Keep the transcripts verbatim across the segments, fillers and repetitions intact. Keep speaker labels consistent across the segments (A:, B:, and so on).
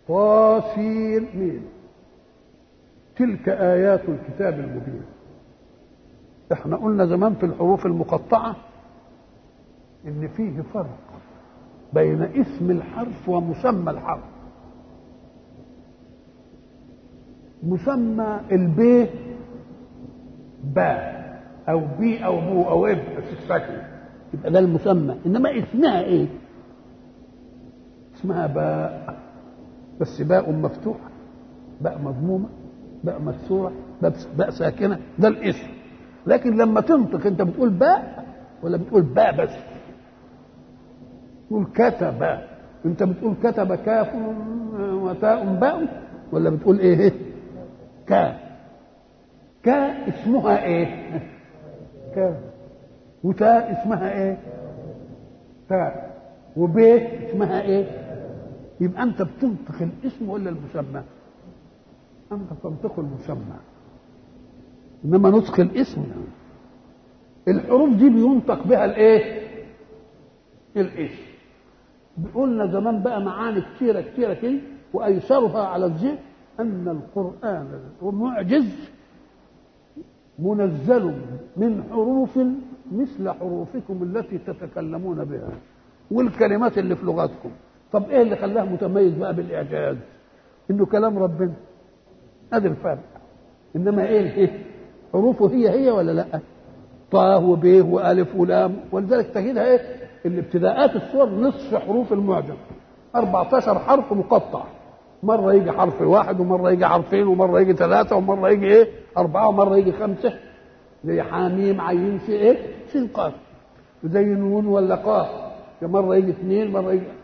A: طاسين مين. تلك آيات الكتاب المبين. احنا قلنا زمان في الحروف المقطعة ان فيه فرق بين اسم الحرف ومسمى الحرف. مسمى الب با او بي او بو او اب ساكن يبقى ده المسمى، انما اسمها ايه؟ اسمها باء، بس باء مفتوحه، باء مضمومه، باء مكسوره، باء ساكنه، ده الاسم. لكن لما تنطق انت بتقول باء ولا بتقول باء بس؟ تقول كتب، انت بتقول كتب كاف وتاء باء ولا بتقول ايه؟ كا. كا اسمها ايه؟ كا. وتاء اسمها ايه؟ تاء. وب اسمها ايه؟ يبقى انت بتنطق الاسم ولا المسمى؟ انت بتنطق المسمى، انما نطق الاسم. الحروف دي بينطق بها الايه؟ الاسم. قلنا زمان بقى معاني كتيره كتيره كده، وايسرها على الذهن ان القران معجز منزل من حروف مثل حروفكم التي تتكلمون بها والكلمات اللي في لغتكم. طب ايه اللي خلاه متميز بقى بالاعجاز؟ انه كلام ربنا، ادي الفرق. انما ايه حروفه هي هي ولا لا؟ طا وب والف ولام، ولذلك تجدها ايه الابتداءات الصور نصف حروف المعجم، أربعة عشر حرف مقطع، مره يجي حرف واحد ومره يجي حرفين ومره يجي ثلاثه ومره يجي ايه اربعه ومره يجي خمسه، زي حاميم عين في ايه سين قاف، زي نون ولا قاف، مره يجي اثنين مره يجي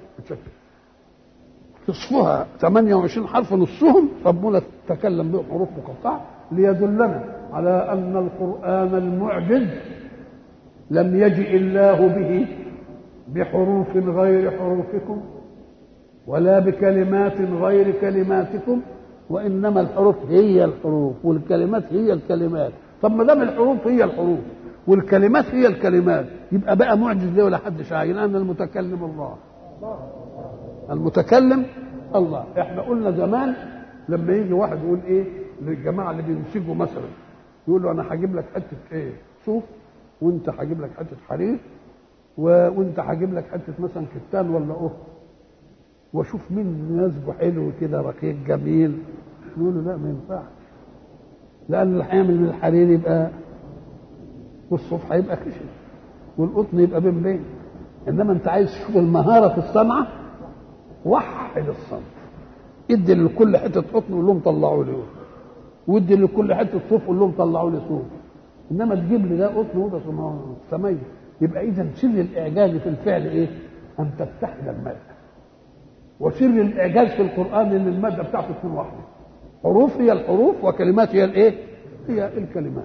A: نصفها ثمانية وعشرين حرف، نصهم ربنا تكلم بهم حروف مقطعه ليدلنا على ان القران المعجز لم يجئ الله به بحروف غير حروفكم ولا بكلمات غير كلماتكم، وانما الحروف هي الحروف والكلمات هي الكلمات. طب ما دام الحروف هي الحروف والكلمات هي الكلمات يبقى بقى معجز ليه ولا حد شاعر؟ ان المتكلم الله، المتكلم الله. احنا قلنا زمان لما يجي واحد يقول ايه للجماعه اللي بينسجوا مثلا، يقول له انا هجيب لك حته ايه صوف وانت هجيب لك حته حرير و... وانت هجيب لك حته مثلا كتان ولا قهوه، واشوف مين نسجه حلو كده رقيق جميل. يقول له لا ما ينفعش، لان اللي هيعمل من الحرير يبقى والصوف هيبقى خشن والقطن يبقى بين بين. انما انت عايز تشوف المهاره في الصنعه، وحد الصنف، ادي لكل حته قطن وقول لهم طلعوا لي، وادي لكل حته صوف وقول لهم طلعوا لي صوف. انما تجيب لي ده قطن وده سميه. يبقى اذا سر الاعجاز في الفعل ايه؟ ان تتحد الماده. وسر الاعجاز في القران ان الماده بتاعته تكون واحده، حروف هي الحروف وكلمات هي الايه؟ هي الكلمات.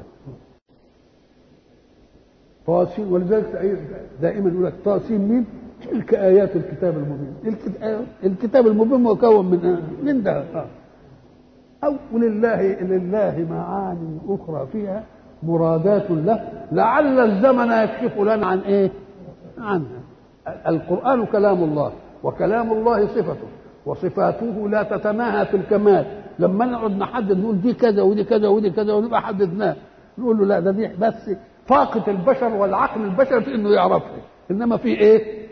A: طاسين، ولذلك دائما يقول لك طاسين مين؟ تلك ايات الكتاب المبين. الكتاب المبين مكون من من ده. او ولله لله معاني اخرى فيها مرادات له لعل الزمن يكشف لنا عن ايه؟ عنها. القرآن كلام الله، وكلام الله صفته، وصفاته لا تتناهى في الكمال. لما نقعد نحدد نقول دي كذا ودي كذا ودي كذا ونبقى حددناه، نقول له لا ده دي بس طاقة البشر والعقل البشري في انه يعرفها، انما في ايه؟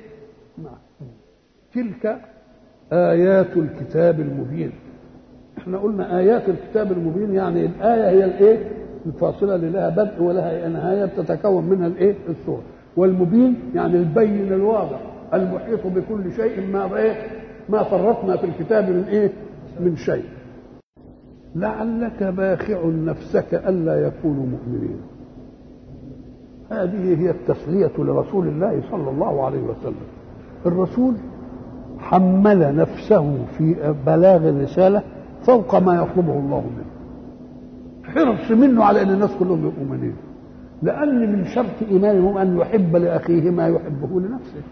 A: تلك آيات الكتاب المبين. احنا قلنا آيات الكتاب المبين يعني الآية هي الايه؟ الفاصلة اللي لها بدء ولها نهاية بتتكون منها الايه؟ السورة. والمبين يعني البين الواضح المحيط بكل شيء، ما ايه؟ ما فرطنا في الكتاب من ايه؟ من شيء. لعلك باخع نفسك ألا يكونوا مؤمنين. هذه هي التسلية لرسول الله صلى الله عليه وسلم. الرسول حمل نفسه في بلاغ الرسالة فوق ما يطلبه الله منه، حرص منه على ان الناس كلهم يبقوا مؤمنين، لان من شرط ايمانهم ان يحب لاخيه ما يحبه لنفسه.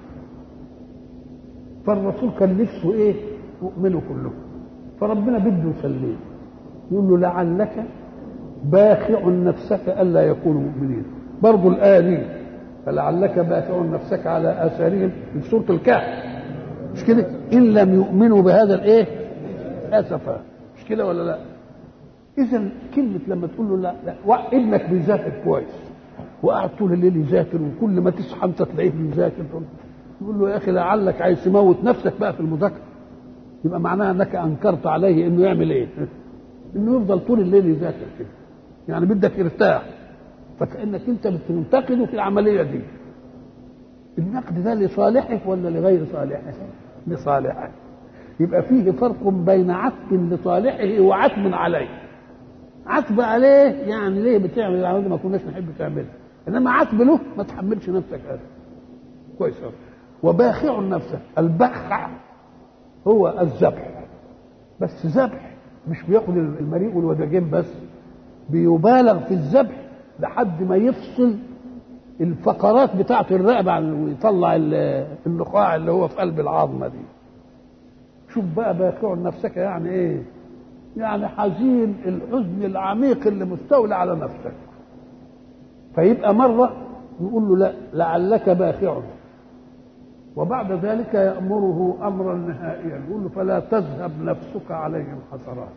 A: فالرسول كان نفسه ايه؟ يؤمنوا كلهم. فربنا بده يسليه، يقول له لعلك باخع نفسك الا يكونوا مؤمنين. برضه الايه دي فلعلك باخع نفسك على اثارهم في سوره الكهف، مش كده؟ ان لم يؤمنوا بهذا الايه؟ اسفا، مش كده ولا لا؟ اذا كلمه لما تقول له لا, لا ابنك بيذاكر كويس وقعد طول الليل يذاكر وكل ما تصحى انت تلاقيه بيذاكر، تقول له يا اخي لعلك عايز تموت نفسك بقى في المذاكره، يبقى معناها انك انكرت عليه انه يعمل ايه؟ انه يفضل طول الليل يذاكر كده، يعني بدك يرتاح، فكانك انت بتنتقده في العمليه دي. النقد ده لصالحه ولا لغير صالحه؟ لصالحه. يبقى فيه فرق بين عتب لصالحه وعتب عليه. عتب عليه يعني ليه بتعمل العمليه ما كناش نحب تعملها، انما عتب له ما تحملش نفسك هذا. كويس قوي. وباخع نفسه، البخع هو الذبح، بس ذبح مش بياخد المريء والوداجين بس، بيبالغ في الذبح لحد ما يفصل الفقرات بتاعه الرقبه ويطلع النخاع اللي هو في قلب العظمه دي. شوف بقى باخع نفسك يعني ايه؟ يعني حزين الحزن العميق اللي مستولى على نفسك. فيبقى مره يقول له لا لعلك باخع، وبعد ذلك يأمره أمرا نهائيا، يقول له فلا تذهب نفسك عليهم حسرات.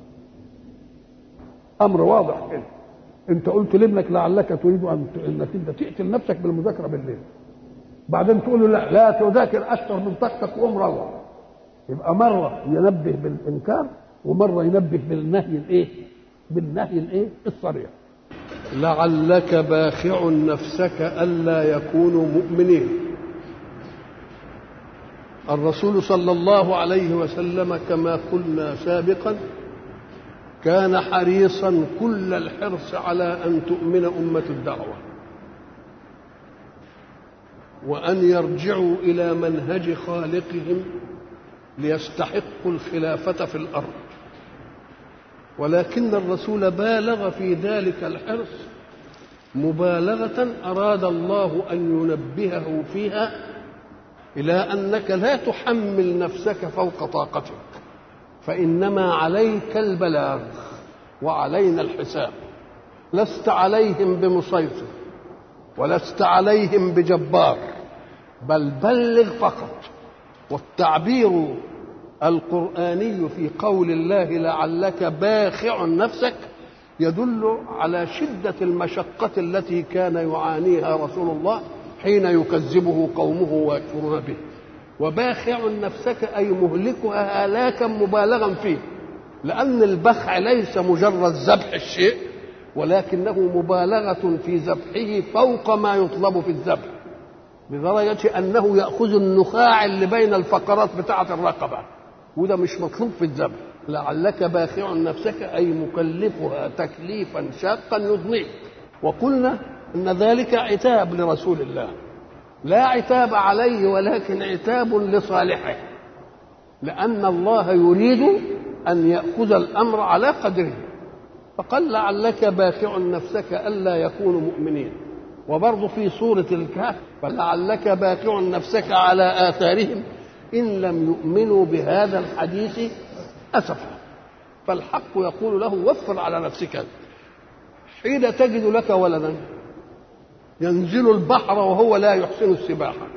A: أمر واضح كده. أنت قلت لابنك لعلك تريد أن أنك أنت تقتل نفسك بالمذاكرة بالليل، بعدين تقول له لا لا تذاكر أكثر من طاقتك وقوم روح. يبقى مرة ينبه بالإنكار ومرة ينبه بالنهي الإيه؟ بالنهي الإيه؟ الصريح.
B: لعلك باخع نفسك ألا يكونوا مؤمنين. الرسول صلى الله عليه وسلم كما قلنا سابقا كان حريصا كل الحرص على أن تؤمن أمة الدعوة وأن يرجعوا إلى منهج خالقهم ليستحقوا الخلافة في الأرض، ولكن الرسول بالغ في ذلك الحرص مبالغة أراد الله أن ينبهه فيها إلى أنك لا تحمل نفسك فوق طاقتك، فإنما عليك البلاغ وعلينا الحساب. لست عليهم بمسيطر ولست عليهم بجبار، بل بلغ فقط. والتعبير القرآني في قول الله لعلك باخع نفسك يدل على شدة المشقة التي كان يعانيها رسول الله حين يكذبه قومه ويكفرون به. وباخع نفسك أي مهلكها هلاكا مبالغا فيه، لأن البخع ليس مجرد ذبح الشيء ولكنه مبالغة في ذبحه فوق ما يطلب في الذبح، بدرجة أنه يأخذ النخاع اللي بين الفقرات بتاعة الرقبة، وده مش مطلوب في الذبح. لعلك باخع نفسك أي مكلفها تكليفا شاقا يضنيك. وقلنا إن ذلك عتاب لرسول الله، لا عتاب عليه ولكن عتاب لصالحه، لأن الله يريد أن يأخذ الأمر على قدره. فقال لعلك باخع نفسك ألا يكونوا مؤمنين. وبرضه في سورة الكهف فلعلك باخع نفسك على آثارهم إن لم يؤمنوا بهذا الحديث أسفا. فالحق يقول له وفر على نفسك. حين تجد لك ولدا ينزل البحر وهو لا يحسن السباحة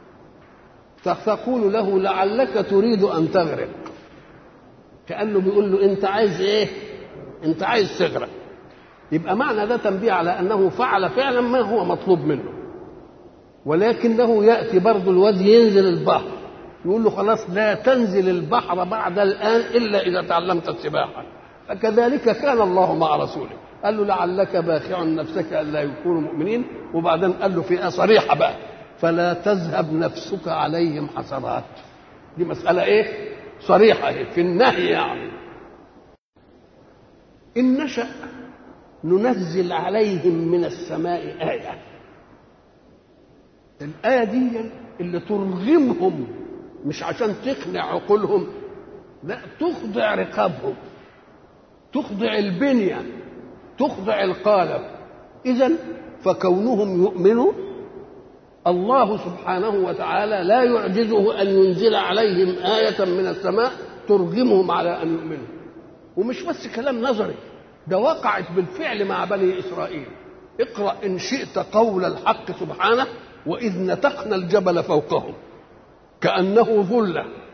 B: تقول له لعلك تريد أن تغرق، كأنه بيقول له أنت عايز إيه؟ أنت عايز تغرق. يبقى معنى ده تنبيه على أنه فعل فعلا ما هو مطلوب منه، ولكنه يأتي برضو الواد ينزل البحر يقول له خلاص لا تنزل البحر بعد الآن إلا إذا تعلمت السباحة. فكذلك كان الله مع رسوله، قال له لعلك باخع نفسك ألا يكونوا مؤمنين، وبعدين قال له في صريحة بقى فلا تذهب نفسك عليهم حسرات. دي مسألة إيه؟ صريحة إيه؟ في النهي. يعني إن نشأ ننزل عليهم من السماء آية. الآية دي اللي ترغمهم، مش عشان تقنع عقولهم، لا، تخضع رقابهم، تخضع البنية، تخضع القالب. إذن فكونهم يؤمنوا الله سبحانه وتعالى لا يعجزه أن ينزل عليهم آية من السماء ترغمهم على أن يؤمنوا. ومش بس كلام نظري، ده وقعت بالفعل مع بني إسرائيل. اقرأ إن شئت قول الحق سبحانه وإذ نتقنا الجبل فوقهم كأنه ظلة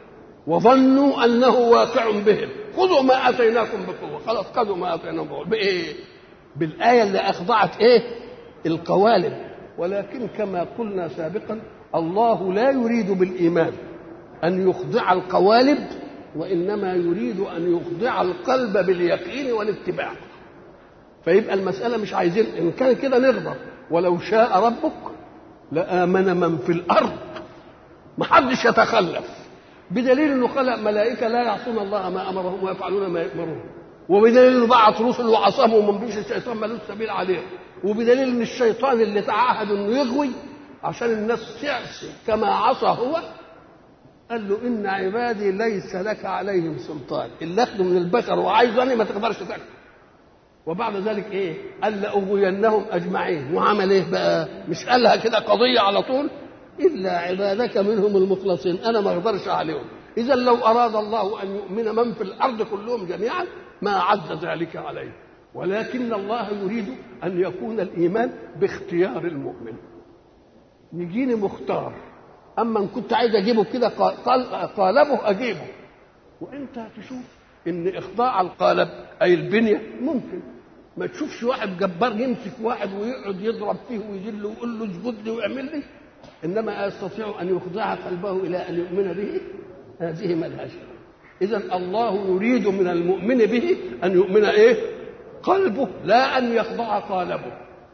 B: وظنوا انه واقع بهم خذوا ما اتيناكم بقوه. خلاص خذوا ما اتيناكم بقوه. بايه؟ بالايه اللي اخضعت ايه؟ القوالب. ولكن كما قلنا سابقا الله لا يريد بالايمان ان يخضع القوالب، وانما يريد ان يخضع القلب باليقين والاتباع. فيبقى المساله مش عايزين ان كان كده نغضب. ولو شاء ربك لآمن من في الارض، ما حدش يتخلف، بدليل انه خلق ملائكه لا يعصون الله ما امرهم ويفعلون ما يؤمرون، وبدليل انه بعث رسل وعصمهم ومن بيش الشيطان ملوش سبيل عليه، وبدليل ان الشيطان اللي تعهد انه يغوي عشان الناس تعصي كما عصى هو قال له ان عبادي ليس لك عليهم سلطان، اللي اخذه من البشر وعايزني ما تقدرش تاخده. وبعد ذلك ايه؟ قال لاغوينهم اجمعين. وعمل ايه بقى؟ مش قالها كده قضيه على طول، الا عبادك منهم المخلصين انا ما اقدرش عليهم. اذا لو اراد الله ان يؤمن من في الارض كلهم جميعا ما عز ذلك عليه، ولكن الله يريد ان يكون الايمان باختيار المؤمن. يجيني مختار، اما ان كنت عايز اجيبه كده قالبه اجيبه. وانت تشوف ان اخضاع القالب اي البنيه ممكن ما تشوفش واحد جبار يمسك واحد ويقعد يضرب فيه ويذله ويقول له اسجد لي واعمل لي، انما يستطيع ان يخضع قلبه الى ان يؤمن به. هذه ملهاش. اذا الله يريد من المؤمن به ان يؤمن ايه؟ قلبه، لا ان يخضع قالبه.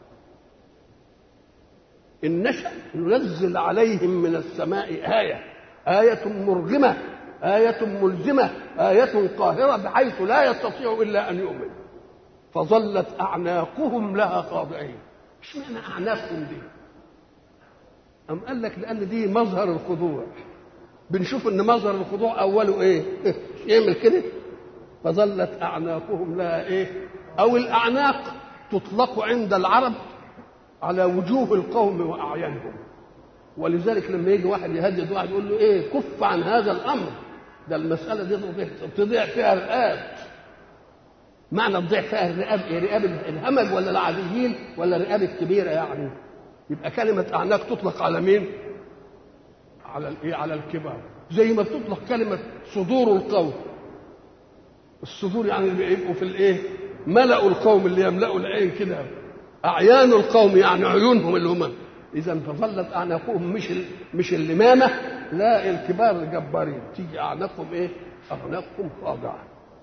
B: ان نشأ ننزل عليهم من السماء آية، آية مرغمة، آية ملزمة، آية قاهرة بحيث لا يستطيع إلا أن يؤمن. فظلت أعناقهم لها خاضعين. ايش معنى أعناقهم دي؟ أم قال لك لأن دي مظهر الخضوع. بنشوف إن مظهر الخضوع أوله إيه؟ يعمل كده. فظلت أعناقهم لها إيه؟ أو الأعناق تطلق عند العرب على وجوه القوم وأعيانهم. ولذلك لما يجي واحد يهدد واحد يقول له إيه؟ كف عن هذا الأمر، ده المسألة دي تضيع فيها الرقاب. معنى تضيع فيها الرقاب إيه؟ رقاب الهمج ولا العاديين ولا الرقاب الكبيرة يعني؟ يبقى كلمة أعناق تطلق على مين؟ على الإيه؟ على الكبار. زي ما بتطلق كلمة صدور القوم. الصدور يعني اللي بيبقوا في الإيه؟ ملأوا القوم، اللي يملأوا العين كده. أعيان القوم يعني عيونهم اللي هم. إذا فظلت أعناقهم مش ال... مش اللمامة، لا الكبار الجبارين. تيجي أعناقهم إيه؟ أعناقهم خاضعة.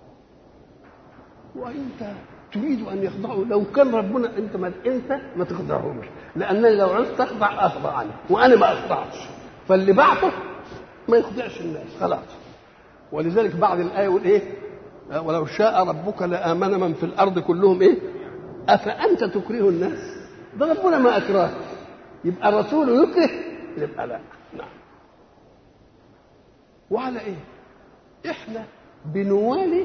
B: وأنت تريد أن يخضعوا. لو كان ربنا أنت ما أنت ما تخضعهمش، لأنني لو عرفت أخضع أخضع عنه، وأنا ما أخضعش. فاللي بعته ما يخضعش الناس خلاص. ولذلك بعد الآية يقول إيه؟ ولو شاء ربك لآمن من في الأرض كلهم إيه؟ أفأنت تكره الناس؟ ده ربنا ما أكره. يبقى الرسول يكره؟ يبقى لا. نعم. وعلى إيه؟ إحنا بنوالي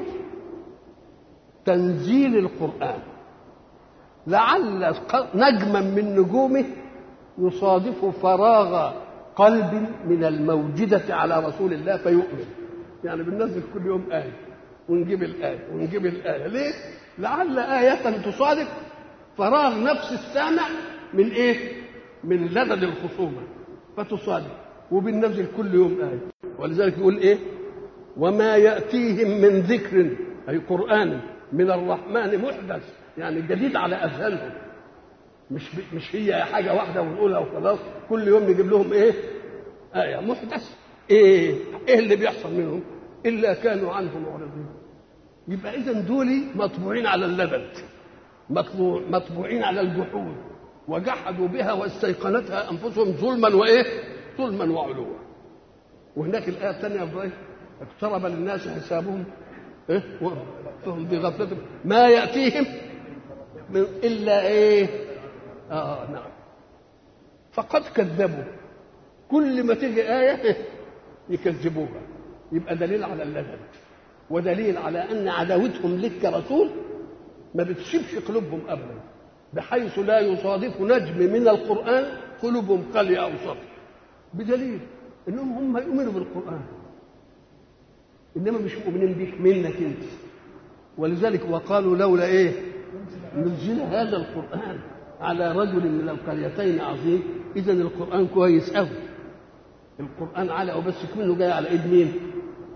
B: تنزيل القرآن، لعل نجما من نجومه يصادف فراغ قلب من الموجدة على رسول الله فيؤمن. يعني بننزل كل يوم آية ونجيب الآية ونجيب الآية. ليه؟ لعل آية تصادف فراغ نفس السامع من إيه؟ من لدد الخصومة فتصادف، وبننزل كل يوم آية. ولذلك يقول إيه؟ وما يأتيهم من ذكر أي قرآن من الرحمن محدث، يعني جديد على أذهانهم. مش مش هي حاجة واحدة ونقولها وخلاص. كل يوم نجيب لهم إيه؟ آية محدث. إيه؟ إيه اللي بيحصل منهم؟ إلا كانوا عنه معرضين. يبقى إذن دول مطبوعين على اللبد، مطبوع مطبوعين على الجحود، وجحدوا بها واستيقنتها أنفسهم ظلما وإيه؟ ظلما وعلوا. وهناك الآية الثانية إبراهيم اقترب للناس حسابهم إيه؟ وهم بغفلة ما يأتيهم من إلا إيه؟ آه نعم. فقد كذبوا. كل ما تيجي آية يكذبوها. يبقى دليل على اللذذ، ودليل على أن عداوتهم لك كرسول ما بتسيبش قلوبهم أبدا، بحيث لا يصادف نجم من القرآن قلوبهم قلية أو صفر. بدليل إنهم هم يؤمنوا بالقرآن، إنما مش مؤمنين بك منك أنت. ولذلك وقالوا لولا إيه نزل هذا القرآن على رجل من القريتين عظيم. إذن القرآن كويس أوي. القرآن على وبس منه جاي على إيد مين؟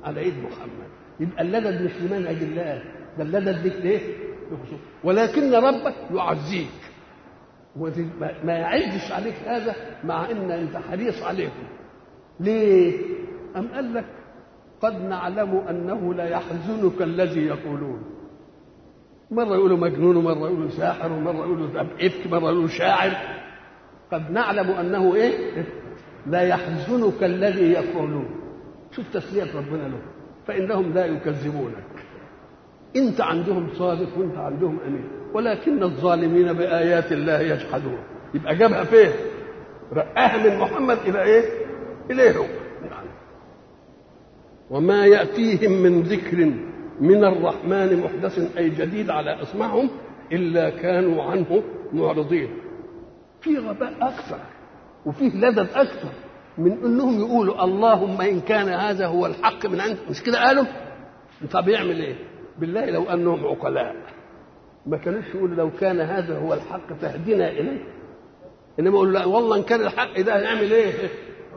B: على ايد محمد. يبقى اللدد مش لمنهج الله، ده اللدد ليك ليه؟ ولكن ربك يعزيك وما يعزش عليك هذا مع ان انت حريص عليهم. ليه؟ أم قال لك قد نعلم انه لا يحزنك الذي يقولون. مره يقولوا مجنون ومره يقولوا ساحر ومره يقولوا افك مره يقولوا شاعر. قد نعلم انه ايه؟ لا يحزنك الذي يقولون. شوف تسلية ربنا له، فانهم لا يكذبونك، انت عندهم صادق وانت عندهم امين، ولكن الظالمين بايات الله يجحدون. يبقى جابها فين؟ رقاها من محمد الى ايه؟ اليهم. وما ياتيهم من ذكر من الرحمن محدث اي جديد على اسمعهم الا كانوا عنه معرضين. في غباء اكثر وفيه لدد اكثر من انهم يقولوا اللهم ان كان هذا هو الحق من عندك، مش كده قالوا؟ طب يعمل ايه؟ بالله لو انهم عقلاء ما كانوش يقولوا لو كان هذا هو الحق فاهدنا اليه، انما يقولوا لا والله ان كان الحق ده هنعمل ايه؟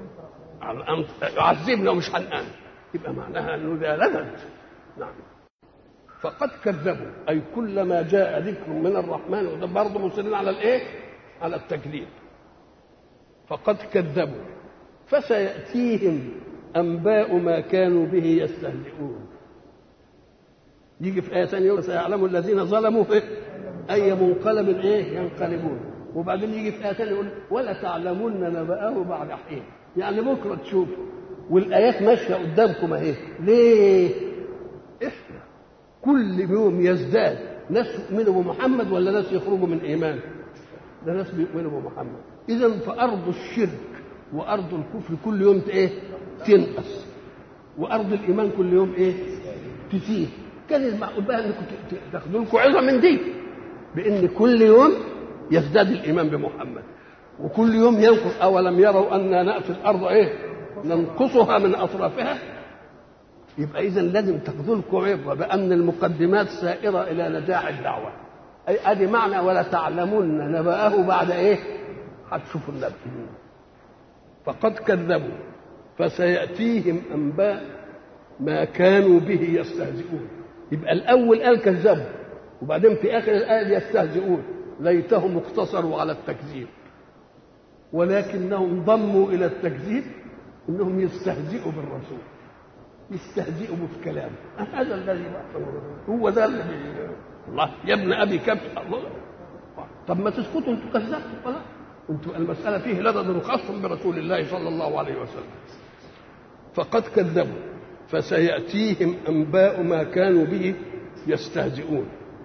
B: يعذبنا ومش هنآمن. يبقى معناها انه ده لدد. نعم. فقد كذبوا اي كلما جاء ذكر من الرحمن، وده برضه مصرين على الايه؟ على التكذيب. فقد كذبوا فسيأتيهم أنباء ما كانوا به يستهزئون. يجي في آية ثانية يقول سيعلم الذين ظلموا في أي منقلب إيه ينقلبون. وبعدين يجي في آية ثانية يقول ولا تعلمون نبأه بعد حين، يعني بكرة تشوفوا. والآيات ماشية قدامكم أهي. ليه؟ إحنا كل يوم يزداد ناس يؤمنوا بمحمد ولا ناس يخرجوا من إيمان؟ ده ناس بيؤمنوا بمحمد. إذا فأرض الشرك وأرض الكفر كل يوم إيه؟ تنقص، وأرض الإيمان كل يوم إيه؟ تزيد. كان المعقول بقى أنكم تاخذوا لكم عظة من دي، بأن كل يوم يزداد الإيمان بمحمد وكل يوم ينقص. أولم يروا أننا نأتي الأرض إيه؟ ننقصها من أطرافها. يبقى إذا لازم تاخذوا لكم عبرة بأن المقدمات سائرة إلى نجاح الدعوة. أي أدي معنى ولا تعلمون نبأه بعد إيه؟ هتشوفوا النبأ. فقد كذبوا فسيأتيهم أنباء ما كانوا به يستهزئون. يبقى الأول قال كذبوا، وبعدين في آخر الآية يستهزئون. ليتهم اقتصروا على التكذيب، ولكنهم ضموا إلى التكذيب إنهم يستهزئوا بالرسول، يستهزئوا بالكلام. هذا الذي هو ده الذي الله يا ابن أبي كبش. الله طب ما تسكتوا انتوا كذبتوا خلاص، انتوا المسألة فيه لدد خاص برسول الله صلى الله عليه وسلم. فقد كذبوا فسيأتيهم أنباء ما كانوا به يستهزئون.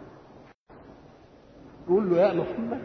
B: قول له يا محمد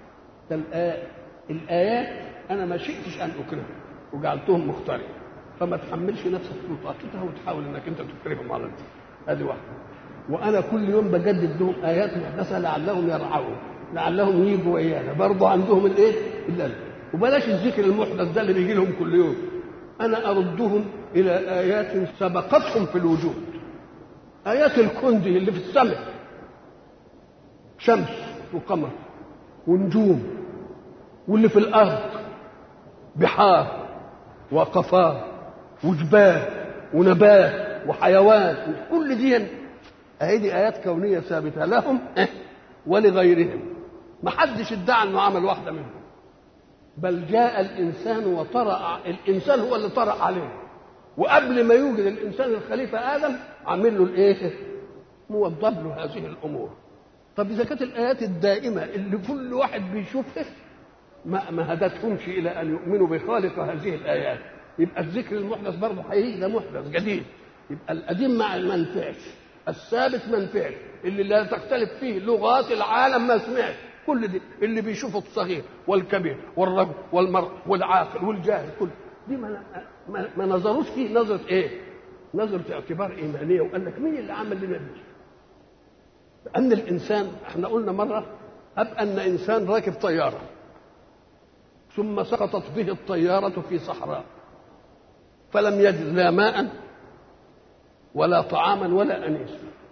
B: الآيات أنا ما شئتش أن أكرههم وجعلتهم مختارين، فما تحملش نفسك في طاقتها وتحاول أنك أنت تكرههم على دي. هذه واحدة. وأنا كل يوم بجدد لهم آيات محدثة لعلهم يرعون، لعلهم يجوا ويانا. برضه عندهم الإيه؟ اللازم. وبلاش الذكر المحدث ده اللي بيجي لهم كل يوم. أنا أردهم إلى آيات سبقتهم في الوجود. آيات الكون دي اللي في السماء، شمس وقمر ونجوم، واللي في الأرض بحار وقفار وجبال ونبات وحيوان، كل دي أهدي آيات كونية ثابتة لهم ولغيرهم. ما حدش ادعى أنه عمل واحدة منهم، بل جاء الإنسان وطرأ. الإنسان هو اللي طرأ عليه، وقبل ما يوجد الإنسان الخليفة آدم عمل له الإيه؟ موضب له هذه الأمور. طب إذا كانت الآيات الدائمة اللي كل واحد بيشوفها ما ما هدتهمش إلى أن يؤمنوا بخالق هذه الآيات، يبقى الذكر المحدث برضه هيجي ده محدث جديد. يبقى القديم ما منفعش، الثابت منفعش، اللي لا تختلف فيه لغات العالم ما سمعش. كل دي اللي بيشوفه الصغير والكبير والرجل والمرء والعاقل والجاهل، كل دي ما, ما, ما نظروش فيه نظرة ايه؟ نظرة اعتبار ايمانية. وقال لك مين اللي عمل لنا دي؟ لأن الإنسان احنا قلنا مرة أب أن إنسان راكب طيارة ثم سقطت به الطيارة في صحراء، فلم يجد لا ماء ولا طعاما ولا أنيس،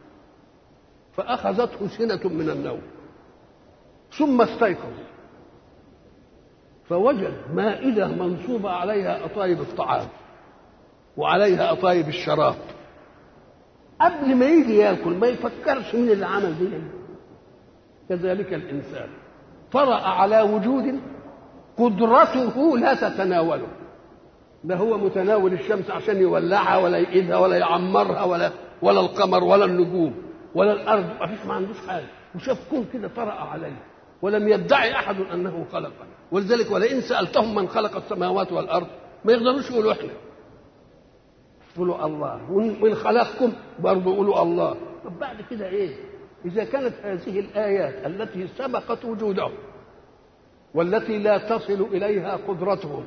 B: فأخذته سنة من النوم، ثم استيقظ فوجد مائدة منصوبة عليها أطايب الطعام وعليها أطايب الشراب قبل ما يجي ياكل ما يفكرش مين اللي عمل دي. كذلك الانسان طرأ على وجود قدرته لا تتناوله، لا هو متناول الشمس عشان يولعها ولا يقيدها ولا يعمرها ولا ولا القمر ولا النجوم ولا الارض، ما فيش، ما عندوش حاجه، وشاف كون كده طرأ عليه ولم يدعي احد انه خلقه. ولذلك ولئن سالتهم من خلق السماوات والارض ما يقدروش يقولوا احنا، يقولوا الله. ومن خلقكم برضه يقولوا الله. طب بعد كده ايه؟ اذا كانت هذه الايات التي سبقت وجودهم والتي لا تصل اليها قدرتهم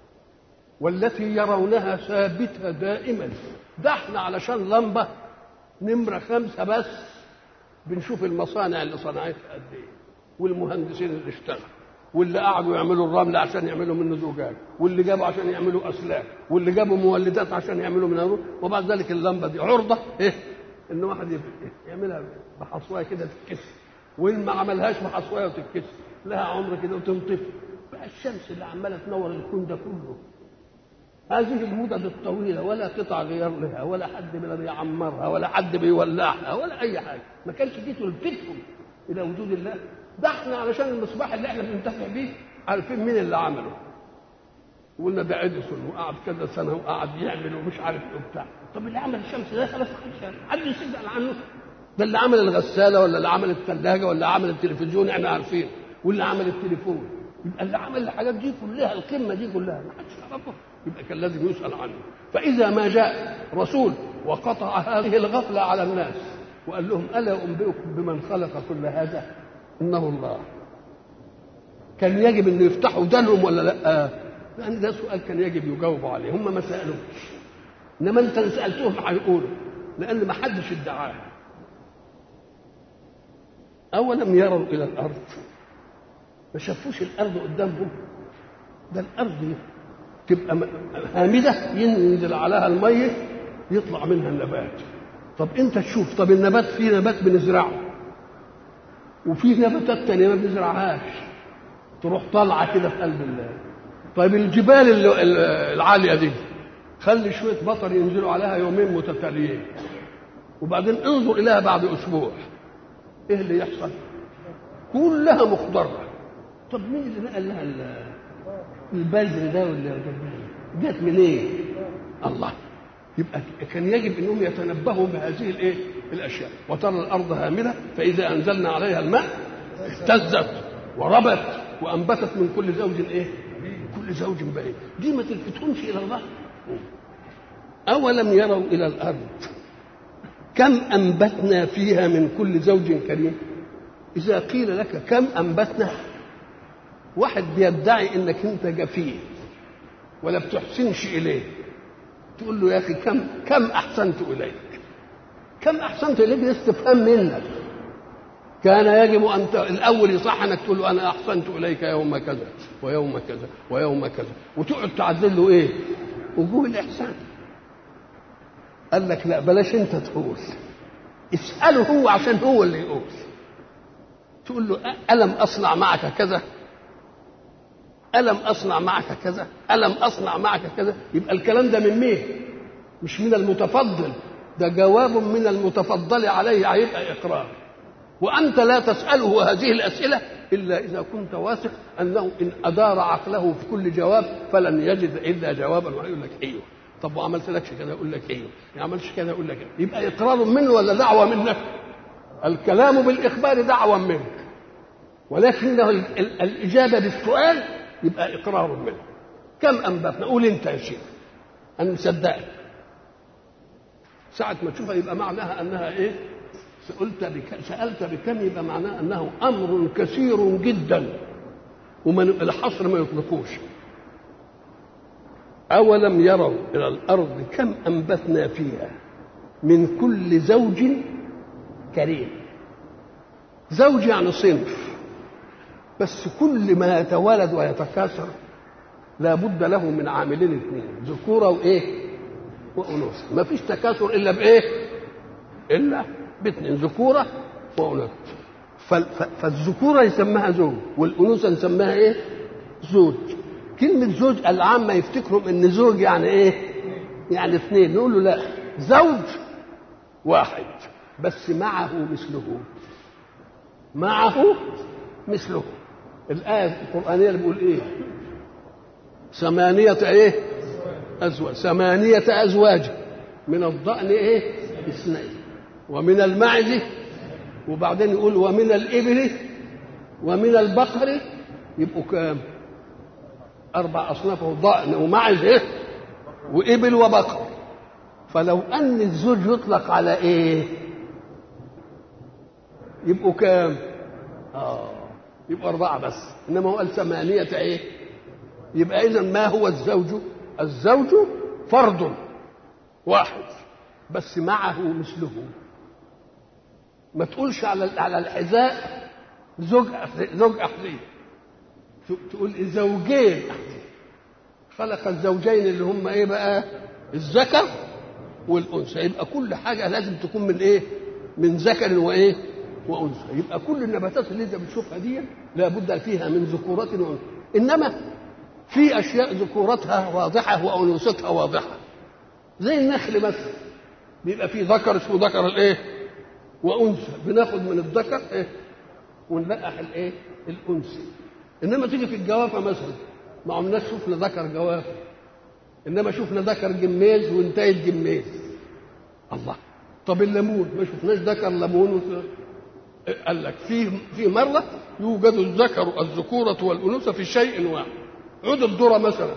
B: والتي يرونها ثابته دائما، ده احنا علشان لمبه نمره خمسه بس بنشوف المصانع اللي صنعتها قد ايه، والمهندسين اللي اشتغلوا، واللي قعدوا يعملوا الرمل عشان يعملوا منه زجاج، واللي جابوا عشان يعملوا اسلاك، واللي جابوا مولدات عشان يعملوا منها، وبعد ذلك اللمبه دي عرضه ايه؟ ان واحد يعملها بحصوايه كده تتكسر، وان ما عملهاش بحصوايه وتتكسر لها عمر كده وتنطفي. بقى الشمس اللي عماله تنور الكون ده كله، هذه المدد الطويله ولا قطع غيار لها ولا حد بيعمرها ولا حد بيولعها ولا اي حاجه، ما كانش دي تلفتهم الى وجود الله. ده احنا علشان المصباح اللي احنا بننتفع بيه عارفين مين اللي عمله، وقلنا ده اديسون وقعد كذا سنه وقعد يعمل ومش عارف ايه وبتاع. طب اللي عمل الشمس ده خلاص حد يسال عنه؟ ده اللي عمل الغساله ولا اللي عمل الثلاجه ولا عمل التلفزيون احنا عارفين، واللي عمل التليفون. يبقى اللي عمل الحاجات دي كلها القمه دي كلها ما حدش يعرفه، يبقى كان لازم يسال عنه. فاذا ما جاء رسول وقطع هذه الغفله على الناس وقال لهم الا انبئكم بمن خلق كل هذا انه الله، كان يجب ان يفتحوا ودانهم ولا لا؟ لان ده سؤال كان يجب يجاوبوا عليه. هم ما سالوش، انما انت اللي سالتهم هيقولوا، لان ما حدش ادعاه. اولم يروا الى الارض، ما شافوش الارض قدامهم؟ ده الارض تبقى هامده ينزل عليها الميه يطلع منها النبات. طب انت تشوف، طب النبات فيه نبات بنزرعه وفي نباتات تانية ما بنزرعهاش تروح طالعه كده في قلب الله. طيب الجبال العاليه دي خلي شويه مطر ينزلوا عليها يومين متتاليين وبعدين انظر اليها بعد اسبوع، ايه اللي يحصل؟ كلها مخضره. طب مين اللي نقل لها البذر ده ولا جت منين؟ إيه؟ الله. يبقى كان يجب انهم يتنبهوا بهذه الايه الاشياء. وترى الارض هامده فاذا انزلنا عليها الماء اهتزت وربت وانبتت من كل زوج ايه؟ كل زوج بهيج. دي ما تلفتهمش الى الله. اولم يروا الى الارض كم انبتنا فيها من كل زوج كريم. اذا قيل لك كم انبتنا، واحد بيدعي انك انت جفيل ولا بتحسنش اليه، تقول له يا اخي كم كم احسنت اليك. كم احسنت اليك ده استفهام منك. كان يجب ان الاول يصح انك تقول له انا احسنت اليك يوم كذا ويوم كذا ويوم كذا، وتقعد تعدل له ايه؟ وجوه الاحسان. قال لك لا بلاش انت تقول، اساله هو عشان هو اللي يقول. تقول له الم اصنع معك كذا، الم اصنع معك كذا، الم اصنع معك كذا. يبقى الكلام ده من مين؟ مش من المتفضل، ده جواب من المتفضل عليه، هيبقى اقرار. وانت لا تساله هذه الاسئله الا اذا كنت واثق انه ان ادار عقله في كل جواب فلن يجد الا جوابا ويقول لك ايوه. طب وما عملتلكش كذا يقول لك ايوه، ما عملتش كذا يقول لك ايوه. يبقى اقرار منه ولا دعوه منك؟ الكلام بالاخبار دعوه منك، ولكنه الاجابه بالسؤال يبقى اقرار منه. كم انبتنا؟ قول انت يا شيخ انا مصدقك. ساعه ما تشوفها يبقى معناها انها ايه؟ سألت بك... سألت بكم يبقى معناه أنه أمر كثير جدا ومن الحصر ما يطلقوش. أولم يروا إلى الأرض كم أنبتنا فيها من كل زوج كريم. زوج يعني صنف، بس كل ما يتولد ويتكاثر لا بد له من عاملين اثنين، ذكورة وإيه؟ وأنوثة. ما فيش تكاثر إلا بإيه؟ إلا باثنين، ذكورة وأنوثة. فالذكورة يسمىها زوج والأنوثة نسميها إيه؟ زوج. كلمة زوج العامة يفتكروا إن زوج يعني إيه؟ يعني اثنين. نقول له لا، زوج واحد بس معه مثله، معه مثله. الآية القرآنية اللي بيقول إيه؟ ثمانية إيه؟ أزواج، ثمانية أزواج من الضأن إيه؟ اثنين، ومن المعز، وبعدين يقول ومن الإبل ومن البقر، يبقوا كام؟ أربع أصناف، ضأن ومعز إيه؟ وإبل وبقر. فلو أن الزوج يطلق على إيه؟ يبقوا كام؟ آه يبقوا أربعة بس، إنما هو قال ثمانية إيه؟ يبقى إذا ما هو الزوج؟ الزوج فرد واحد بس معه مثله. ما تقولش على على الحذاء زوج زوج أحذية، تقول زوجين أحذية. خلق الزوجين اللي هم إيه بقى؟ الذكر والأنثى. يبقى كل حاجة لازم تكون من إيه؟ من ذكر وإيه؟ وأنثى. يبقى كل النباتات اللي أنت بتشوفها دي لابد فيها من ذكورة وأنثى، إنما في أشياء ذكورتها واضحة وأنوثتها واضحة، زي النخل مثلا بيبقى فيه ذكر اسمه ذكر الإيه؟ وأنثى، بناخد من الذكر إيه؟ ونلقح الإيه؟ الأنثى. إنما تيجي في الجوافة مثلا ما عمناش شفنا ذكر جوافة، إنما شفنا ذكر جميز وانتهى الجميز. الله، طب الليمون ما شفناش ذكر ليمون. قال لك في في مرة يوجد الذكر الذكورة والأنوثة في شيء واحد. عود الذرة مثلا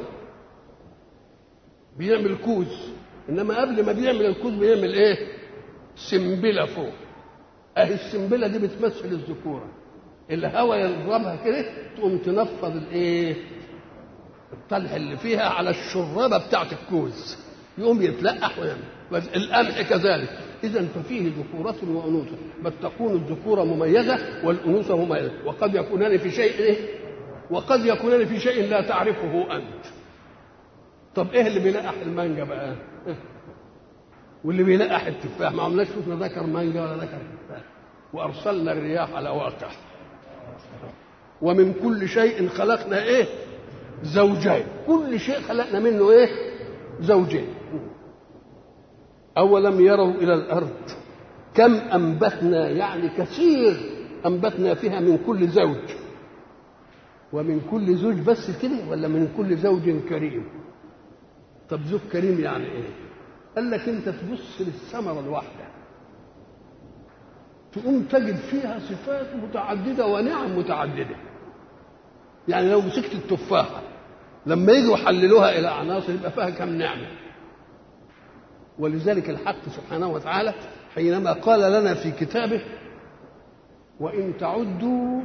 B: بيعمل كوز، إنما قبل ما بيعمل الكوز بيعمل إيه؟ سنبلة فوق. أهي السنبلة دي بتمثل الذكورة، الهواء يضربها كده تقوم تنفض الإيه؟ الطلح اللي فيها على الشرابة بتاعت الكوز، يقوم يتلقح ويعمل. القمح كذلك. إذا ففيه ذكورة وأنوثة، بل تكون الذكورة مميزة والأنوثة مميزة، وقد يكونان في شيء إيه؟ وقد يكونان في شيء لا تعرفه أنت. طب إيه اللي بيلقح المانجا بقى؟ إيه؟ واللي بيلقح التفاح؟ ما عملناش شفنا ذكر مانجا ولا ذكر تفاح. وأرسلنا الرياح على واقع، ومن كل شيء خلقنا إيه؟ زوجين. كل شيء خلقنا منه إيه؟ زوجين. أولم يروا إلى الأرض كم أنبتنا، يعني كثير أنبتنا فيها من كل زوج. ومن كل زوج بس كده ولا من كل زوج كريم؟ طب زوج كريم يعني إيه؟ قال لك أنت تبص للثمرة الواحدة تقوم تجد فيها صفات متعددة ونعم متعددة. يعني لو مسكت التفاحة لما يجوا يحللوها إلى عناصر يبقى فيها كم نعمة. ولذلك الحق سبحانه وتعالى حينما قال لنا في كتابه وإن تعدوا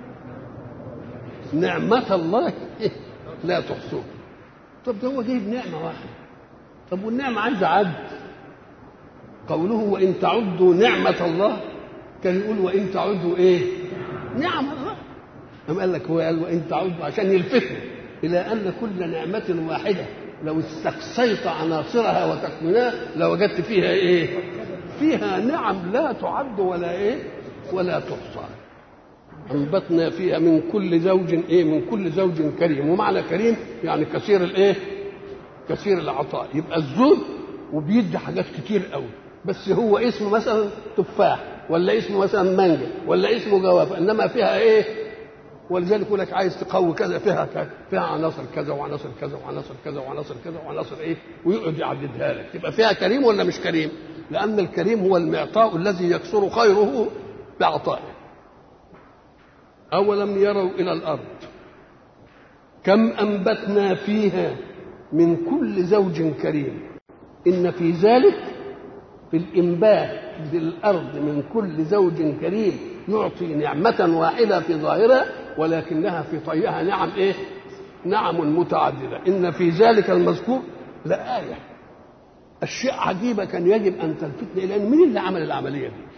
B: نعمة الله لا تحصوها. طب ده هو جايب نعمة واحدة، طب والنعمة عايزة عد. قوله وإن تعدوا نعمة الله كان يقول وإن تعدوا إيه؟ نعم الله. أم قال لك هو قال وإن تعدوا عشان يلفتوا إلى أن كل نعمة واحدة لو استقصيت عناصرها وتكوينها لوجدت فيها إيه؟ فيها نعم لا تعد ولا إيه؟ ولا تحصى. أنبتنا فيها من كل زوج إيه؟ من كل زوج كريم. ومعنى كريم يعني كثير الإيه؟ كثير العطاء. يبقى الزوج وبيدي حاجات كتير قوي، بس هو اسمه مثلا تفاح ولا اسمه مثلا مانجا ولا اسمه جوافة، إنما فيها إيه؟ ولذلك يقول لك عايز تقوي كذا فيها كذا، فيها عناصر كذا وعناصر كذا وعناصر كذا وعناصر كذا وعناصر ايه، ويقعد يعددها لك. يبقى فيها كريم ولا مش كريم؟ لأن الكريم هو المعطاء الذي يكثر خيره بعطائه. أولم يروا إلى الأرض كم أنبتنا فيها من كل زوج كريم إن في ذلك في الإنبات بالأرض من كل زوج كريم يعطي نعمة واحدة في ظاهرها ولكنها في طيها نعم إيه؟ نعم متعددة. إن في ذلك المذكور لآية. الشيء عجيبة كان يجب أن تلفتنا إلى مين اللي عمل العملية دي؟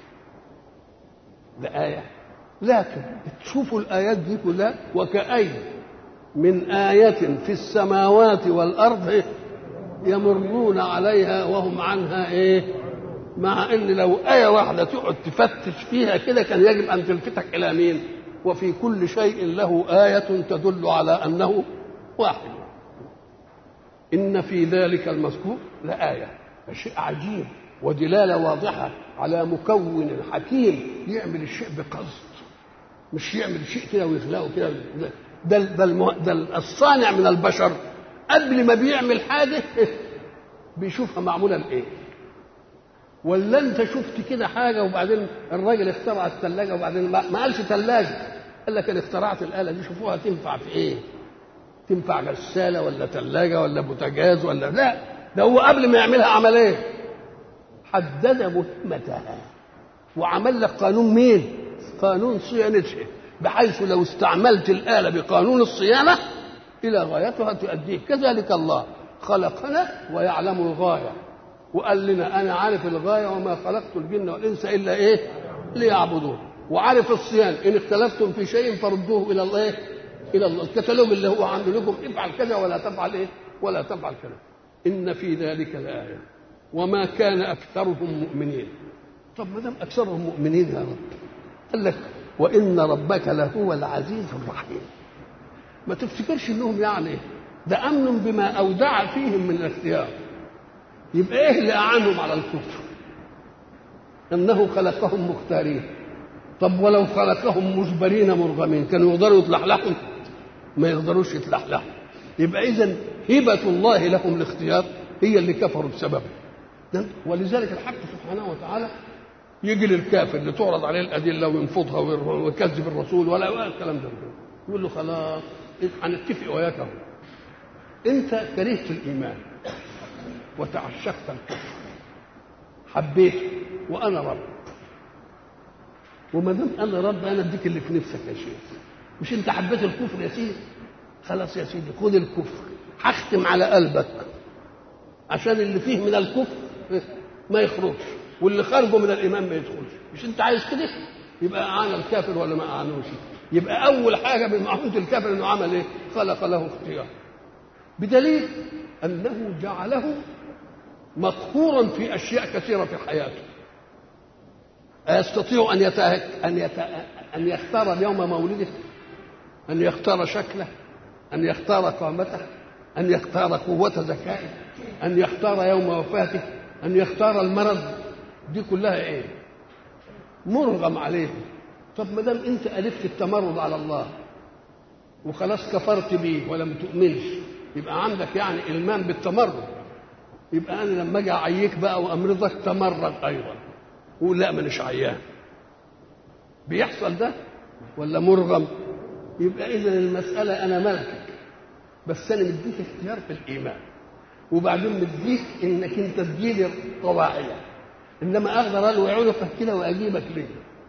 B: لآية. لكن تشوفوا الآيات دي كلها وكأي من آية في السماوات والأرض يمرون عليها وهم عنها إيه؟ مع ان لو آية واحدة تقعد تفتش فيها كده كان يجب ان تلفتك الى مين؟ وفي كل شيء له آية تدل على انه واحد. ان في ذلك المذكور لآية، شيء عجيب ودلالة واضحة على مكون حكيم يعمل الشيء بقصد، مش يعمل شيء كده ويخلقه كده. ده ده المه... ده الصانع من البشر قبل ما بيعمل حاجه بيشوفها معموله بايه. ولا انت شفت كده حاجه وبعدين الراجل اخترع الثلاجه وبعدين ما قالش ثلاجه، قال لك انا اخترعت الاله دي، شوفوها تنفع في ايه؟ تنفع غساله ولا ثلاجه ولا بوتاجاز ولا لا؟ ده هو قبل ما يعملها عمل ايه؟ حدد مهمتها وعمل لك قانون مين؟ قانون صيانتها، بحيث لو استعملت الآلة بقانون الصيانة إلى غايتها تؤديه. كذلك الله خلقنا ويعلم الغاية، وقال لنا أنا عارف الغاية وما خلقت الجن والإنس إلا إيه؟ ليعبدون. وعارف الصيانة، إن اختلفتم في شيء فردوه إلى الله، إلى الله. الكتالوج اللي هو عنده لكم افعل كذا ولا تفعل إيه؟ ولا تفعل كذا. إن في ذلك لآية وما كان أكثرهم مؤمنين. طب ما دام أكثرهم مؤمنين يا رب، قال لك وإن ربك لهو العزيز الرحيم. ما تفتكرش إنهم يعني ده أمن بما أودع فيهم من الاختيار. يبقى إيه اللي أعانهم على الكفر؟ أنه خلقهم مختارين. طب ولو خلقهم مجبرين مرغمين كانوا يقدروا يتلحلحوا؟ ما يقدروش يتلحلحوا. يبقى إذن هبة الله لهم الاختيار هي اللي كفروا بسببه. ولذلك الحق سبحانه وتعالى يجي للكافر اللي تعرض عليه الأدلة وينفضها ويكذب الرسول ولا الكلام ده، يقول له خلاص هنتفق وياك اهو، انت كرهت الايمان وتعشقت الكفر، حبيته وانا رب، وما دام انا رب انا اديك اللي في نفسك يا شيخ. مش انت حبيت الكفر يا سيدي؟ خلاص يا سيدي خد الكفر، هختم على قلبك عشان اللي فيه من الكفر ما يخرجش واللي خارجه من الايمان ما يدخلش. مش انت عايز كده؟ يبقى اعان الكافر ولا ما اعانوش؟ يبقى اول حاجه من معونه الكافر انه عمل ايه؟ خلق له اختيار، بدليل انه جعله مقهورا في اشياء كثيره في حياته. أيستطيع أن يتهك أن يت... أن يختار يوم مولده، أن يختار شكله، أن يختار قامته، أن يختار قوة ذكائه، أن يختار يوم وفاته، أن يختار المرض؟ دي كلها إيه؟ مرغم عليه. طب ما دام أنت ألفت التمرد على الله وخلاص كفرت بيه ولم تؤمنش، يبقى عندك يعني إلمام بالتمرد. يبقى أنا لما أجي أعييك بقى وأمرضك تمرد أيضا، قول لا مانيش عيان. بيحصل ده ولا مرغم؟ يبقى إذن المسألة أنا ملكك، بس أنا مديك اختيار في الإيمان، وبعدين مديك إنك أنت تجيلي طواعية، إنما أقدر ألوي عنقك كده وأجيبك ليه؟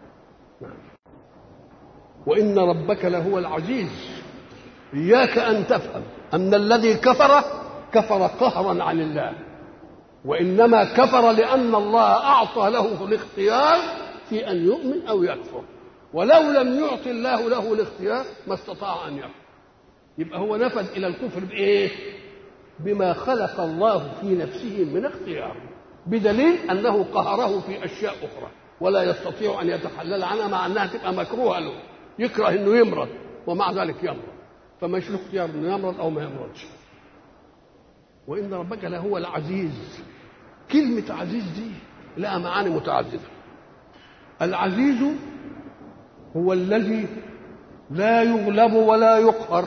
B: وإن ربك لهو العزيز. إياك أن تفهم أن الذي كفر كفر قهرا عن الله، وإنما كفر لأن الله أعطى له الاختيار في أن يؤمن أو يكفر، ولو لم يعطي الله له الاختيار ما استطاع أن يكفر. يبقى هو نفذ إلى الكفر بإيه؟ بما خلق الله في نفسه من اختيار، بدليل أنه قهره في أشياء أخرى ولا يستطيع أن يتحلل عنها، مع أنها تبقى مكروهة له، يكره أنه يمرض ومع ذلك يمرض، فمش له اختيار أنه يمرض أو ما يمرضش. وإن ربك لهو العزيز. كلمة عزيز دي لها معاني متعددة. العزيز هو الذي لا يغلب ولا يقهر.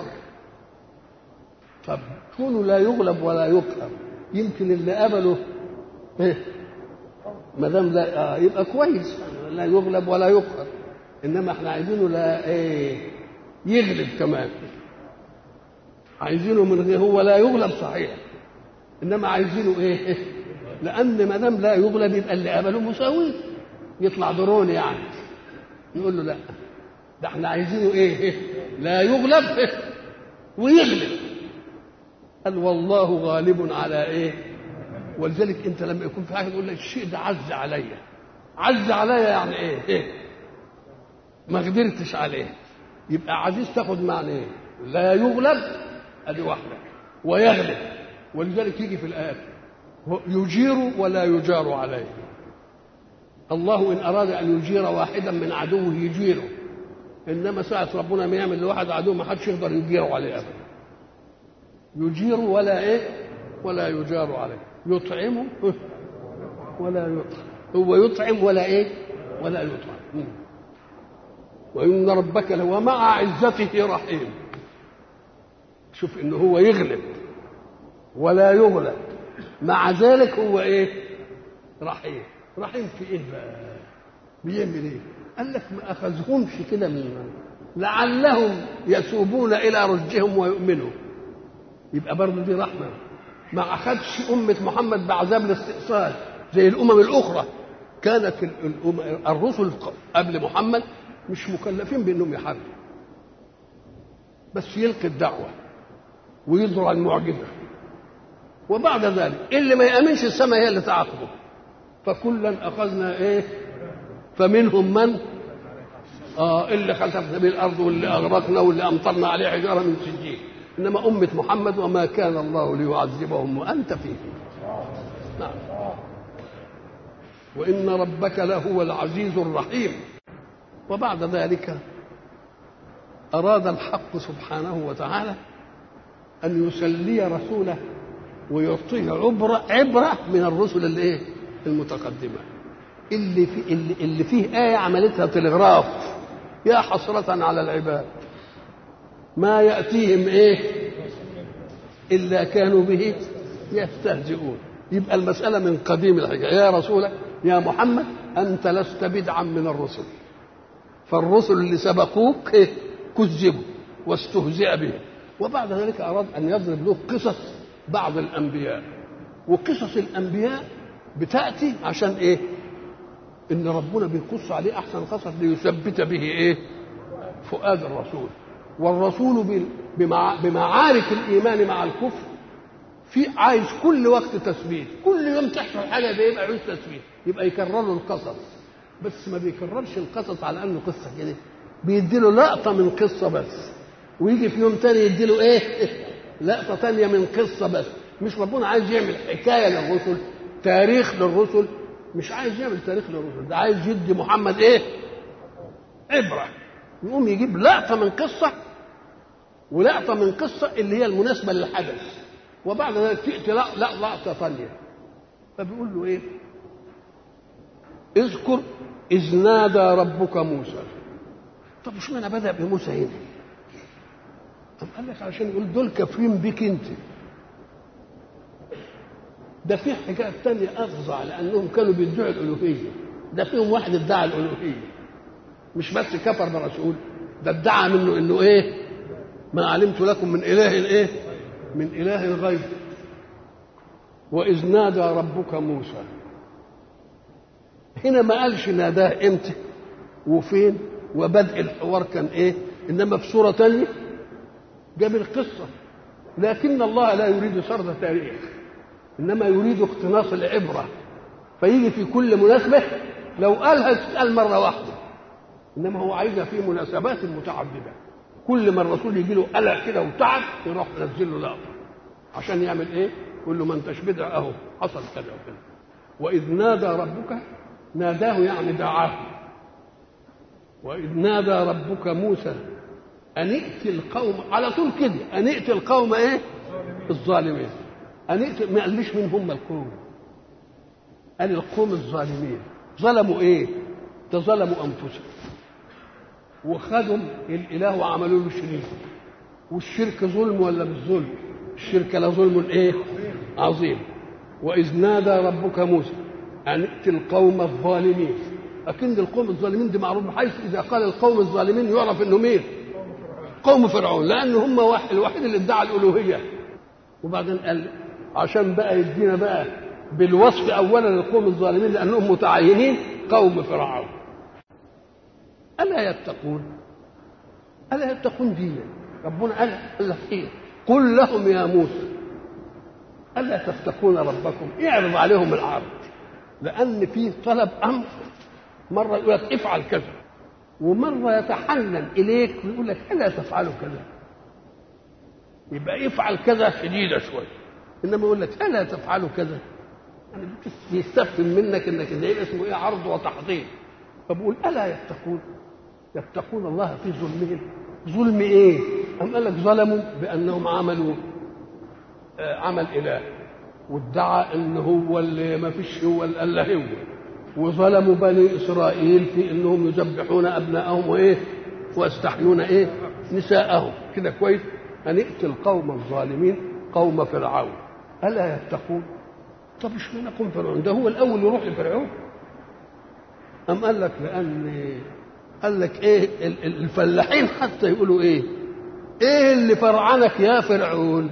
B: طب كونه لا يغلب ولا يقهر، يمكن اللي قبله إيه؟ ما دام لا آه يبقى كويس، لا يغلب ولا يقهر. انما احنا عايزينه لا ايه؟ يغلب كمان. عايزينه من غير، هو لا يغلب صحيح، انما عايزينه ايه؟ لان ما دام لا يغلب يبقى اللي قبله مساوي، يطلع درون يعني. نقول له لا، ده احنا عايزينه ايه؟ لا يغلب إيه؟ ويغلب. قال والله غالب على ايه؟ ولذلك انت لما يكون في حاجه تقول لك الشيء ده عز عليا، عز عليا يعني ايه؟ ايه؟ ما قدرتش عليه. يبقى عزيز تاخد معنى ايه؟ لا يغلب، ادي واحده، ويغلب. ولذلك يجي في الايات يجير ولا يجار عليه. الله ان اراد ان يجير واحدا من عدوه يجيره، انما ساعه ربنا ما يعمل لواحد عدو ما حدش يقدر يجيره عليه ابدا. يجير ولا ايه؟ ولا يجار عليه. يطعمه ولا يطعم. هو يطعم ولا ايه ولا يطعم. وإن ربك لهو مع عزته رحيم. شوف إنه هو يغلب ولا يغلب، مع ذلك هو ايه رحيم. رحيم في ايه بقى؟ بيعمل ايه؟ قال لك ما اخذهمش كده من لعلهم يتوبون الى رشدهم ويؤمنوا، يبقى برضه دي رحمه. ما اخذش امه محمد بعذاب الاستئصال زي الامم الاخرى. كانت الرسل قبل محمد مش مكلفين بانهم يحاربوا، بس يلقي الدعوه ويظهر المعجزه، وبعد ذلك اللي ما يامنش السماء هي اللي تعاقبه. فكلا اخذنا ايه؟ فمنهم من اه اللي خسفنا به الارض واللي اغرقنا واللي امطرنا عليه حجاره من سجيل. انما امه محمد وما كان الله ليعذبهم وانت فيهم. نعم. وان ربك لهو العزيز الرحيم. وبعد ذلك اراد الحق سبحانه وتعالى ان يسلي رسوله ويعطيه عبره عبره من الرسل اللي ايه المتقدمه، اللي في اللي, اللي فيه ايه عملتها تلغراف. يا حسرة على العباد ما يأتيهم ايه إلا كانوا به يستهزئون. يبقى المسألة من قديم الحجة. يا رسول يا محمد أنت لست بدعا من الرسل، فالرسل اللي سبقوك إيه؟ كذبوا واستهزئ بهم. وبعد ذلك أراد أن يضرب له قصص بعض الأنبياء، وقصص الأنبياء بتأتي عشان إيه؟ إن ربنا بيقص عليه أحسن قصص ليثبت به إيه؟ فؤاد الرسول. والرسول بمع... بمعارك الإيمان مع الكفر في عايز كل وقت تثبيت، كل يوم تحصل حاجة بيبقى عايز تثبيت، يبقى يكرر له القصص. بس ما بيكررش القصص على أنه قصة كده، بيديله لقطة من قصة بس، ويجي في يوم تاني يديله إيه؟ لقطة تانية من قصة بس. مش ربنا عايز يعمل حكاية للرسل، تاريخ للرسل، مش عايز يعمل تاريخ للرسل، ده عايز يدي محمد ايه؟ عبره. يقوم يجيب لقطه من قصه ولقطه من قصه اللي هي المناسبه للحدث، وبعد ذلك تاتي لا لا لقطه ثانيه. فبيقول له ايه؟ اذكر اذ نادى ربك موسى. طب مش معنى بدا بموسى هنا؟ طب قال لك علشان يقول دول كافرين بيك انت. ده في حكاية تانية أفظع، لأنهم كانوا بيدعوا الألوهية. ده فيهم واحد ادعى الألوهية، مش بس كفر برسول، ده ادعى منه إنه إيه؟ ما علمت لكم من إله إيه؟ من إله غير. وإذ نادى ربك موسى. هنا ما قالش ناداه إمتى وفين وبدء الحوار كان إيه، إنما في سورة تانية جاب القصة. لكن الله لا يريد سرد تاريخ، إنما يريد اقتناص العبرة، فيجي في كل مناسبة لو قالها تسأل مرة واحدة، إنما هو عايزها في مناسبات متعددة. كل ما الرسول يجي له قلق كده وتعب يروح ينزل له لقطة عشان يعمل إيه؟ يقول له ما أنتش بدع أهو حصل كذا وكذا. وإذ نادى ربك، ناداه يعني دعاه. وإذ نادى ربك موسى أن ائت القوم، على طول كده أن ائت القوم إيه؟ الظالمين. أن ما قاليش مين هم القوم، قال القوم الظالمين. ظلموا ايه؟ ده ظلموا انفسهم وخدوا الاله وعملوا له شريك. والشرك ظلم ولا مش ظلم؟ الشرك لظلم ايه؟ عظيم. واذ نادى ربك موسى ان ائت القوم الظالمين. لكن القوم الظالمين دي معروف، بحيث اذا قال القوم الظالمين يعرف انه مين؟ قوم فرعون، لان هم واحد الوحيد اللي ادعى الالوهيه. وبعدين قال عشان بقى يدينا بقى بالوصف اولا للقوم الظالمين لانهم متعينين، قوم فرعون. الا يتقون؟ الا يتقون دي ربنا قال لك ايه؟ قل لهم يا موسى الا تتقون ربكم. اعرض عليهم العرض، لان في طلب امر، مره يقول لك افعل كذا، ومره يتحنن اليك ويقول لك الا تفعلوا كذا. يبقى افعل كذا شديده شويه، انما يقول لك الا تفعلوا كذا، يعني بيستفهم منك انك ده اسمه ايه؟ عرض وتحضير. فبقول الا يتقون؟ يتقون الله في ظلمهم. ظلم ايه؟ أم قال لك ظلموا بانهم عملوا آه عمل اله، وادعى ان هو اللي ما فيش، هو اللي هو وظلموا بني إسرائيل في إنهم يذبحون أبناءهم وإيه ويستحيون إيه نساءهم كده كويس. هنئت القوم الظالمين قوم فرعون ألا يتقون. طب اشمعنى قوم فرعون؟ ده هو الأول يروح لفرعون. أم قال لك لأن قال لك إيه الفلاحين حتى يقولوا إيه إيه اللي فرعنك يا فرعون؟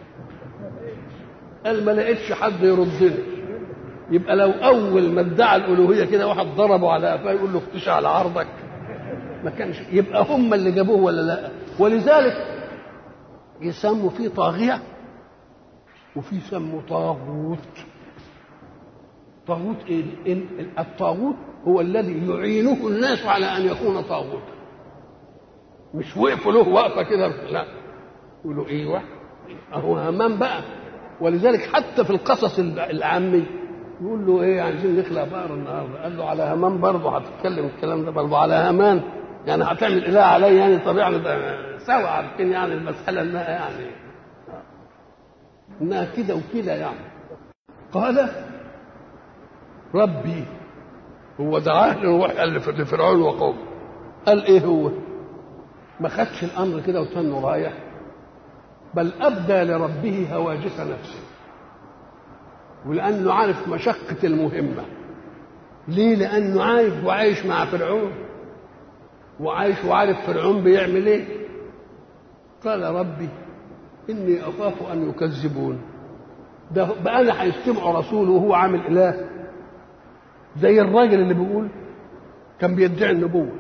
B: قال ما لقيتش حد يردني. يبقى لو أول ما ادعى الألوهية كده واحد ضربه على قفاه يقول له اختشى على عرضك ما كانش يبقى هم اللي جابوه ولا لا؟ ولذلك يسموا فيه طاغية وفي يسموا طاغوت. طاغوت ايه؟ الطاغوت هو الذي يعينه الناس على ان يكون طاغوتا، مش وقفوا له وقفه كده لا يقولوا ايوه اهو همان بقى. ولذلك حتى في القصص العامي يقول له ايه عايزين نخلق بقر النهارده، قال له على همان برضه هتتكلم الكلام ده برضه على همان يعني هتعمل اله علي يعني طبيعي سوا عارفين يعني المساله انها يعني انها كده وكده يعني. قال ربي هو دعاه لروح لفرعون وقومه. قال ايه هو؟ ما خدش الامر كده وتنه رايح، بل ابدى لربه هواجس نفسه، ولانه عارف مشقه المهمه. ليه؟ لانه عارف وعايش مع فرعون وعايش وعارف فرعون بيعمل ايه. قال ربي اني اخاف ان يكذبون. ده بقى انا هيستمعوا رسول وهو عامل اله زي الراجل اللي بيقول كان بيدعي النبوه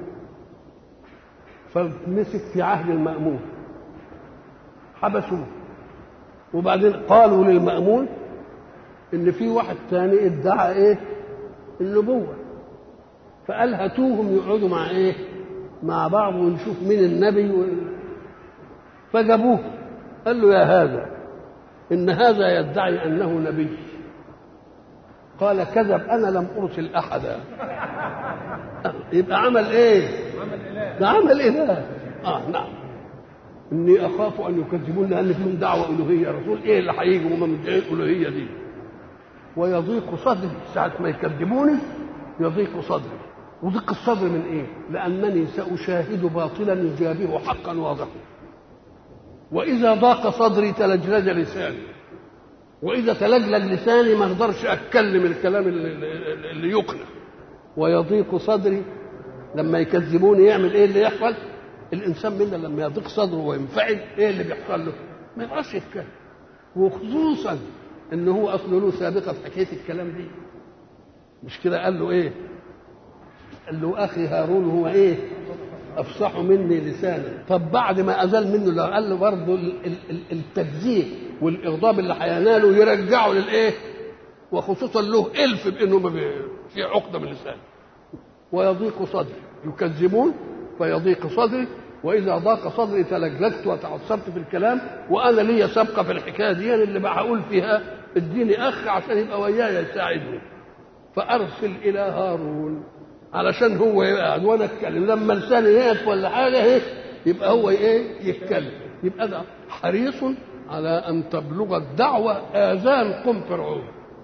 B: فمسك في عهد المأمون حبسوه، وبعدين قالوا للمأمون ان في واحد ثاني ادعى ايه النبوه، فقال هاتوهم يقعدوا مع ايه مع بعض ونشوف مين النبي و... فجابوه. قال له يا هذا ان هذا يدعي انه نبي. قال كذب انا لم ارسل احدا. يبقى عمل ايه؟ ده عمل اله. اه نعم. اني اخاف ان يكذبون لان فيهم دعوه الوهيه. رسول ايه اللي هيجوا وهم مدعين الالوهيه دي؟ ويضيق صدري ساعه ما يكذبوني يضيق صدري. وضيق الصدر من ايه؟ لانني ساشاهد باطلا يجابه حقا واضحا، واذا ضاق صدري تلجلج لساني، واذا تلجلج لساني ما اقدرش اتكلم الكلام اللي, اللي يقنع. ويضيق صدري لما يكذبوني يعمل ايه اللي يحصل؟ الانسان منا لما يضيق صدره وينفعل ايه اللي بيحصل له؟ ما يبقاش يتكلم. وخصوصا ان هو اصله له سابقه في حكايه الكلام دي. مش كده قال له ايه؟ قال له اخي هارون هو ايه افصح مني لسانا. طب بعد ما ازال منه لو قال له برضه التكذيب والاغضاب اللي هيناله يرجعه للايه؟ وخصوصا له الف بانه ما في عقده من لسانه. ويضيق صدري يكذبون فيضيق صدري، واذا ضاق صدري تلجلجت وتعصبت في الكلام، وانا لي سابقه في الحكايه دي اللي اللي هقول فيها اديني اخ عشان يبقى وياي يساعدني. فارسل الى هارون علشان هو يقعد وانا اتكلم، لما لساني يقف ولا حاجه ايه يبقى هو ايه يتكلم. يبقى ده حريص على ان تبلغ الدعوه اذان قوم فرعون.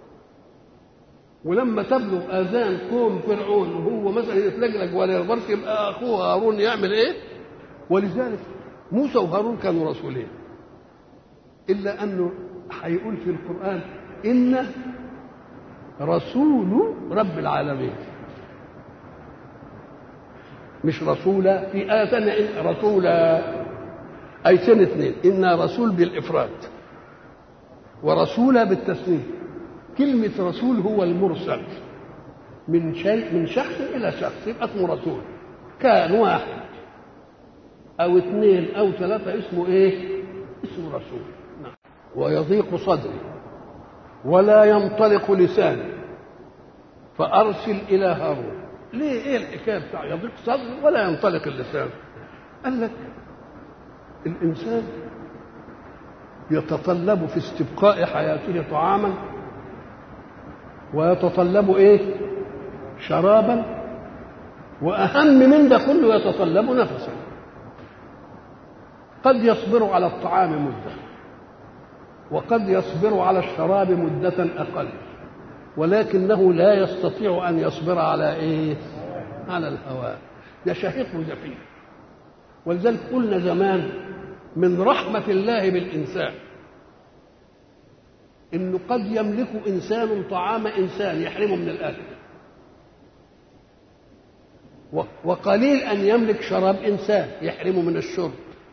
B: ولما تبلغ اذان قوم فرعون وهو مثلا يتلجلج ولا يقدرش يبقى اخوه هارون يعمل ايه؟ ولذلك موسى وهارون كانوا رسولين، الا انه هيقول في القران ان رسول رب العالمين، مش رسولا. في آية ثانية رسولا، آيتين اثنين، إن رسول بالإفراد ورسولا بالتسنيم. كلمة رسول هو المرسل من شيء من شخص إلى شخص يبقى اسمه رسول. كان واحد أو اثنين أو ثلاثة اسمه إيه؟ اسمه رسول. نعم. ويضيق صدري ولا ينطلق لساني فأرسل إلى هارون. ليه ايه الحكايه بتاع يضيق صدره ولا ينطلق اللسان؟ قال لك الانسان يتطلب في استبقاء حياته طعاما ويتطلب ايه شرابا، واهم من ده كله يتطلب نفسا. قد يصبر على الطعام مده وقد يصبر على الشراب مده اقل، ولكنه لا يستطيع أن يصبر على إيه؟ على الهواء، ده شهيق وزفير. ولذلك قلنا زمان من رحمة الله بالإنسان إنه قد يملك إنسان طعام إنسان يحرمه من الأكل، وقليل أن يملك شراب إنسان يحرمه من الشرب.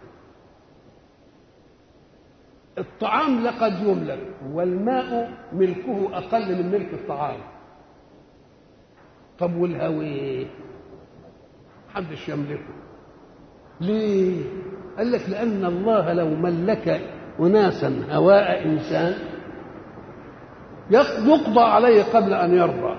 B: الطعام لقد يملك، والماء ملكه أقل من ملك الطعام. طب والهوي محدش يملكه. ليه؟ قال لك لأن الله لو ملك أناسا هواء إنسان يقضى عليه قبل أن يرضى،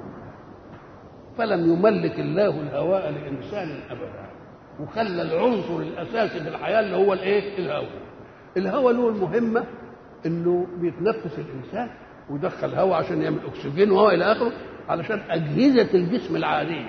B: فلم يملك الله الهواء لإنسان أبدا، وخلى العنصر الأساسي في الحياة اللي هو الإيه؟ الهواء. الهواء له المهمة إنه بيتنفس الإنسان ويدخل هواء عشان يعمل أكسجين وهواء إلى آخره، علشان أجهزة الجسم العادية.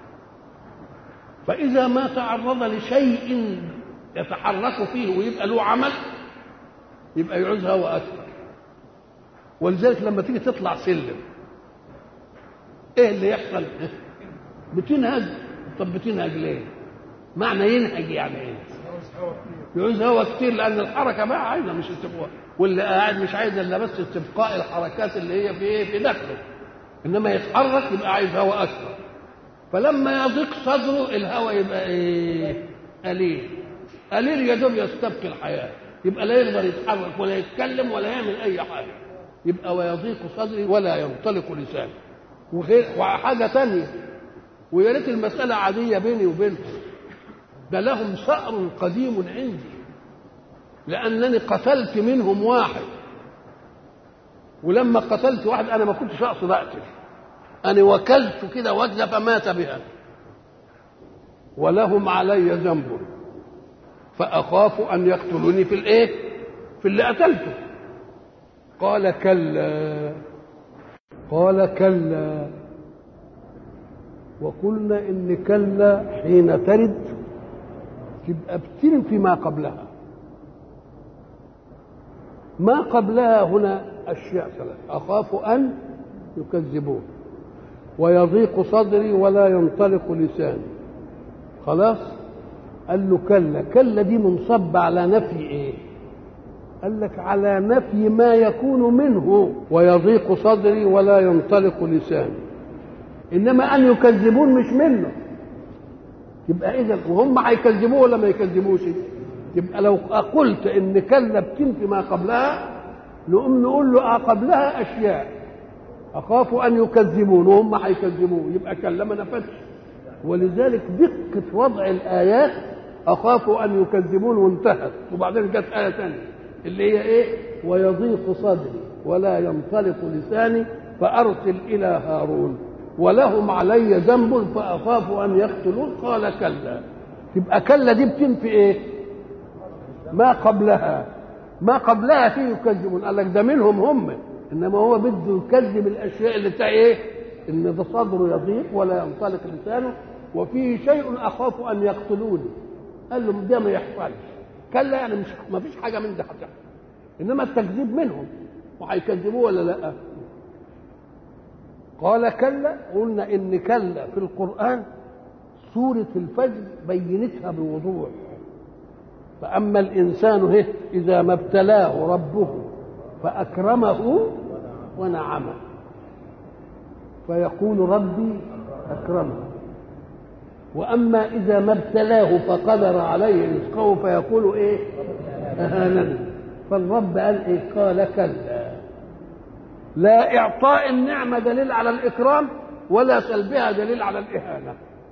B: فإذا ما تعرض لشيء يتحرك فيه ويبقى له عمل يبقى يعوز هواء أكثر. ولذلك لما تيجي تطلع سلم إيه اللي يحصل؟ بتنهج. طب بتنهج ليه؟ معنى ينهج يعني إيه؟ يعوز هواء كتير، لأن الحركة بقى عايزة مش استبقاء، واللي قاعد مش عايز إلا بس استبقاء الحركات اللي هي في إيه؟ في داخله، إنما يتحرك يبقى عايز هواء أكثر. فلما يضيق صدره الهواء يبقى ايه؟ قليل. قليل يدوب يستبقي الحياه، يبقى لا يقدر يتحرك ولا يتكلم ولا يعمل اي حاجه، يبقى ويضيق صدري ولا ينطلق لساني. وغير وحاجه ثانيه، ويا ريت المساله عاديه بيني وبينهم، ده لهم ثأر قديم عندي، لانني قتلت منهم واحد، ولما قتلت واحد انا ما كنتش اقصد اقتل، أنا وكلت كده وجزة فمات بها، ولهم علي ذنب فأخاف أن يقتلوني في الإيه؟ في اللي قتلته. قال كلا، قال كلا. وقلنا إن كلا حين ترد تبقى بتنفي ما قبلها. ما قبلها هنا أشياء ثلاث: أخاف أن يكذبون، ويضيق صدري ولا ينطلق لساني. خلاص؟ قال له كلا. كلا دي منصب على نفي ايه؟ قال لك على نفي ما يكون منه. ويضيق صدري ولا ينطلق لساني، انما ان يكذبون مش منه. يبقى اذا وهم هيكذبوه ولا ما يكذبوش؟ يبقى لو قلت ان كلا بتنفي ما قبلها نقوم نقول له اه قبلها اشياء أخاف أن يكذبون وهم هيكذبون، يبقى كلا ما نفتش. ولذلك دقة وضع الآيات أخاف أن يكذبون وانتهت، وبعدين جت آية ثانية اللي هي إيه؟ ويضيق صدري ولا ينطلق لساني فأرسل إلى هارون ولهم علي ذنب فأخاف أن يقتلون. قال كلا. تبقى كلا دي بتنفي إيه؟ ما قبلها. ما قبلها فيه يكذبون، قال لك ده منهم هم، انما هو بده يكذب الاشياء اللي بتاع ايه؟ ان ده صدره يضيق ولا ينطلق لسانه وفيه شيء اخاف ان يقتلوني. قال لهم ده ما يحصلش. كلا يعني مش ما فيش حاجه من ده هتحصل، انما التكذيب منهم وهيكذبوه ولا لا؟ قال كلا. قلنا ان كلا في القران سوره الفجر بينتها بوضوح. فاما الانسان هه اذا ما ابتلاه ربه فأكرمه ونعمه فيقول ربي أكرمه، وأما إذا ما ابتلاه فقدر عليه رزقه فيقول إيه؟ أهانني. فالرب قال إيه؟ قال كلا. لا إعطاء النعمة دليل على الإكرام ولا سلبها دليل على الإهانة،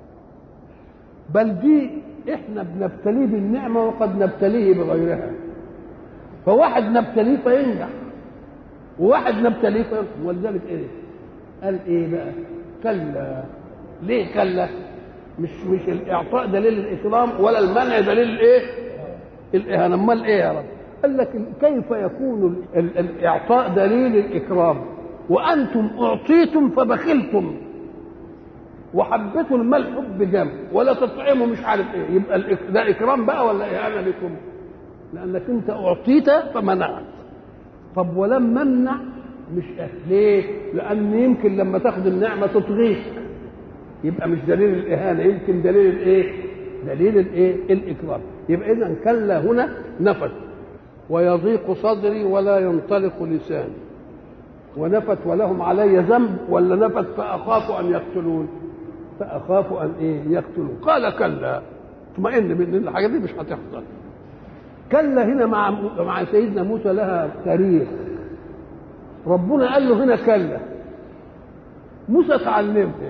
B: بل دي إحنا بنبتليه بالنعمة وقد نبتليه بغيرها. فواحد نبتليه فينجح وواحد نبتليه فينجح. ولذلك ايه؟ قال ايه بقى؟ كلا. ليه كلا؟ مش مش الاعطاء دليل الاكرام ولا المنع دليل الايه؟ الاهانه. امال ايه يا رب؟ قال لك كيف يكون الاعطاء دليل الاكرام وانتم اعطيتم فبخلتم وحبيتوا المال حب جم ولا تطعموا مش عارف ايه؟ يبقى ده اكرام بقى ولا اهانه لكم؟ لأنك أنت أعطيت فمنعت. طب ولم منع
A: مش أهل. ليه؟ لأن يمكن لما تاخد النعمة تطغيك، يبقى مش دليل الإهانة، يمكن دليل الإيه؟ دليل الإيه؟ الإكرام. يبقى إذا كلا هنا نفت ويضيق صدري ولا ينطلق لساني، ونفت ولهم علي ذنب، ولا نفت فأخاف أن يقتلون؟ فأخاف أن إيه؟ يقتلون. قال كلا، اطمئن من الحاجات دي مش هتحصل. كلا هنا مع مع سيدنا موسى لها تاريخ. ربنا قال له هنا كلا، موسى تعلمها،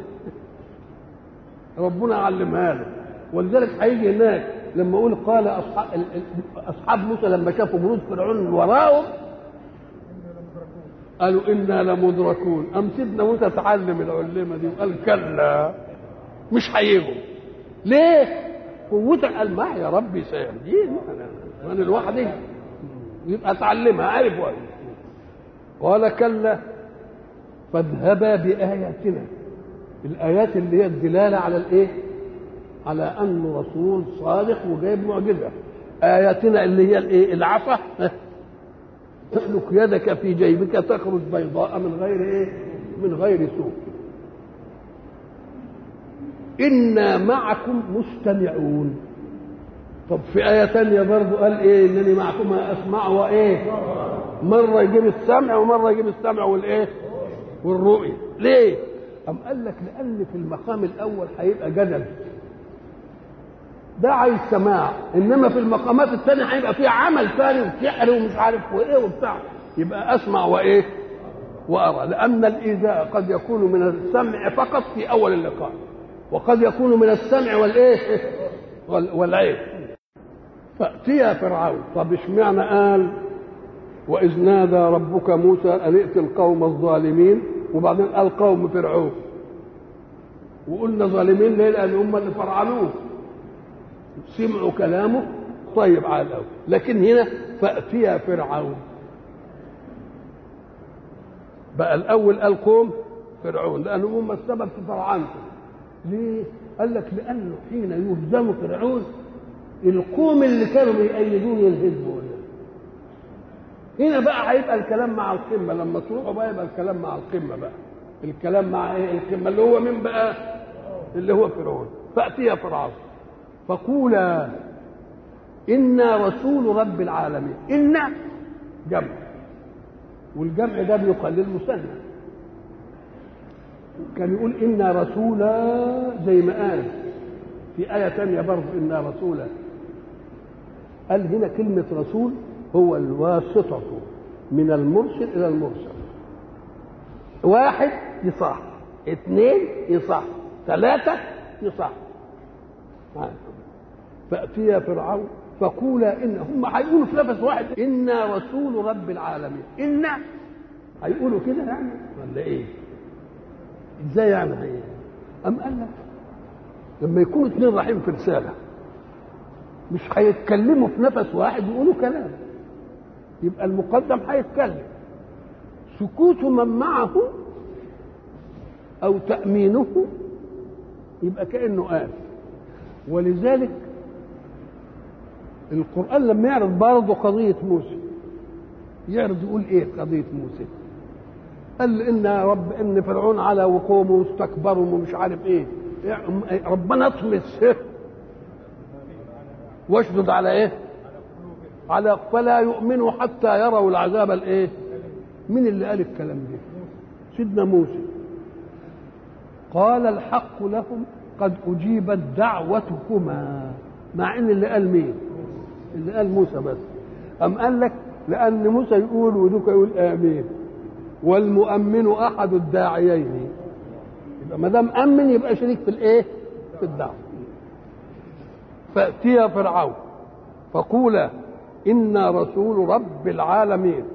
A: ربنا علمها له. ولذلك هيجي هناك لما يقول قال اصحاب اصحاب موسى لما شافوا جنود فرعون وراهم قالوا انا لمدركون. ام سيدنا موسى تعلم العلمه دي وقال كلا مش هيجوا. ليه؟ قوتك قال معي يا ربي سيهدين، انا لوحدي. يبقى اتعلمها، عارف وقت. قال كلا فاذهبا باياتنا، الايات اللي هي الدلاله على الايه؟ على انه رسول صادق وجايب معجزه. اياتنا اللي هي الايه؟ العفه، تسلك يدك في جيبك تخرج بيضاء من غير ايه؟ من غير سوء. انا معكم مستمعون. طب في آية تانية برضو قال ايه؟ انني معكم اسمع وايه؟ مرة يجيب السمع ومرة يجيب السمع والايه؟ والرؤية. ليه؟ أم قال لك لأن في المقام الأول هيبقى جدل، ده عايز سماع، إنما في المقامات الثانية هيبقى فيه عمل ثاني وسحر ومش عارف وايه وبتاع، يبقى أسمع وايه؟ وأرى. لأن الإيذاء قد يكون من السمع فقط في أول اللقاء، وقد يكون من السمع والايه؟ والعين. فأتيا فرعون. طب اشمعنى قال وإذ نادى ربك موسى أن ائت القوم الظالمين، وبعدين قال قوم فرعون؟ وقلنا ظالمين ليه؟ لأن هم اللي فرعنوه، سمعوا كلامه. طيب على الأول. لكن هنا فأتيا فرعون، بقى الأول قال قوم فرعون لأنهم هم السبب في فرعنته. ليه؟ قال لك لأنه حين يهزم فرعون القوم اللي كانوا بيأيدون ينهزموا. هنا بقى هيبقى الكلام مع القمة، لما تروحوا بقى يبقى الكلام مع القمة بقى. الكلام مع ايه؟ القمة اللي هو مين بقى؟ اللي هو فرعون. فأتيا فرعون فقولا إنا رسول رب العالمين. إنا جمع، والجمع ده بيقال للمثنى. كان يقول إنا رسولا زي ما قال في آية ثانية برضه إنا رسولا. قال هنا كلمة رسول هو الواسطة من المرسل إلى المرسل. واحد يصح، اثنين يصح، ثلاثة يصح. فأتيا فرعون فقولا إن هم هيقولوا في نفس واحد إنا رسول رب العالمين. إنا هيقولوا كده يعني ولا إيه؟ إزاي يعني إيه؟ أم قال لك لما يكونوا اثنين رايحين في رسالة مش هيتكلموا في نفس واحد يقولوا كلام، يبقى المقدم هيتكلم. سكوت من معه أو تأمينه يبقى كأنه قال. ولذلك القرآن لما يعرض برضه قضية موسى يعرض يقول إيه قضية موسى؟ قال إن رب إن فرعون على وقومه واستكبروا ومش عارف إيه، ربنا اطمس واشدد على إيه؟ على فلا يؤمنوا حتى يروا العذاب الإيه؟ مين اللي قال الكلام ده؟ سيدنا موسى. قال الحق لهم قد أجيبت دعوتكما، مع إن اللي قال مين؟ اللي قال موسى بس. أم قال لك لأن موسى يقول ودوك يقول آمين، والمؤمن أحد الداعيين، يبقى ما دام أمن يبقى شريك في الإيه؟ في الدعوة. فأتيا فرعون فقولا إنا رسول رب العالمين.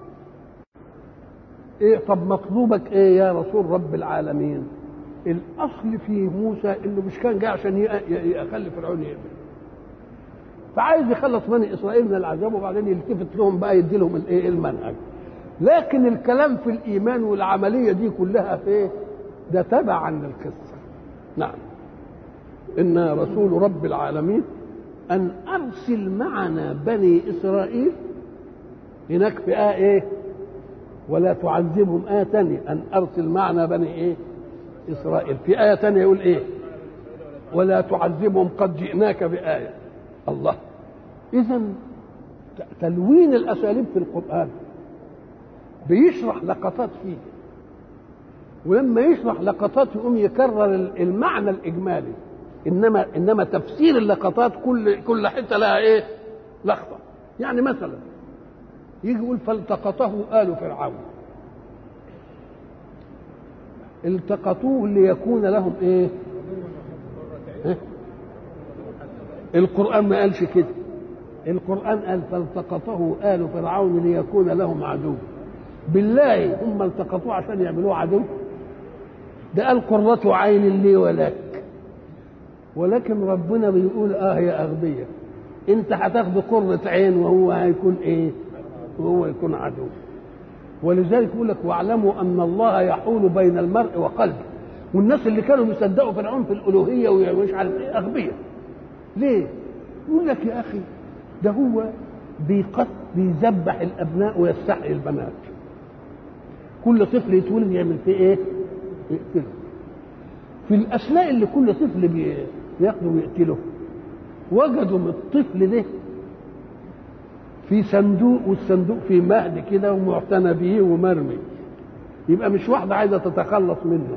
A: إيه طب مطلوبك إيه يا رسول رب العالمين؟ الأصل في موسى إنه مش كان جاي عشان يخلي فرعون يؤمن، فعايز يخلص بني إسرائيل من العذاب وبعدين يلتفت لهم بقى يدي لهم الإيه؟ المنهج. لكن الكلام في الإيمان والعملية دي كلها في إيه؟ ده تبعا للقصة. نعم إنا رسول رب العالمين أن أرسل معنا بني إسرائيل. هناك في آه إيه؟ ولا تعذبهم. آية تانية أن أرسل معنا بني إيه إسرائيل. في آية تانية يقول إيه ولا تعذبهم قد جئناك بآية. الله. إذن تلوين الأساليب في القرآن بيشرح لقطات فيه، ولما يشرح لقطات يقوم يكرر المعنى الإجمالي. إنما إنما تفسير اللقطات كل كل حتة لها إيه لقطة. يعني مثلا يجي يقول فالتقطه آل فرعون. التقطوه ليكون لهم إيه؟ إيه؟ القرآن ما قالش كده. القرآن قال فالتقطه آل فرعون ليكون لهم عدو. بالله هم التقطوه عشان يعملوه عدو؟ ده قال قرة عين لي ولك. ولكن ربنا بيقول اه يا أغبية انت هتاخد قرة عين وهو هيكون ايه؟ وهو يكون عدو. ولذلك يقول لك واعلموا ان الله يحول بين المرء وقلبه. والناس اللي كانوا بيصدقوا فرعون في الالوهيه ومش عارف ايه اغبياء. ليه؟ يقول لك يا اخي ده هو بيقتل بيذبح الابناء ويستحيي البنات. كل طفل يتولد يعمل فيه ايه؟ يقتله. في الاثناء اللي كل طفل بياخده ويقتله وجدوا من الطفل ده في صندوق، والصندوق فيه مهد كده ومعتنى به ومرمي. يبقى مش واحده عايزه تتخلص منه،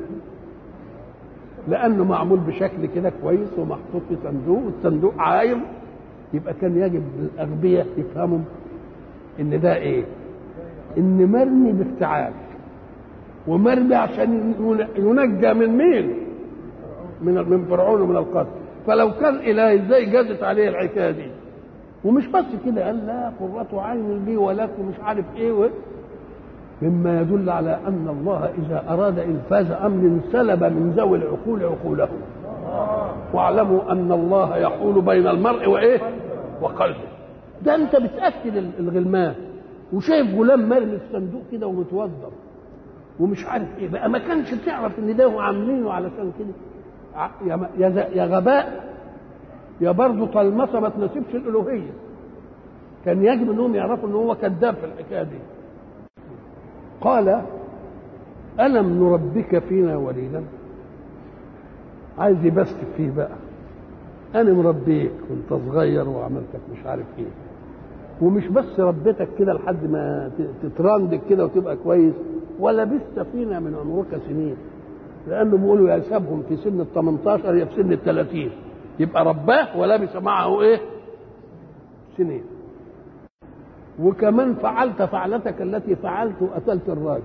A: لانه معمول بشكل كده كويس ومحطوط في صندوق والصندوق عايم. يبقى كان يجب الاغبياء يفهموا ان ده ايه؟ ان مرمي بافتعال، ومرمي عشان ينجى من مين؟ من من فرعون ومن القتل. فلو كان اله ازاي جازت عليه الحكايه دي؟ ومش بس كده، قال لا قرة عين لي ولك ومش عارف ايه و... مما يدل على ان الله اذا اراد انفاذ امر سلب من ذوي العقول عقولهم. واعلموا ان الله يحول بين المرء وايه؟ وقلبه. ده انت بتاكل الغلمان وشايف غلام مرمي في صندوق كده ومتوضر ومش عارف ايه بقى، ما كانش تعرف ان ده عاملينه علشان كده؟ يا يا غباء يا برضه طلمسه ما تناسبش الالوهيه. كان يجب انهم يعرفوا ان هو كذاب في الحكايه دي. قال الم نربك فينا وليدا. عايز يبستك فيه بقى. انا مربيك وانت صغير وعملتك مش عارف ايه، ومش بس ربيتك كده لحد ما تتراندك كده وتبقى كويس، ولبست فينا من عمرك سنين. لانه بيقولوا يحسبهم في سن ال تمنتاشر يا في سن ال ثلاثين، يبقى رباه ولبس معه ايه؟ سنين. وكمان فعلت فعلتك التي فعلت وقتلت الراجل،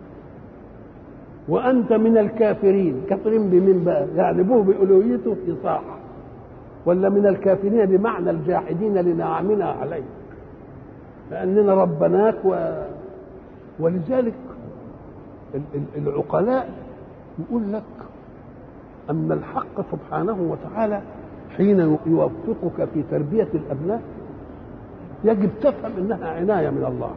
A: وانت من الكافرين. كافرين بمين بقى؟ يعني ابوه بألوهيته يصاح، ولا من الكافرين بمعنى الجاحدين لنعمنا عليك لاننا ربناك و... ولذلك العقلاء يقول لك أن الحق سبحانه وتعالى حين يوفقك في تربية الأبناء يجب تفهم أنها عناية من الله،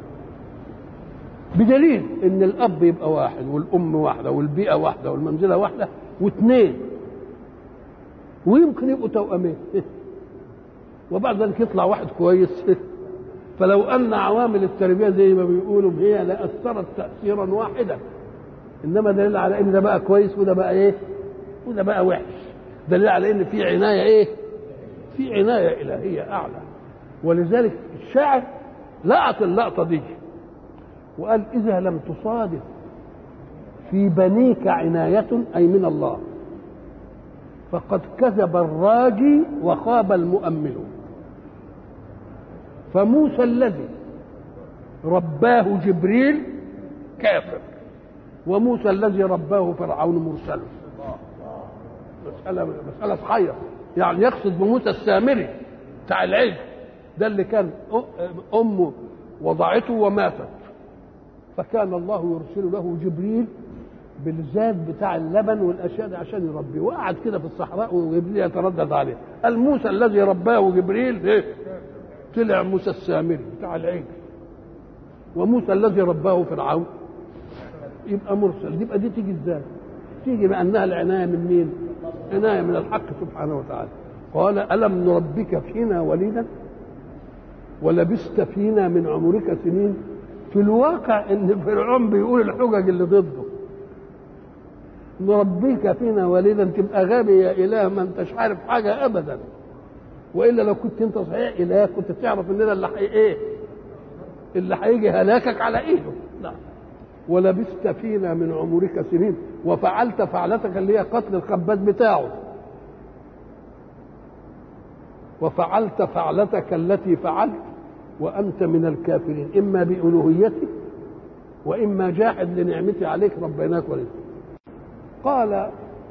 A: بدليل أن الأب يبقى واحد والأم واحدة والبيئة واحدة والمنزلة واحدة واثنين، ويمكن يبقوا توأمين وبعد ذلك يطلع واحد كويس. فلو أن عوامل التربية زي ما بيقولوا هي لأثرت تأثيرا واحدا، انما دليل على ان ده بقى كويس وده بقى ايه؟ وده بقى وحش. دليل على ان في عنايه ايه؟ في عنايه الهيه اعلى. ولذلك الشاعر لقط اللقطه دي وقال اذا لم تصادف في بنيك عنايه اي من الله فقد كذب الراجي وخاب المؤمل. فموسى الذي رباه جبريل كافر، وموسى الذي رباه فرعون مرسل. مسألة مسألة صحيحة. يعني يقصد بموسى السامري بتاع العجل ده اللي كان أمه وضعته وماتت، فكان الله يرسل له جبريل بالزاد بتاع اللبن والأشياء دي عشان يربيه، وقعد كده في الصحراء وجبريل يتردد عليه. قال موسى الذي رباه جبريل إيه؟ طلع موسى السامري بتاع العجل. وموسى الذي رباه فرعون يبقى مرسل. يبقى دي تيجي ازاي؟ تيجي بانها العنايه من مين؟ عنايه من الحق سبحانه وتعالى. قال الم نربك فينا وليدا ولبست فينا من عمرك سنين. في الواقع ان فرعون بيقول الحجج اللي ضده، نربيك فينا وليدا، تبقى غبي يا اله ما انتش عارف حاجه ابدا، والا لو كنت انت صحيح اله كنت تعرف ان ده اللي حي ايه اللي هيجي هلاكك على ايده. نعم. ولبست فينا من عمرك سنين وفعلت فعلتك اللي هي قتل الخباز بتاعه، وفعلت فعلتك التي فعلت وانت من الكافرين، اما بالوهيتي واما جاحد لنعمتي عليك ربيناك ولد. قال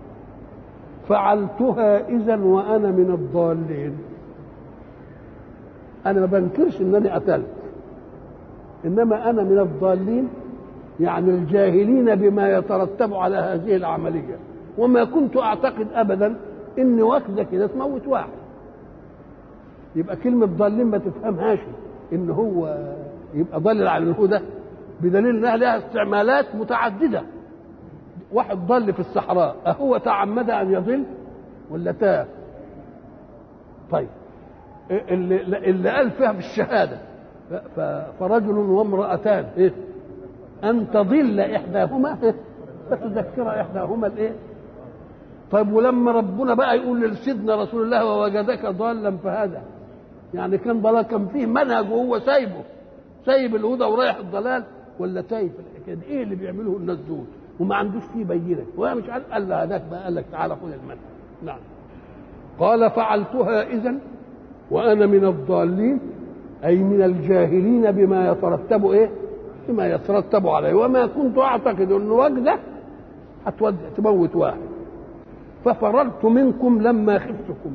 A: فعلتها اذا وانا من الضالين. انا ما بنكرش انني قتلت، انما انا من الضالين، يعني الجاهلين بما يترتب على هذه العمليه، وما كنت اعتقد ابدا ان واخده كده تموت واحد. يبقى كلمه ضالين ما تفهمهاش ان هو يبقى ضلل على الهدى، بدليل انها لها استعمالات متعدده. واحد ضل في الصحراء، اهو تعمد ان يضل ولا تاه؟ طيب اللي, اللي قال فيها بالشهاده فرجل وامرأتان إيه؟ أن تضل إحداهما إيه؟ فتذكر إحداهما الإيه؟ طيب ولما ربنا بقى يقول لسيدنا رسول الله ووجدك ضالا فهذا، يعني كان ضلال، كان فيه منهج وهو سايبه، سايب الهدى ورايح الضلال، ولا تايب الحكايه دي؟ ايه اللي بيعمله الناس دول وما عندوش فيه بينه؟ وهو مش عارف. قال له هذاك بقى، قال لك تعالى خذ المنهج. نعم. قال فعلتها اذا وانا من الضالين، اي من الجاهلين بما يترتب ايه؟ بما يترتب عليه، وما كنت اعتقد ان وجده هتموت واحد. ففررت منكم لما خفتكم.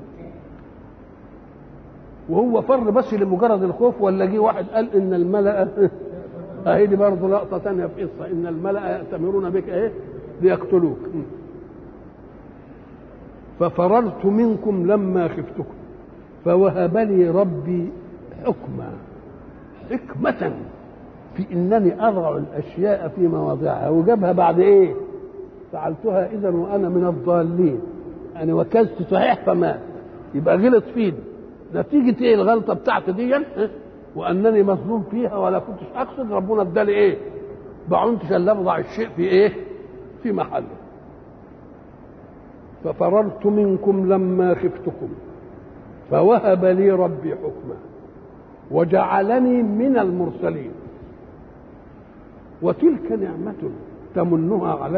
A: وهو فر بس لمجرد الخوف، ولا جه واحد قال ان الملأ اهي دي برضه لقطه ثانيه في قصه، ان الملأ يأتمرون بك ايه؟ ليقتلوك. ففررت منكم لما خفتكم فوهب لي ربي حكما، حكمة في انني اضع الاشياء في مواضعها، وجابها بعد ايه؟ فعلتها اذا وانا من الضالين، يعني وكزت صحيح فمات، يبقى غلط فيني. نتيجة ايه الغلطة بتاعتي دي؟ وانني مظلوم فيها ولا كنتش اقصد، ربنا ادالي ايه؟ بعنتش الا اضع الشيء في ايه؟ في محله. ففررت منكم لما خفتكم فوهب لي ربي حكما وجعلني من المرسلين. وتلك نعمة تمنها علي،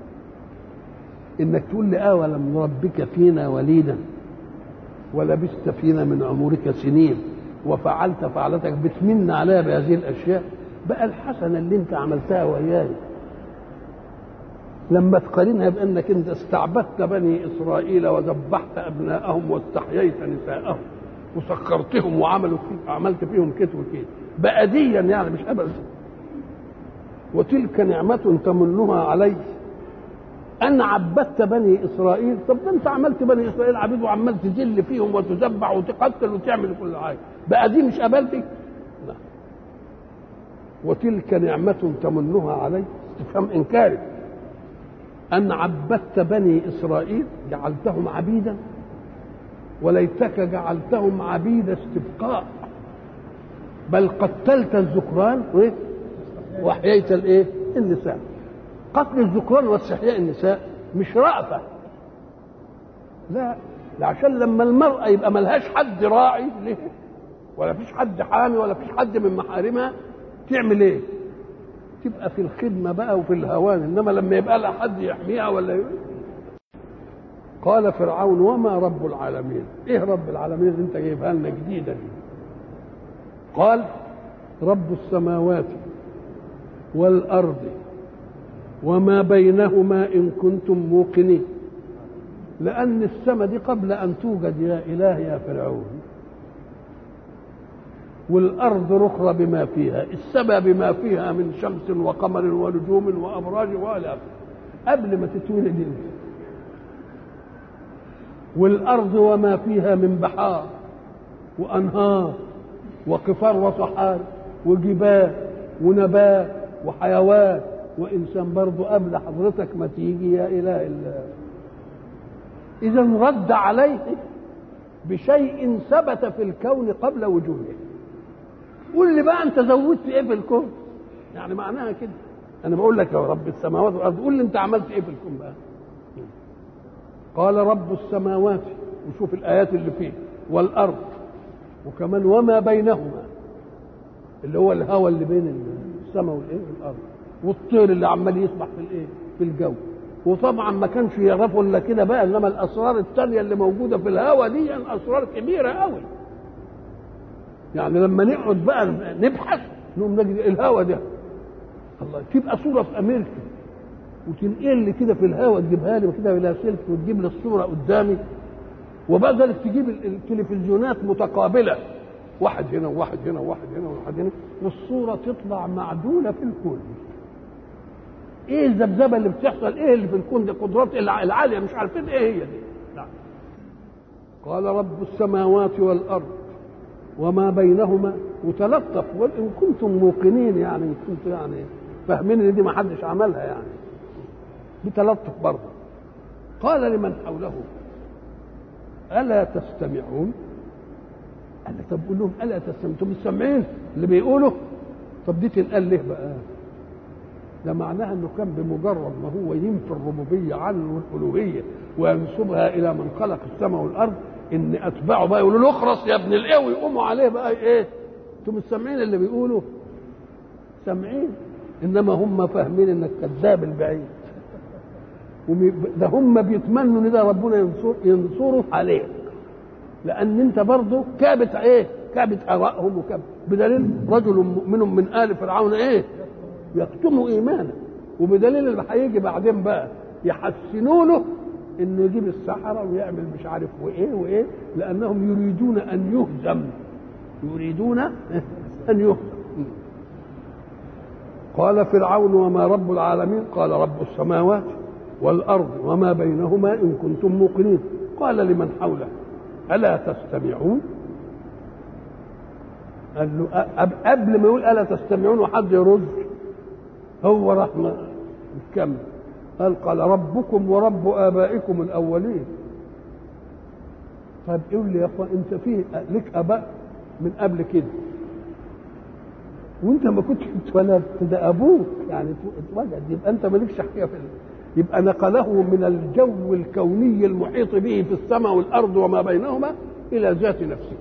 A: انك تقول لي اولم نربك فينا وليدا ولبست فينا من عمرك سنين وفعلت فعلتك، بتمن عليها بهذه الاشياء. بقى الحسنه اللي انت عملتها وياي لما تقارنها بانك انت استعبدت بني اسرائيل وذبحت ابناءهم واستحييت نساءهم وسخرتهم وعملوا فيه عملت فيهم كده وكده، بقى ديا يعني مش ابدا. وتلك نعمة تمنها علي أن عبدت بني إسرائيل. طب ده أنت عملت بني إسرائيل عبيد وعمال تذل فيهم وتذبح وتقتل وتعمل كل حاجة، بقى دي مش قبلتك؟ لا. وتلك نعمة تمنها علي، استفهام إنكاري. أن عبدت بني إسرائيل، جعلتهم عبيدا، وليتك جعلتهم عبيد استبقاء، بل قتلت الذكران وأحييت الإيه؟ النساء. قتل الذكران واستحياء النساء مش رأفة، لا، عشان لما المرأة يبقى ملهاش حد راعي ليه، ولا فيش حد حامي ولا فيش حد من محارمها، تعمل ايه؟ تبقى في الخدمة بقى وفي الهوان. انما لما يبقى لها حد يحميها ولا يقول. قال فرعون وما رب العالمين؟ ايه رب العالمين اللي انت جايبها لنا جديدة دي؟ قال رب السماوات والأرض وما بينهما إن كنتم موقنين. لأن السماء دي قبل أن توجد يا إله يا فرعون، والأرض رخرة بما فيها، السماء بما فيها من شمس وقمر ونجوم وأبراج وآلاف قبل ما تتولد انت، والأرض وما فيها من بحار وأنهار وقفار وصحار وجبال ونبات وحيوان وإنسان برضو قبل حضرتك ما تيجي يا إله الله. إذا رد عليه بشيء ثبت في الكون قبل وجوده. قول لي بقى أنت زودت إيه في الكون؟ يعني معناها كده. انا بقول لك يا رب السماوات والارض، قول لي انت عملت ايه في الكون بقى. قال رب السماوات، وشوف الايات اللي فيه، والارض، وكمان وما بينهما اللي هو الهواء اللي بين السماء والايه والارض، والطير اللي عمال يسبح في الايه في الجو. وطبعا ما كانش يعرفوا الا كده بقى، انما الاسرار الثانيه اللي موجوده في الهواء دي يعني اسرار كبيره قوي. يعني لما نقعد بقى نبحث نقوم نجد الهواء ده، الله، تبقى صوره في امريكا وتنقل لي كده في الهواء، تجيبها لي كده بلا سلك وتجيب لي الصوره قدامي، وبعد ذلك تجيب التلفزيونات متقابله، واحد هنا وواحد هنا وواحد هنا وواحد هنا، والصوره تطلع معدوله في الكون. ايه الذبذبه اللي بتحصل؟ ايه اللي في الكون ده؟ قدرات العاليه مش عارفين ايه هي دي. لا. قال رب السماوات والارض وما بينهما، وتلطف، وان كنتم موقنين، يعني ان كنتم يعني فاهمين ان دي ما حدش عملها، يعني بتلطف برضه. قال لمن حوله الا تستمعون؟ قال طب قول لهم الا تستمعون، انتم مستمعين اللي بيقولوا؟ طب دي تنقال ليه بقى؟ ده معناها انه كان بمجرد ما هو ينفي الربوبيه عنه والالوهيه وينسبها الى من خلق السماء والارض، ان اتباعه بقى يقولوا له اخرس يا ابن الايه، ويقوموا عليه بقى ايه؟ انتم السامعين اللي بيقولوا؟ سامعين، انما هم فاهمين انك كذاب البعيد. ده هم بيتمنوا ان ده ربنا ينصر ينصره عليك، لان انت برضه كابت ايه؟ كابت ارائهم، وكابت بدليل رجل مؤمن من ال فرعون ايه؟ يكتموا ايمانه. وبدليل اللي هيجي بعدين بقى يحسنوا له انه يجيب السحره ويعمل مش عارف وايه وايه، لانهم يريدون ان يهزم، يريدون ان يهزم. قال فرعون وما رب العالمين؟ قال رب السماوات والارض وما بينهما ان كنتم موقنين. قال لمن حوله الا تستمعون؟ قال له قبل ما يقول الا تستمعون وحد يرد، هو راح يكمل قال قال ربكم ورب آبائكم الأولين. طيب قول لي يا اخوان، انت فيه لك اباء من قبل كده وانت ما كنتش اتولدت، ده ابوك يعني اتوجد، يبقى انت مالكش حقيقه في ال... يبقى نقله من الجو الكوني المحيط به في السماء والارض وما بينهما الى ذات نفسه.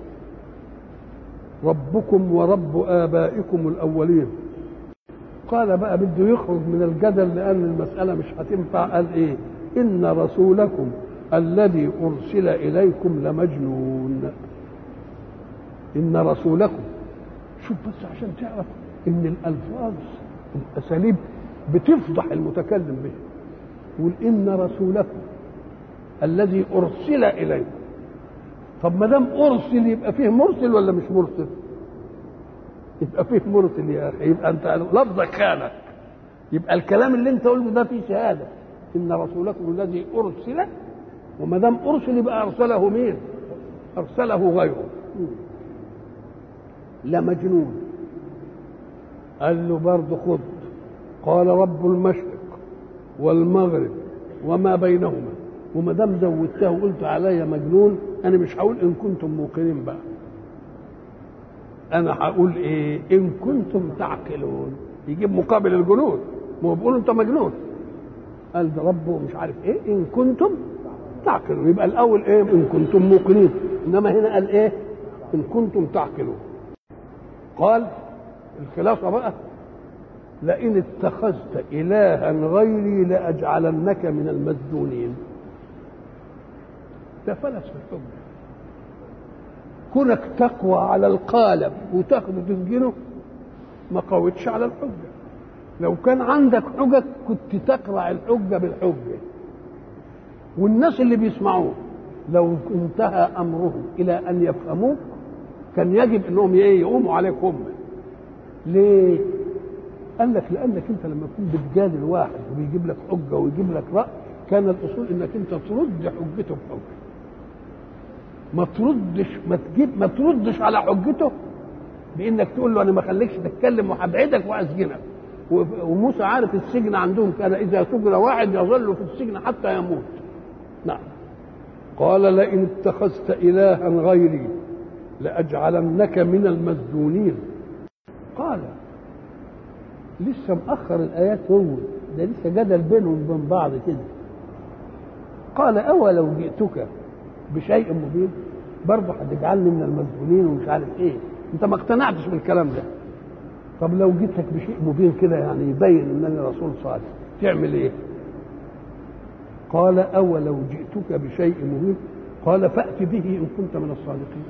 A: ربكم ورب آبائكم الأولين. قال بقى بده يخرج من الجدل لأن المسألة مش هتنفع. قال إيه؟ إن رسولكم الذي أرسل إليكم لمجنون. إن رسولكم، شوف بس عشان تعرف إن الألفاظ الأساليب بتفضح المتكلم به. يقول إن رسولكم الذي أرسل إليكم. طب ما دام أرسل يبقى فيه مرسل ولا مش مرسل؟ يبقى فيه مرسل يا أخي، يبقى أنت لفظك خانك. يبقى الكلام اللي أنت قلته ده فيه شهادة إن رسولكم الذي أرسل، وما دام أرسل يبقى أرسله مين؟ أرسله غيره. لمجنون. قال له برضه خذ. قال رب المشرق والمغرب وما بينهما. وما دام زودتها وقلت عليا مجنون، انا مش هقول ان كنتم موقنين بقى، انا هقول ايه؟ ان كنتم تعقلون. يجيب مقابل الجنون، ما هو بيقول انت مجنون. قال ده ربه مش عارف ايه، ان كنتم تعقلون. يبقى الاول ايه؟ ان كنتم موقنين. انما هنا قال ايه؟ ان كنتم تعقلون. قال الخلاصه بقى: لئن اتخذت الها غيري لاجعلنك من المسجونين. تفلس في الحجه. كونك تقوى على القالب وتاخده تسجنه ما قوتش على الحجه. لو كان عندك حجج كنت تقرع الحجه بالحجه. والناس اللي بيسمعوه لو انتهى امرهم الى ان يفهموك كان يجب انهم يقوموا عليك هم. ليه؟ قال لك لانك انت لما تكون بتجادل واحد وبيجيب لك حجه ويجيب لك راي، كان الاصول انك انت ترد حجته بحجه. ما تردش ما تجيب ما تردش على حجته بانك تقول له انا ما خليكش تتكلم وهبعدك واسجنك. وموسى عارف السجن عندهم كان اذا سجن واحد يظل في السجن حتى يموت. نعم. قال لئن اتخذت الها غيري لاجعلنك من المسجونين. قال لسه مأخر الآيات، هو ده لسه جدل بينهم وبين بعض كده. قال أولو جئتك بشيء مبين، برضه هتجعلني من المسجونين ومش عارف ايه، انت ما اقتنعتش بالكلام ده. طب لو جيت لك بشيء مبين كده يعني يبين ان انا رسول صالح تعمل ايه؟ قال أولو جئتك بشيء مبين قال فأت به إن كنت من الصادقين.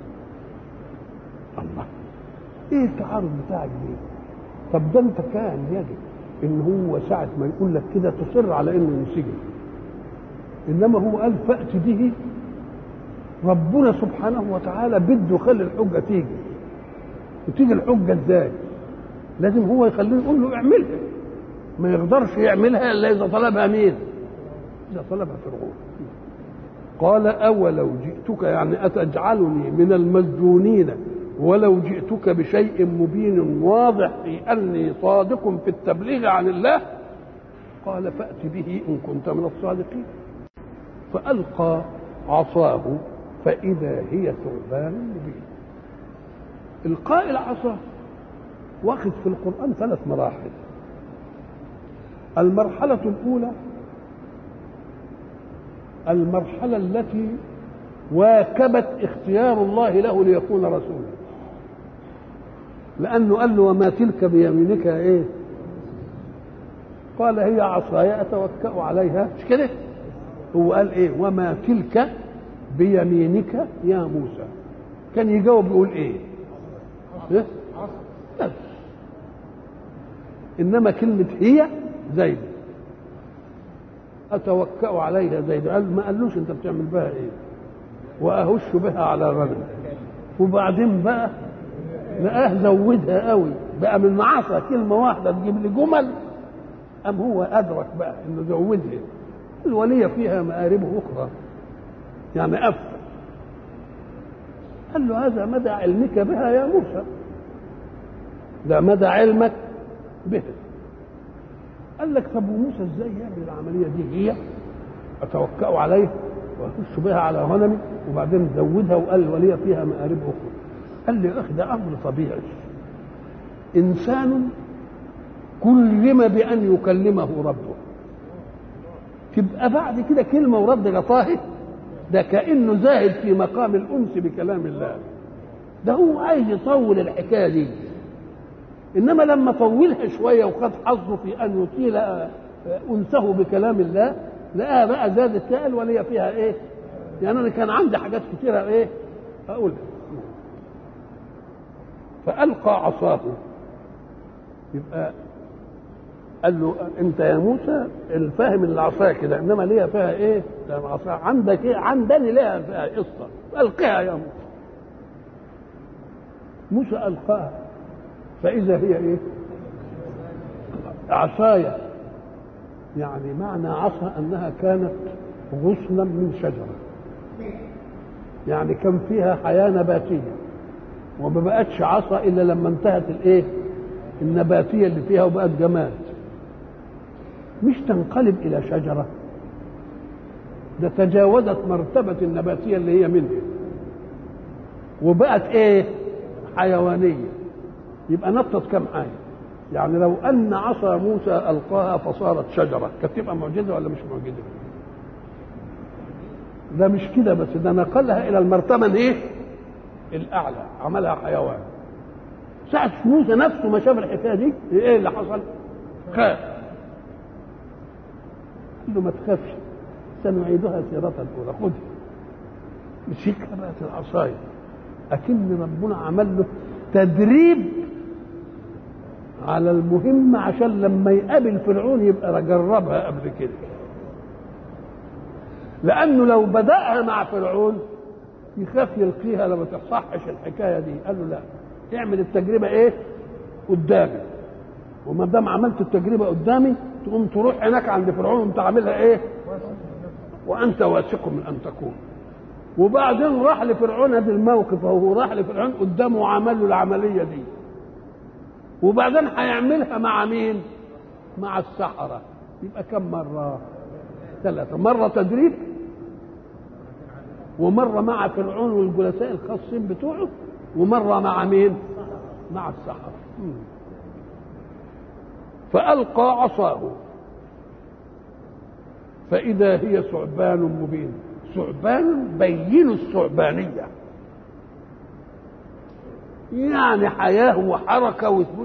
A: الله، ايه التعارض بتاعك دي؟ طب ده انت كان يجب ان هو ساعة ما يقول لك كده تصر على انه ينسجن، انما هو قال فأت به. ربنا سبحانه وتعالى بده يخلي الحجة تيجي، وتيجي الحجة ازاي؟ لازم هو يخليه يقول له اعملها، ما يقدرش يعملها الا اذا طلبها مين؟ اذا طلبها فرعون. قال أولو جئتك يعني أتجعلني من المسجونين ولو جئتك بشيء مبين واضح في أني صادق في التبليغ عن الله؟ قال فأت به إن كنت من الصادقين. فألقى عصاه فإذا هي ثعبان مبين. إلقاء العصا واخد في القرآن ثلاث مراحل. المرحلة الأولى المرحلة التي واكبت اختيار الله له ليكون رسولا، لأنه قال له وما تلك بيمينك ايه؟ قال هي عصاي أتوكأ عليها، مش كده؟ هو قال ايه؟ وما تلك بيمينك يا موسى. كان يجاوب يقول ايه؟ إيه؟ إنما كلمة هي زيد، أتوكأ عليها زيد، قال ما قالوش أنت بتعمل بها إيه؟ وأهش بها على غنم. وبعدين بقى لقاه زودها قوي بقى، من عصا كلمة واحدة تجيب لي جمل. أم هو أدرك بقى إنه زودها، الولية فيها مآرب أخرى يعني أفضل. قال له هذا مدى علمك بها يا موسى، ده مدى علمك بها. قال لك طب وموسى ازاي يعمل العمليه دي؟ هي اتوكأ عليه واخش بها على غنمي، وبعدين زودها وقال ولي فيها مآرب اخرى. قال لي اخ ده امر طبيعي، انسان كلم بان يكلمه ربه، تبقى بعد كده كلمه ورد غطاه؟ ده كانه زاهد في مقام الانس بكلام الله، ده هو عايز يطول الحكايه دي. انما لما طولها شويه وخد حظه في ان يطيل انسه بكلام الله، لقاها بقى زادت، تقل ولي فيها ايه؟ يعني انا كان عندي حاجات كتيره ايه اقولها. فالقى عصاه، يبقى قال له انت يا موسى الفاهم اللي عصاك كده، انما ليها فيها ايه؟ عصا عندك ايه؟ عندني ليها فيها قصه، القيها يا موسى. موسى القاها فإذا هي إيه؟ عصايا. يعني معنى عصا أنها كانت غصنا من شجرة، يعني كان فيها حياة نباتية، وما بقتش عصا إلا لما انتهت الإيه؟ النباتية اللي فيها وبقت جماد، مش تنقلب إلى شجرة، ده تجاوزت مرتبة النباتية اللي هي منها وبقت إيه؟ حيوانية. يبقى نطت كم حاجه. يعني لو ان عصا موسى القاها فصارت شجره كانت تبقى معجزه ولا مش معجزه؟ ده مش كده بس، ده نقلها الى المرتبه ايه؟ الاعلى، عملها حيوان. ساعه موسى نفسه ما شاف الحكايه دي ايه اللي حصل؟ خاف. قال له ما تخافش سنعيدها سيرتها الاولى، خدها. مسكها بقت العصايه، اكن ربنا عمل له تدريب على المهمة عشان لما يقابل فرعون يبقى جربها قبل كده. لأنه لو بدأها مع فرعون يخاف يلقيها لما تصحش الحكاية دي. قال له لا، اعمل التجربة ايه؟ قدامي، وما دام عملت التجربة قدامي تقوم تروح هناك عند فرعون وانت عاملها ايه؟ وأنت واثق من أن تكون. وبعدين راح لفرعون هذا الموقف، وهو راح لفرعون قدامه وعمل له العملية دي، وبعدين هيعملها مع مين؟ مع السحرة. يبقى كم مرة؟ ثلاثة. مرة تدريب، ومرة مع فرعون والجلساء الخاصين بتوعه، ومرة مع مين؟ مع السحرة. فألقى عصاه فإذا هي ثعبان مبين. ثعبان بين الثعبانية، يعني حياة وحركة وثبوت.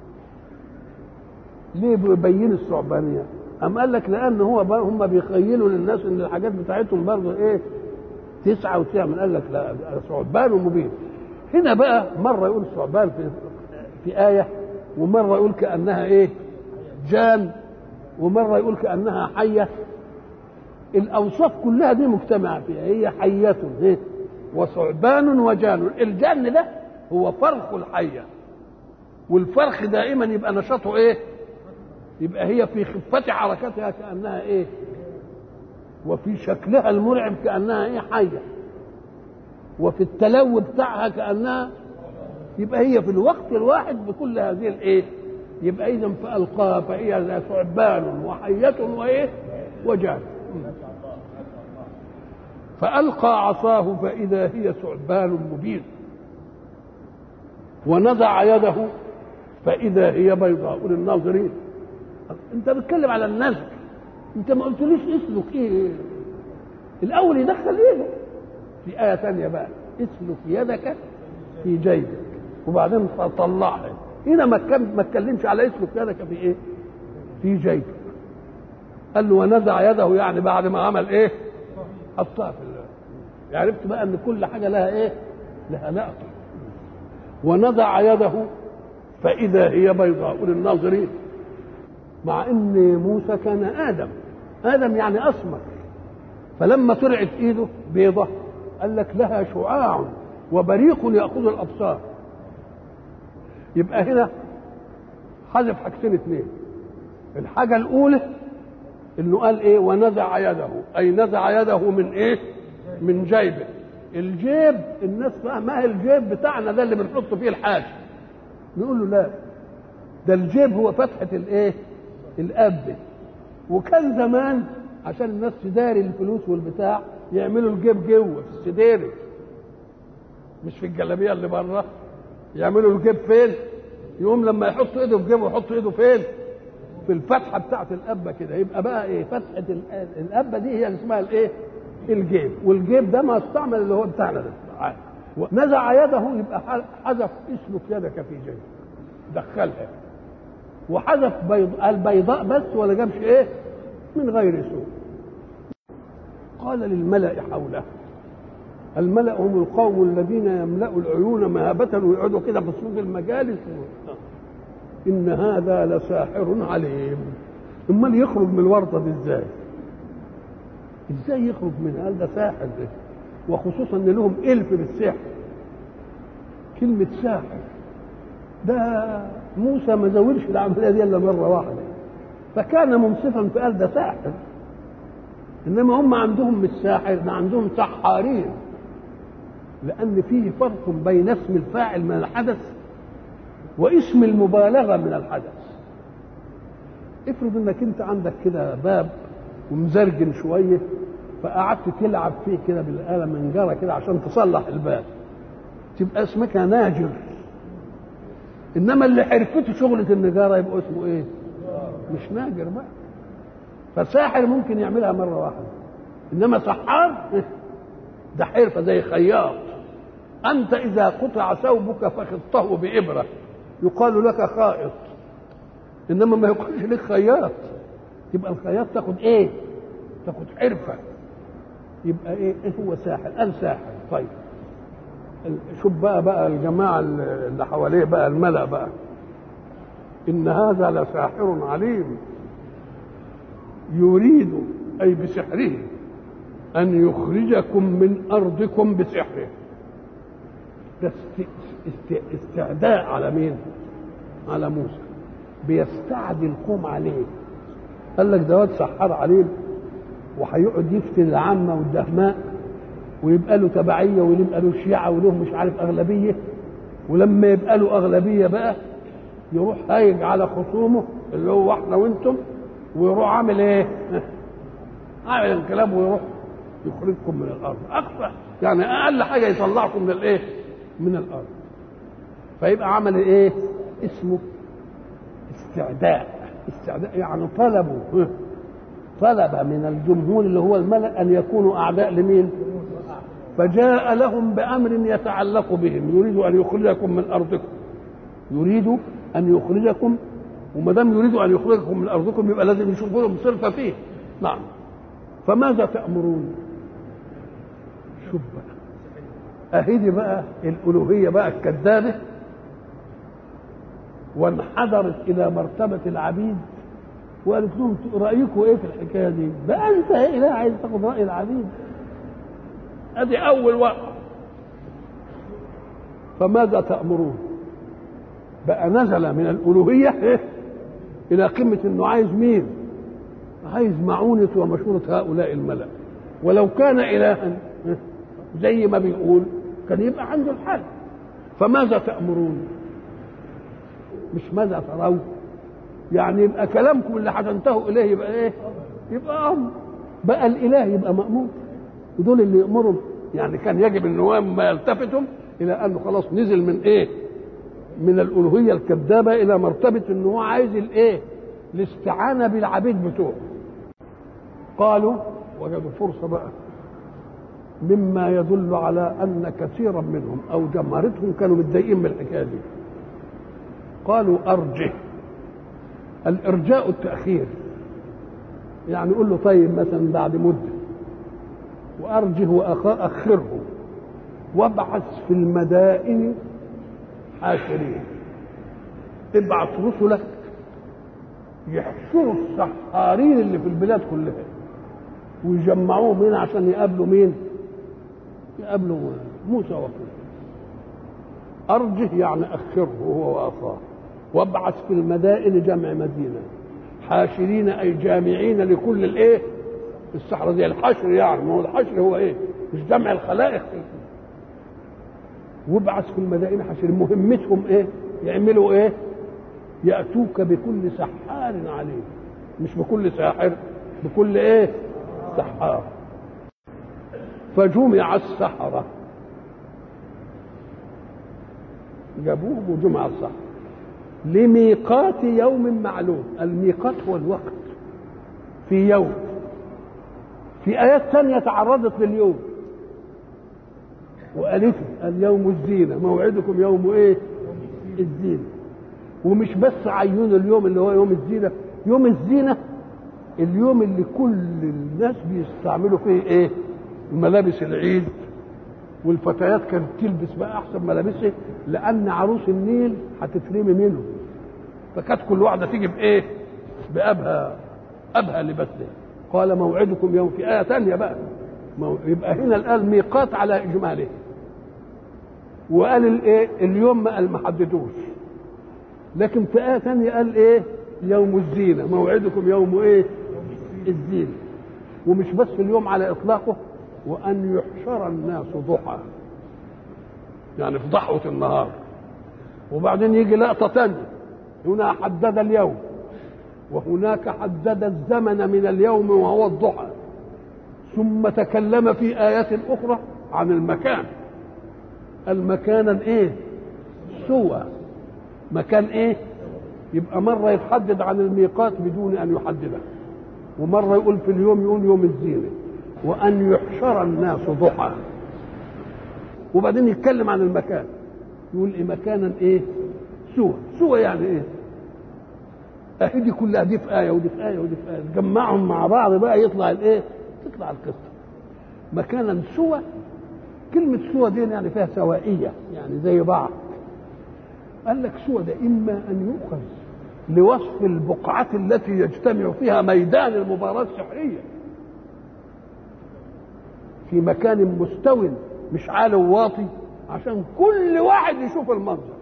A: ليه بيبين الثعبانية؟ أم قال لك لأن هو هم بيخيلوا للناس إن الحاجات بتاعتهم برضه إيه تسعة وتسعة. قال لك لا، ثعبان مبين. هنا بقى مرة يقول ثعبان في في آية، ومرة يقول كأنها إيه جان، ومرة يقول كأنها حية. الأوصاف كلها دي مجتمعة فيها، هي حية إيه وثعبان وجان. الجان ده هو فرخ الحية، والفرخ دائما يبقى نشاطه إيه؟ يبقى هي في خفة حركتها كأنها إيه؟ وفي شكلها المرعب كأنها إيه حية، وفي التلو بتاعها كأنها. يبقى هي في الوقت الواحد بكل هذه الإيه؟ يبقى إذا فألقاها فهي ثعبان وحية وإيه وجان. فألقى عصاه فإذا هي ثعبان مبين ونزع يده فإذا هي بيضاء للناظرين. أنت بتتكلم على النزع، أنت ما قلتليش اسلك إيه الأول يدخل إيده. في آية ثانية بقى اسلك يدك في جيبك وبعدين طلعها. هنا ما اتكلمش على اسلك يدك في إيه في جيبك، قال له ونزع يده، يعني بعد ما عمل إيه حطها في الله. عرفت بقى ان كل حاجه لها ايه لها لقطه. ونزع يده فاذا هي بيضاء للناظرين. مع ان موسى كان ادم ادم يعني اسمر، فلما طلعت ايده بيضه قال لك لها شعاع وبريق ياخذ الابصار. يبقى هنا حذف حاجتين اثنين. الحاجه الاولى انه قال ايه ونزع يده، اي نزع يده من ايه من جيبه. الجيب الناس فاهمها الجيب بتاعنا ده اللي بنحط فيه الحاجه، نقول له لا، ده الجيب هو فتحه الايه الاب. وكان زمان عشان الناس تداري الفلوس والبتاع يعملوا الجيب جوه في السديري، مش في الجلابيه اللي بره. يعملوا الجيب فين؟ يقوم لما يحط ايده في جيبه يحط ايده فين؟ في الفتحه بتاعه الابه كده. يبقى بقى ايه فتحه الابه دي هي اللي اسمها الايه الجيب. والجيب ده ما استعمل اللي هو بتاعنا ده. نزع يده يبقى حذف اسلك يدك في جيبك، دخلها. وحذف بيض البيضاء بس ولا جابش ايه من غير سوء. قال للملأ حوله، الملأ هم القوم الذين يملأوا العيون مهابة ويقعدوا كده في صفوف المجالس، إن هذا لساحر عليم. امال يخرج من الورطة دي ازاي؟ ازاي يخرج منها؟ قال ده ساحر ده، وخصوصا ان لهم الف بالسحر. كلمة ساحر ده موسى ما زودش العملية دي الا مرة واحدة، فكان منصفا فقال ده ساحر. انما هم عندهم مش ساحر، ده عندهم سحارين، لان فيه فرق بين اسم الفاعل من الحدث واسم المبالغه من الحدث. افرض انك انت عندك كده باب ومزرجن شويه، فقعدت تلعب فيه كده بالاله منجره كده عشان تصلح الباب، تبقى اسمك ناجر. انما اللي حرفته شغله النجاره يبقى اسمه ايه؟ مش ناجر بقى. فساحر ممكن يعملها مره واحده، انما سحار ده حرفه زي خياط. انت اذا قطع ثوبك فخطه بابره يقال لك خائط، انما ما يقالش لك خياط. يبقى الخياط تاخد ايه؟ تاخد حرفه. يبقى ايه؟ ايه هو ساحر؟ قال ساحر. طيب شوف بقى بقى الجماعه اللي حواليه بقى الملأ بقى، ان هذا لساحر عليم يريد اي بسحره ان يخرجكم من ارضكم بسحره. ده استعداء على مين؟ على موسى. بيستعدي القوم عليه. قال لك ده واد سحار عليم وهيقعد يفتن العامه والدهماء ويبقى له تبعيه ويبقى له شيعه وله مش عارف اغلبيه، ولما يبقى له اغلبيه بقى يروح هايج على خصومه اللي هو احنا وانتم، ويروح عامل ايه؟ عامل انقلاب ويروح يخرجكم من الارض. اقصى يعني اقل حاجه يطلعكم من الايه؟ من الارض. فيبقى عمل ايه؟ اسمه استعداء. استعداء يعني طلبوا طلب من الجمهور اللي هو الملأ أن يكونوا أعداء لمين؟ فجاء لهم بأمر يتعلق بهم، يريد أن يخرجكم من أرضكم، يريد أن يخرجكم، وما دام يريد أن يخرجكم من أرضكم يبقى لازم يشوفوا لهم صرفة فيه. نعم. فماذا تأمرون؟ شوف بقى، أهدي بقى الألوهية بقى الكذابة وانحدرت إلى مرتبة العبيد، وقالت لهم رأيكم إيه في الحكاية دي؟ بقى أنت إيه لا عايز تاخد رأي العبيد؟ هذه أول وقت. فماذا تأمرون؟ بقى نزل من الألوهية إيه؟ إلى قمة إنه عايز مين؟ عايز معونة ومشورة هؤلاء الملأ. ولو كان إلها زي ما بيقول كان يبقى عنده الحل. فماذا تأمرون؟ مش ماذا ترون؟ يعني يبقى كلامكم اللي هتنتهوا إليه يبقى إيه؟ يبقى أمر. بقى الإله يبقى مأمور، ودول اللي يأمروا. يعني كان يجب النوام ما يلتفتهم إلى أنه خلاص نزل من إيه؟ من الألوهية الكذابة إلى مرتبة إنه هو عايز الإيه؟ الاستعانة بالعبيد بتوعه. قالوا وجدوا فرصة بقى، مما يدل على أن كثيرا منهم أو جمهرتهم كانوا متضايقين من الحكاية دي. قالوا أرجه. الإرجاء التأخير، يعني يقول له طيب مثلا بعد مدة، وأرجه وأخره، وابعث في المدائن حاشرين. ابعث رسلك يحشروا السحارين اللي في البلاد كلها ويجمعوهم هنا عشان يقابلوا مين؟ يقابلوا موسى وقومه. أرجه يعني أخره هو وأخاه. وابعث في المدائن جمع مدينة، حاشرين أي جامعين لكل الإيه؟ السحرة دي الحشر، يعني ما هو الحشر هو إيه؟ مش جمع الخلائق. وابعث في المدائن حاشرين، مهمتهم إيه؟ يعملوا إيه؟ يأتوك بكل سحار عليم، مش بكل ساحر، بكل إيه؟ سحار. فجمع السحرة، جابوهم وجمع السحرة لميقات يوم معلوم. الميقات هو الوقت في يوم. في آيات ثانية تعرضت لليوم وقالت اليوم الزينة، موعدكم يوم ايه؟ الزينة. ومش بس عيون اليوم اللي هو يوم الزينة، يوم الزينة اليوم اللي كل الناس بيستعملوا فيه ايه؟ ملابس العيد، والفتيات كانت تلبس بقى احسن ملابسها لان عروس النيل هتترمي منه، فكانت كل واحده تيجي بايه؟ بابها ابها لبسها. قال موعدكم يوم، في ايه ثانيه بقى يبقى هنا قال ميقات على اجماله، وقال الايه؟ اليوم ما حددوش، لكن في ايه ثانيه قال ايه؟ يوم الزينه، موعدكم يوم ايه؟ الزينه. ومش بس اليوم على اطلاقه، وأن يحشر الناس ضحى، يعني في ضحوة النهار. وبعدين يجي لقطة تانية، هنا حدد اليوم وهناك حدد الزمن من اليوم وهو الضحى. ثم تكلم في آيات أخرى عن المكان. المكان ايه؟ سوى مكان ايه؟ يبقى مرة يتحدد عن الميقات بدون أن يحدده، ومرة يقول في اليوم يقول يوم الزينة، وأن يحشر الناس ضحى. وبعدين يتكلم عن المكان، يقول إيه؟ مكانا إيه؟ سوى. سوى يعني إيه؟ أهدي كلها دي في آية ودي في آية ودي في آية، تجمعهم مع بعض بقى يطلع الإيه؟ تطلع القصة. مكانا سوى، كلمة سوى دي يعني فيها سوائية، يعني زي بعض. قال لك سوى ده إما أن يؤخذ لوصف البقعة التي يجتمع فيها ميدان المباراة السحرية، في مكان مستوٍ مش عالي وواطي عشان كل واحد يشوف المنظر.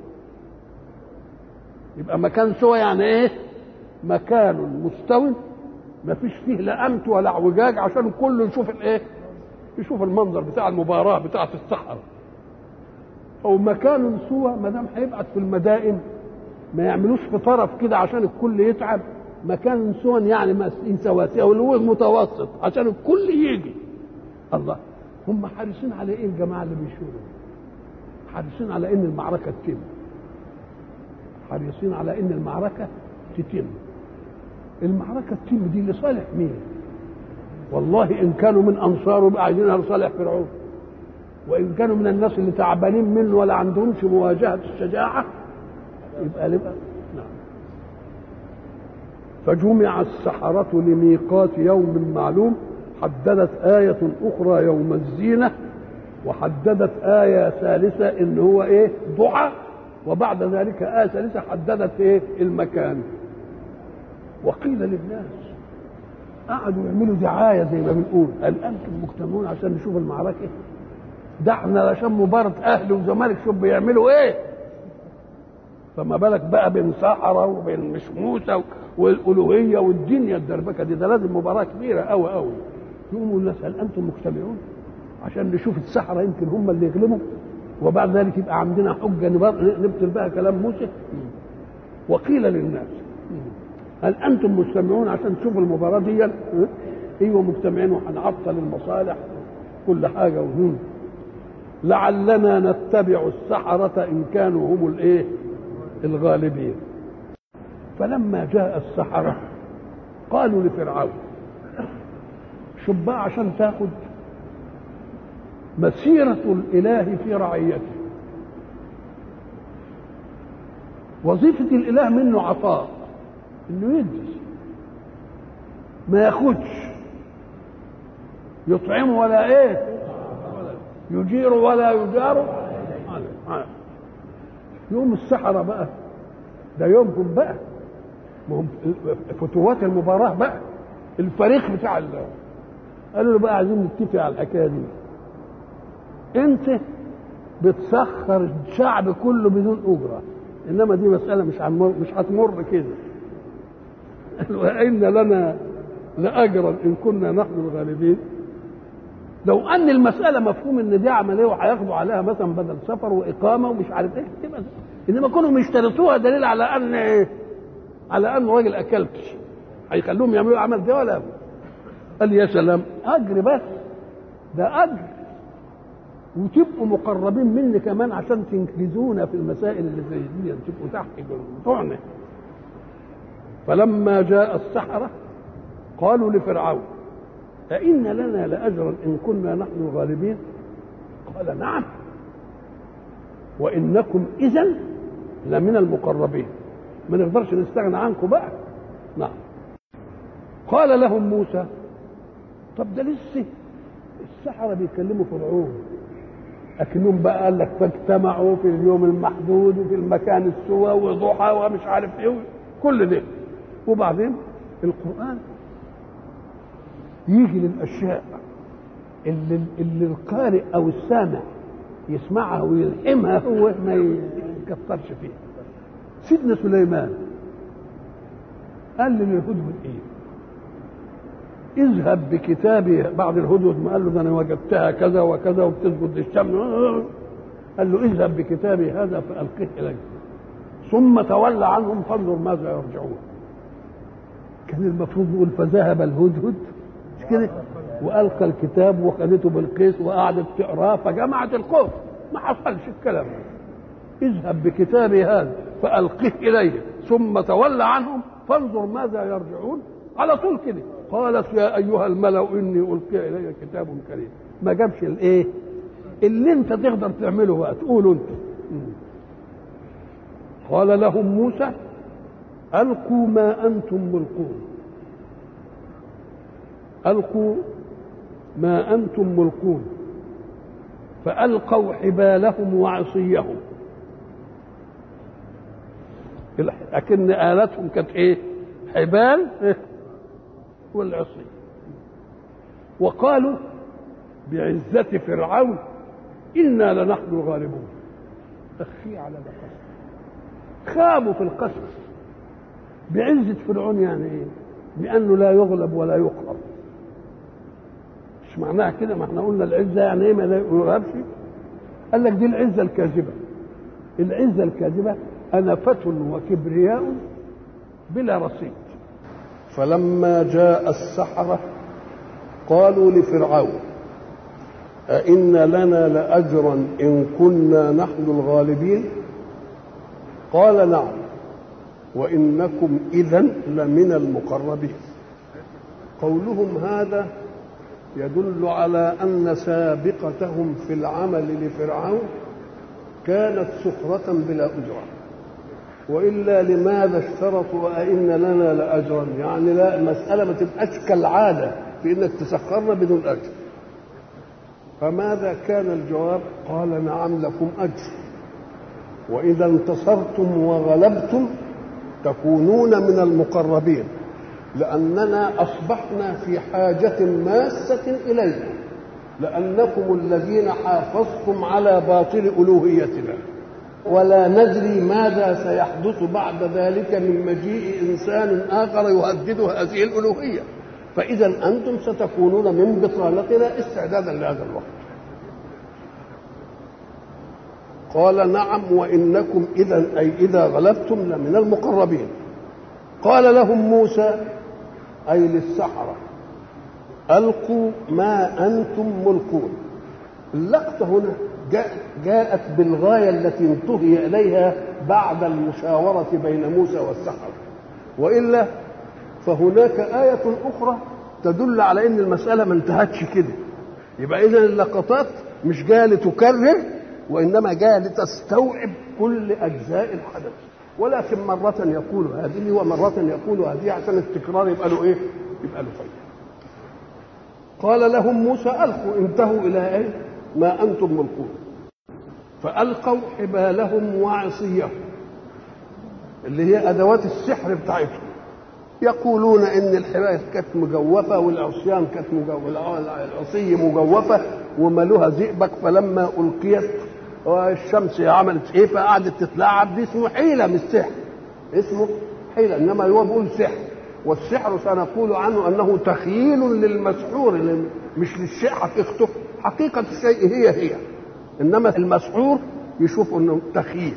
A: يبقى مكان سوى يعني ايه؟ مكان مستوٍ ما فيش فيه لا امت ولا اعوجاج عشان كله يشوف الايه؟ يشوف المنظر بتاع المباراة بتاعة الصحراء. او مكان سوى ما دام هيبعت في المدائن ما يعملوش في طرف كده عشان الكل يتعب. مكان سوى يعني سواسية واللي هو المتوسط عشان الكل يجي. الله، هم حريصين على ايه الجماعه اللي بيشوروا؟ حريصين على ان المعركه تتم، حريصين على ان المعركه تتم. المعركة التيم دي لصالح مين؟ والله إن كانوا من أنصاره يبقى عايزينها لصالح فرعون، وإن كانوا من الناس اللي تعبانين منه ولا عندهمش مواجهة الشجاعة يبقى يبقى نعم. فجمع السحرة لميقات يوم معلوم، حددت آية أخرى يوم الزينة، وحددت آية ثالثة إن هو إيه ضحى، وبعد ذلك آية ثالثة حددت إيه المكان. وقيل للناس قعدوا يعملوا دعاية زي ما بنقول، هل أنتم مجتمعون عشان نشوف المعركة؟ ده احنا عشان مباراة أهلي وزمالك شوف بيعملوا إيه، فما بالك بقى بين سحرة وبين مش موسى والألوهية والدنيا الدربكة دي، ده لازم مباراة كبيرة أوي أوي. يقوموا الناس هل أنتم مجتمعون عشان نشوف السحرة يمكن هم اللي يغلبوا، وبعد ذلك يبقى عندنا حجة نبطل بها كلام موسى. وقيل للناس هل أنتم مجتمعون عشان تشوفوا المباراة دي؟ ايوه مجتمعين وهنعطل المصالح كل حاجة وهم لعلنا نتبع السحرة إن كانوا هم الايه الغالبين. فلما جاء السحرة قالوا لفرعون شوف بقى عشان تاخد مسيرة الإله في رعيته، وظيفة الإله منه عطاء، إنه يدي ما ياخدش، يطعم ولا إيه يجير ولا يجار. يوم السحرة بقى ده يومكم بقى، فتوات المباراة بقى، الفريق بتاع الله قالوا له بقى عايزين نتفق على الحكاية دي، انت بتسخر الشعب كله بدون اجره، انما دي مساله مش هتمر مش هتمر كده. وان لنا لاجرا ان كنا نحن الغالبين. لو ان المساله مفهوم ان دي عمليه وهياخدوا عليها مثلا بدل سفر واقامه ومش عارف ايه تبقى، انما كانوا يشترطوها دليل على ان ايه على ان راجل اكلتش هيخلوهم يعملوا العمل ده ولا. قال يا سلام اجر، بس ده اجر وتبقوا مقربين مني كمان عشان تنقذونا في المسائل اللي زي دي، تبقوا تحت بتوعنا. فلما جاء السحرة قالوا لفرعون أئن لنا لأجرا إن كنا نحن الغالبين؟ قال نعم وإنكم إذن لمن المقربين، ما نقدرش نستغنى عنكم بقى. نعم. قال لهم موسى طب ده لسه السحرة بيكلموا فرعون، لكنهم بقى قال لك فاجتمعوا في اليوم المحدود وفي المكان السوى وضحى ومش عارف ايه كل ده. وبعدين القرآن يجي للأشياء اللي, اللي القارئ أو السامع يسمعها ويلحمها هو ما يكثرش فيها. سيدنا سليمان قال للهدهد ايه؟ اذهب بكتابي. بعد الهدهد ما قال له ده انا وجدتها كذا وكذا وبتسجد للشمس، قال له اذهب بكتابي هذا فألقه إليك ثم تولى عنهم فانظر ماذا يرجعون. كان المفروض يقول فذهب الهدهد مش كده وألقى الكتاب وخدته بالقيس وقعدت تقراه فجمعت القوم. ما حصلش الكلام. اذهب بكتابي هذا فألقه إليه ثم تولى عنهم فانظر ماذا يرجعون. على طول كده قالت يا أيها الملأ إني ألقي إلي كتاب كريم. ما جابش الإيه اللي أنت تقدر تعمله بقى تقوله أنت. قال لهم موسى ألقوا ما أنتم ملقون. ألقوا ما أنتم ملقون. فألقوا حبالهم وعصيهم. لكن آلتهم كانت إيه؟ حبال والعصي. وقالوا بعزة فرعون إنا لنحن الغالبون. أخي على القصر خابوا في القصر بعزة فرعون. يعني إيه؟ بأنه لا يغلب ولا يقهر. مش معناها كده، ما احنا قلنا العزة يعني إيه؟ ما لا يغلبش. قال لك دي العزة الكاذبة. العزة الكاذبة أنفة وكبرياء بلا رصيد. فلما جاء السحرة قالوا لفرعون أئن لنا لأجرا إن كنا نحن الغالبين؟ قال نعم
B: وإنكم إذا لمن المقربين. قولهم هذا يدل على أن سابقتهم في العمل لفرعون كانت سخرة بلا أجرة، وإلا لماذا اشترطوا وإن لنا لأجرا؟ يعني لا، المسألة ما تبقاش كالعادة في إنك تسخرنا بدون أجر. فماذا كان الجواب؟ قال نعم لكم أجر، وإذا انتصرتم وغلبتم تكونون من المقربين، لأننا أصبحنا في حاجة ماسة إليكم، لأنكم الذين حافظتم على باطل ألوهيتنا، ولا ندري ماذا سيحدث بعد ذلك من مجيء إنسان آخر يهدد هذه الألوهية، فإذا أنتم ستكونون من بطانتنا استعدادا لهذا الوقت. قال نعم وإنكم إذا أي إذا غلبتم لمن المقربين. قال لهم موسى أي للسحرة ألقوا ما أنتم ملقون. اللقطة هنا جاءت بالغاية التي انتهي إليها بعد المشاورة بين موسى والسحرة، وإلا فهناك آية أخرى تدل على أن المسألة ما انتهتش كده. يبقى إذن اللقطات مش جاية لتكرر، وإنما جاية لتستوعب كل أجزاء الحدث، ولكن مرة يقول هذه ومرة يقول هذه عشان التكرار يبقى له إيه؟ يبقى له فايدة. قال لهم موسى ألقوا، انتهوا إلى إيه؟ ما أنتم ملقون. فألقوا حبالهم وعصيهم اللي هي أدوات السحر بتاعتهم. يقولون إن الحبال كانت مجوفة والعصيان كانت مجوفة، العصي مجوفة ومالوها زئبق، فلما ألقيت والشمس عملت إيه فقعدت تتلاعب. دي اسمه حيلة مش سحر، اسمه حيلة، إنما هو بيقول سحر، والسحر سنقول عنه أنه تخيل للمسحور مش للشيء حقيقته. حقيقة الشيء هي هي، إنما المسحور يشوف أنه تخيل.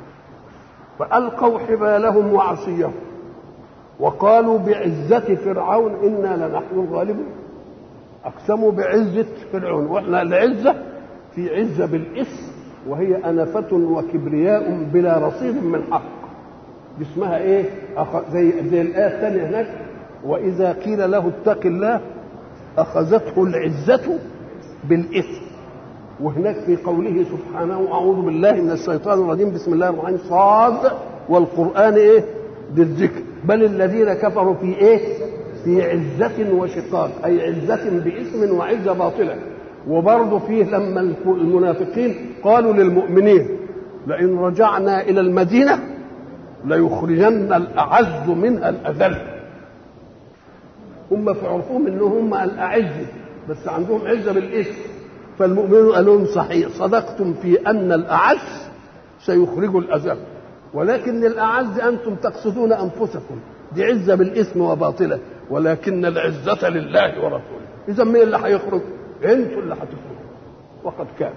B: فألقوا حبالهم وعصيهم وقالوا بعزة فرعون إنا لنحن الغالبون. أقسموا بعزة فرعون، وإحنا العزة في عزة بالاسم، وهي أنفة وكبرياء بلا رصيد من حق. دي اسمها إيه؟ زي زي الآية الثانية هناك، وإذا قيل له اتق الله أخذته العزة بالإثم. وهناك في قوله سبحانه أعوذ بالله من الشيطان الرجيم بسم الله الرحمن الرحيم صاد والقرآن إيه؟ بالذكر بل الذين كفروا في إيه؟ في عزة وشقاق، أي عزة باسم وعزة باطلة. وبرضه فيه لما المنافقين قالوا للمؤمنين لئن رجعنا إلى المدينة ليخرجن الأعز منها الأذل. هم في عرفهم إنهم هم الأعز، بس عندهم عزة بالاسم. فالمؤمنون قالوا لهم صحيح صدقتم في أن الأعز سيخرج الأذل، ولكن الأعز أنتم تقصدون أنفسكم، دي عزة بالاسم وباطلة، ولكن العزة لله ورسوله. إذا مين اللي هيخرج؟ أنتم اللي هتخرجوا. وقد كان.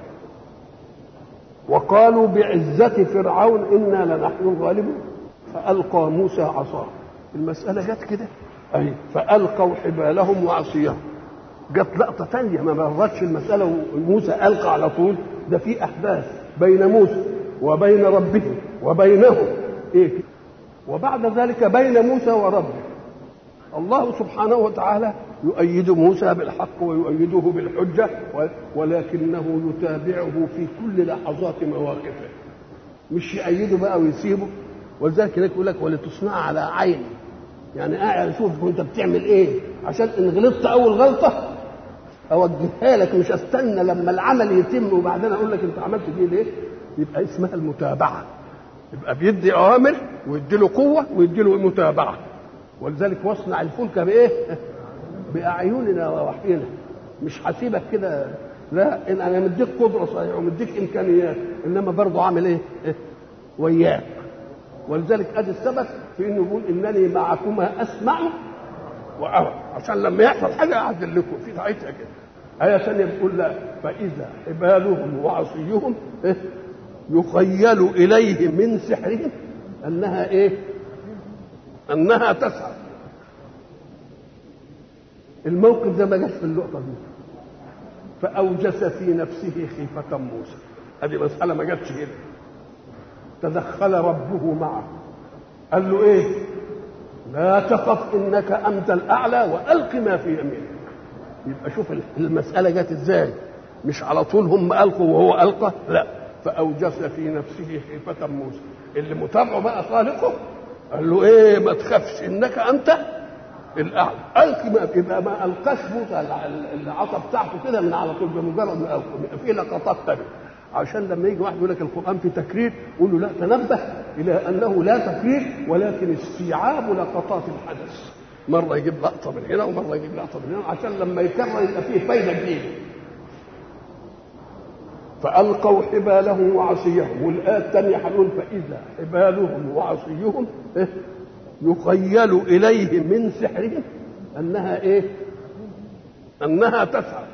B: وقالوا بعزة فرعون إنا لنحن الغالبون. فألقى موسى عصاه. المسألة جت كده أي فألقوا حبالهم وعصيهم. جت لقطة تانية ما مرتش المسألة وموسى ألقى على طول، ده في أحداث بين موسى وبين ربه وبينه إيه؟ وبعد ذلك بين موسى وربه. الله سبحانه وتعالى يؤيد موسى بالحق ويؤيده بالحجة، ولكنه يتابعه في كل لحظات مواقفه، مش يؤيده بقى ويسيبه. ولذلك يقول لك ولتصنع على عيني، يعني قاعد اشوف انت بتعمل ايه، عشان ان غلطت اول غلطه اوجهها لك، مش استنى لما العمل يتم وبعدين اقول لك انت عملت دي ليه. يبقى اسمها المتابعه، يبقى بيدي اوامر ويدي له قوه ويدي له متابعه. ولذلك واصنع الفلك بايه؟ باعيننا ووحينا، مش هسيبك كده، لا، إن انا مديك قدره صحيح ومديك امكانيات، انما برضه عامل ايه؟ وياك. ولذلك ادي السبب في انه يقول انني معكما اسمع وارى، عشان لما يحصل حاجه اعدل لكم في ساعتها كده. ايه ثانيه بتقول لا فاذا حبالهم وعصيهم إيه؟ يخيل اليه من سحرهم انها ايه؟ انها تسعى. الموقف ده ما جاش في اللقطه دي. فاوجس في نفسه خيفه موسى. هذه مساله ما جاتش هنا. تدخل ربه معه قال له ايه؟ لا تخف انك انت الاعلى والق ما في يمينك. يبقى شوف المساله جت ازاي، مش على طول هم القوا وهو القى، لا، فاوجس في نفسه خيفه موسى. اللي متابعه بقى خالقه قال له ايه؟ ما تخافش انك انت الاعلى، الق ما. يبقى ما القاش موسى العصا بتاعته كده من على طول بمجرد ما القى، يبقى في لقطات ثانيه. عشان لما يجي واحد يقول لك القرآن في تكرير، يقول له لا، تنبه إلى أنه لا تكرير ولكن استيعاب لقطات الحدث. مرة يجيب لقطة من هنا ومرة يجيب لقطة من هنا، عشان لما يكرر يبقى فيه فايدة جديدة. فألقوا حبالهم وعصيهم، والآية الثانية هنقول فإذا حبالهم وعصيهم إيه؟ يخيل إليه من سحرهم أنها إيه؟ أنها تسعى.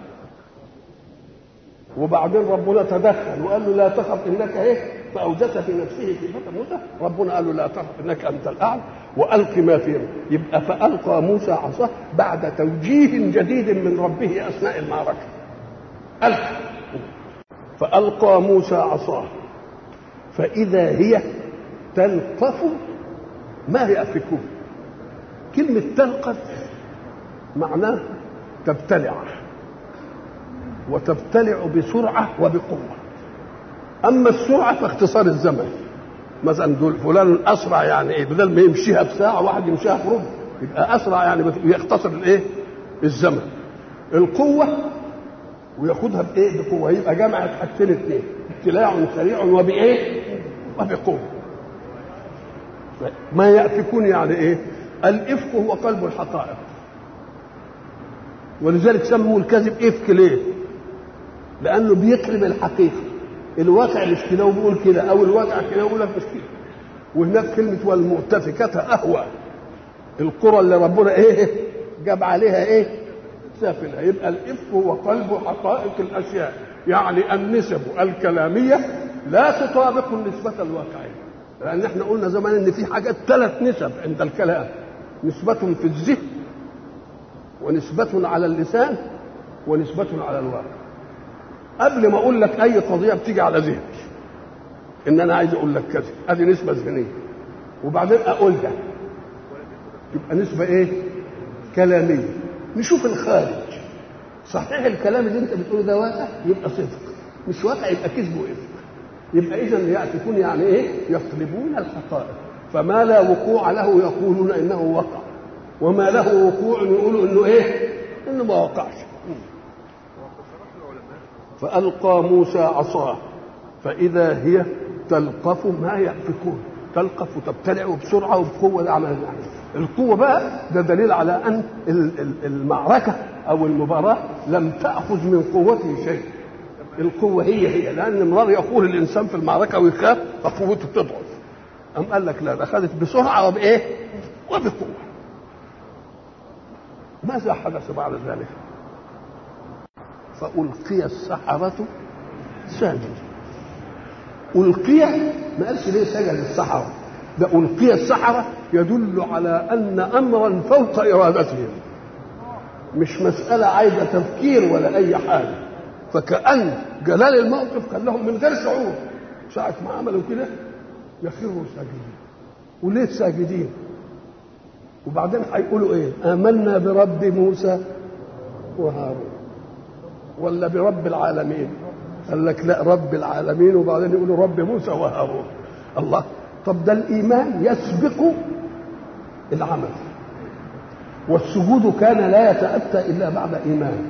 B: وبعدين ربنا تدخل وقال له لا تخف انك ايه؟ فاوجس في نفسه خيفة موسى. ربنا قال له لا تخف انك انت الاعلى والق ما فيه. يبقى فالقى موسى عصاه بعد توجيه جديد من ربه اثناء المعركه. القى فالقى موسى عصاه فاذا هي تلقف ما يأفكون. كلمه تلقف معناه تبتلع، وتبتلع بسرعة وبقوة. أما السرعة فاختصار الزمن، مثلا دول فلان أسرع، يعني إيه؟ بدل ما يمشيها بساعة واحد يمشيها في ربع، يبقى أسرع يعني يختصر الإيه؟ الزمن. القوة وياخدها بإيه؟ بقوة، يبقى جمعت حاجتين اثنين، ابتلاع سريع وبإيه؟ وبقوة. ما يأفكون يعني إيه؟ الإفك هو قلب الحقائق، ولذلك سموا الكذب إفك. ليه؟ لأنه بيقلب الحقيقة. الواقع مش كده وبيقول كده، أو الواقع كده وبيقول لك مش كده. وهناك كلمة والمؤتفكات أهوى، القرى اللي ربنا إيه جاب عليها إيه سافلة. يبقى الإفك هو قلب حقائق الأشياء، يعني النسب الكلامية لا تطابق النسبة الواقعية. لأن احنا قلنا زمان إن في حاجات ثلاث نسب عند الكلام، نسبة في الذهن، ونسبة على اللسان، ونسبة على الواقع. قبل ما اقول لك اي قضيه بتيجي على ذهني ان انا عايز اقول لك كذا، ادي نسبه ذهنيه، وبعدين اقول ده، تبقى نسبه ايه؟ كلاميه. نشوف الخارج، صحيح الكلام اللي انت بتقوله ده واقع يبقى صدق، مش واقع يبقى كذب وإفك. يبقى اذا يأتكون يعني ايه؟ يطلبون الحقائق، فما لا وقوع له يقولون انه وقع، وما له وقوع يقولوا انه ايه؟ انه ما وقعش. فألقى موسى عصاه فإذا هي تلقف ما يأفكون. تلقف وتبتلع بسرعة وبقوة. ده عمل يعني القوة بقى ده دليل على أن المعركة أو المباراة لم تأخذ من قوته شيء. القوة هي هي، لأن مرار يقول الإنسان في المعركة ويخاف فقوته تضعف. أم قال لك لا، ده أخذت بسرعة وبإيه؟ وبقوة. ماذا حدث بعد ذلك؟ فألقي السحرة ساجدا. ألقي ما قالش ليه سجد السحرة، ده ألقي السحرة يدل على أن أمرا فوق إرادتهم، مش مسألة عايزة تفكير ولا أي حاجة. فكأن جلال الموقف قال لهم من غير شعور، ساعة ما عملوا كده يخروا ساجدين. وليه ساجدين؟ وبعدين هيقولوا إيه؟ آمنا برب موسى وهارون ولا برب العالمين؟ قال لك لا، رب العالمين، وبعدين يقولوا رب موسى وهارون. الله، طب ده الإيمان يسبق العمل، والسجود كان لا يتأتى إلا بعد إيمان.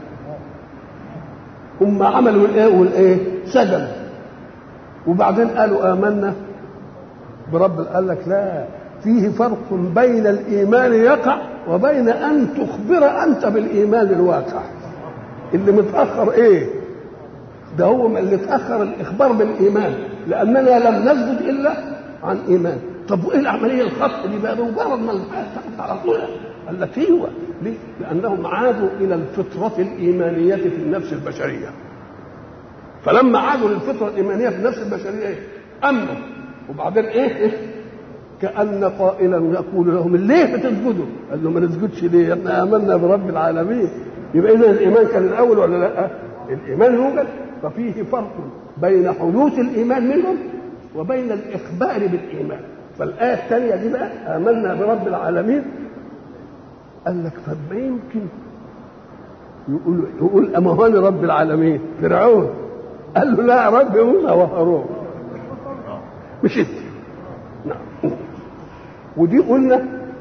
B: هم عملوا الإيه والإيه؟ سجدوا، وبعدين قالوا آمنا برب. قال لك لا، فيه فرق بين الإيمان يقع وبين أن تخبر أنت بالإيمان الواقع. اللي متأخر إيه؟ ده هو اللي تأخر الإخبار بالإيمان، لأننا لم نسجد إلا عن إيمان. طب وإيه العملية الخط دي بقى؟ مجرد ما الحياة على طول. قال لك ايوه، ليه؟ لأنهم عادوا إلى الفطرة الإيمانية في النفس البشرية. فلما عادوا للفطرة الإيمانية في النفس البشرية إيه؟ أمنوا. وبعدين إيه؟ إيه؟ كأن قائلا يقول لهم ليه بتسجدوا؟ قال له ما نسجدش ليه؟ يا ابني آمنا برب العالمين. يبقى إذا الإيمان كان الأول ولا لا؟ الإيمان يوجد. ففيه فرق بين حدوث الإيمان منهم وبين الإخبار بالإيمان.
A: فالآية الثانية دي بقى آمنا برب العالمين، قال لك فما يمكن يقول يقول أما هو رب العالمين فرعون قال له لا رب موسى وهارون مش انت. نعم. ودي قلنا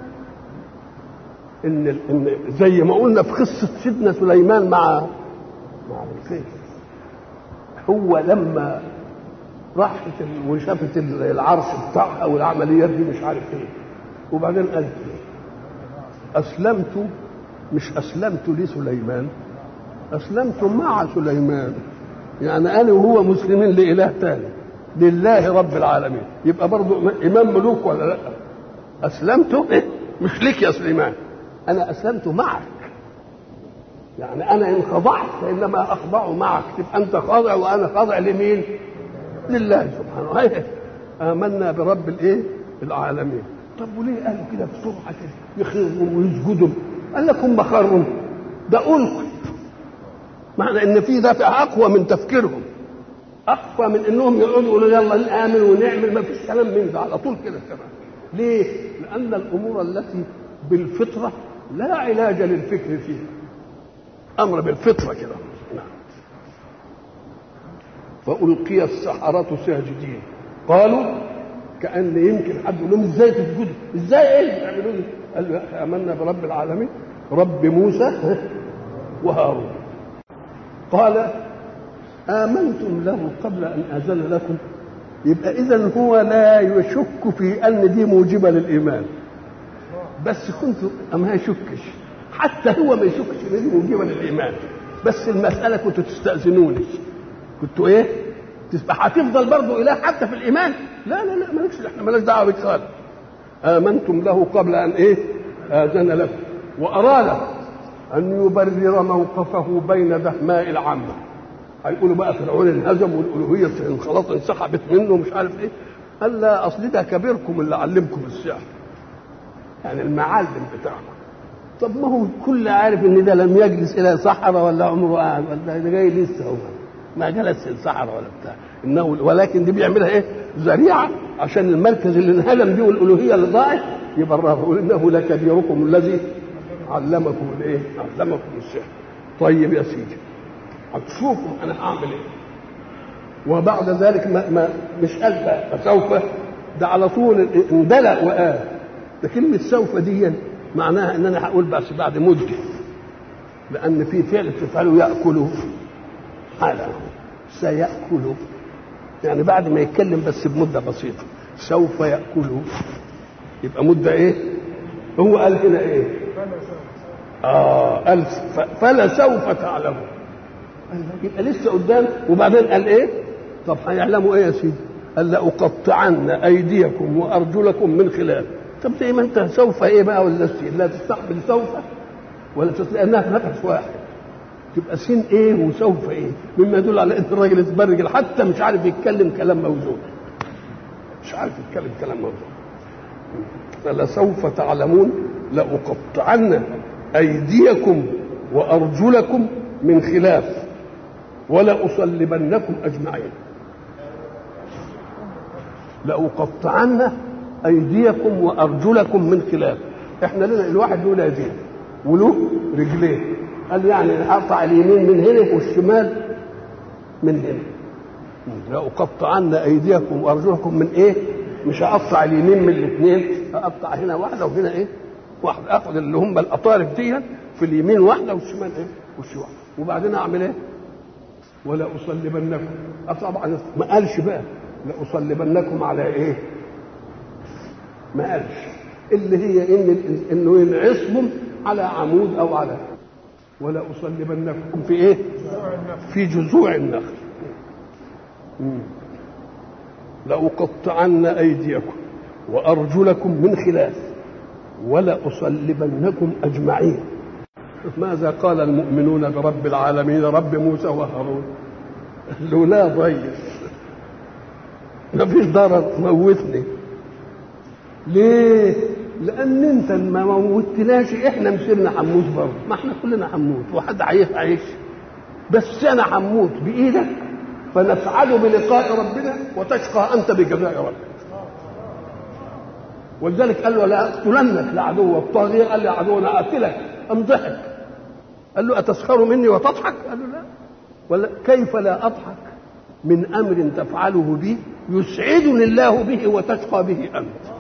A: إن, إن زي ما قلنا في قصة سيدنا سليمان مع مع بلقيس، هو لما راحت وشافت العرش بتاعها والعمليات دي مش عارف ايه، وبعدين قالت اسلمت، مش اسلمت لسليمان، اسلمت مع سليمان، يعني انا وهو مسلمين لاله ثاني لله رب العالمين. يبقى برضه امام ملوك ولا لا؟ اسلمت إيه؟ مش لك يا سليمان، انا اسلمت معك، يعني انا ان خضعت فانما اخضع معك، تبقى انت خاضع وانا خاضع لمين؟ لله سبحانه. هي آمنا برب الايه؟ العالمين. طب وليه قالوا كده بسرعه كده يخرجوا ويسجدوا؟ قال لك هم خروا ده ألقوا، معنى ان في دافع اقوى من تفكيرهم، اقوى من انهم يقعدوا يقولوا يلا نآمن ونعمل، ما فيش كلام من ده على طول كده كمان. ليه؟ لان الامور التي بالفطره لا علاج للفكر فيها، امر بالفطره كده. نعم. فألقي السحرة ساجدين قالوا، كأن يمكن حد يقول لهم ازاي تسجدوا؟ ازاي ايه تعملوا لي؟ قال له آمنا برب العالمين رب موسى وهارون. قال آمنتم له قبل أن آذن لكم، يبقى إذن هو لا يشك في أن دي موجبة للإيمان، بس كنت أما يشكش، حتى هو ما يشكش ان دي موجبة للإيمان، بس المسألة كنتوا تستأذنوني، كنتوا ايه؟ تبقى هتفضل برضه اله حتى في الايمان؟ لا لا لا مالكش، احنا مالناش دعوه بك خالص. امنتم له قبل ان ايه؟ اذن لكم. واراد ان يبرر موقفه بين دهماء العامه. هيقولوا بقى فرعون انهزم والالوهيه خلاص انسحبت منه ومش عارف ايه. قال لا، اصل ده كبيركم اللي علمكم السحر، يعني المعلم بتاعكم. طب ما هو الكل عارف ان ده لم يجلس الى صحراء ولا عمره قاعد، ولا ده جاي لسه هو ما جلس الصحراء ولا بتاع، انه ولكن دي بيعملها ايه؟ ذريعه عشان المركز اللي انهدم دي والالوهيه اللي ضاعت يبررها، يقول انه لكبيركم الذي علمكم الايه؟ علمكم السحر. طيب يا سيدي هتشوفوا انا هعمل ايه. وبعد ذلك ما, ما مش قال بقى فسوف، ده على طول اندلق وقال. ده كلمه سوف دي معناها ان انا هقول بس بعد مده، لان في فعل تفعله ياكله حالا، سيأكله يعني بعد ما يتكلم بس بمدة بسيطة، سوف يأكله يبقى مدة ايه؟ هو قال هنا ايه؟ اه قال فلا سوف تعلموا، يبقى لسه قدام. وبعدين قال ايه؟ طب هيعلموا ايه يا سيدي؟ قال لأقطعن أيديكم وأرجلكم من خلاف. طب زي ما انت سوف ايه بقى ولا سين؟ لا تستقبل سوف ولا تستطيع انها في نفس واحد، تبقى سين ايه وسوف ايه، مما يدل على ان الراجل اتبرجل حتى مش عارف يتكلم كلام موزون، مش عارف يتكلم كلام موزون. فلسوف تعلمون لأقطعن أيديكم وأرجلكم من خلاف ولأصلبنكم أجمعين. لأقطعن أيديكم وأرجلكم من خلاف. احنا لنا الواحد له يدين وله رجلين، قال يعني اقطع اليمين من هنا والشمال من هنا. لأقطعن أيديكم وأرجلكم من ايه؟ مش هقطع اليمين من الاثنين، هقطع هنا واحده وهنا ايه؟ واحده، اخذ اللي هم الاطارف دي في اليمين واحده والشمال ايه؟ والشمال. وبعدين اعمل ايه؟ ولا اصلبنكم. طبعا ما قالش بقى لا اصلبنكم على ايه؟ ما قالش، اللي هي ان انه ينعصهم على عمود او على، ولا اصلبنكم في ايه؟ في جذوع النخل. لأقطعن أيديكم وأرجلكم من خلاف ولأصلبنكم أجمعين. ماذا قال المؤمنون برب العالمين رب موسى وهارون؟ قالوا لا ضيف، ما فيش ضرر موتني. ليه؟ لأن أنت ما موتناش إحنا مسيرنا حموت برضه، ما إحنا كلنا حموت وحد عايش عايش، بس أنا حموت بإيدك فنسعد بلقاء ربنا وتشقى أنت بجزاء ربك. ولذلك قال له لا اقتلنك لعدو الطاغيه، قال له عدو انا اقتلك، ام ضحك قال له اتسخر مني وتضحك؟ قال له لا، ولا كيف لا اضحك من امر تفعله بي يسعدني الله به وتشقى به انت.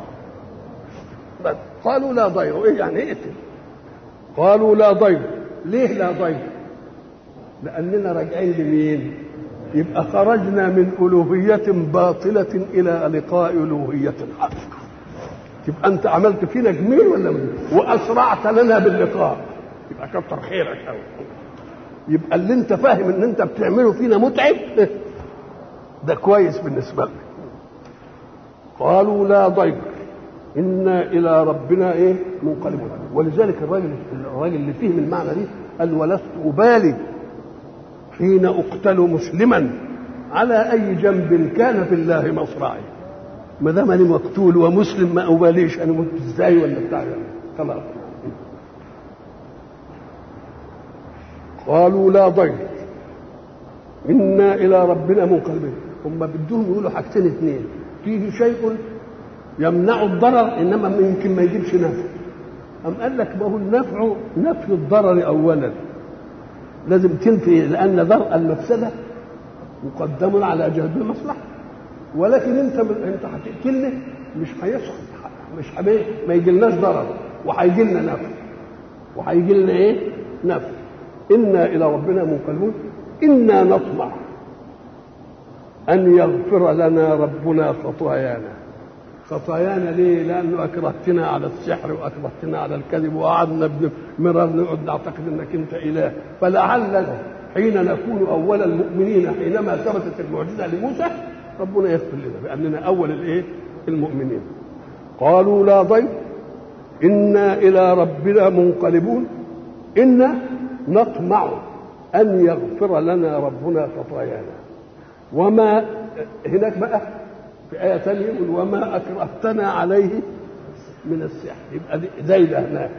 A: قالوا لا ضير. ايه يعني اقتل؟ قالوا لا ضير. ليه لا ضير؟ لاننا راجعين لمين؟ يبقى خرجنا من الوهيه باطله الى لقاء الوهيه حق. يبقى انت عملت فينا جميل ولا من؟ واسرعت لنا باللقاء، يبقى كتر خيرك قوي. يبقى اللي انت فاهم ان انت بتعمله فينا متعب ده كويس بالنسبه لك. قالوا لا ضير انا الى ربنا ايه منقلبون. ولذلك الراجل الراجل اللي فيه من المعنى دي قال ولست ابالي حين اقتل مسلما على اي جنب كان في الله مصرعي. ما دام انا مقتول ومسلم ما اباليش انا مت ازاي ولا بتاع خلاص. قالوا لا ضير انا الى ربنا منقلبون. هم بدهم يقولوا حاجتين اثنين، فيه شيء يمنع الضرر انما يمكن ما يجيبش نفع. أم قال لك ما هو النفع نفي الضرر اولا، لازم تنفي، لان درء المفسده مقدم على جلب المصلحه. ولكن انت انت هتقتلني مش هيسقط، مش حبيب ما يجيلناش ضرر وهيجي لنا نفع، وهيجي لنا ايه؟ نفع. انا الى ربنا منقلبون انا نطمع ان يغفر لنا ربنا خطايانا. خطايانا ليه؟ لانه اكرهتنا على السحر واكرهتنا على الكذب وقعدنا مرار نقعد نعتقد انك انت اله، فلعلنا حين نكون اول المؤمنين حينما ثبتت المعجزه لموسى ربنا يغفر لنا باننا اول الايه؟ المؤمنين. قالوا لا ضير انا الى ربنا منقلبون انا نطمع ان يغفر لنا ربنا خطايانا. وما هناك بقى في آية ثانية يقول وما أكرهتنا عليه من السحر، يبقى زي ده هناك.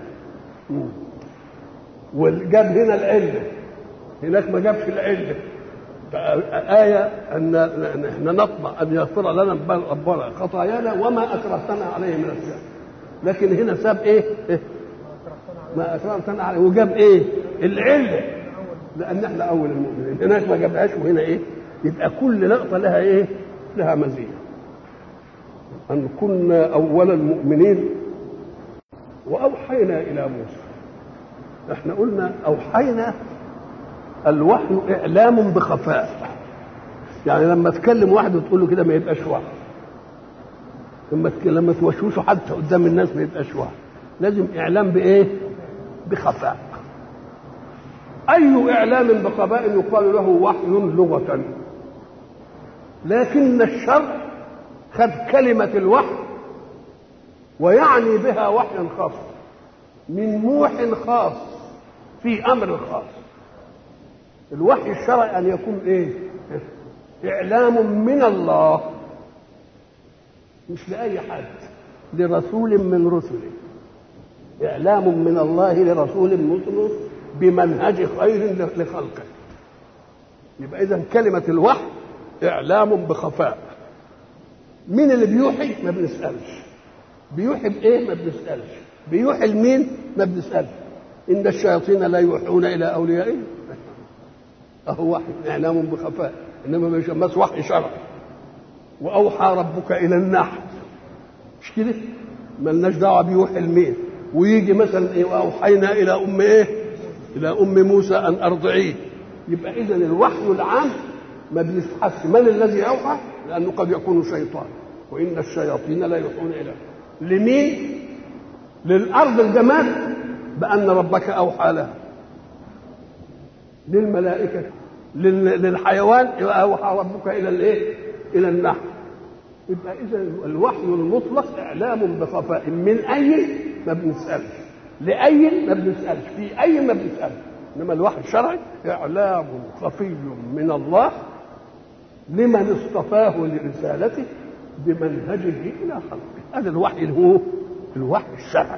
A: وجاب هنا العلة، هناك ما جابش العلة. آية أن احنا نطمع أن يغفر لنا ربنا خطايانا وما أكرهتنا عليه من السحر، لكن هنا ساب إيه؟ ما أكرهتنا عليه، وجاب إيه؟ العلة لأن احنا أول المؤمنين. هناك ما جابهاش وهنا إيه؟ يبقى كل لقطة لها إيه؟ لها مزية. أن كنا أول المؤمنين وأوحينا إلى موسى. احنا قلنا أوحينا، الوحي إعلام بخفاء، يعني لما تكلم واحد وتقول له كده ما يبقاش وحي، لما لما توشوشه حتى قدام الناس ما يبقاش وحي، لازم إعلام بإيه؟ بخفاء. أي إعلام بخفاء يقال له وحي لغة، لكن الشرع خد كلمة الوحي ويعني بها وحيا خاص من موح خاص في أمر خاص. الوحي الشرعي أن يكون إيه؟ إعلام من الله مش لأي حد، لرسول من رسله، إعلام من الله لرسول من رسله بمنهج خير لخلقه. يبقى إذن كلمة الوحي إعلام بخفاء. مين اللي بيوحي؟ ما بنسألش. بيوحي بإيه؟ ما بنسألش. بيوحي لمين؟ ما بنسألش. إن الشياطين لا يوحون إلى أوليائهم. أهو وحي إعلام بخفاء، إنما ما يسمىش وحي شرعي. وأوحى ربك إلى النحل، مش كده؟ مالناش دعوة بيوحي لمين. ويجي مثلا إيه؟ وأوحينا إلى أم إيه؟ إلى أم موسى أن أرضعيه. يبقى إذن الوحي العام ما بنفحصش من الذي أوحى، لأنه قد يكون شيطان، وإن الشياطين لا يوحون إلى لمين؟ للأرض الجماد بأن ربك أوحى لها، للملائكة، للحيوان أوحى ربك إلى الإيه؟ إلى النحل. يبقى إذا الوحي المطلق إعلام بخفاء من أي ما بنسألش، لأي ما بنسألش، في أي ما بنسألش. إنما الوحي الشرعي إعلام خفي من الله لمن اصطفاه لرسالته بمنهجه إلى خلقه. هذا الوحي اللي هو الوحي الشرعي.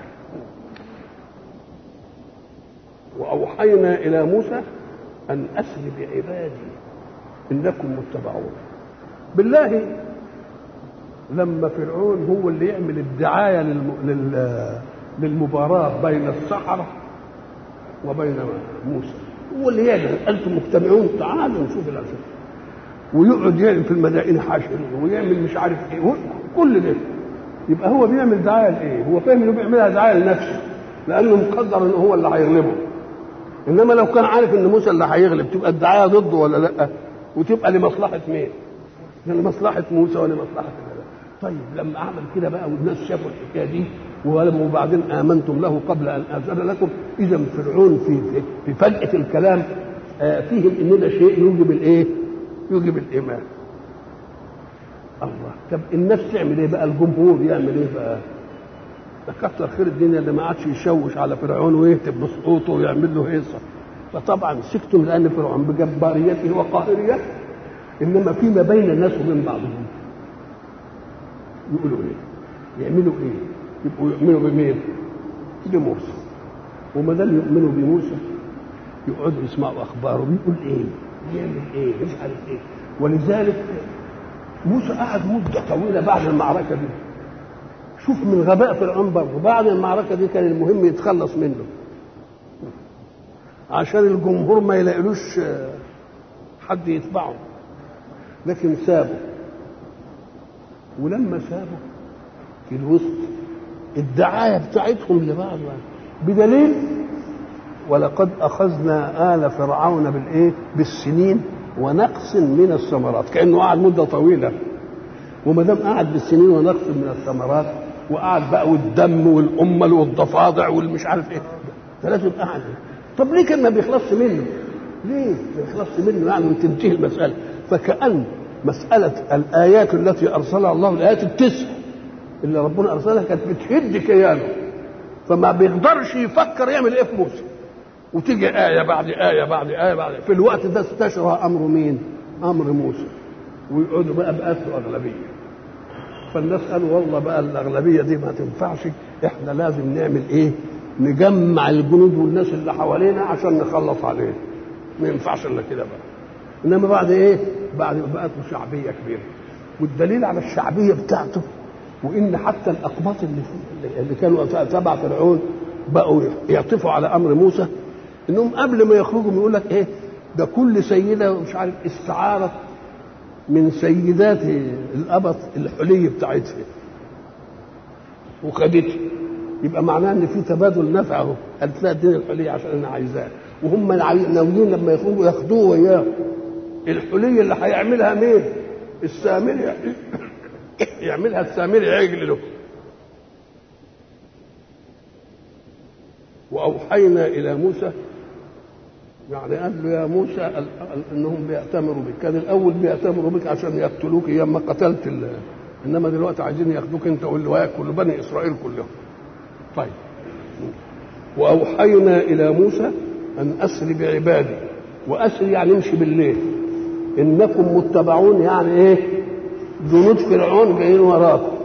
A: وأوحينا إلى موسى أن أسر بعبادي إنكم متبعون. بالله لما فرعون هو اللي يعمل الدعايه للم... لل... للمباراه بين السحره وبين موسى، هو اللي يعمل انتم مجتمعون تعالوا نشوف الاسد، ويقعد يعمل في المدائن حاشرين ويعمل مش عارف ايه كل ده. يبقى هو بيعمل دعايه لايه؟ هو فاهم انه بيعملها دعايه لنفسه لانه مقدر انه هو اللي هيغلبه. انما لو كان عارف ان موسى اللي هيغلب تبقى الدعايه ضده ولا لا؟ وتبقى لمصلحه مين؟ لمصلحه موسى ولمصلحه الله. طيب لما عمل كده بقى والناس شافوا الحكايه دي وبعدين امنتم له قبل ان اذن لكم، اذا فرعون في في فجأة الكلام فيهم ان ده شيء يوجب الايه؟ يوجب الايمان. الله، طب الناس تعمل ايه بقى؟ الجمهور يعمل ايه بقى؟ ده كتر خير الدنيا اللي ما عادش يشوش على فرعون ويهتف بسقوطه ويعمل له هيصه. فطبعا سكتوا لان فرعون بجباريته وقاهريته، انما فيما بين الناس وبين بعضهم يقولوا ايه؟ يعملوا ايه؟ يبقوا يؤمنوا بمين؟ بموسى. وما دام يؤمنوا بموسى يقعدوا يسمعوا اخباره بيقول ايه؟ يعمل ايه؟ مش عارف ايه. ولذلك موسى قعد مده طويله بعد المعركه دي. شوف من غباء فرعون برضه، بعد المعركه دي كان المهم يتخلص منه عشان الجمهور ما يلاقيلوش حد يتبعه، لكن سابه. ولما سابه في الوسط الدعايه بتاعتهم لبعض بدليل ولقد اخذنا آل فرعون بالايه؟ بالسنين ونقص من الثمرات، كانه قعد مده طويله. وما دام قعد بالسنين ونقص من الثمرات وقعد بقى والدم والامل والضفادع والمش عارف ايه، فلازم قعد. طب ليه كان ما بيخلصش منه؟ ليه ما بيخلصش منه يعني وتنتهي المساله؟ فكأن مساله الايات التي ارسلها الله، الايات التسع اللي ربنا ارسلها كانت بتهد كيانه، فما بيقدرش يفكر يعمل ايه في موسى. وتيجي ايه بعد ايه بعد ايه بعد في الوقت ده استشرى امر مين؟ امر موسى. ويقعدوا بقى بقتلوا اغلبيه. فالناس قالوا والله بقى الاغلبيه دي ما تنفعش، احنا لازم نعمل ايه؟ نجمع الجنود والناس اللي حوالينا عشان نخلص عليه. ما ينفعش الا كده بقى. انما بعد ايه؟ بعد ما بقت له شعبيه كبيره. والدليل على الشعبيه بتاعته وان حتى الاقباط اللي اللي كانوا تبع فرعون بقوا يعطفوا على امر موسى، انهم قبل ما يخرجوا يقول لك ايه؟ ده كل سيده مش عارف استعارت من سيدات الابط الحلي بتاعتها وخدتها، يبقى معناه ان في تبادل نفع اهو. قالت لها اديني الحلي عشان انا عايزاه، وهم ناويين لما يخرجوا ياخدوه وياه. الحلي اللي هيعملها مين؟ السامري يعملها السامري عجل له. واوحينا الى موسى، يعني قال له يا موسى انهم بيأتمروا بك. كان الاول بيأتمروا بك عشان يقتلوك ايام ما قتلت ال... انما دلوقتي عايزين ياخدوك انت واللواء كل بني اسرائيل كلهم. طيب واوحينا الى موسى ان اسر بعبادي، واسر يعني امشي بالليل، انكم متبعون يعني ايه؟ جنود فرعون جايين وراكم.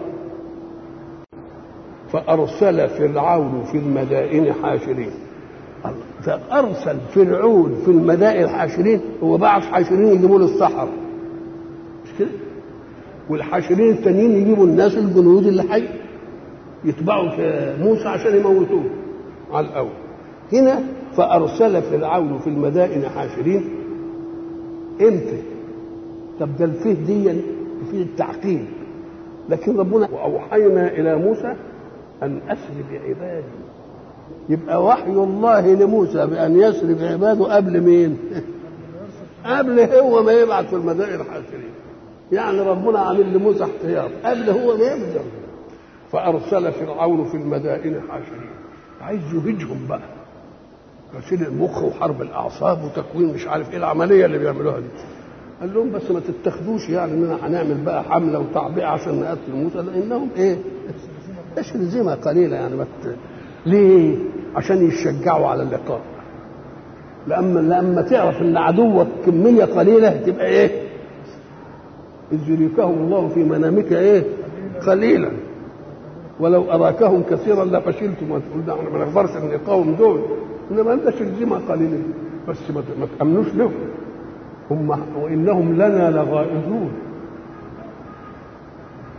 A: فارسل فرعون في المدائن حاشرين. فارسل فرعون في المدائن حاشرين، هو بعث حاشرين يجيبوا له السحر مش كده؟ والحاشرين التانيين يجيبوا الناس الجنود اللي حي يتبعوا موسى عشان يموتوه على الاول. هنا فارسل فرعون في المدائن حاشرين. امتى؟ طب ده الفيه دي في التعقيب، لكن ربنا واوحينا الى موسى ان اسر بعبادي. يبقى وحي الله لموسى بان يسر بعباده قبل مين؟ قبل هو ما يبعث في المدائن حاشرين. يعني ربنا عامل لموسى احتياط قبل هو ما يبدا. فارسل فرعون في المدائن حاشرين، عايز يهجهم بقى، غسيل المخ وحرب الاعصاب وتكوين مش عارف ايه العمليه اللي بيعملوها دي. قال لهم بس ما تتخذوش يعني اننا هنعمل بقى حمله وتعبئه عشان نقتل موسى، لانهم ايه؟ تشرذمه قليله يعني. بس ليه؟ عشان يشجعوا على اللقاء. لما لما تعرف ان عدوك كميه قليله تبقى ايه؟ اذ يريكهم الله في منامك ايه؟ قليلا ولو اراكهم كثيرا لفشلتم. وتقول ده احنا ما نقدرش نقاوم دول، انما انت شرذمه قليله بس ما تامنوش لهم. هم وانهم لنا لغائظون.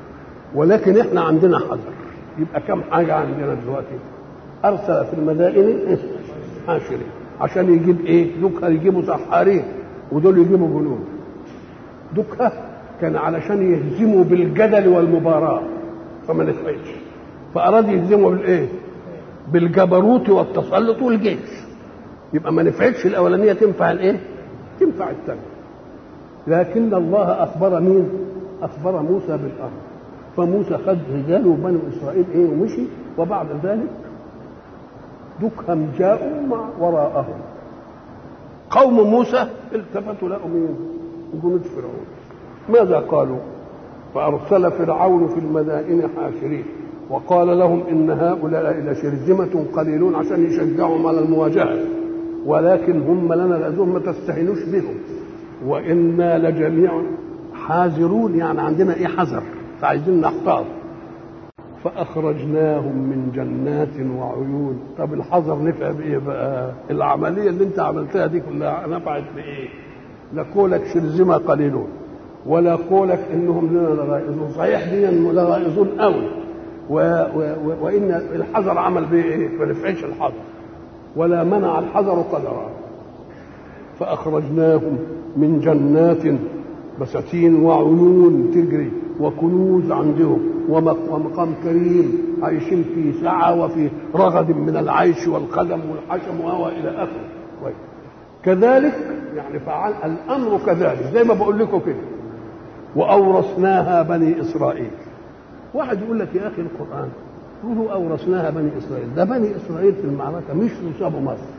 A: ولكن احنا عندنا حذر. يبقى كم حاجه عندنا دلوقتي؟ ارسل في المدائن حاشرين عشان يجيب ايه؟ دكها يجيبوا سحارين ودول يجيبوا جنود. دكها كان علشان يهزموا بالجدل والمباراه فما نفعش، فاراد يهزموا بالايه؟ بالجبروت والتسلط والجيش. يبقى ما نفعتش الاولانيه، تنفع الايه؟ تنفع الثانيه. لكن الله اخبر مين؟ اخبر موسى بالامر، فموسى خد رجاله وبنو اسرائيل ايه ومشي، وبعد ذلك دكهم جاءوا مع وراءهم. قوم موسى التفتوا لقوا مين؟ جنود فرعون. ماذا قالوا؟ فارسل فرعون في المدائن حاشرين وقال لهم ان هؤلاء لشرذمة قليلون، عشان يشجعهم على المواجهة، ولكن هم لنا لازم ما تستهينوش بهم، وإنا لجميع حاذرون، يعني عندنا ايه؟ حذر، فعايزين نحتاط. فأخرجناهم من جنات وعيون. طب الحذر نفع بإيه بقى؟ العملية اللي انت عملتها دي كلها نفعت بإيه؟ لا قولك شرذمة قليلون، ولا قولك انهم لنا لغائزون، صحيح دي لغائزون قوي، و... و... وإن الحذر عمل به ايه؟ ما نفعش الحذر، ولا منع الحذر قدرا. فأخرجناهم من جنات بساتين وعيون تجري وكنوز عندهم ومقام كريم، عايشين في سعة وفي رغد من العيش والخدم والحشم وإلى آخره. كذلك يعني فعل الأمر كذلك زي ما بقول لكم كده. وأورثناها بني إسرائيل. واحد يقول لك يا أخي القرآن قولوا أورثناها بني إسرائيل، ده بني إسرائيل في المعركة مش نصابوا مصر،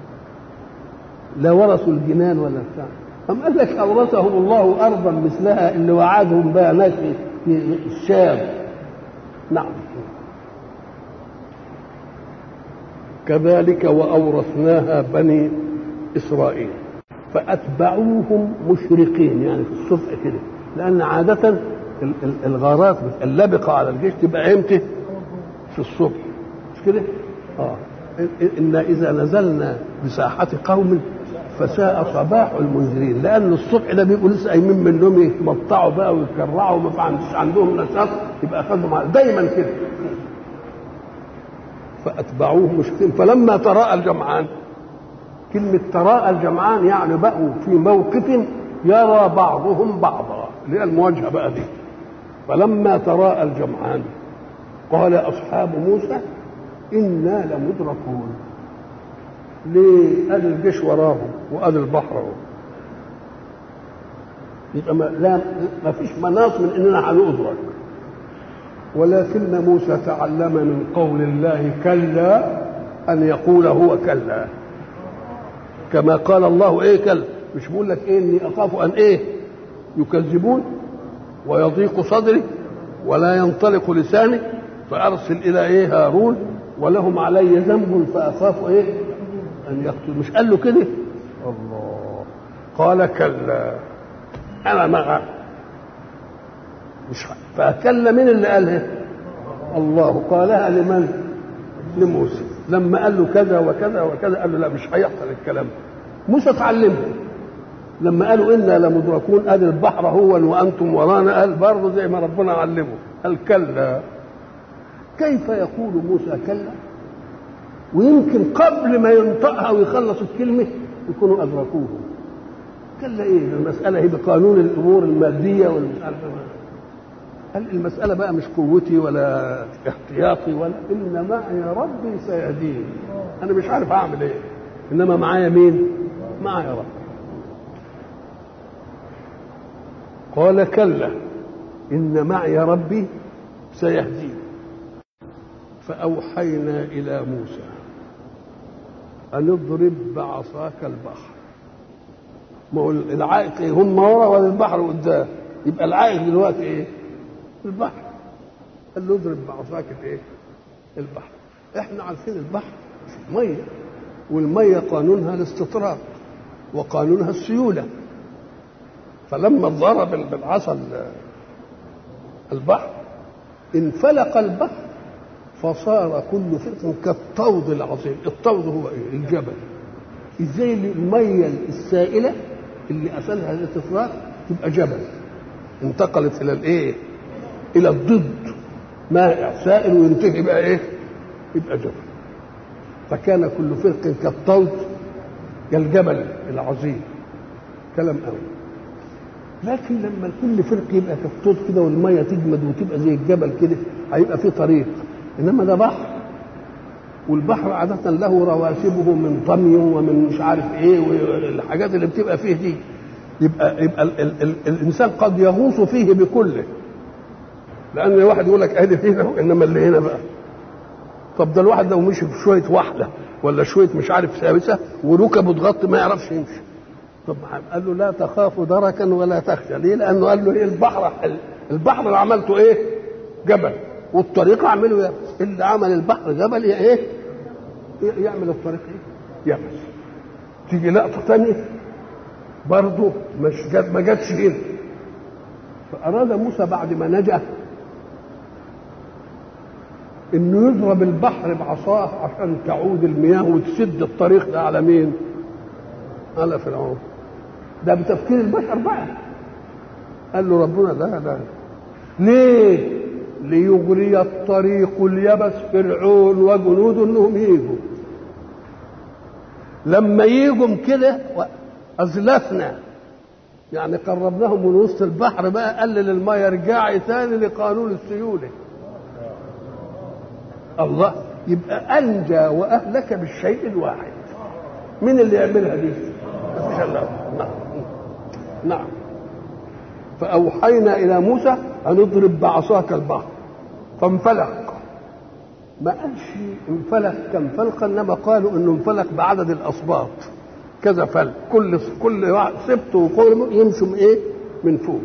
A: لا ورثوا الجنان ولا بتاع. أم قال لك أورثهم الله أرضا مثلها اللي وعدهم بها ناس في الشام. نعم كذلك وأورثناها بني إسرائيل فأتبعوهم مشرقين، يعني في الصبح كده، لأن عادة الغارات اللبقة على الجيش تبقى امتى؟ في الصبح، مش كده؟ اه إن إذا نزلنا بساحة قوم فساء صباح المنذرين، لأن الصبح ده بيبقوا لسه قايمين من النوم يتمطعوا بقى ويتكرعوا وما عندش عندهم نشاط، يبقى خدهم دايما كده. فأتبعوه مشرقين فلما تراءى الجمعان، كلمة تراءى الجمعان يعني بقوا في موقف يرى بعضهم بعضا، اللي هي المواجهة بقى دي. فلما تراءى الجمعان قال أصحاب موسى إنا لمدركون. ليه؟ قال الجيش وراهم وقال البحر اهو، يبقى ما, لا ما فيش مناص من اننا هندرك. ولكن موسى تعلم من قول الله كلا ان يقول هو كلا، كما قال الله ايه كلا، مش بقول لك ايه اني اخاف ان ايه يكذبون ويضيق صدري ولا ينطلق لساني فارسل الى ايه هارون ولهم علي ذنب فاخاف ايه ان يقتل. مش قال له كده؟ الله قال كلا انا معه مش فكلا. مين اللي قالها؟ الله. قالها لمن؟ لموسى. لما قال له كذا وكذا وكذا قال له لا مش هيحصل الكلام. موسى اتعلمه. لما قالوا انا لمدركون قال البحر هو وانتم ورانا، قال برضه زي ما ربنا علمه قال كلا. كيف يقول موسى كلا ويمكن قبل ما ينطقها ويخلص الكلمه يكونوا ادركوه؟ كلا ايه؟ المساله هي بقانون الامور الماديه والمساله. قال المساله بقى مش قوتي ولا احتياطي ولا ان معي ربي سيهدين. انا مش عارف اعمل ايه، انما معايا مين؟ معايا رب. قال كلا ان معي ربي سيهدين. فاوحينا الى موسى ان اضرب بعصاك البحر. ما هو العائق ايه؟ هم ورا ولا البحر قدام؟ يبقى العائق دلوقتي ايه؟ البحر. قال له اضرب بعصاك الايه؟ البحر. احنا عارفين البحر ميه، والميه قانونها الاستطراد وقانونها السيوله. فلما ضرب بالعصا البحر انفلق البحر فصار كل فرق كالطود العظيم. الطود هو ايه؟ الجبل. ازاي الميه السائله اللي اصلها الاستطراد تبقى جبل انتقلت الى الايه؟
B: الى الضد، مائع سائل وينتهي بقى ايه؟ يبقى جبل. فكان كل فرق كالطود كالجبل العظيم. كلام قوي. لكن لما كل فرق يبقى كالطود كده والميه تجمد وتبقى زي الجبل كده هيبقى في طريق، انما ده بحر، والبحر عادة له رواسبه من طمي ومن مش عارف ايه والحاجات اللي بتبقى فيه دي، يبقى يبقى ال ال ال الانسان قد يغوص فيه بكله، لان الواحد يقول لك ادي هنا انما اللي هنا بقى. طب ده الواحد لو مشي بشويه وحله ولا شويه مش عارف ثابته وركبه تغطي ما يعرفش يمشي. طب قال له لا تخاف دركا ولا تخشى، ليه؟ لانه قال له ايه؟ البحر البحر اللي عملته ايه؟ جبل، والطريق اعمله يابس. اللي عمل البحر جبل يا ايه؟ يعمل الطريق ايه؟ يابس. تيجي لقطه ثانيه برضه مش جات ما جاتش هنا. فاراد موسى بعد ما نجا انه يضرب البحر بعصاه عشان تعود المياه وتسد الطريق ده على مين؟ على فرعون. ده بتفكير البشر بقى. قال له ربنا ده ده ليه؟ ليغري الطريق اليبس فرعون وجنوده انهم يجوا. لما يجوا كده ازلفنا يعني قربناهم من وسط البحر بقى، قلل الميه ارجعي ثاني لقانون السيوله. الله يبقى انجى واهلك بالشيء الواحد. مين اللي يعملها دي؟ مفيش الا نعم. نعم. فاوحينا الى موسى ان اضرب بعصاك البحر فانفلق. ما قالش انفلق كانفلق، انما قالوا انه انفلق بعدد الاصباط كذا فلق، كل كل واحد سبت وقوم يمشوا ايه؟ من فوق.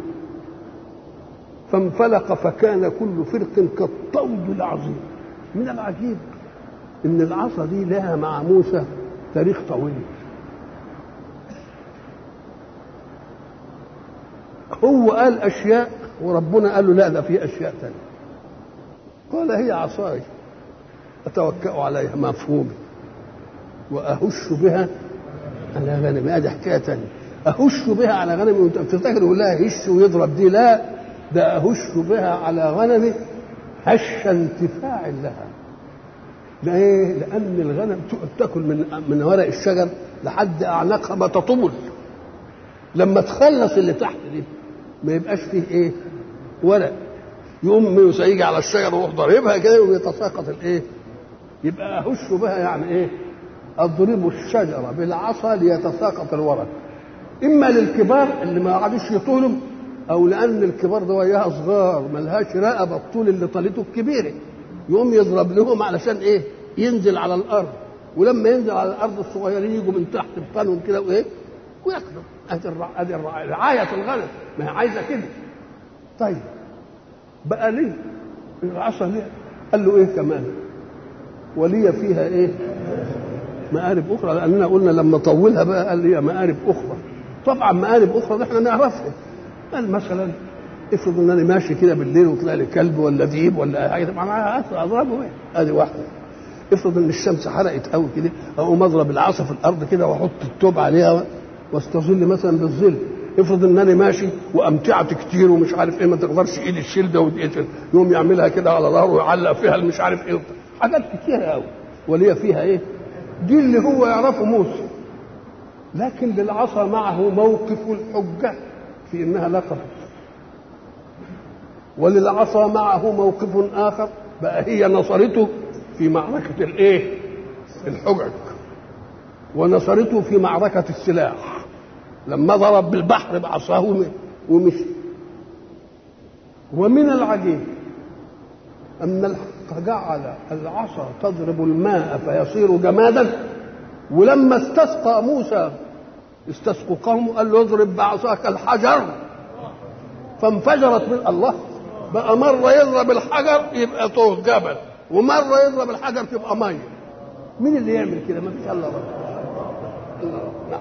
B: فانفلق فكان كل فرق كالطود العظيم. من العجيب ان العصا دي لها مع موسى تاريخ طويل. هو قال اشياء وربنا قال له لا ده في اشياء ثانيه. قال هي عصاي اتوكأ عليها مفهوم واهش بها على غنمي. هذه حكايه ثانيه. اهش بها على غنمي وانت بتفتكر يقول لها هش ويضرب دي؟ لا، ده اهش بها على غنمي هش انتفاع لها. ليه؟ لان الغنم تاكل من من ورق الشجر لحد اعناقها ما تطول. لما تخلص اللي تحت دي ما يبقاش فيه ايه؟ ورق. يقوم موسى يجي على الشجر ويروح ضاربها كده ويتساقط الايه؟ يبقى اهش بها يعني ايه؟ اضرب الشجره بالعصا ليتساقط الورق. اما للكبار اللي ما قعدوش يطولهم، او لان الكبار ده وياها صغار ما لهاش رقبه الطول اللي طالته الكبيره، يقوم يضرب لهم علشان ايه؟ ينزل على الارض. ولما ينزل على الارض الصغيرين يجوا من تحت بطنهم كده وايه؟ وياكلوا. ادي ادي رعايه الغنم، ما هي عايزه كده. طيب بقى ليه العصا ليه؟ قال له ايه كمان؟ ولي فيها ايه؟ مآرب اخرى. لاننا قلنا لما طولها بقى قال لي مآرب اخرى. طبعا مآرب اخرى ده احنا نعرفها. قال مثلا افرض ان انا ماشي كده بالليل وطلع لي كلب ولا ديب ولا حاجه، طبعا اضربه ايه؟ ادي واحده. افرض ان الشمس حرقت قوي كده اقوم اضرب العصا في الارض كده واحط التوب عليها واستظل مثلا بالظل. افرض ان انا ماشي وامتعت كتير ومش عارف ايه ما تقدرش ايدي تشيل ده ودقيقتين، يقوم يعملها كده على ظهره ويعلق فيها مش عارف ايه، حاجات كتيره قوي. وليه فيها ايه؟ دي اللي هو يعرفه موسى. لكن للعصا معه موقف الحجه في انها لقبت، وللعصا معه موقف اخر بقى هي نصرته في معركه الايه؟ الحجج، ونصرته في معركه السلاح لما ضرب بالبحر بعصاه ومشي. ومن العجيب ان الحق جعل العصا تضرب الماء فيصير جمادا، ولما استسقى موسى استسقوا قومه قال له اضرب بعصاك الحجر فانفجرت من الله. بقى مره يضرب الحجر يبقى طول جبل، ومره يضرب الحجر تبقى ميه. مين اللي يعمل كده؟ ما فيش الا الله. نعم.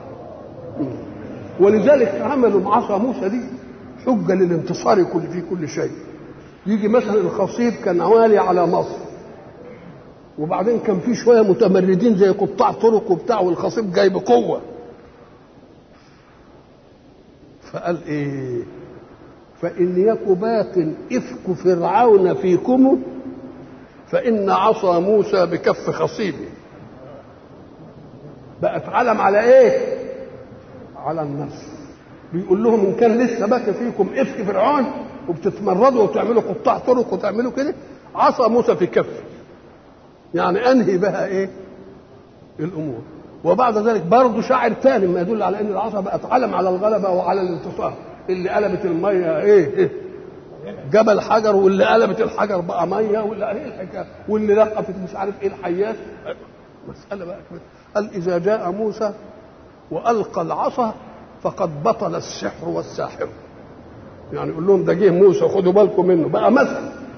B: ولذلك عملوا بعصا موسى دي حجه للانتصار كل في كل شيء. يجي مثلا الخصيب كان عالي على مصر، وبعدين كان في شويه متمردين زي قطاع طرق وبتاع، والخصيب جاي بقوه. فقال ايه؟ فإن يك باق إفك فرعون فيكم فإن عصا موسى بكف خصيبه. بقت علم على إيه؟ على النصر. بيقول لهم إن كان لسه باقي فيكم إفك فرعون وبتتمردوا وتعملوا قطاع طرق وتعملوا كده، عصا موسى في كف، يعني أنهي بها إيه؟ الأمور. وبعد ذلك برضه شاعر ثاني ما يدل على ان العصا بقت علم على الغلبه وعلى الانتصار. اللي قلبت الميه ايه, إيه؟ جبل حجر، واللي قلبت الحجر بقى ميه، واللي ايه الحكايه، واللي لقفت مش عارف ايه الحيات. مساله بقى كده. قال اذا جاء موسى والقى العصا فقد بطل السحر والساحر. يعني يقول لهم ده جه موسى خدوا بالكم منه بقى مثل.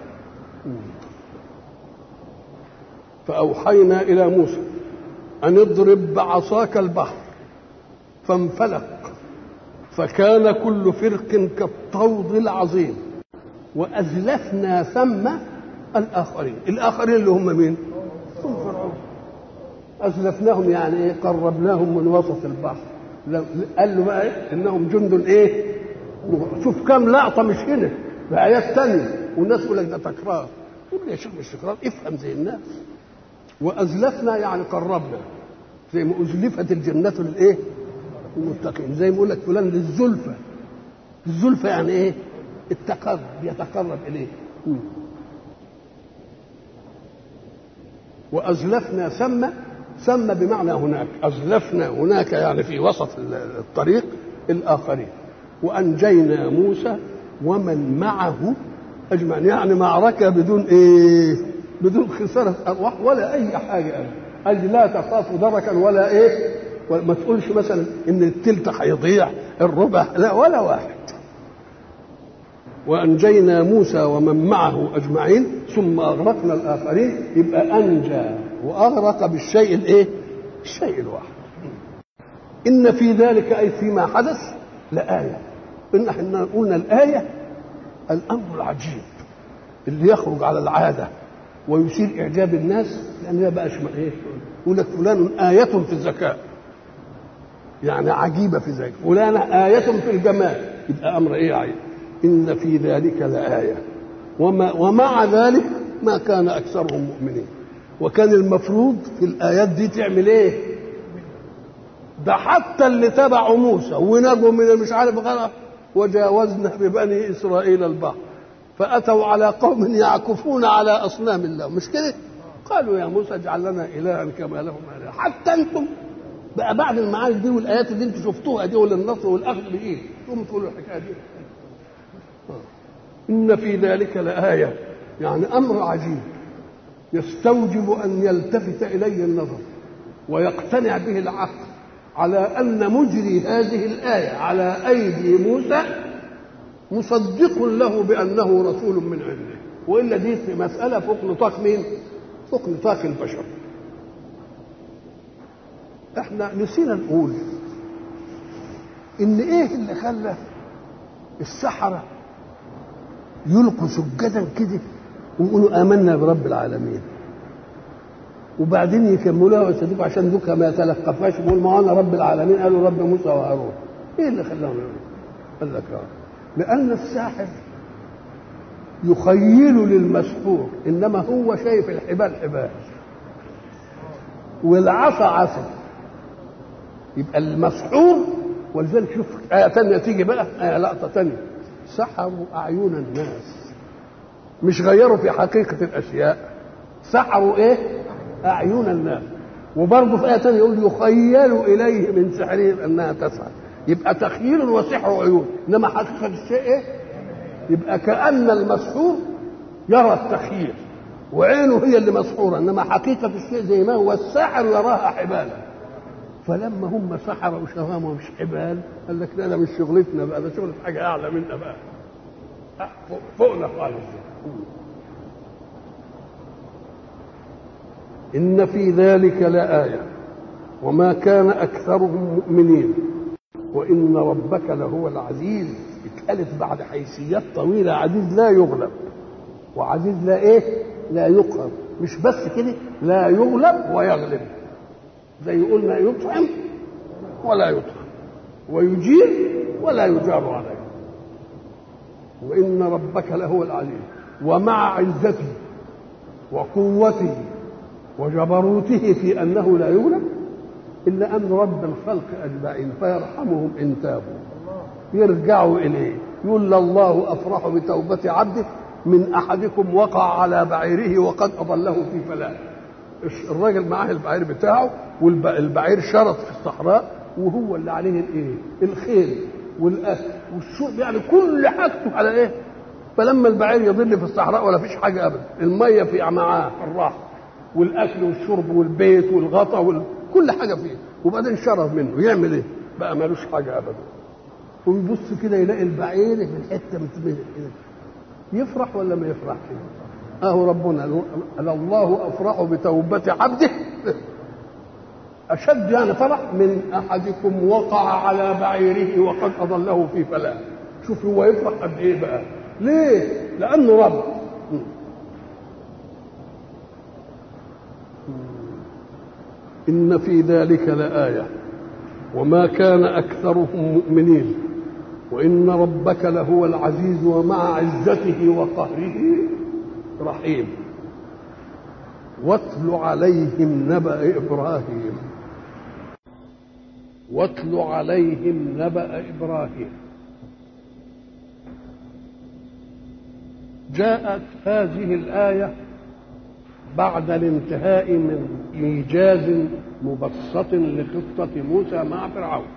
B: فاوحينا الى موسى أن اضرب بعصاك البحر فانفلق فكان كل فرق كالطود العظيم وأزلفنا ثم الآخرين. الآخرين اللي هم مين؟ هم فرعون. أزلفناهم يعني إيه؟ قربناهم من وسط البحر. قال له بقى إيه؟ إنهم جند إيه؟ شوف كم لقطة مش هنا بآيات تانية، والناس يقول لك ده تكرار. يقول لي يا شيخ مش تكرار، افهم زي الناس. وأزلفنا يعني قربنا، زي ما أزلفت الجنة للإيه؟ المتقين. زي ما يقول لك فلان للزلفى. الزلفى يعني إيه؟ التقرب، يتقرب إليه. وأزلفنا ثم، ثم بمعنى هناك، أزلفنا هناك يعني في وسط الطريق الآخرين. وأنجينا موسى ومن معه أجمعين، يعني معركة بدون إيه؟ بدون خسارة أرواح ولا أي حاجة. قال لا تخافوا دركا ولا إيه؟ ما تقولش مثلا إن التلت هيضيع الربع، لا ولا واحد. وأنجينا موسى ومن معه أجمعين ثم أغرقنا الآخرين. يبقى أنجى وأغرق بالشيء الإيه؟ الشيء الواحد. إن في ذلك أي فيما حدث لآية. إن احنا قلنا الآية الأمر العجيب اللي يخرج على العادة ويثير إعجاب الناس، لأن ده بقى اسمه إيه؟ يقول لك فلان آية في الذكاء، يعني عجيبة في ذلك. فلان آية في الجمال، يبقى أمر إيه عجيب. إن في ذلك لآية وما ومع ذلك ما كان أكثرهم مؤمنين. وكان المفروض في الآيات دي تعمل إيه؟ ده حتى اللي تبعوا موسى ونجوا من مش عارف غرق. وجاوزنا ببني إسرائيل البحر فأتوا على قوم يعكفون على أصنام الله، مش كده؟ قالوا يا موسى اجعل لنا إلها كما لهم إله. حتى أنتم بقى بعد المعارك دي والآيات اللي أنتم شفتوها دي وللنصر والأخذ بإيه تقوموا تقولوا الحكاية دي. إن في ذلك لآية، يعني أمر عجيب يستوجب أن يلتفت إليه النظر ويقتنع به العقل، على أن مجري هذه الآية على أيدي موسى مصدق له بأنه رسول من عنده. وإلا دي مسألة فوق نطاق مين؟ فوق نطاق البشر. احنا نسينا نقول إن إيه اللي خلى السحرة يلقوا سجدا كده ويقولوا آمنا برب العالمين، وبعدين يكملوها ويصدقوا عشان ذوقها ما يتلقفاش يقول ما أنا رب العالمين، قالوا رب موسى وهارون. إيه اللي خلاهم يقولوا؟ قال لك آه لأن الساحر يخيل للمسحور، إنما هو شايف الحبال حبال والعصا عصا. يبقى المسحور، ولذلك شوف آية تانية تيجي بقى، آية لقطة تانية، سحروا أعين الناس، مش غيروا في حقيقة الأشياء، سحروا إيه؟ أعين الناس. وبرضه في آية تانية يقول يخيل إليه من سحرهم أنها تسعى. يبقى تخيل وسحر عيون، إنما حقيقة الشيء إيه؟ يبقى كأن المسحور يرى التخيل وعينه هي اللي مسحورة، إنما حقيقة الشيء زي ما هو الساحر يراها حبالا. فلما هم سحروا وشهاموا مش حبال، قال لك لا ده مش شغلتنا بقى، ده شغلة حاجة أعلى منا بقى، فوقنا خالص. إن في ذلك لآية وما كان أكثرهم مؤمنين وإن ربك لهو العزيز. اتقالت بعد حيثيات طويلة، عزيز لا يغلب وعزيز لا إيه؟ لا يقهر. مش بس كده، لا يغلب ويغلب، زي قلنا يطعم ولا يطعم ويجير ولا يجار عليه.
A: وإن ربك لهو العزيز، ومع عزته وقوته وجبروته في أنه لا يغلب إلا أن رب الخلق أجمعين فيرحمهم إن تابوا يرجعوا إليه. يقول الله أفرح بتوبة عبده من أحدكم وقع على بعيره وقد أضله في فلاة. الراجل معاه البعير بتاعه والبعير شرط في الصحراء وهو اللي عليه الايه الخيل والاكل والشرب، يعني كل حاجته على ايه. فلما البعير يضل في الصحراء ولا فيش حاجه ابدا، الميه في معاه الراحه والاكل والشرب والبيت والغطا وكل حاجه فيه، وبعدين شرب منه يعمل ايه بقى؟ مالوش حاجه ابدا. ويبص كده يلاقي البعير في الحته مثل يفرح ولا ما يفرحش؟ اهو ربنا الله افرح بتوبه عبده اشد يعني فرح من احدكم وقع على بعيره وقد اضله في فلاة. شوف هو يفرح قد ايه بقى؟ ليه؟ لانه رب. ان في ذلك لآية وما كان اكثرهم مؤمنين وان ربك لهو العزيز ومع عزته وقهره رحيم. واتل عليهم نبأ إبراهيم واتل عليهم نبأ إبراهيم. جاءت هذه الآية بعد الانتهاء من إيجاز مبسط لقصة موسى مع فرعون،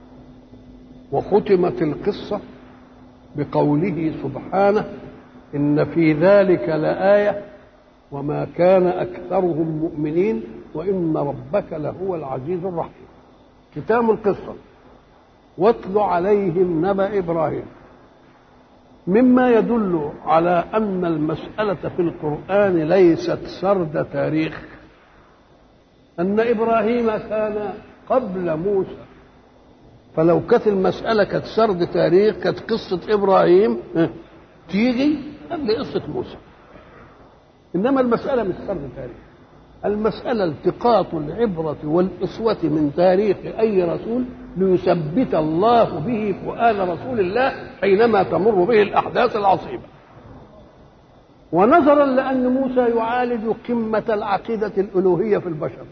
A: وختمت القصة بقوله سبحانه إن في ذلك لآية وما كان أكثرهم مؤمنين وإن ربك لهو العزيز الرحيم. ختام القصة. واتل عليهم نبأ إبراهيم. مما يدل على أن المسألة في القرآن ليست سرد تاريخ أن إبراهيم كان قبل موسى، فلو كانت المسألة كانت سرد تاريخ كانت قصة إبراهيم تيجي قبل قصة موسى. إنما المسألة مش سرد تاريخ، المسألة التقاط العبرة والأسوة من تاريخ أي رسول ليثبت الله به فؤاد رسول الله حينما تمر به الأحداث العصيبة. ونظرا لأن موسى يعالج قمة العقيدة الألوهية في البشر،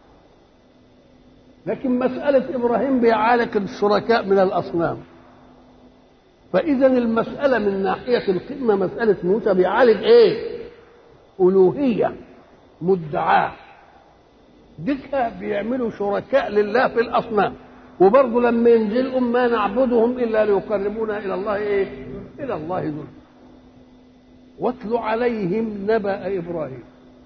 A: لكن مسألة إبراهيم بيعالج الشركاء من الأصنام، فإذا المسألة من ناحية القمة مسألة موسى بيعالج إيه؟ ألوهية مدعاة. ديكها بيعملوا شركاء لله في الأصنام، وبرضه لما ينزلوا ما نعبدهم إلا ليقربونا إلى الله إيه؟ إلى الله ذل. واتلوا عليهم نبأ إبراهيم.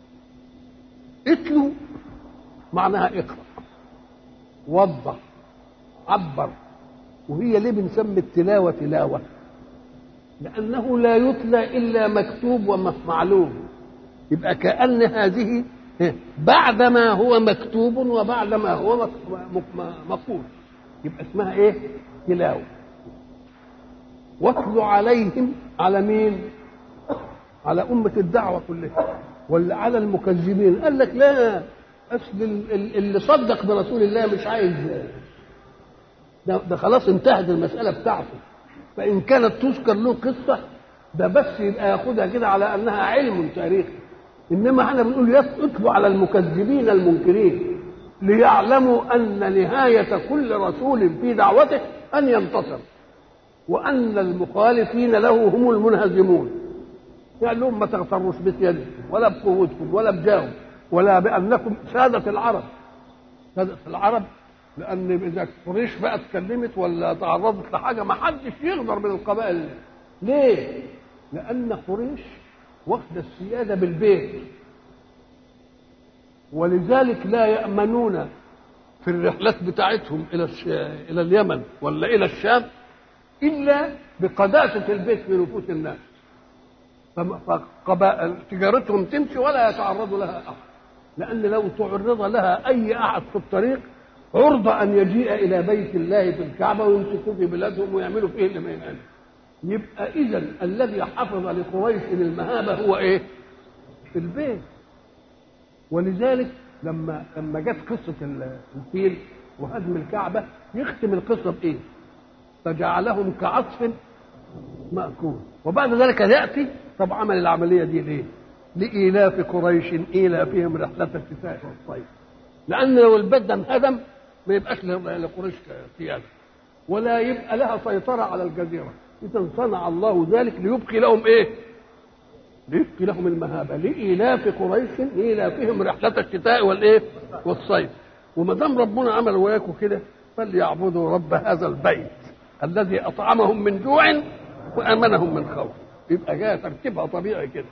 A: اتلوا معناها اقرأ، وضح، عبر. وهي ليه بنسمي التلاوة تلاوة؟ لأنه لا يتلى إلا مكتوب ومعلوم، يبقى كأن هذه بعد ما هو مكتوب وبعد ما هو مقول، يبقى اسمها ايه؟ تلاوة. واتلوا عليهم على مين؟ على أمة الدعوة كلها ولا على المكذبين؟ قال لك لا، أصل اللي صدق برسول الله مش عايز ده, ده خلاص انتهت المسألة بتاعته، فإن كانت تذكر له قصة ده بس يبقى ياخدها كده على أنها علم تاريخي. إنما احنا بنقول اتلوا على المكذبين المنكرين ليعلموا أن نهاية كل رسول في دعوته أن ينتصر، وأن المخالفين له هم المنهزمون. يعني لهم ما تغتروش بسيادتكم ولا بقوتكم ولا بجاهكم ولا بأنكم سادة العرب. سادة العرب لأن إذا قريش بقى اتكلمت ولا تعرضت لحاجة ما حدش يقدر من القبائل. ليه؟ لأن قريش واخد السيادة بالبيت، ولذلك لا يأمنون في الرحلات بتاعتهم إلى إلى اليمن ولا إلى الشام إلا بقداسة البيت في نفوس الناس. فقبائل تجارتهم تمشي ولا يتعرض لها أحد، لأن لو تعرض لها أي أحد في الطريق عرضة أن يجيء إلى بيت الله في الكعبة ويمسكوا في بلادهم ويعملوا فيه اللي ما ينقل. يبقى إذن الذي حفظ لقريش المهابة هو إيه؟ البيت. ولذلك لما لما جت قصة الفيل وهدم الكعبة يختم القصة بإيه؟ فجعلهم كعصف مأكول. وبعد ذلك يأتي طب عمل العملية دي ليه؟ لإيلاف قريش إيلافهم رحلة الشتاء والصيف. لأن لو البلد ده انهدم ما يبقاش لقريش قيادة ولا يبقى لها سيطرة على الجزيرة. إذا صنع الله ذلك ليبقي لهم إيه؟ ليبقي لهم المهابة. لإيلاف قريش إيلافهم رحلة الشتاء والإيه؟ والصيف. وما دام ربنا عمل وياكم كده فليعبدوا رب هذا البيت الذي أطعمهم من جوع وآمنهم من خوف. يبقى جاء ترتيبها طبيعي كده.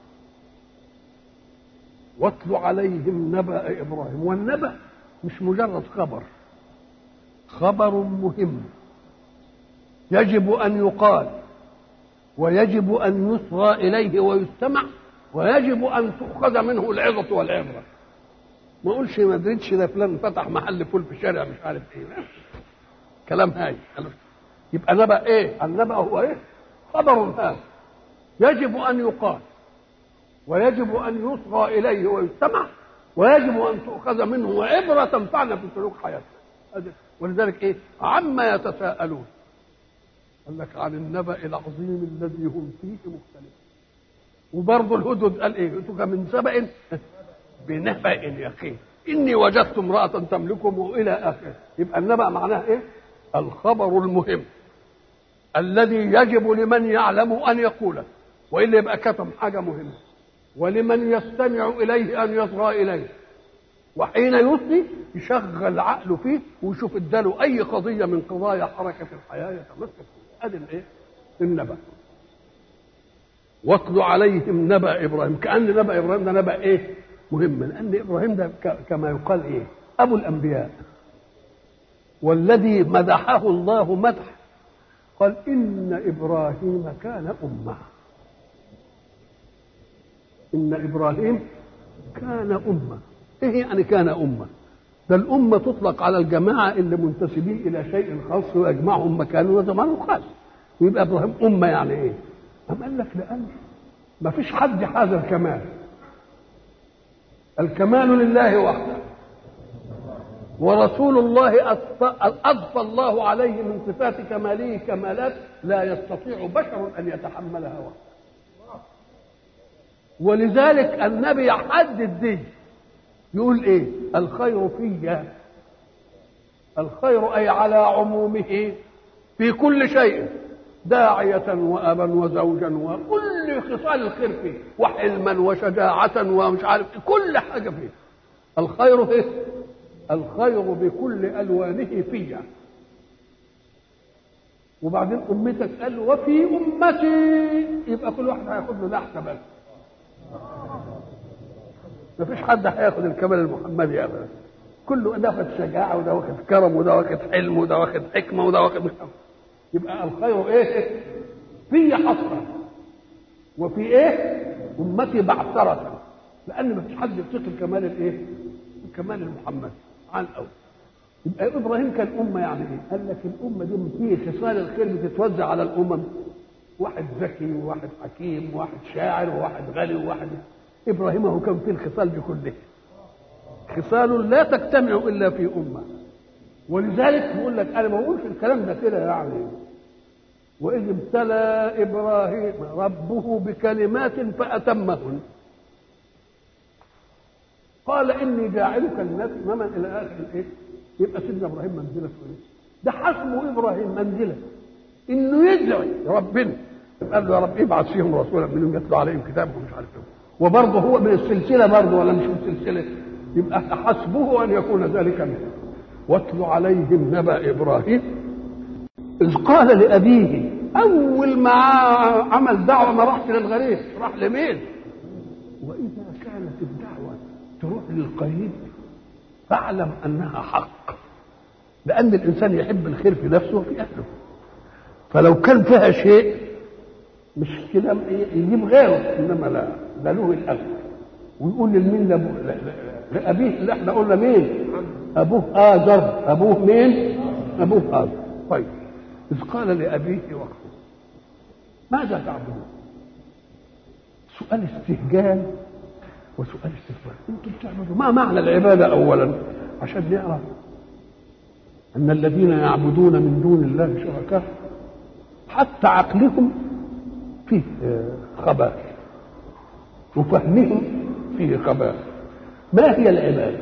A: واتل عليهم نبأ إبراهيم. والنبأ مش مجرد خبر، خبر مهم يجب أن يقال ويجب أن يصغى إليه ويستمع ويجب أن تؤخذ منه العظة والعبرة. ما أقولش ما دريتش ده فلان فتح محل فول في شارع مش عارف إيه، كلام هاي. يبقى نبأ إيه؟ النبأ هو إيه؟ خبر هذا يجب أن يقال ويجب أن يصغى إليه ويستمع ويجب أن تؤخذ منه عبرة تنفعنا في سلوك حياتنا. ولذلك إيه؟ عما يتساءلون. قال لك عن النبأ العظيم الذي هم فيه مختلفون. وبرضه الهدهد قال إيه؟ ائتك من سبأ بنبأ يقين إني وجدت امرأة تملكهم وإلى آخره. يبقى النبأ معناه إيه؟ الخبر المهم الذي يجب لمن يعلم أن يقوله وإلا يبقى كتم حاجة مهمة، ولمن يستمع إليه أن يصغى إليه، وحين يصغي يشغل عقله فيه ويشوف اداله أي قضية من قضايا حركة الحياة يتمسك فيها. هذا الإيه؟ النبأ. واتل عليهم نبأ إبراهيم. كأن نبأ إبراهيم ده نبأ إيه؟ مهم، لأن إبراهيم ده كما يقال إيه؟ أبو الأنبياء، والذي مدحه الله مدح قال إن إبراهيم كان أمة. إن إبراهيم كان أمة. إيه يعني كان أمة؟ ده الأمة تطلق على الجماعة اللي منتسبين إلى شيء خاص ويجمعهم مكان وزمان خاص. ويبقى إبراهيم أمة يعني إيه؟ أم قال لك لأن ما فيش حد حاز الكمال. الكمال لله وحده، ورسول الله أضفى الله عليه من صفات كماله كمالات لا يستطيع بشر أن يتحملها وحده. ولذلك النبي يحدد دي يقول ايه؟ الخير فيا. الخير اي على عمومه في كل شيء، داعية وابا وزوجا وكل خصال الخير فيه، وحلما وشجاعة ومش عارف كل حاجة فيه. الخير فيه، الخير بكل الوانه فيا. وبعدين امتك قال وفي امتي، يبقى كل واحد هياخد له لحظة بس. ما فيش حد هياخد الكمال المحمدي ابدا. كله ده واخد شجاعه وده واخد كرم وده واخد حلم وده واخد حكمه وده واخد محمد. يبقى الخير ايه؟ في حصرا وفي ايه؟ امتي بعثره. لان ما فيش حد يطيق الكمال الايه؟ الكمال المحمدي عن الاول. يبقى ابراهيم كان امه يعني ايه؟ قال لك الامه دي فيه خصال الخير بتتوزع على الامم. واحد ذكي وواحد حكيم وواحد شاعر وواحد غني وواحد. ابراهيم هو كان فيه الخصال دي كلها. خصال لا تجتمع الا في امه. ولذلك بيقول لك انا ما بقولش الكلام ده كده يعني. واذ ابتلى ابراهيم ربه بكلمات فاتمهن قال اني جاعلك للناس اماما الى اخر الايه. يبقى سيدنا ابراهيم منزله كويسه. ده حسبه ابراهيم منزله انه يدعي ربنا. قال له يا رب ابعث فيهم رسولا منهم يتلو عليهم كتابهم مش عارف ايه. وبرضه هو من السلسله برضه ولا مش من السلسله؟ يبقى حسبه ان يكون ذلك منه. واتل عليهم نبأ ابراهيم اذ قال لابيه. اول ما عمل دعوه ما راحش للغريب، راح لمين؟ واذا كانت الدعوه تروح للقريب فاعلم انها حق. لان الانسان يحب الخير في نفسه وفي اهله. فلو كان فيها شيء مش كده يجيب غيره، انما لا ده له الاجر. ويقول لمين؟ لابيه اللي احنا قلنا مين؟ ابوه آزر. ابوه مين؟ ابوه آزر. طيب اذ قال لابيه وقته ماذا تعبدون؟ سؤال استهجان وسؤال استفهام. انتم بتعبدوا ما معنى العباده اولا عشان نعرف ان الذين يعبدون من دون الله شركاء حتى عقلهم فيه خبال وفهمهم فيه خبال. ما هي العبادة؟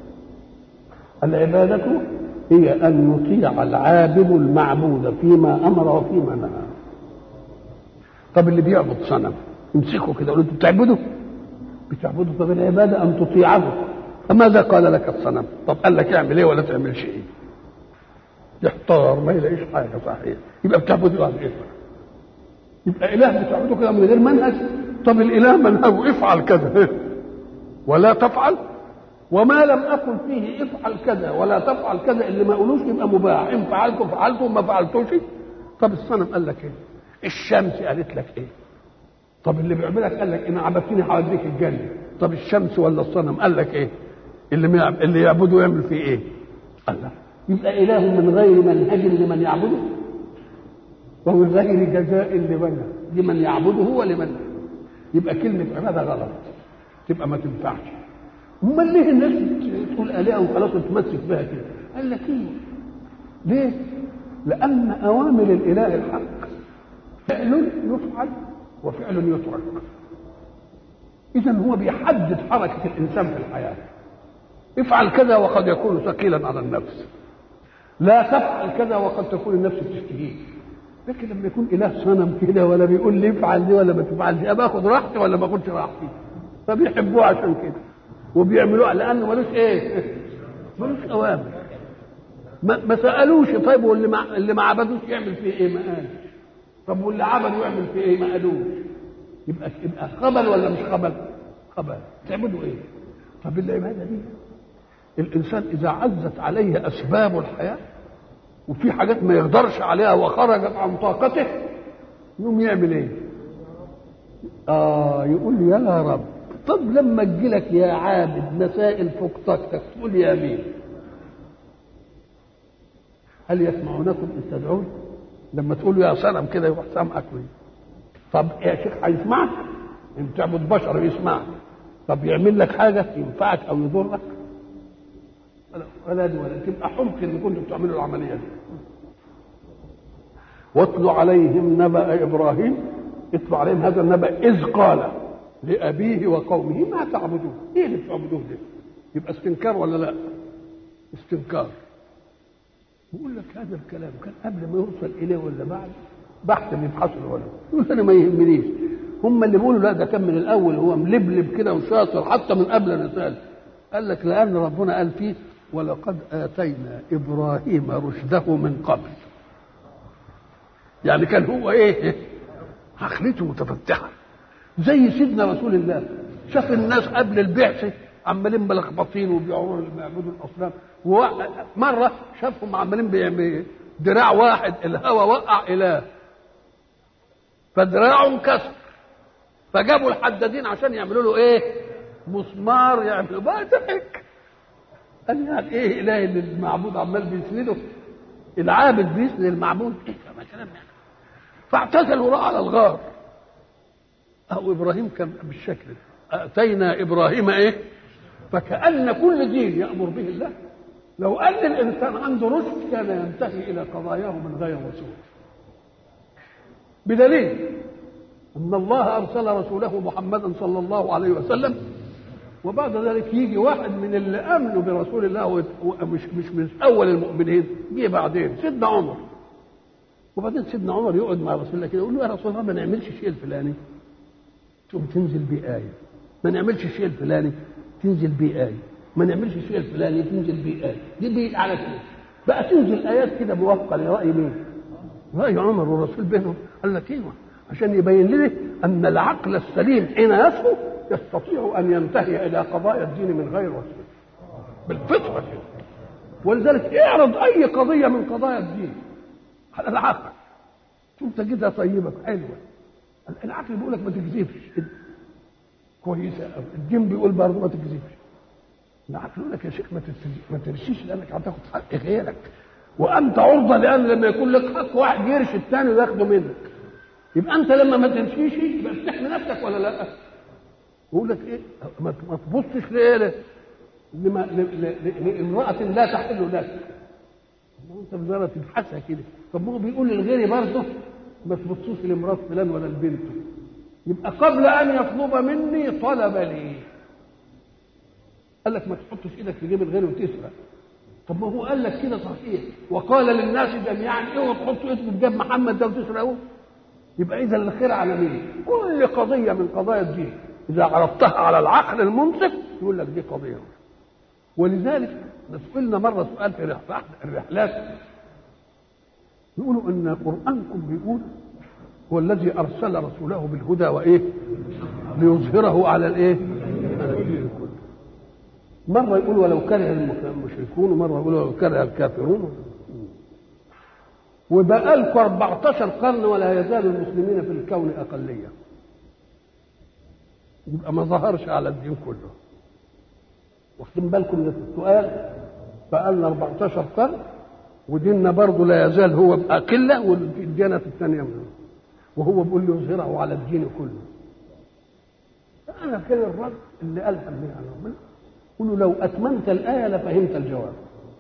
A: العبادة هي أن يطيع العابد المعبود فيما أمر وفيما نهى. طب اللي بيعبد صنم امسكه كده قول له بتعبده؟ بتعبده. طب العبادة أن تطيعه. فماذا قال لك الصنم؟ طب قال لك اعمل ايه ولا تعملش ايه؟ يحتار ما يلاقيش حاجة صحيح، يبقى بتعبده عن ايه؟ يبقى إله بتعبده كده من غير منهج. طب الإله منهجه افعل كذا ولا تفعل، وما لم أقل فيه افعل كذا ولا تفعل كذا اللي ما قولوش يبقى مباح، إن فعلته فعلته وما فعلتوش. طب الصنم قال لك ايه؟ الشمس قالت لك ايه؟ طب اللي بيعملك قال لك ان عبدتني هوديك الجنه. طب الشمس ولا الصنم قال لك ايه؟ اللي اللي يعبده يعمل فيه ايه؟ قال لا. يبقى اله من غير منهج لمن يعبده ومن غير جزاء لمن لمن يعبده ولمن. يبقى كلمه عباده غلط، تبقى ما تنفعش. امال ليه الناس تقول الهه وخلاص تتمسك بها كده؟ قال لك ايه؟ ليه؟ لان اوامر الاله الحق فعل يفعل وفعل يترك. اذا هو بيحدد حركه الانسان في الحياه. افعل كذا وقد يكون ثقيلا على النفس، لا تفعل كذا وقد تكون النفس تشتهيه. لكن لما يكون اله صنم كده ولا بيقول لي افعل دي ولا ما تفعلش، ابقى اخد راحتي ولا ما اخدش راحتي. فبيحبوه عشان كده وبيعملوه لانه ملوش ايه؟ ملوش اوامر. ما, ما سالوش طيب واللي ما اللي ما عبدوش يعمل فيه ايه؟ ما قالش. طب واللي عبده يعمل فيه ايه؟ ما قالوش. يبقى يبقى خبل ولا مش خبل؟ خبل. تعملوا ايه؟ طب العباده دي الانسان اذا عزت عليه اسباب الحياه وفي حاجات ما يقدرش عليها وخرجت عن طاقته يقوم يعمل ايه؟ اه يقول يا رب. طب لما تجيلك يا عابد مسائل فوق طاقتك تقول يا مين؟ هل يسمعونكم ان تدعون؟ لما تقول يا صنم كده يروح سامعك وين؟ طب يا شيخ هيسمعك؟ انت تعبد بشر يسمعك. طب يعمل لك حاجه ينفعك او يضرك؟ ولا ولا دي ولا تبقى حمق ان كنتوا بتعملوا العمليه دي. واتلوا عليهم نبأ ابراهيم. اتلوا عليهم هذا النبأ اذ قال لابيه وقومه ما تعبدون. ايه اللي بتعبدوه ده؟ يبقى استنكار ولا لا؟ استنكار. بيقول لك هذا الكلام كان قبل ما يوصل اليه ولا بعد؟ بحث بيبحثوا العلماء. يقول انا ما يهمنيش. هم اللي بيقولوا لا ده كان من الاول هو ملبلب كده وشاطر حتى من قبل الرساله. قال لك لان ربنا قال فيه ولقد اتينا ابراهيم رشده من قبل. يعني كان هو ايه؟ عقلته متفتحه زي سيدنا رسول الله. شاف الناس قبل البعثه عمالين ملخبطين وبيعبدوا بيعبدوا الاصنام، ومره شافهم عمالين بيعملوا دراع واحد الهوى وقع اله فدراعه انكسر فجابوا الحدادين عشان يعملوا له ايه؟ مسمار يعملوا بقى. ضحك قال يعني ايه اله اللي المعبود عمال بيسنده؟ العابد بيسند المعبود؟ ايه كلام يعني. فاعتزلوا وراء على الغار. أو إبراهيم كان بالشكل ده. أتينا إبراهيم إيه؟ فكأن كل دين يأمر به الله لو أن الإنسان عنده رشد كان ينتهي إلى قضاياه من غير رسول. بدليل أن الله أرسل رسوله محمدا صلى الله عليه وسلم وبعد ذلك يجي واحد من اللي آمنوا برسول الله ومش مش من أول المؤمنين جه بعدين سيدنا عمر. وبعدين سيدنا عمر يقعد مع رسول الله كده يقول له يا رسول الله ما نعملش الشيء الفلاني تقوم تنزل بيه آية. ما نعملش الشيء الفلاني تنزل بيه آية. ما نعملش الشيء الفلاني تنزل بيه آية. دي دي على كده بقى تنزل آيات كده موافقة لرأي مين؟ رأي عمر والرسول بينهم. قال لك ايوه عشان يبين لنا أن العقل السليم حين يصفو يستطيع أن ينتهي إلى قضايا الدين من غير رسول بالفطرة كده. ولذلك اعرض أي قضية من قضايا الدين على العقل ثم تجدها طيبة حلوة. العقل بيقول لك ما تكذبش كويسة. الدين بيقول برضه ما تكذبش. العقل يقول لك يا شيخ ما ترشيش لأنك هتاخد حق غيرك وأنت عرضة لأن لما يكون لك حق واحد يرشي الثاني وياخده منك. يبقى أنت لما ما ترشيش يبقى بتحمي نفسك ولا لا؟ يقول لك إيه ما تبصش لإيه لامرأة لا تحل لك. انت بزارة تبحثها كده. طب هو بيقول للغير برضه ما تبصوش لمرات فلان ولا لبنته. يبقى قبل ان يطلب مني طلب لي. قال لك ما تحطش ايدك في جيب الغير وتسرق. طب ما هو قال لك كده صحيح، وقال للناس جميعا اوعوا تحطوا ايدكم في جيب محمد ده وتسرقوه. يبقى اذا الخير على مين؟ كل قضيه من قضايا الدين اذا عرضتها على العقل المنصف يقول لك دي قضيه. ولذلك نسألنا مره سؤال في احد الرحلات، يقولوا ان قرانكم بيقول هو الذي ارسل رسوله بالهدى وايه؟ ليظهره على الايه؟ على الدين كله. مره يقول ولو كره المشركون، ومره يقول ولو كره الكافرون. وبقى لكم أربعتاشر قرن ولا يزال المسلمين في الكون اقليه. يبقى ما ظهرش على الدين كله. واخدين بالكم من السؤال؟ بقى لنا أربعتاشر قرن وديننا برضه لا يزال هو بأقلة والديانات الثانية منه. وهو بيقول له يظهره على الدين كله. أنا كان الرد اللي قالها به على ربنا قولوا لو أتممت الآية لفهمت الجواب.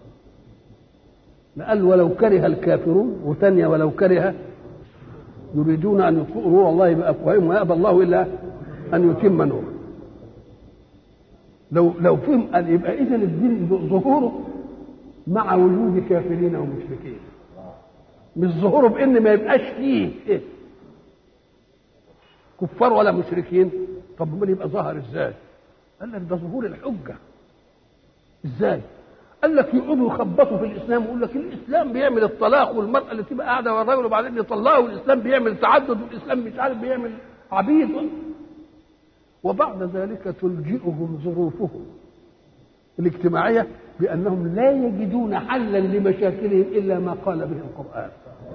A: قال ولو كره الكافرون، وثانية ولو كره يريدون أن يطفئوا نور الله بأفواههم ويأبى الله إلا أن يتم نوره. لو لو فهم قال يبقى إذن الدين ظهوره مع وجود كافرين ومشركين، مش ظهوره بان ما يبقاش فيه إيه؟ كفار ولا مشركين. طب امال يبقى ظهر ازاي؟ قال لك ده ظهور الحجه. ازاي؟ قال لك يقعدوا يخبطوا في الاسلام ويقول لك الاسلام بيعمل الطلاق والمراه اللي تبقى قاعده والراجل وبعدين يطلقها، والاسلام بيعمل تعدد، والاسلام مش عارف بيعمل عبيد. وبعد ذلك تلجئهم ظروفهم الاجتماعيه بأنهم لا يجدون حلا لمشاكلهم إلا ما قال به القرآن.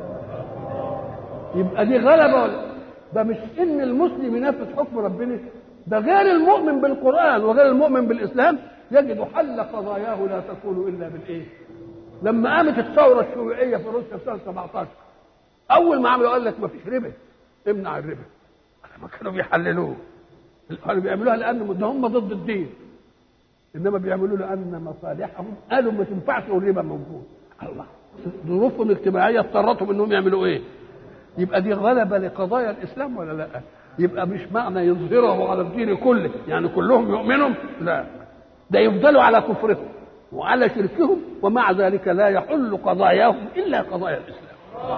A: يبقى دي غلبة ولا ده؟ مش إن المسلم ينفذ حكم ربنا، ده غير المؤمن بالقرآن وغير المؤمن بالإسلام يجد حل قضاياه لا تكون إلا بالإيه؟ لما قامت الثورة الشيوعية في روسيا في سنة سبعتاشر أول ما عملوا قال لك ما فيش ربا، امنع الربا. ما كانوا بيحللوه، كانوا بيعملوها لأن هم ضد الدين، انما بيعملوا لان مصالحهم قالوا ما تنفعش والربا موجود. الله، ظروفهم الاجتماعيه اضطرتهم انهم يعملوا ايه؟ يبقى دي غلبه لقضايا الاسلام ولا لا؟ يبقى مش معنى يظهره على الدين كله يعني كلهم يؤمنوا، لا، ده يفضلوا على كفرهم وعلى شركهم، ومع ذلك لا يحل قضاياهم الا قضايا الاسلام.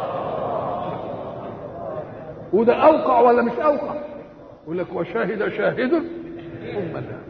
A: وده اوقع ولا مش اوقع؟ يقول لك وشاهد شاهد ثم لا.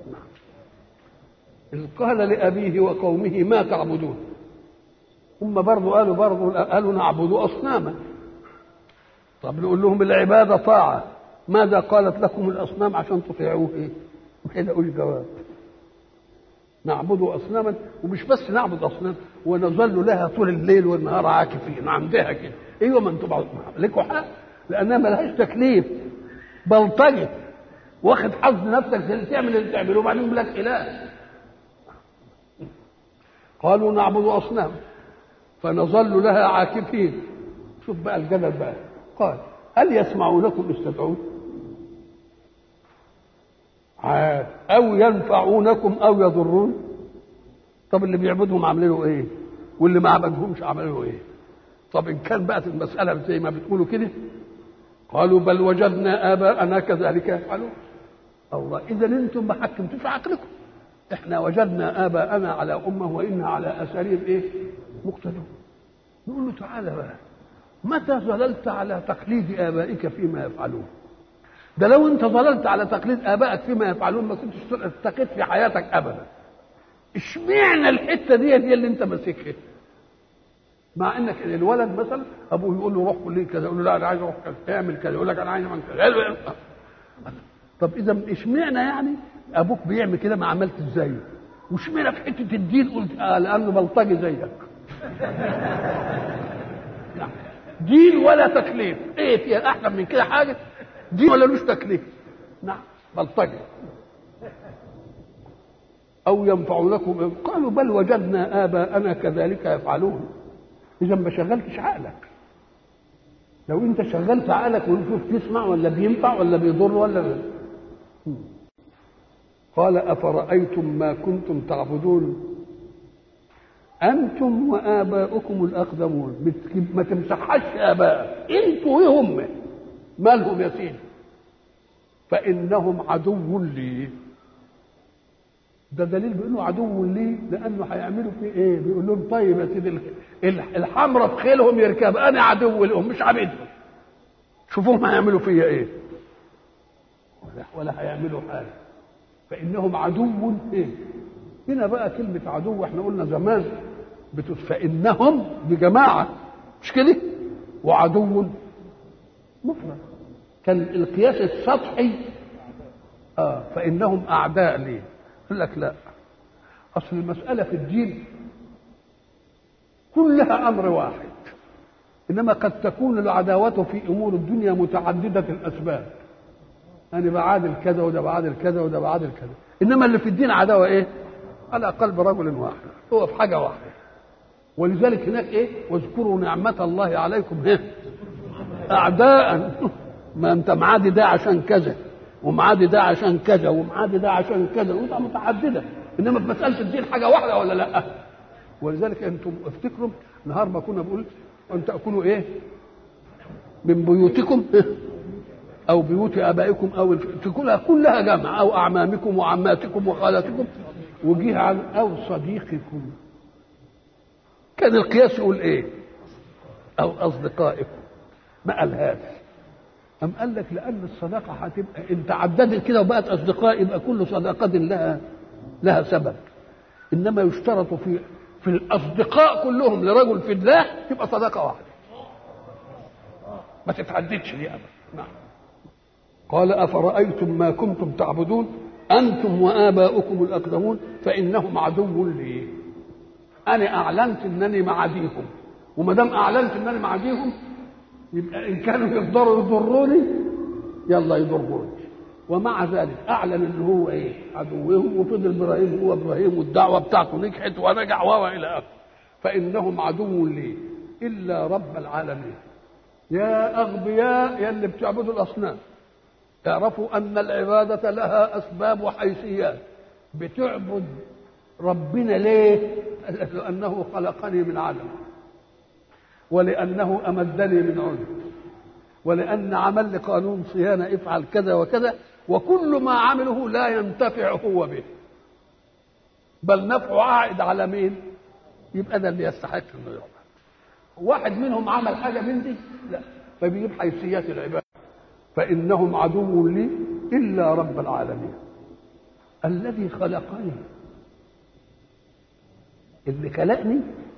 A: إذ قال لأبيه وقومه ما تعبدون. هم برضو قالوا برضو قالوا نعبد أصناما. طب نقول لهم العبادة طاعة، ماذا قالت لكم الأصنام عشان تطيعوه؟ إيه؟ ما يلاقوش جواب. نعبد أصناما، ومش بس نعبد أصنام ونظل لها طول الليل والنهار عاكفين عندها كده. أيوة ما أنتم لكم حق، لأنها ما لهاش تكليف، بلطجة واخد حظ نفسك زي اللي تعمل اللي تعمله وبعدين يقول لك إله. قالوا نعبد أصنام فنظل لها عاكفين. شوف بقى الجدل بقى. قال هل يسمعونكم استدعون أو ينفعونكم أو يضرون؟ طب اللي بيعبدهم عاملينه إيه واللي ما عبدهمش عاملينه إيه؟ طب إن كان بقت المسألة زي ما بتقولوا كده، قالوا بل وجدنا آباءنا كذلك يفعلون. الله، إذا أنتم ما حكمتوش عقلكم، احنا وجدنا آباءنا على أمة وإنا على أثارهم إيه؟ مقتدون. نقول له تعالى بقى، متى ظللت على تقليد آبائك فيما يفعلون؟ ده لو أنت ظللت على تقليد آبائك فيما يفعلون ما كنتش تستقيت في حياتك أبدا. اشمعنى الحتة دي دي اللي أنت ماسكها؟ مع انك الولد مثلا ابوه يقول له روح كليه كذا، يقول له لا انا عايز اروح كذا، اعمل كذا، يقول لك انا عايز اعمل كذا. طب اذا اشمعنى يعني ابوك بيعمل كده ما عملت زيه؟ واشمعنى في حته الدين قلت اه لانه بلطجي زيك؟ دين ولا تكليف، ايه فيها احسن من كده حاجه؟ دين ولا لوش تكليف؟ نعم بلطجي. او ينفعونكم قالوا بل وجدنا اباءنا كذلك يفعلون. اذا ما شغلتش عقلك. لو انت شغلت عقلك ونشوف تسمع ولا بينفع ولا بيضر ولا بي... قال افرايتم ما كنتم تعبدون انتم واباؤكم الاقدمون. ما تمسحش اباء، انتوا ايه هم؟ مالهم يا سيدي؟ فانهم عدو لي. ده دليل بانه عدو لي، لانه هيعملوا فيه ايه؟ بيقول لهم طيب يا سيدي الحمرة في خيلهم يركب، انا عدو لهم مش عبيدهم، شوفوهم هيعملوا فيا ايه. ولا, ولا هيعملوا حاجه. فانهم عدو ايه؟ هنا بقى كلمه عدو احنا قلنا زمان بتقول فانهم بجماعه مش كده، وعدو مفرد. كان القياس السطحي اه فانهم اعداء ليه. قال لك لا، اصل المساله في الدين كلها امر واحد، انما قد تكون العداوه في امور الدنيا متعدده الاسباب. انا بعادل كذا وده بعادل كذا وده بعادل كذا، انما اللي في الدين عداوه ايه؟ على قلب رجل واحد، هو في حاجه واحده. ولذلك هناك ايه؟ واذكروا نعمه الله عليكم ايه؟ اعداء. ما انت معادي ده عشان كذا ومعادي ده عشان كذا ومعادي ده عشان كذا، وده متعدده، انما في مساله الدين حاجه واحده ولا لا؟ ولذلك انتم افتكروا نهار ما كنا بنقول ان تاكلوا ايه؟ من بيوتكم او بيوت ابائكم او تاكلها كلها جمع، او اعمامكم وعماتكم وخالاتكم، وجيه عن او صديقكم. كان القياس يقول ايه؟ او اصدقائكم. ما قالهاش. أم قال لك لأن الصداقة هتبقى إن تعددت كده وبقت أصدقاء يبقى كل صداقة لها لها سبب، إنما يشترط في في الأصدقاء كلهم لرجل في الله تبقى صداقة واحدة ما تتعددش دي أبدا. نعم. قال أفرأيتم ما كنتم تعبدون أنتم وآباؤكم الأقدمون فإنهم عدو لي. أنا أعلنت أنني معاديكم، وما دام أعلنت أنني معاديهم يبقى إن كانوا يقدروا يضروني يلا يضروني. ومع ذلك أعلن إن هو إيه؟ عدوهم، وفضل إبراهيم هو إبراهيم والدعوة بتاعته نجحت ونجح وإلى آخره. فإنهم عدو لي إلا رب العالمين. يا أغبياء يا اللي بتعبدوا الأصنام، اعرفوا أن العبادة لها أسباب وحيثيات. بتعبد ربنا ليه؟ لأنه خلقني من عدم، ولأنه أمدني من عدم، ولأن عمل لي قانون صيانة افعل كذا وكذا، وكل ما عمله لا ينتفع هو به بل نفعه عائد على مين؟ يبقى ده اللي يستحق انه يعبد. واحد منهم عمل حاجة من دي؟ لا، فبيجيب حيثيات العبادة. فإنهم عدو لي إلا رب العالمين الذي خلقني. اللي خلقني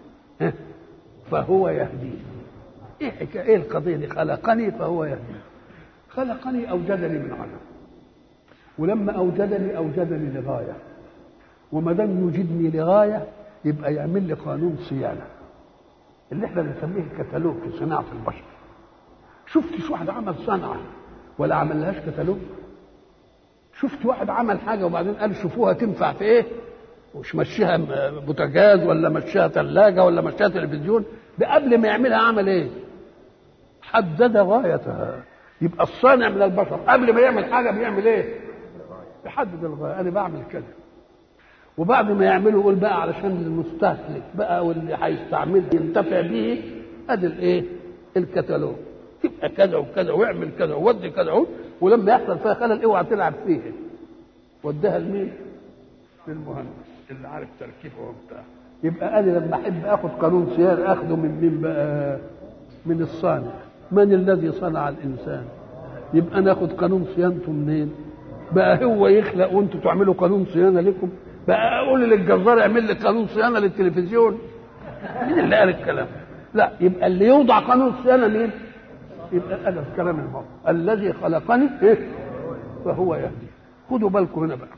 A: فهو يهديني. ايه حكايه ايه القضيه دي؟ خلقني فهو يهديني. خلقني اوجدني من عدم، ولما اوجدني اوجدني لغايه، وما دام يوجدني لغايه يبقى يعمل لي قانون صيانه اللي احنا بنسميه الكتالوج في صناعه البشر. شفتش واحد عمل صنعه ولا عملهاش كتالوج؟ شفت واحد عمل حاجه وبعدين قال شوفوها تنفع في ايه؟ مش مشيها بوتاجاز ولا مشيها ثلاجه ولا مشيها تلفزيون، ده قبل ما يعملها عمل ايه؟ حدد غايتها. يبقى الصانع من البشر قبل ما يعمل حاجه بيعمل ايه؟ يحدد الغايه. انا بعمل كده، وبعد ما يعمله يقول بقى علشان المستهلك بقى واللي هيستعمله ينتفع به، ادي الايه؟ الكتالوج. تبقى كذا وكذا واعمل كذا وودي كذا، ولما يحصل فيها خلل اوعى تلعب فيها. وديها لمين؟ للمهندس اللي عارف تركيبه وبتاع. يبقى انا لما احب اخد قانون صيانه اخده من مين بقى؟ من الصانع. من الذي صنع الانسان؟ يبقى ناخد قانون صيانته منين؟ بقى هو يخلق وانتوا تعملوا قانون صيانه لكم؟ بقى اقول للجزار اعمل لي قانون صيانه للتلفزيون؟ مين اللي قال الكلام؟ لا، يبقى اللي يوضع قانون صيانه مين؟ يبقى انا في كلام الموضوع الذي خلقني ايه؟ فهو يهدي. خدوا بالكم هنا بقى،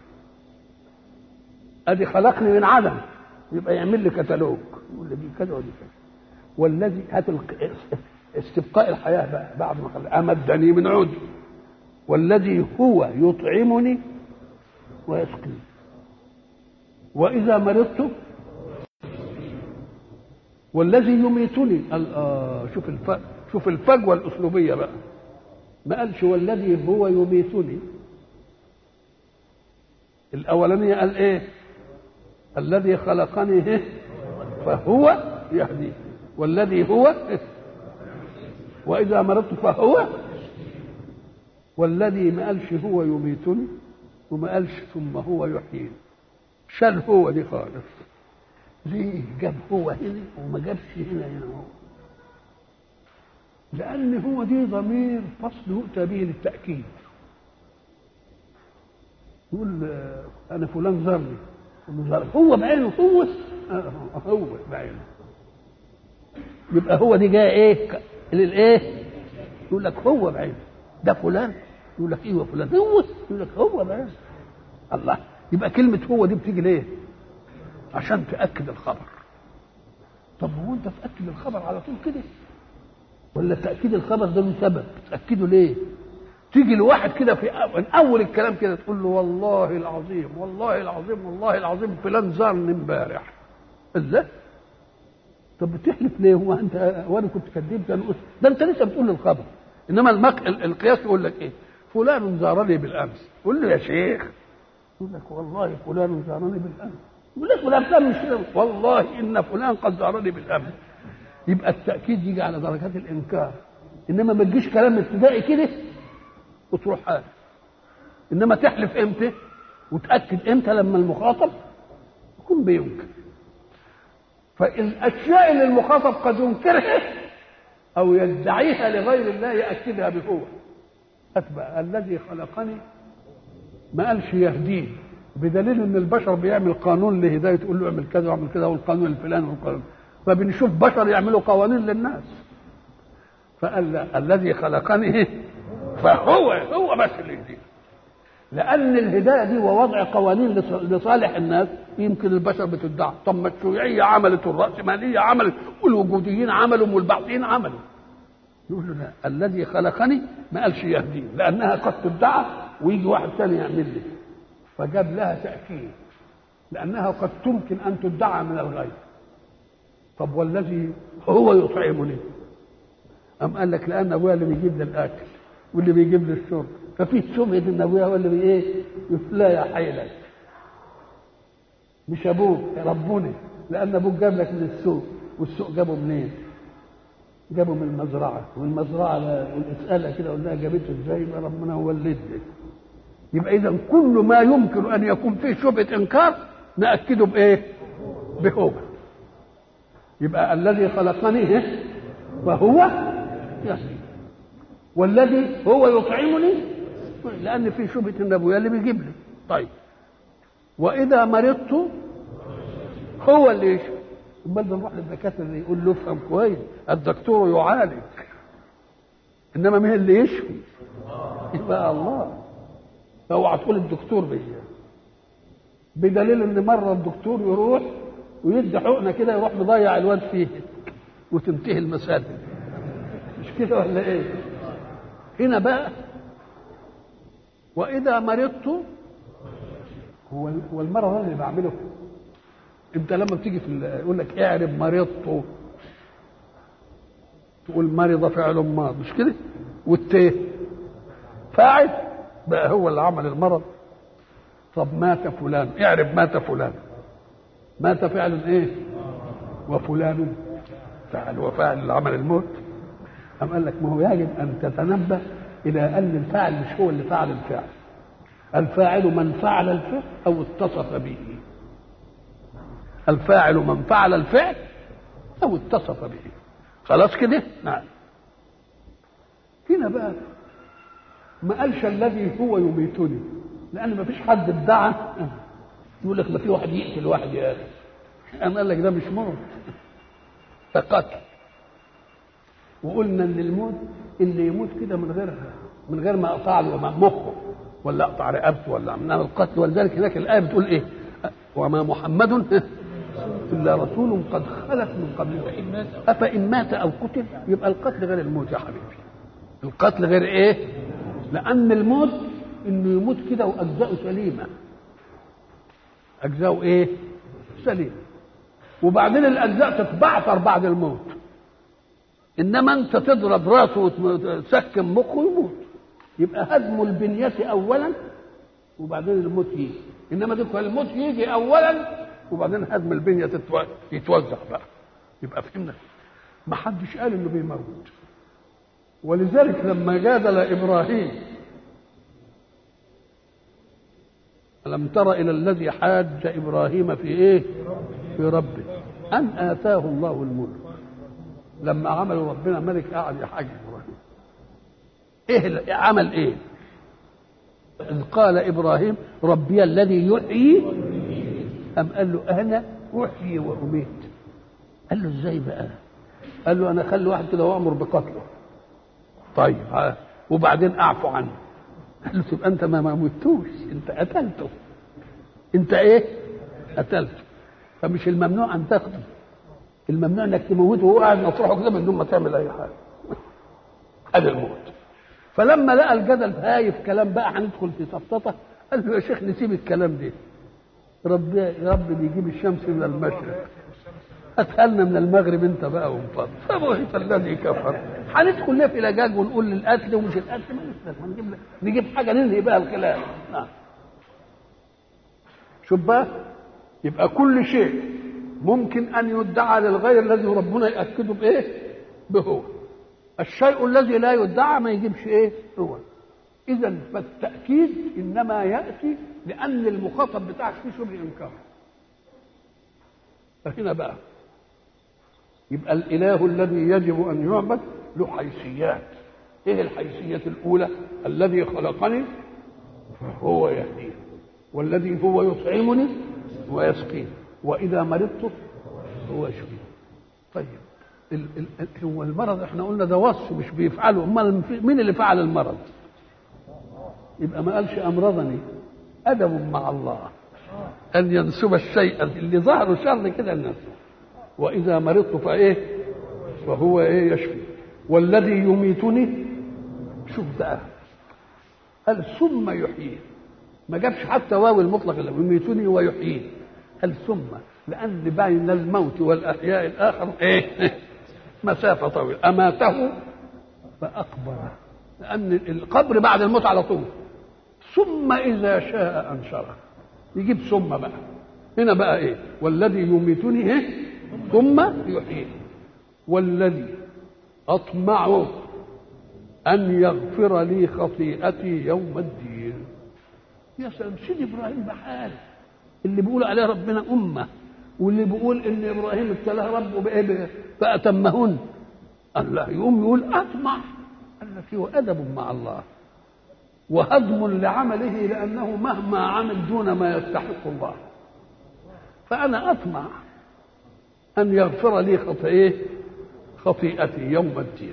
A: ادي خلقني من عدم يبقى يعمل لي كتالوج يقول لي دي كذا ودي كذا. والذي هات استبقاء الحياه بقى بعد ما خلق امدني من عود، والذي هو يطعمني ويسقيني واذا مرضت، والذي يميتني. آه شوف الف... شوف الفجوه الاسلوبيه بقى، ما قالش والذي هو يميتني. الاولانيه قال ايه؟ الذي خلقني فهو يهدي، والذي هو وإذا مرضت فهو، والذي ما قالش هو يميتني وما قالش ثم هو يحييني، شال هو دي خالص. ليه جاب هو هنا وما جابش هنا هنا هو؟ لأن هو دي ضمير فصل يؤتى به للتأكيد. يقول أنا فلان زرني، هو بعينه هو هو بعينه، يبقى هو دي جاء ايه للايه؟ يقول لك هو بعينه، ده فلان، يقول لك ايوه فلان، هو يقول لك هو بعينه. الله، يبقى كلمة هو دي بتيجي ليه؟ عشان تأكد الخبر. طب هو انت تأكد الخبر على طول كده؟ ولا تأكيد الخبر ده له سبب؟ تأكده ليه؟ تيجي لواحد كده في اول الكلام كده تقول له والله العظيم والله العظيم والله العظيم فلان زارني امبارح. ازاي؟ طب بتحلف ليه؟ هو انت وانا كنت كذبت؟ انا قلت ده انت لسه بتقول الخبر. انما المق... القياس يقول لك ايه؟ فلان زارني بالامس، قول له يا شيخ، يقول لك والله فلان زارني بالامس، يقول لك فلان فلان مش كده، والله ان فلان قد زارني بالامس. يبقى التاكيد يجي على درجات الانكار، انما ما تجيش كلام ابتدائي كده وتروح حاجه. انما تحلف امتى وتاكد امتى؟ لما المخاطب يكون بينكر. فالاشياء اللي المخاطب قد ينكرها او يدعيها لغير الله ياكدها بهو. اتبع الذي خلقني ما قالش يهديه، بدليل ان البشر بيعمل قانون لهدايه، تقول له اعمل كذا واعمل كذا والقانون الفلاني والقانون، فبنشوف بشر يعملوا قوانين للناس. فقال الذي خلقني فهو هو بس اللي يهديه، لأن الهداية دي ووضع قوانين لصالح الناس يمكن البشر بتدعي. طب ما الشيوعية عملت والرأسمالية عملت والوجوديين عملوا والبعثيين عملوا. يقول له لا، الذي خلقني ما قالش يهديه، لأنها قد تدعى ويجي واحد ثاني يعمل لي، فجاب لها تأكيد لأنها قد تمكن أن تدعى من الغير. طب والذي هو يطعمني، أم قال لك لأن أبويا اللي بيجيب لي الأكل واللي بيجيب لي الشرب، ففي شبهة ان ابويا هو اللي ايه؟ لا يا حيلك، مش ابوك ربوني، لان ابوك جاب لك من السوق، والسوق جابه منين؟ جابه من المزرعه، والمزرعه والاسئله كده قلنا جابته ازاي؟ يبقى ربنا هو اللي ادى. يبقى اذا كل ما يمكن ان يكون فيه شبهه انكار ناكده بايه؟ بهو. يبقى الذي خلقني وهو يهدي، والذي هو يطعمني، لأن في شبهة النبوية اللي بيجيب لي. طيب وإذا مرضت هو اللي يشفي. امال بنروح للدكاتره اللي يقول له افهم كويس، الدكتور يعالج انما مين اللي يشفي؟ يبقى الله. فاوعى تقول الدكتور بيه، بدليل ان مره الدكتور يروح ويدي حقنه كده يروح مضيع الواد فيه وتنتهي المساله. مش كده ولا ايه؟ هنا بقى واذا مرضت هو هو المرض اللي بعمله. انت لما بتيجي في يقول لك اعرب مرضت، تقول مرض فعل ماض، مش كده؟ والت فاعل بقى هو اللي عمل المرض. طب مات فلان، اعرب مات فلان. مات فعل ايه؟ وفلان فعل، وفاعل اللي عمل الموت. أم قال لك ما هو يجب ان تتنبه الى ان الفاعل مش هو اللي فعل الفعل، الفاعل من فعل الفعل او اتصف به. الفاعل من فعل الفعل او اتصف به. خلاص كده؟ نعم. هنا بقى ما قالش الذي هو يميتني، لان ما فيش حد ادعى يقول لك ما في واحد يقتل واحد يا اخي. انا قال لك ده مش موت، ده قتل. وقلنا ان الموت اللي يموت كده من غير من غير ما اقطع له مخه ولا اقطع رقبته ولا انما القتل. ولذلك هناك الايه بتقول ايه؟ وما محمد الا رسول قد خلت من قبله افان مات او قتل. يبقى القتل غير الموت يا حبيبي، القتل غير ايه؟ لان الموت انه يموت كده واجزاؤه سليمه، اجزاؤه ايه؟ سليمه، وبعدين الاجزاء تتبعثر بعد الموت. انما انت تضرب راسه وتسكن مخه يموت. يبقى هدم البنيه اولا وبعدين الموت يجي. انما دول الموت يجي اولا وبعدين هدم البنيه يتوزع بقى. يبقى فهمنا ما حدش قال انه بيموت. ولذلك لما جادل ابراهيم ألم تر إلى الذي حاج إبراهيم في إيه؟ في ربه أن آتاه الله الملك. لما عملوا ربنا ملك قاعد يحاج إبراهيم. إيه عمل إيه؟ إذ قال إبراهيم ربي الذي يحيي أم قال له أنا أحيي وأميت. قال له إزاي بقى؟ قال له أنا أخلي واحد كده وأمر بقتله. طيب ها وبعدين أعفو عنه. قال له تبقى أنت ما موتوش، أنت قتلته. أنت إيه؟ قتلته. فمش الممنوع أن تقتل، الممنوع أنك تموته وهو قاعد مطرحه كده من دون ما تعمل أي حاجة. هذا الموت. فلما لقى الجدل هايف كلام بقى هندخل في سفسطة، قال له يا شيخ نسيب الكلام ده. ربي ربي بيجيب الشمس من المشرق، أتهلنا من المغرب أنت بقى وانفض. فبهت الذي كفر. هندخل ليه في لجاج ونقول للقتل ومش القتل؟ ما نجيب نجيب حاجة ننهي بقى الخلاف. نعم. شوف بقى، يبقى كل شيء ممكن أن يدعى للغير الذي ربنا يأكده بإيه؟ بهو. الشيء الذي لا يدعى ما يجيبش إيه؟ هو. إذا فالتأكيد إنما يأتي لأن المخاطب بتاعك فيه شبه إنكار. فهنا بقى يبقى الإله الذي يجب أن يعبد له حيثيات. إيه الحيثية الأولى؟ الذي خلقني فهو يهديني، والذي هو يطعمني ويسقيني، وإذا مرضت هو يشفيني. طيب ال ال هو المرض احنا قلنا ده وصف مش بيفعله، امال مين اللي فعل المرض؟ يبقى ما قالش أمرضني. أدب مع الله أن ينسب الشيء اللي ظهره شر كده الناس. وإذا مرضت فإيه؟ فهو إيه؟ يشفي. والذي يميتني، شوف ده قال ثم يحيي، ما جابش حتى واو المطلق اللي يميتني ويحيي، قال ثم، لأن بين الموت والأحياء الآخر إيه؟ مسافة طويلة. أماته فأقبره، لأن القبر بعد الموت على طول. ثم إذا شاء أنشره، يجيب ثم بقى. هنا بقى إيه؟ والذي يميتني إيه؟ ثم يحيي. والذي أطمع أن يغفر لي خطيئتي يوم الدين. يا سلام، سيدي إبراهيم بحال اللي بيقول عليه ربنا أمة، واللي بيقول إن إبراهيم ابتلاه ربه بإيه؟ فأتمهن. الله يقوم يقول أطمع. قال لك هو أدب مع الله وهضم لعمله، لأنه مهما عمل دون ما يستحق الله. فأنا أطمع أن يغفر لي خطئيه خطيئتي يوم الدين.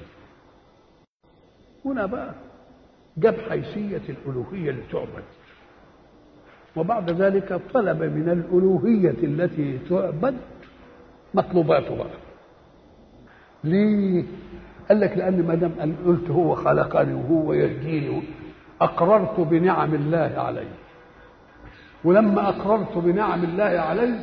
A: هنا بقى جاب حيثية الألوهية لتعبد، وبعد ذلك طلب من الألوهية التي تعبد مطلوباته بقى. ليه؟ قال لك لأن ما دام قلت هو خلقني وهو يهديني، أقررت بنعم الله علي، ولما أقررت بنعم الله علي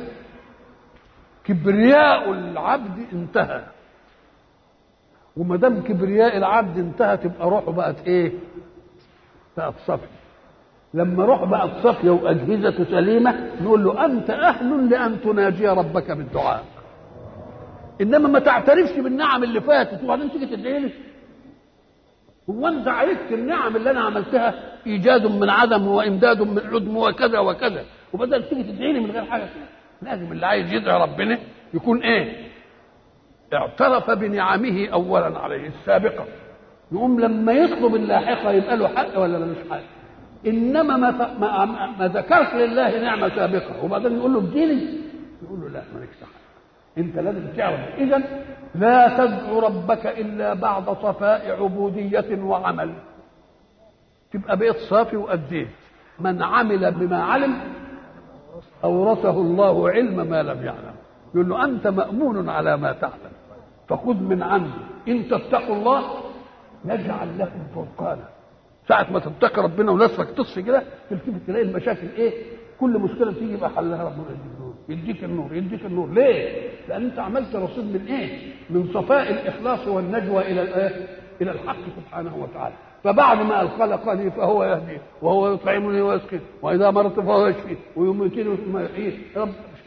A: كبرياء العبد انتهى. وما دام كبرياء العبد انتهى تبقى روحه بقت ايه؟ بقت صافيه. لما روح بقت صافيه واجهزته سليمه نقول له انت اهل لان تناجي ربك بالدعاء. انما ما تعترفش بالنعم اللي فاتت وبعدين تيجي تدعي لي. هو انت عرفت النعم اللي انا عملتها ايجاد من عدم وامداد من عدم وكذا وكذا، وبدل تيجي تدعي لي من غير حاجه. لازم اللي عايز يدعي ربنا يكون ايه؟ اعترف بنعمه اولا عليه السابقه. يقوم لما يطلب اللاحقه يبقى له حق ولا ملوش حق. انما ما ما, ما ذكرش لله نعمه سابقه وبعدين يقول له اديني، يقول له لا مالكش حق. انت لازم تعرف. اذا لا تدعو ربك الا بعد صفاء عبوديه وعمل. تبقى بقيت صافي واديت. من عمل بما علم اورثه الله علم ما لم يعلم. يقول له انت مامون على ما تعلم فخذ من عندي. ان تتقوا الله يجعل لكم فرقانا. ساعة ما تتقي ربنا ونفسك تصفي كده تلتفت تلاقي المشاكل ايه؟ كل مشكلة تيجي يبقى حلها ربنا يديك النور. يديك النور ليه؟ لأن أنت عملت رصيد من ايه؟ من صفاء الإخلاص والنجوى إلى الايه؟ إلى الحق سبحانه وتعالى. فبعد ما خلقني فهو يهدي وهو يطعمني ويسقيني وإذا مرضت فهو يشفي ويميتني ثم يحيي. رب مش كده؟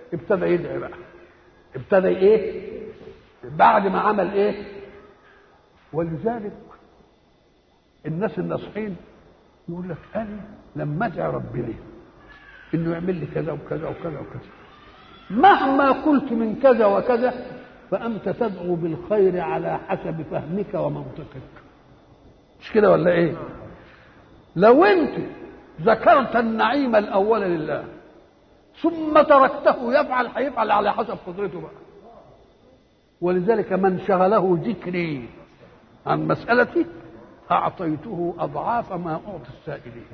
A: ابتدى يدعي بقى، ابتدى ايه بعد ما عمل ايه. ولذلك الناس الناصحين يقول لك انا لما ادعي ربنا انه يعمل لي كذا وكذا وكذا وكذا، مهما قلت من كذا وكذا فانت تدعو بالخير على حسب فهمك ومنطقك، مش كده ولا ايه؟ لو انت ذكرت النعيم الاول لله ثم تركته يفعل، هيفعل على حسب قدرته بقى. ولذلك من شغله ذكري عن مسألتي أعطيته أضعاف ما أعطي السائلين.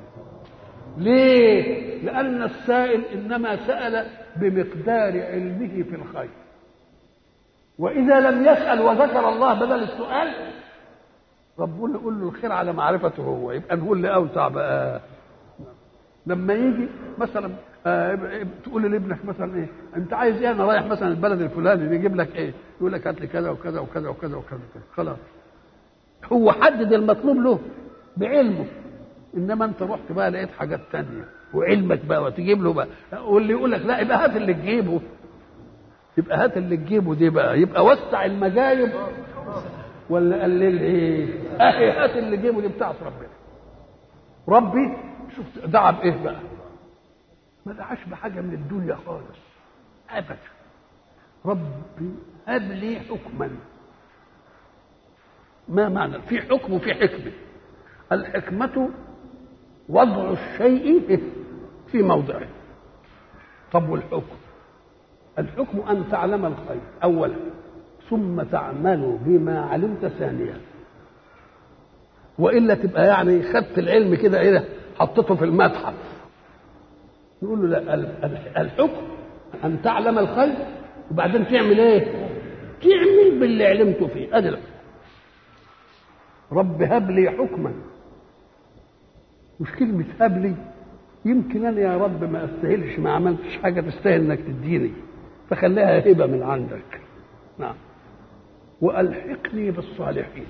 A: ليه؟ لأن السائل إنما سأل بمقدار علمه في الخير، وإذا لم يسأل وذكر الله بدل السؤال ربنا يقول له الخير على معرفته هو، يبقى نقول اللي أوسع بقى. لما يجي مثلا آه تقول لابنك مثلا ايه انت عايز ايه؟ انا رايح مثلا البلد الفلاني، يجيب لك ايه؟ يقول لك هات لي كذا وكذا وكذا وكذا وكذا، خلاص هو حدد المطلوب له بعلمه. انما انت رحت بقى لقيت حاجات تانية وعلمك بقى وتجيب له بقى، واللي يقول لك لا يبقى هات اللي تجيبه، يبقى هات اللي تجيبه دي بقى، يبقى وسع المجايب ولا قلل ايه؟ اهي هات اللي تجيبه دي بتاعت ربنا. ربي شوف دعا بايه بقى؟ ما دعاش بحاجه من الدنيا خالص ابدا. ربي هب لي حكما. ما معنى؟ في حكم وفي حكمه. الحكمه وضع الشيء في موضعه. طب والحكم؟ الحكم ان تعلم الخير اولا ثم تعمل بما علمت ثانيا، والا تبقى يعني خدت العلم كده ايه حطيته في المتحف. نقول له لا، الحكم ان تعلم الخير وبعدين تعمل ايه؟ تعمل باللي علمته فيه. ادي الحكم. رب هب لي حكما. مش كلمه هب لي، يمكن انا يا رب ما استاهلش، ما عملتش حاجه تستاهل انك تديني، فخليها هبه من عندك. نعم. والحقني بالصالحين.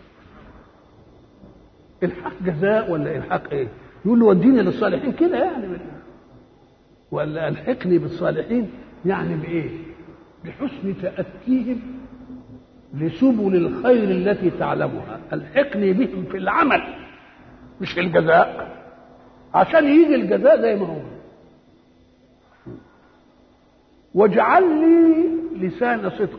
A: الحق جزاء ولا الحق ايه؟ يقول له وديني للصالحين كده يعني، ولا الحقني بالصالحين يعني بايه؟ بحسن تأتيهم لسبل الخير التي تعلمها. الحقني بهم في العمل مش في الجزاء، عشان يجي الجزاء زي ما هو. واجعل لي لسان صدق.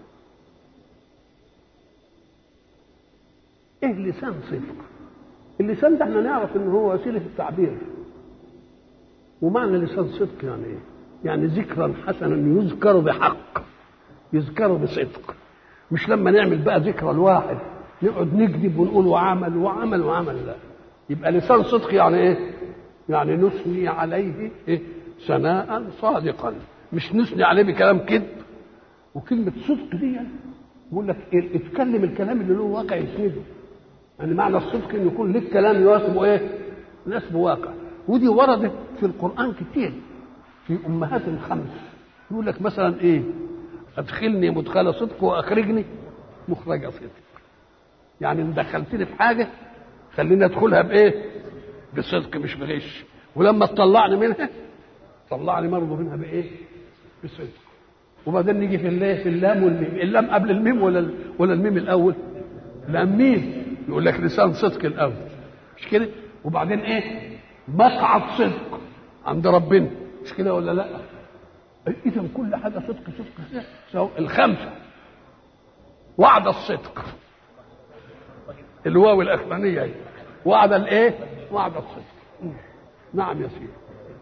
A: ايه لسان صدق؟ اللسان ده احنا نعرف ان هو وسيله التعبير. ومعنى لسان صدق يعني ايه؟ يعني ذكرا حسنا يذكر بحق، يذكر بصدق. مش لما نعمل بقى ذكرى الواحد نقعد نكذب ونقول وعمل وعمل وعمل، لا. يبقى لسان صدق يعني ايه؟ يعني نثني عليه إيه؟ ثناء صادقا، مش نثني عليه بكلام كذب. وكلمه صدق دي يقول لك إيه؟ اتكلم الكلام اللي له واقع يسنده. يعني معنى الصدق ان يكون لك كلام يناسب ايه؟ يناسب واقع. ودي وردت في القران كتير في امهات الخمس. يقول لك مثلا ايه؟ ادخلني مدخل صدق واخرجني مخرج صدق. يعني ان دخلتني في حاجه خليني ادخلها بايه؟ بصدق مش بغش، ولما تطلعني منها طلعني برضه منها بايه؟ بصدق. وبعدين نيجي في الليه في اللام والميم. اللام قبل الميم ولا ولا الميم الاول؟ لام ميم. يقول لك لسان صدق الاول، مش كده؟ وبعدين ايه؟ مقعد صدق عند ربنا، مش كده ولا لا؟ اذا كل حاجه صدق صدق صدق. الخمسه وعد الصدق، الواو الاخرانيه اهي، وعد الايه؟ وعد الصدق. نعم يا سيدي.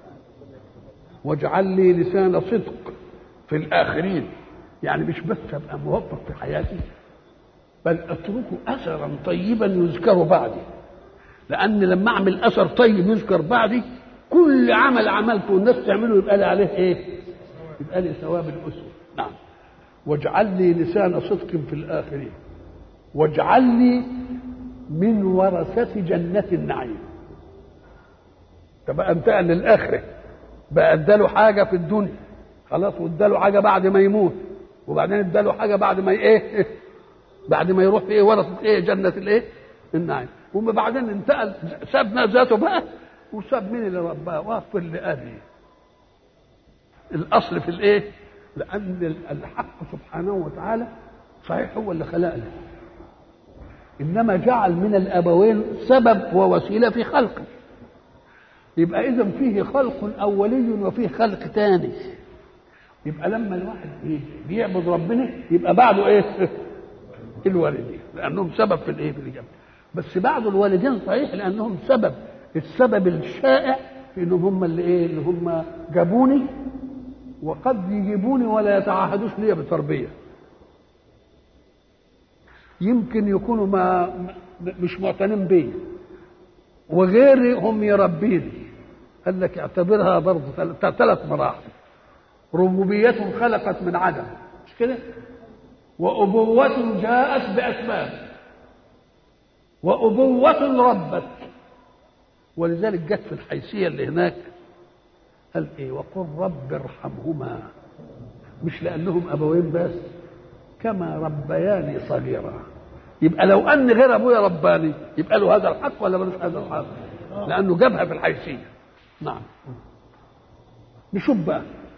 A: واجعل لي لسان صدق في الاخرين، يعني مش بس ابقى موفق في حياتي بل اتركه اثرا طيبا يذكر بعدي. لان لما اعمل اثر طيب يذكر بعدي، كل عمل عملته والناس تعمله يبقى لي عليه ايه؟ يبقى لي ثواب الاسوه. نعم. واجعل لي لسان صدق في الاخرين واجعل لي من ورثة جنة النعيم. تبقى انتقل للاخره، بقى اداله حاجه في الدنيا خلاص، واداله حاجه بعد ما يموت، وبعدين اداله حاجه بعد ما ايه؟ بعد ما يروح في ايه؟ ورثة ايه؟ جنة الايه؟ النعيم. وبعدين انتقل ساب ذاته بقى وساب مين اللي رباه؟ واغفر لأبي. الاصل في الايه؟ لأن الحق سبحانه وتعالى صحيح هو اللي خلقنا، إنما جعل من الأبوين سبب ووسيلة في خلقه. يبقى إذن فيه خلق أولي وفيه خلق ثاني. يبقى لما الواحد بيعبد ربنا يبقى بعده إيه؟ الوالدين، لأنهم سبب في الإيه؟ في الإجابة. بس بعد الوالدين صحيح لأنهم سبب، السبب الشائع في إنهم هم اللي إيه؟ اللي هم جابوني، وقد يجيبوني ولا يتعهدوش لي بتربية. يمكن يكونوا ما مش معتنين بي وغيري هم يربيني. قال لك اعتبرها برضه ثلاث مراحل: ربوبية خلقت من عدم، مش كده؟ وأبوة جاءت بأسباب، وأبوة ربت. ولذلك جت في الحيثية اللي هناك قال ايه؟ وقل رب ارحمهما، مش لأنهم أبوين بس، كما ربياني صغيرا. يبقى لو أن غير أبويا رباني يبقى له هذا الحق ولا ملوش هذا الحق؟ لأنه جابها في الحيثية. نعم. نشوف بقى: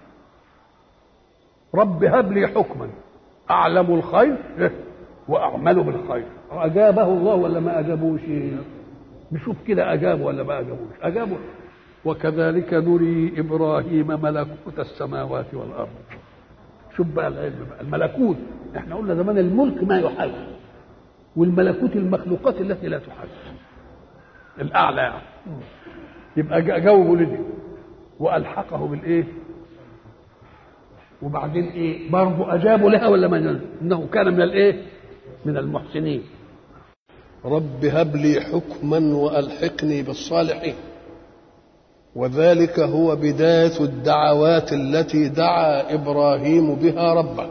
A: رب هب لي حكما أعلم الخير وأعمل بالخير. أجابه الله ولا ما أجابوش؟ نشوف كده أجابه ولا ما أجابوش. أجابه: وكذلك نري إبراهيم ملكوت السماوات والأرض. شوف بقى العلم بقى، الملكوت احنا قلنا زمان الملك ما يحس، والملكوت المخلوقات التي لا تحس، الأعلى يعني. يبقى جاوبوا لدي وألحقه بالإيه؟ وبعدين إيه؟ برضه أجابوا لها ولا ما؟ إنه كان من الإيه؟ من المحسنين.
B: رب هب لي حكما وألحقني بالصالحين. وذلك هو بداية الدعوات التي دعا إبراهيم بها ربه،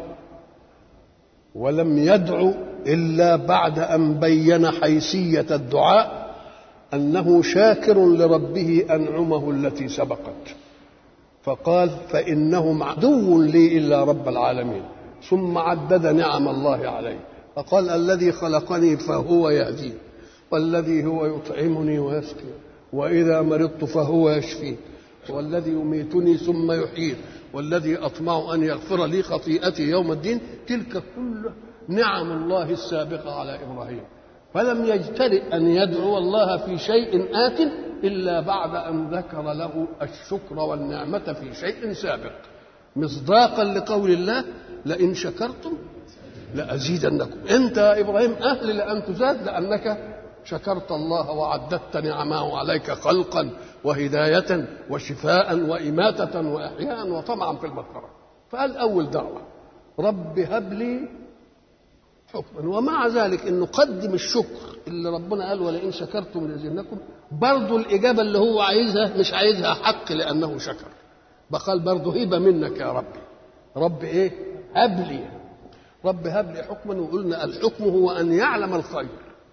B: ولم يدع إلا بعد أن بين حيثية الدعاء، أنه شاكر لربه أنعمه التي سبقت، فقال: فإنهم عدو لي إلا رب العالمين. ثم عدد نعم الله عليه فقال: الذي خلقني فهو يهدين، والذي هو يطعمني ويسقين، وإذا مرضت فهو يشفين، والذي يميتني ثم يحيين، والذي أطمع أن يغفر لي خطيئتي يوم الدين. تلك كل نعم الله السابقة على إبراهيم، فلم يجترئ أن يدعو الله في شيء آت إلا بعد أن ذكر له الشكر والنعمة في شيء سابق، مصداقا لقول الله: لئن شكرتم لأزيدنكم. أنت يا إبراهيم أهل لأن تزاد، لأنك شكرت الله وعددت نعمه عليك خلقا وهداية وشفاء وإماتة وإحياء وطمعا في المغفرة. فقال أول دعوة: رب هب لي حكما. ومع ذلك إنه قدم الشكر اللي ربنا قال: ولئن شكرتم لأزيدنكم، برضو الإجابة اللي هو عايزها مش عايزها حق لأنه شكر، بقال برضو هبة منك يا ربي. رب إيه؟ هب لي. رب هب لي حكما. وقلنا الحكم هو أن يعلم الخير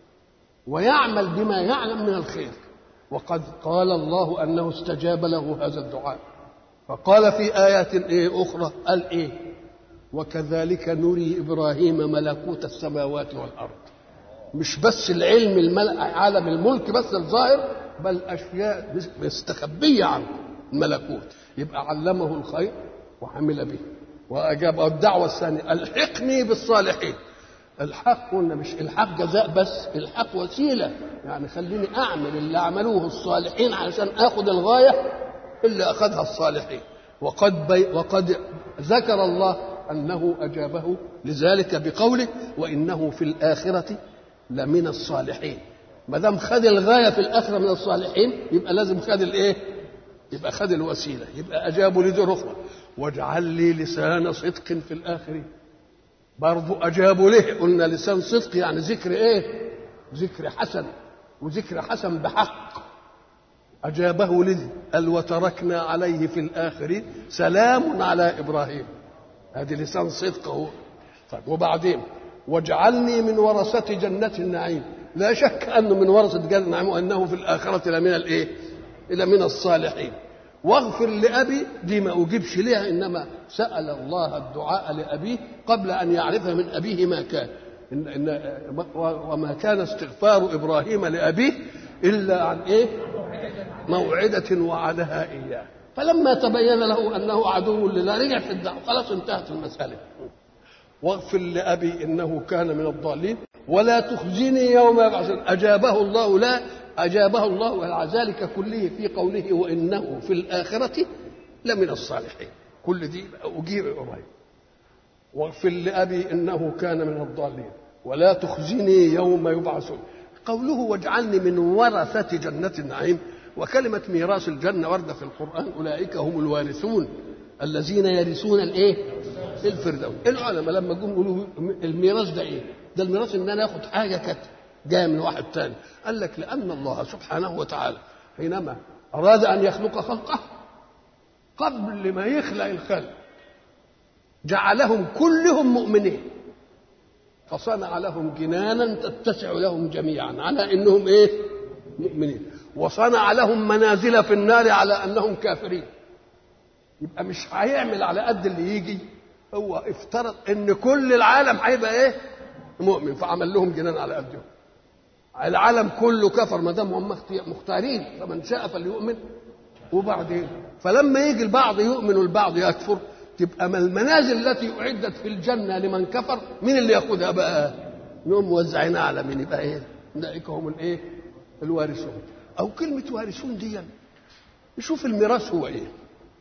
B: ويعمل بما يعلم من الخير، وقد قال الله أنه استجاب له هذا الدعاء، فقال في آيات إيه أخرى قال إيه؟ وكذلك نري إبراهيم ملكوت السماوات والأرض. مش بس العلم الملأ عالم الملك بس الظاهر، بل أشياء مستخبية عنه الملكوت. يبقى علمه الخير وعمل به وأجاب. الدعوة الثانية: ألحقني بالصالحين. الحق قلنا مش الحق جزاء بس، الحق وسيلة، يعني خليني أعمل اللي عملوه الصالحين علشان آخذ الغاية اللي أخذها الصالحين. وقد, بي وقد ذكر الله أنه أجابه لذلك بقوله: وإنه في الآخرة لمن الصالحين. ما دام خد الغاية في الآخرة من الصالحين يبقى لازم خد الإيه؟ يبقى خد الوسيلة. يبقى أجابوا لدور أخرى: واجعل لي لسان صدق في الآخرين. برضو أجابوا له. قلنا لسان صدق يعني ذكر إيه؟ ذكر حسن، وذكر حسن بحق. أجابه لذ قال: وتركنا عليه في الآخرين سلام على إبراهيم. هذه لسان صدق هو. طيب وبعدين: واجعلني من ورثة جنة النعيم. لا شك أنه من ورثة جنة النعيم، وأنه في الآخرة لمن الإيه؟ إلى من الصالحين. واغفر لأبي، دي ما أجيبش لها، إنما سأل الله الدعاء لأبيه قبل أن يعرف من أبيه ما كان. إن إن وما كان استغفار إبراهيم لأبيه إلا عن إيه؟ موعدة وعدها إياه. فلما تبين له انه عدو لله رجع في الدعوه، خلاص انتهت المساله. واغفر لأبي إنه كان من الضالين ولا تخزني يوم يبعثون. أجابه الله لا أجابه الله على ذلك كله في قوله وإنه في الآخرة لمن الصالحين. كل دي أجيب قريب. واغفر لأبي إنه كان من الضالين ولا تخزني يوم يبعثون. قوله واجعلني من ورثة جنة النعيم، وكلمة ميراث الجنة وردة في القرآن أولئك هم الوارثون الذين يرثون الايه؟ الفردوس. العلماء لما جم يقولوا الميراث ده ايه؟ ده الميراث ان انا اخد حاجه كانت جايه من واحد تاني. قال لك لان الله سبحانه وتعالى حينما اراد ان يخلق خلقه قبل ما يخلق الخلق جعلهم كلهم مؤمنين، فصنع لهم جنانا تتسع لهم جميعا على انهم ايه؟ مؤمنين، وصنع لهم منازل في النار على انهم كافرين. يبقى مش هيعمل على قد اللي يجي، هو افترض ان كل العالم هيبقى ايه؟ مؤمن، فعمل لهم جنان على قدهم. العالم كله كفر ما دام هم مختارين، فمن شاء فليؤمن. وبعدين فلما يجي البعض يؤمن والبعض يكفر، تبقى ما المنازل التي اعدت في الجنه لمن كفر مين اللي ياخدها بقى؟ نقوم موزعينها على مين؟ يبقى ايه؟ اولئك هم الايه؟ الوارثون. او كلمه وارثون دي نشوف الميراث هو ايه؟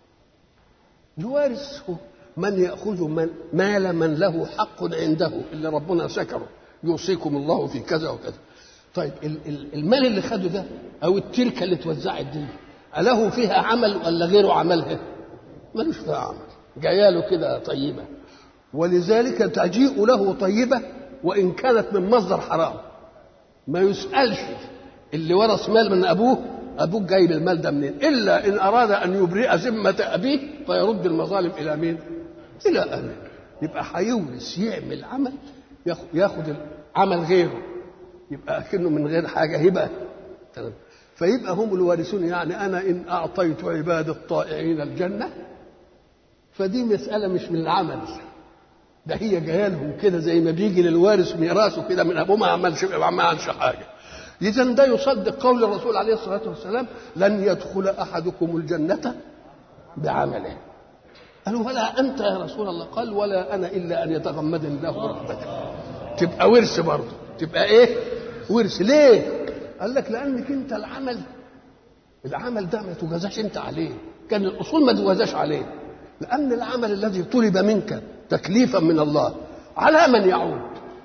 B: الوارث هو من يأخذ من مال من له حق عنده اللي ربنا سكره، يوصيكم الله في كذا وكذا. طيب المال اللي خده ده أو التركة اللي توزعت دي أله فيها عمل ولا غيره عملها؟ ملوش فيها عمل، جاياله كده طيبة، ولذلك تجيء له طيبة وإن كانت من مصدر حرام. ما يسألش اللي ورث مال من أبوه أبوك جايب المال ده منين، إلا إن أراد أن يبرئ ذمة أبيه فيرد المظالم إلى مين؟ إلى أهله. يبقى هيورث يعمل عمل ياخد عمل غيره، يبقى أكنه من غير حاجة هبة. فيبقى هم الوارثون. يعني أنا إن أعطيت عباد الطائعين الجنة فدي مسألة مش من العمل، ده هي جايه لهم كده زي ما بيجي للوارث ميراثه كده من أبوه ما عملش ما عملش حاجة. إذا ده يصدق قول الرسول عليه الصلاة والسلام لن يدخل أحدكم الجنة بعمله. قالوا ولا أنت يا رسول الله؟ قال ولا أنا إلا أن يتغمدني الله برحمته. تبقى ورث برضه، تبقى إيه؟ ورث. ليه؟ قال لك لأنك أنت العمل العمل ده ما تجازاش أنت عليه، كان الأصول ما تجازاش عليه، لأن العمل الذي طلب منك تكليفا من الله على من يعود؟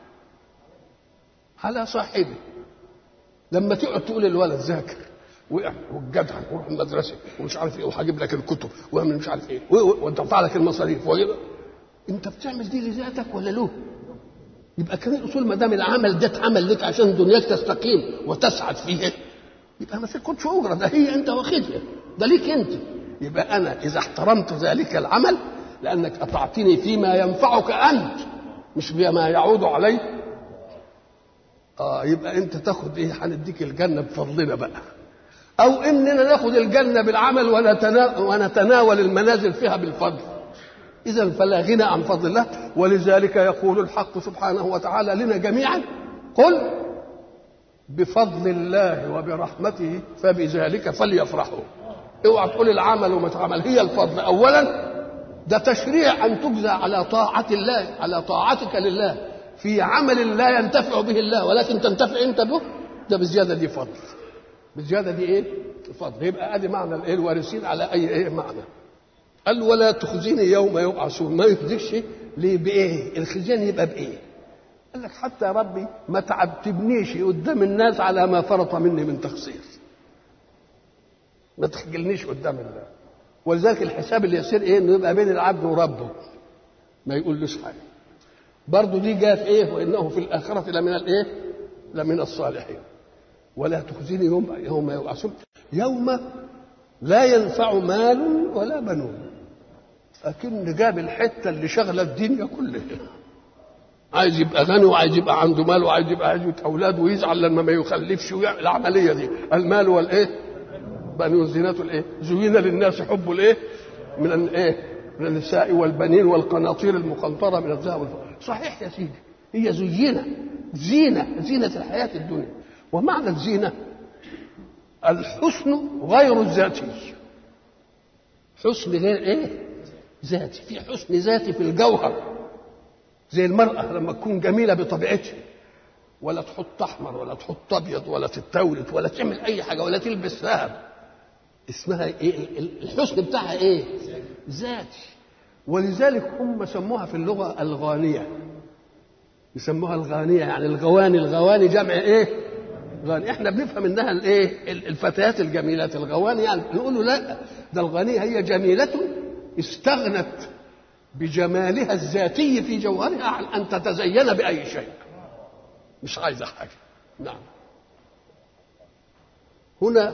B: على صاحبه. لما تقعد تقول للولد ذاكر والجدع وروح المدرسه ومش عارف ايه وهجيب لك الكتب واعمل مش عارف ايه وادفع لك المصاريف ويبقى. انت بتعمل دي لذاتك ولا له؟ يبقى كان الاصول ما دام العمل ده اتعمل لك عشان دنياك تستقيم وتسعد فيها، يبقى ما تاخدش اجره، ده هي انت واخدها، ده ليك انت. يبقى انا اذا احترمت ذلك العمل لانك اطعتني فيما ينفعك انت مش بما يعود عليك، اه يبقى انت تاخد ايه؟ هنديك الجنه بفضلنا بقى، او اننا ناخد الجنه بالعمل ونتناول المنازل فيها بالفضل. اذا فلا غنى عن فضل الله. ولذلك يقول الحق سبحانه وتعالى لنا جميعا قل بفضل الله وبرحمته فبذلك فليفرحوا. اوعى تقول العمل وما تعمل، هي الفضل اولا. ده تشريع ان تجزى على طاعه الله، على طاعتك لله في عمل لا ينتفع به الله ولكن تنتفع انت به، ده بزياده دي فضل، بزياده دي ايه؟ فضل. يبقى ادي معنى الايه؟ الوارثين على اي ايه معنى. قال ولا تخزيني يوم يبعثون. ما يخزيش ليه؟ بايه؟ الخزيان يبقى بايه؟ قال لك حتى ربي ما تعتبنيش قدام الناس على ما فرط مني من تقصير، ما تخجلنيش قدام الله. ولذلك الحساب اللي يصير ايه؟ انه يبقى بين العبد وربه، ما يقولوش حاجه. برضه دي جاء في ايه؟ وانه في الاخره لمن الايه؟ لمن الصالحين. ولا تخزيني يوم يوم يبعثون يوم لا ينفع مال ولا بنون. لكن جاب الحته اللي شغله الدنيا كلها، عايز يبقى غني وعايز يبقى عنده مال وعايز يبقى عنده اولاد ويزعل لما ما يخلفش ويعمل العمليه دي. المال والايه؟ بنون زينة الايه؟ زين للناس حب الايه؟ من الايه؟ من النساء والبنين والقناطير المقنطره من الذهب والفضه. صحيح يا سيدي، هي زينه زينه زينه الحياه الدنيا. ومعنى الزينه الحسن غير الذاتي. حسن غير ايه؟ ذاتي. في حسن ذاتي في الجوهر، زي المرأة لما تكون جميلة بطبيعتها، ولا تحط احمر ولا تحط ابيض ولا تتولد ولا تعمل اي حاجه ولا تلبس ذهب، اسمها ايه؟ الحسن بتاعها ايه؟ ذاتي. ولذلك هم سموها في اللغه الغانيه، يسموها الغانيه، يعني الغواني. الغواني جمع ايه؟ غاني. احنا بنفهم انها الايه؟ الفتيات الجميلات الغواني، يعني نقول له لا، ده الغانيه هي جميله استغنت بجمالها الذاتي في جوهرها عن ان تتزين باي شيء، مش عايزه حاجه. نعم. هنا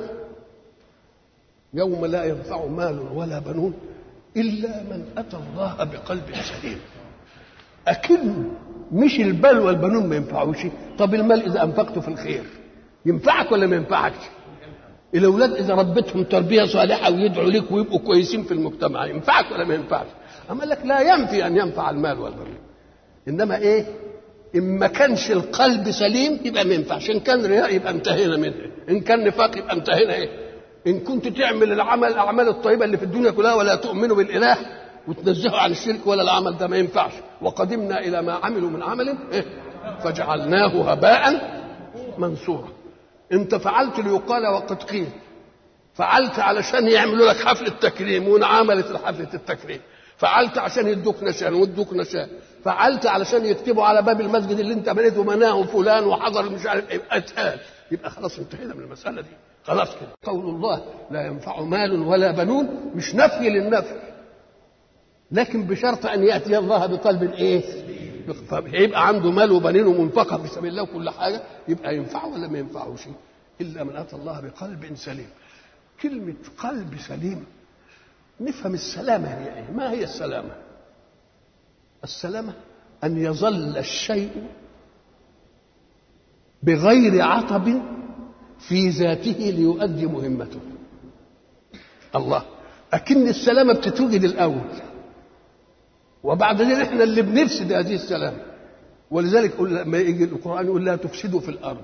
B: يوم لا ينفع مال ولا بنون الا من اتى الله بقلب سليم. اكن مش المال والبنون ما ينفعوش. طب المال اذا انفقته في الخير ينفعك ولا ما ينفعكش؟ الاولاد اذا ربيتهم تربيه صالحه ويدعوا لك ويبقوا كويسين في المجتمع ينفعك ولا ما ينفعش؟ اما لك لا ينفي ان ينفع المال والبنون، انما ايه؟ ان ما كانش القلب سليم يبقى ما ينفعش. ان كان رياء يبقى انتهينا منه، ان كان نفاق يبقى انتهينا ايه؟ ان كنت تعمل العمل الاعمال الطيبه اللي في الدنيا كلها ولا تؤمنوا بالاله وتنزهوا عن الشرك ولا العمل ده ما ينفعش. وقدمنا الى ما عملوا من عمل إيه؟ فجعلناه هباء منصورا. انت فعلت ليقال وقد قيل، فعلت علشان يعملوا لك حفله تكريم وانعملت حفله التكريم، فعلت عشان يدوك نشان ويدوك نشان، فعلت علشان يكتبوا على باب المسجد اللي انت بنيته مناه فلان وحضر مش عارف ايه، اتقال، يبقى خلاص انتهينا من المساله دي، خلاص كده. قول الله لا ينفع مال ولا بنون مش نفي للنفي، لكن بشرط ان ياتي الله بقلب ايه؟ فيبقى عنده مال وبنين ومنفقه في سبيل الله وكل حاجه، يبقى ينفعه ولا ما ينفعوش؟ الا من اتى الله بقلب سليم. كلمه قلب سليم نفهم السلامه هي ايه؟ ما هي السلامه؟ السلامه ان يظل الشيء بغير عطب في ذاته ليؤدي مهمته. الله، اكن السلامه بتتوجد الاول وبعدين احنا اللي بنفسد هذه السلامه. ولذلك لما يجي القران يقول لا تفسدوا في الارض،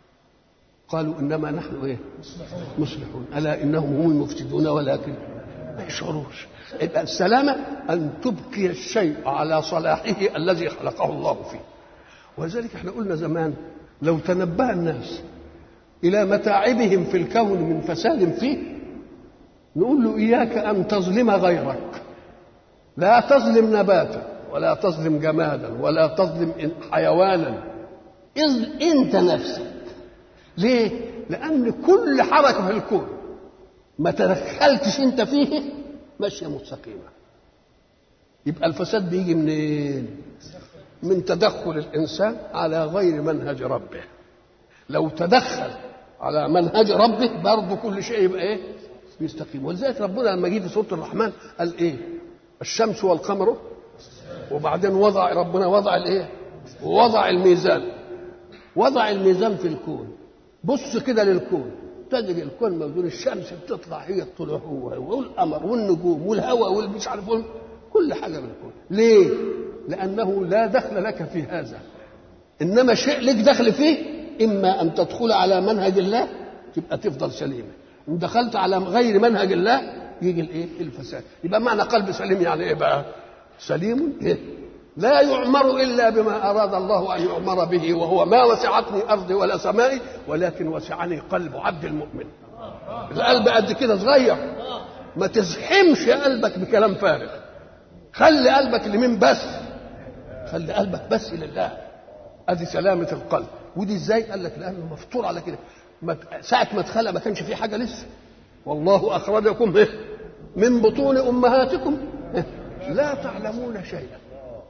B: قالوا انما نحن ايه؟ مصلحون. الا انهم هم المفسدون ولكن ما يشعروش. السلامه ان تبقي الشيء على صلاحه الذي خلقه الله فيه. ولذلك احنا قلنا زمان لو تنبه الناس الى متاعبهم في الكون من فساد فيه، نقول له اياك ان تظلم غيرك، لا تظلم نباتا ولا تظلم جمادا ولا تظلم حيوانا، إذ انت نفسك. ليه؟ لان كل حركه في الكون ما تدخلتش انت فيه ماشيه مستقيمه. يبقى الفساد بيجي منين؟ من تدخل الانسان على غير منهج ربه. لو تدخل على منهج ربه برضه كل شيء يبقى ايه؟ بيستقيم. ولذلك ربنا لما جه في سوره الرحمن قال ايه؟ الشمس والقمر، وبعدين وضع ربنا وضع الايه؟ ووضع الميزان. وضع الميزان في الكون. بص كده للكون تجد الكون موجود، الشمس بتطلع هي الطلوع هو والقمر والنجوم والهواء والمش عارف كل حاجه بالكون. ليه؟ لانه لا دخل لك في هذا، انما شيء لك دخل فيه. اما ان تدخل على منهج الله تبقى تفضل سليمه، ان دخلت على غير منهج الله يجي الايه؟ الفساد. يبقى معنى قلب سليم يعني ايه بقى؟ سليم إيه؟ لا يعمر الا بما اراد الله ان يعمر به، وهو ما وسعتني ارضي ولا سمائي ولكن وسعني قلب عبد المؤمن. القلب قد كده صغير، ما تزحمش قلبك بكلام فارغ، خلي قلبك لمين بس؟ خلي قلبك بس لله. ادي سلامه القلب. ودي ازاي؟ قال لك لانه مفطور على كده. ساعه ما اتخلق ما كانش في حاجه لسه. والله اخرجكم من بطون امهاتكم لا تعلمون شيئا،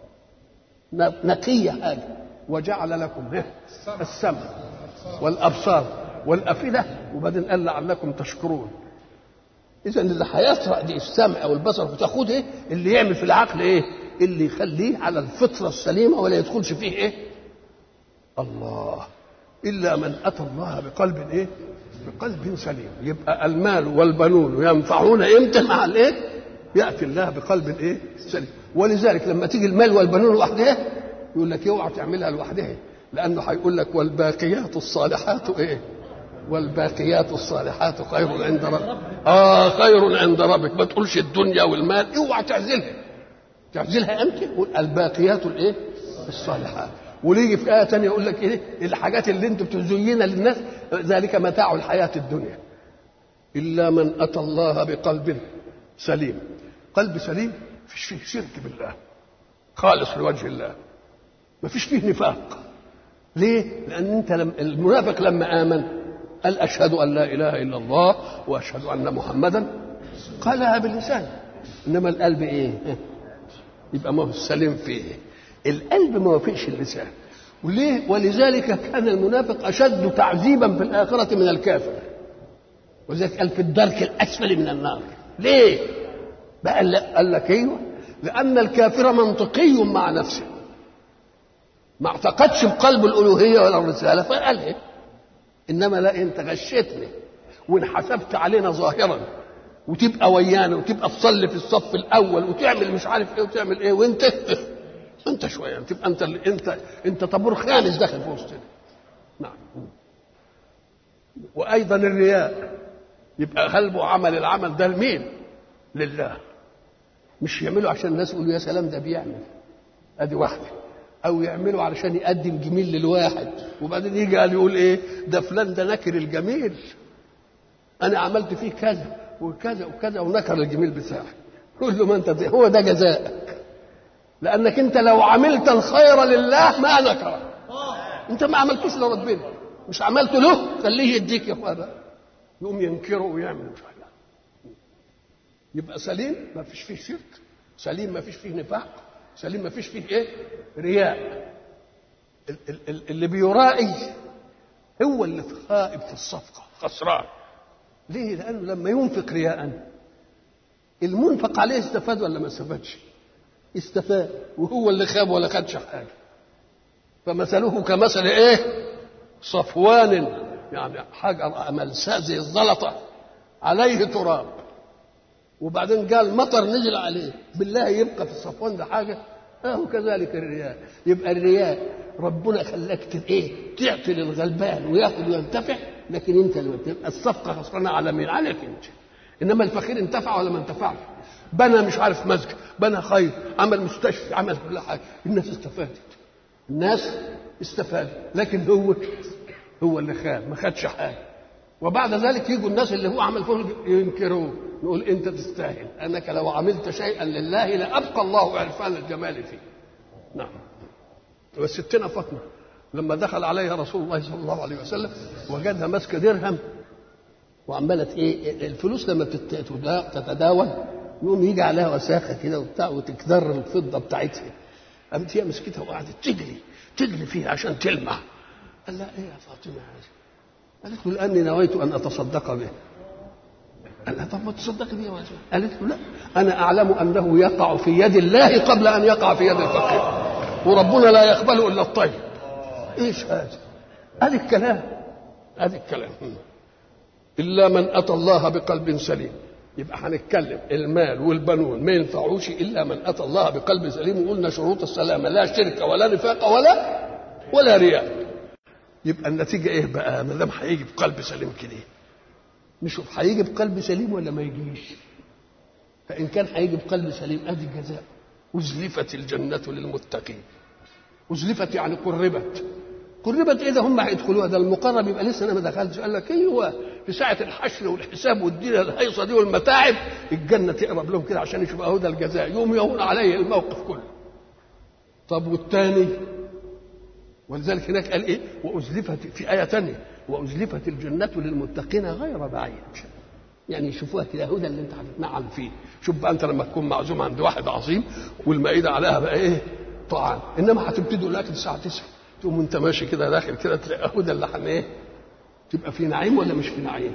B: نقيه حاجه، وجعل لكم السمع والابصار والافئده، وبعدين قال لعلكم تشكرون. اذا اللي هيسرق دي السمع والبصر وتاخد ايه؟ اللي يعمل في العقل ايه؟ اللي يخليه على الفطره السليمه ولا يدخلش فيه ايه؟ الله. الا من اتى الله بقلب ايه؟ بقلب سليم. يبقى المال والبنون ينفعون امتى؟ مع الايه؟ ياتي الله بقلب ايه؟ سليم. ولذلك لما تيجي المال والبنون لوحدها يقول لك اوعى تعملها لوحدها، لانه هيقول لك والباقيات الصالحات ايه؟ والباقيات الصالحات خير عند ربك. اه خير عند ربك. ما تقولش الدنيا والمال، اوعى تعزلها. تعزلها امتى؟ قول الباقيات الايه؟ الصالحات. وليجي في ايه ثانيه يقول لك ايه؟ الحاجات اللي انتم بتزينها للناس ذلك متاع الحياه الدنيا الا من اتى الله بقلب سليم. قلب سليم فيش فيه شرك بالله خالص لوجه الله، ما فيش فيه نفاق. ليه؟ لان انت لم المنافق لما امن قال اشهد ان لا اله الا الله واشهد ان محمدا، قالها باللسان، انما القلب ايه؟ يبقى ما هو السليم فيه. القلب ما وافقش اللسان. وليه؟ ولذلك كان المنافق اشد تعذيبا في الاخره من الكافر. ولذلك قال في الدرك الاسفل من النار. ليه؟ بقى قال لك ايوه، لان الكافر منطقي مع نفسه، ما اعتقدش بقلب الالوهيه ولا الرساله فقال ايه؟ انما لا، انت غشيتني وانحسبت علينا ظاهرا وتبقى ويانا وتبقى تصلي في الصف الاول وتعمل مش عارف ايه وتعمل ايه، وانت انت شويه تبقى انت انت انت طابور خامس داخل في وسطنا. نعم. وايضا الرياء، يبقى قلبه عمل العمل ده لمين؟ لله، مش يعمله عشان الناس يقولوا يا سلام ده بيعمل، ادي واحده، او يعمله علشان يقدم جميل للواحد وبعدين يجي قال يقول ايه؟ ده فلان ده نكر الجميل، انا عملت فيه كذا وكذا وكذا ونكر الجميل بتاعي. قول له ما انت ده هو ده جزائك، لانك انت لو عملت الخير لله ما نكره، انت ما عملتوش لربنا، مش عملته له خليه يديك يا اخوانا، يقوم ينكره ويعمل مش عارف. يبقى سليم ما فيش فيه شرك، سليم ما فيش فيه نفاق، سليم ما فيش فيه ايه؟ رياء. اللي بيرائي هو اللي خائب في الصفقه، خسران. ليه؟ لانه لما ينفق رياء المنفق عليه استفاد ولا ما استفادش؟ استفاد، وهو اللي خاب ولا خدش حاجه. فمثله كمثل ايه؟ صفوان، يعني حجر ملساء زي الزلطه عليه تراب، وبعدين قال مطر نزل عليه، بالله يبقى في الصفوان ده حاجه؟ اهو كذلك الرياء. يبقى الرياء ربنا خلاك ايه؟ تعطي للغلبان وياخذ وينتفع، لكن انت اللي بتبقى الصفقه خسرانه على مين؟ عليك انت. انما الفقير انتفع ولا ما انتفعش؟ بنى مش عارف مسجد، بنى خير، عمل مستشفى، عمل كل حاجه، الناس استفادت، الناس استفادت، لكن هو هو اللي خاب، ما خدش حاجه. وبعد ذلك يجوا الناس اللي هو عمل فيهم ينكروه، نقول انت تستاهل، انك لو عملت شيئا لله لابقى الله عرفان الجمال فيه. نعم. وستنا فاطمه لما دخل عليها رسول الله صلى الله عليه وسلم وجدها ماسكه درهم وعماله ايه؟ الفلوس لما تتداول يقوم يجي عليها وساخه كده وبتاع وتكدر الفضه بتاعتها. قامت هي مسكتها وقعدت تجري تجري فيها عشان تلمع. قال لها ايه يا فاطمه هذه؟ قالت له لاني نويت ان اتصدق به. قال لها طب ما تصدقي بيه؟ قالت له لا، انا اعلم انه يقع في يد الله قبل ان يقع في يد الفقير، وربنا لا يقبل الا الطيب. ايش هذا؟ هذا الكلام، هذا الكلام. الا من اتى الله بقلب سليم. يبقى هنتكلم المال والبنون ما ينفعوش الا من اتى الله بقلب سليم، وقلنا شروط السلامه لا شرك ولا نفاق ولا ولا رياء. يبقى النتيجه ايه بقى ما دام هيجي بقلب سليم كده؟ نشوف هيجي بقلب سليم ولا ما يجيش. فان كان هيجي بقلب سليم ادي الجزاء. ازلفت الجنه للمتقين. ازلفت يعني قربت. قربت ايه؟ ده هم هيدخلوها، ده المقرب يبقى لسه انا ما دخلتش. قال لك ايوه في ساعه الحشر والحساب والدنيا الهيصه دي والمتاعب الجنه تقرب لهم كده عشان يشوفوا اهو ده الجزاء، يوم يهون عليه الموقف كله. طب والثاني؟ ولذلك هناك قال ايه؟ وازلفت في ايه ثانيه وازلفت الجنه للمتقين غير بعيد، يعني يشوفوها كده هو ده اللي انت هتتنعم فيه. شوف بقى انت لما تكون معزوم عند واحد عظيم والمائده عليها بقى ايه؟ طعام، انما هتبتدوا الاكل الساعه تسعة، تقوم انت ماشي كده داخل كده تلاقي هو ده اللي حن ايه؟ تبقى في نعيم ولا مش في نعيم؟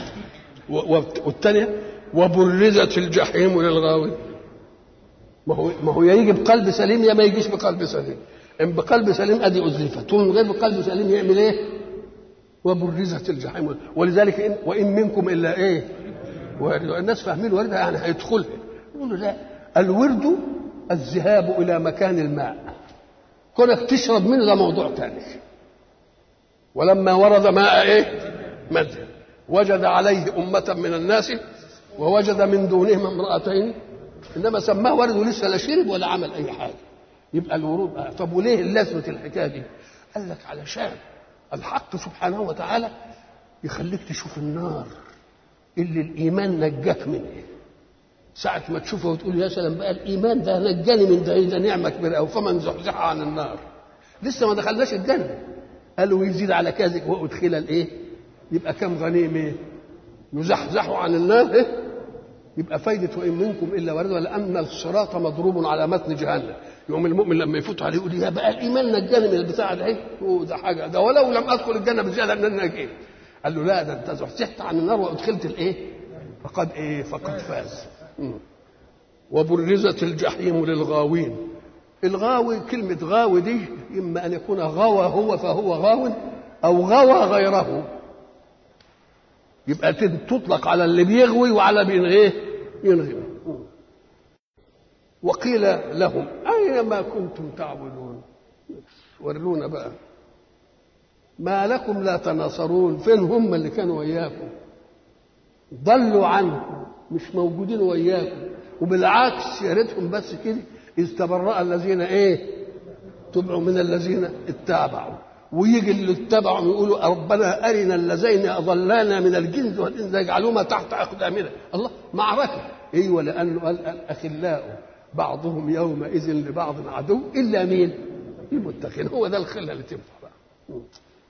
B: والثانيه وبرزت الجحيم للغاوين. ما هو ما هو يجي بقلب سليم يا ما يجيش بقلب سليم. ان بقلب سليم ادي ازلفت، ومن غير بقلب سليم يعمل ايه؟ وبرزت الجحيم. ولذلك إن وان منكم الا ايه؟ الناس فاهمين وردها يعني هيدخلها. يقولوا لا، الورد الذهاب الى مكان الماء، كونك تشرب منه ده موضوع ثاني. ولما ورد ماء ايه؟ مدين وجد عليه أمة من الناس ووجد من دونهم امرأتين، إنما سماه ورد ولسه لا شرب ولا عمل أي حاجة. يبقى الورود آه. طب وليه لازمة الحكاية دي؟ قال لك علشان الحق سبحانه وتعالى يخليك تشوف النار اللي الإيمان نجاك منه. ساعة ما تشوفه وتقول يا سلام بقى الإيمان ده نجاني من ده، ده نعمة كبيرة أو فمن زحزح عن النار. لسه ما دخلناش الجنة، قالوا يزيد على كذلك وأدخل الإيه؟ يبقى كم غنيمة يزحزحوا عن النار إيه؟ يبقى فايدة وإن منكم إلا واردها، لأن الصراط مضروب على متن جهنم. يوم المؤمن لما يفوت عليه يقول يا بقى الإيمان نجاني من البتاع ده إيه؟ ده حاجة ده ولو لم أدخل الجنة بزيادة أن أنا نجيت. قال له لا، ده أنت زحزحت عن النار وأدخلت الإيه؟ فقد إيه؟ فقد فاز. وبرزت الجحيم للغاوين. الغاوي كلمة غاوي دي إما أن يكون غوى هو فهو غاو أو غوى غيره، يبقى تطلق على اللي بيغوي وعلى بينغيه ينغي. وقيل لهم أين ما كنتم تعبدون؟ ورونا بقى ما لكم لا تناصرون. فين هم اللي كانوا وياكم؟ ضلوا عنكم، مش موجودين وياكم. وبالعكس يا ريتهم بس كده إذ تبرأ الذين ايه تبعوا من الذين اتبعوا. ويجي اللي اتبعوا يقولوا ربنا أرنا اللذين أضلانا من الجن والإنس يجعلوما تحت أقدامنا. الله معركة ايوه، لأنه قال الأخلاء بعضهم يومئذ لبعض عدو إلا مين؟ المتقين. هو ده الخلة اللي تنفع بقى.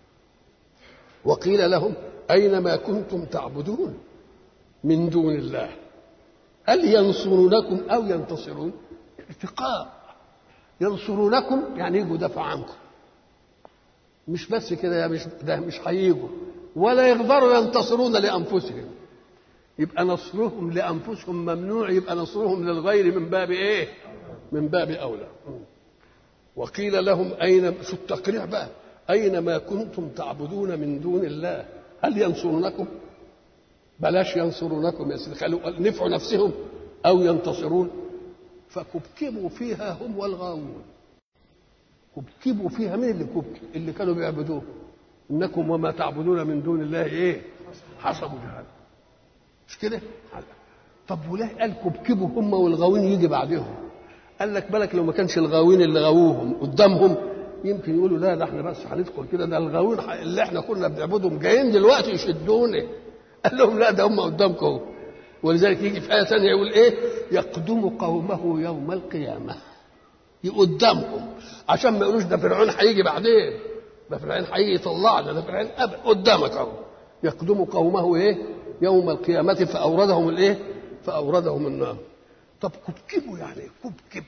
B: وقيل لهم أين ما كنتم تعبدون من دون الله هل ينصرونكم أو ينتصرون؟ ارتقاء. ينصرونكم يعني يجوا دفع عنكم، مش بس كده، مش ده مش هيجوا ولا يقدروا ينتصرون لأنفسهم. يبقى نصرهم لأنفسهم ممنوع، يبقى نصرهم للغير من باب ايه؟ من باب أولى. وقيل لهم أين، شو التقريع بقى، أين ما كنتم تعبدون من دون الله هل ينصرونكم؟ بلاش ينصرونكم يا سيدي، خلوا نفعوا نفسهم أو ينتصرون. فكبكبوا فيها هم والغاوون. كبكبوا فيها، من اللي كبكب؟ اللي كانوا بيعبدوه. إنكم وما تعبدون من دون الله إيه؟ حسبوا جهنم. مش كده؟ طب وليه قال كبكبوا هم والغاوين يجي بعدهم؟ قال لك بالك لو ما كانش الغاوين اللي غاووهم قدامهم يمكن يقولوا لا ده احنا بس هندخل كده، ده الغاوين اللي احنا كنا بنعبدهم جايين دلوقتي يشدونا. قال لهم لا ده هم قدامكم. ولذلك يجي في آية ثانية يقول ايه؟ يقدم قومه يوم القيامة. يقدمهم عشان ما يقولوش ده فرعون هيجي بعدين، ده فرعون هيجي يطلعنا، ده فرعون قدامك اهو. يقدم قومه ايه؟ يوم القيامة فأوردهم الايه؟ فأوردهم النار. طب كبكبوا يعني كبكب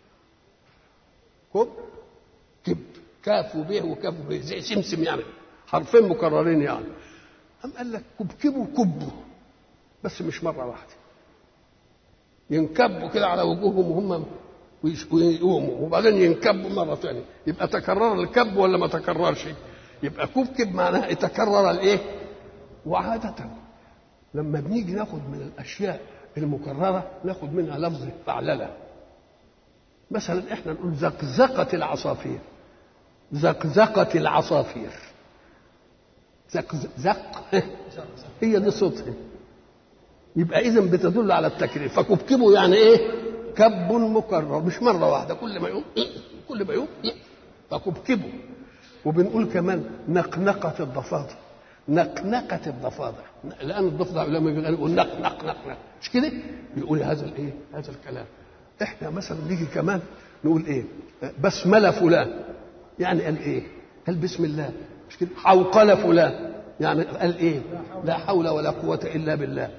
B: كب كب كاف وبيه وكاف وبيه زي سمسم، يعني حرفين مكررين يعني. أم قال لك كبكبوا كبوا بس مش مرة واحدة، ينكبوا كده على وجوههم وهم ويقوموا وبعدين ينكبوا مرة ثانية. يبقى تكرر الكب ولا ما تكررش؟ يبقى كبكب معناها يتكرر الايه؟ وعادة لما بنيجي ناخد من الأشياء المكررة ناخد منها لفظ فعللة. مثلا احنا نقول زقزقة العصافير، زقزقة العصافير، زق زق هي دي صوتها. يبقى إذن بتدل على التكرير. فكبكبوا يعني ايه؟ كب مكرر مش مرة واحدة، كل ما يقوم كل ما يقوم فكبكبوا. وبنقول كمان نقنقة الضفادع، نقنقة الضفادع، لأن الضفدع لما يقول نق نق نق نق مش كده؟ يقول هذا الايه؟ هذا الكلام. احنا مثلا نيجي كمان نقول ايه؟ بسملة فلان، يعني قال ايه؟ قال بسم الله، مش كده؟ حوقل فلان، يعني قال ايه؟ لا حول ولا قوة إلا بالله.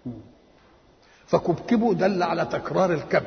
B: فكبكبوا دل على تكرار الكب.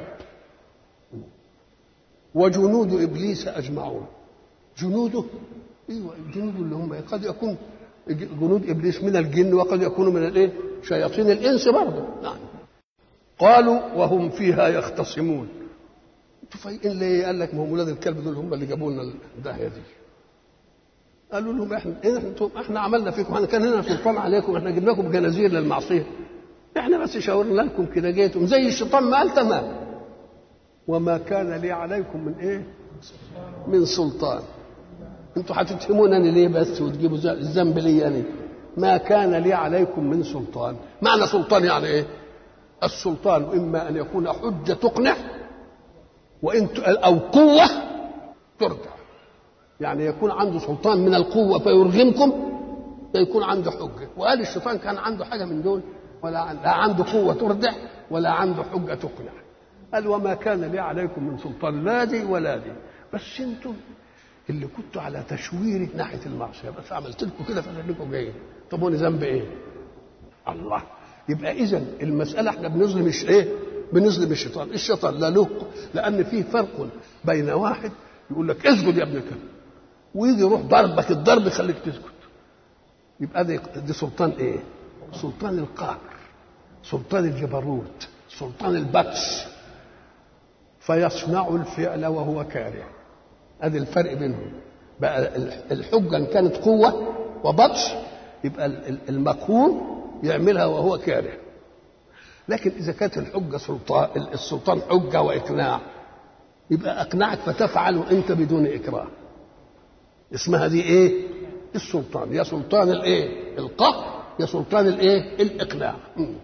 B: وجنود إبليس أجمعون. جنوده ايوه الجنود اللي هم قد يكون جنود ابليس من الجن وقد يكونوا من الايه؟ شياطين الانس برضه. نعم. قالوا وهم فيها يختصمون. انتوا فايقين ليه؟ قال لك ما هم ولاد الكلب دول هم اللي جابوا لنا الداهيه دي. قالوا لهم احنا انتم احنا عملنا فيكم، احنا كان لنا سلطان عليكم، احنا جبنا لكم جنازير للمعصيه، احنا بس شاورنا لكم كده جيتم زي الشيطان ما قال تمام. وما كان لي عليكم من ايه؟ من سلطان. انتوا هتتهمونني ليه بس وتجيبوا الذنب لي يعني؟ ما كان لي عليكم من سلطان. معنى سلطان يعني ايه؟ السلطان اما ان يكون حجه تقنع وان او قوه ترجع. يعني يكون عنده سلطان من القوه فيرغمكم، فيكون عنده حجه. وقال الشيطان كان عنده حاجه من دول؟ ولا لا عنده قوه تردع ولا عنده حجه تقنع. قال وما كان لي عليكم من سلطان، لا دي ولا دي، بس انتم اللي كنتوا على تشويري ناحيه المعصيه، بس عملت لكم كده فلانكم جايين. طب وانا ذنب ايه؟ الله. يبقى اذا المساله احنا بنظلم ايه؟ بنظلم الشيطان. الشيطان لا له، لان فيه فرق بين واحد يقول لك اسجد يا ابن كده ويجي يروح ضربك الضرب يخليك تسجد، يبقى دي, دي سلطان ايه؟ سلطان القهر، سلطان الجبروت، سلطان البطش، فيصنع الفعل وهو كاره. ادي الفرق بينهم. بقى الحجه ان كانت قوه وبطش يبقى المقهور يعملها وهو كاره، لكن اذا كانت الحجه سلطان، السلطان حجه واقناع، يبقى اقنعك فتفعل وانت بدون اكراه. اسمها دي ايه؟ السلطان. يا سلطان الايه؟ القهر، يا سلطان الايه؟ الاقناع.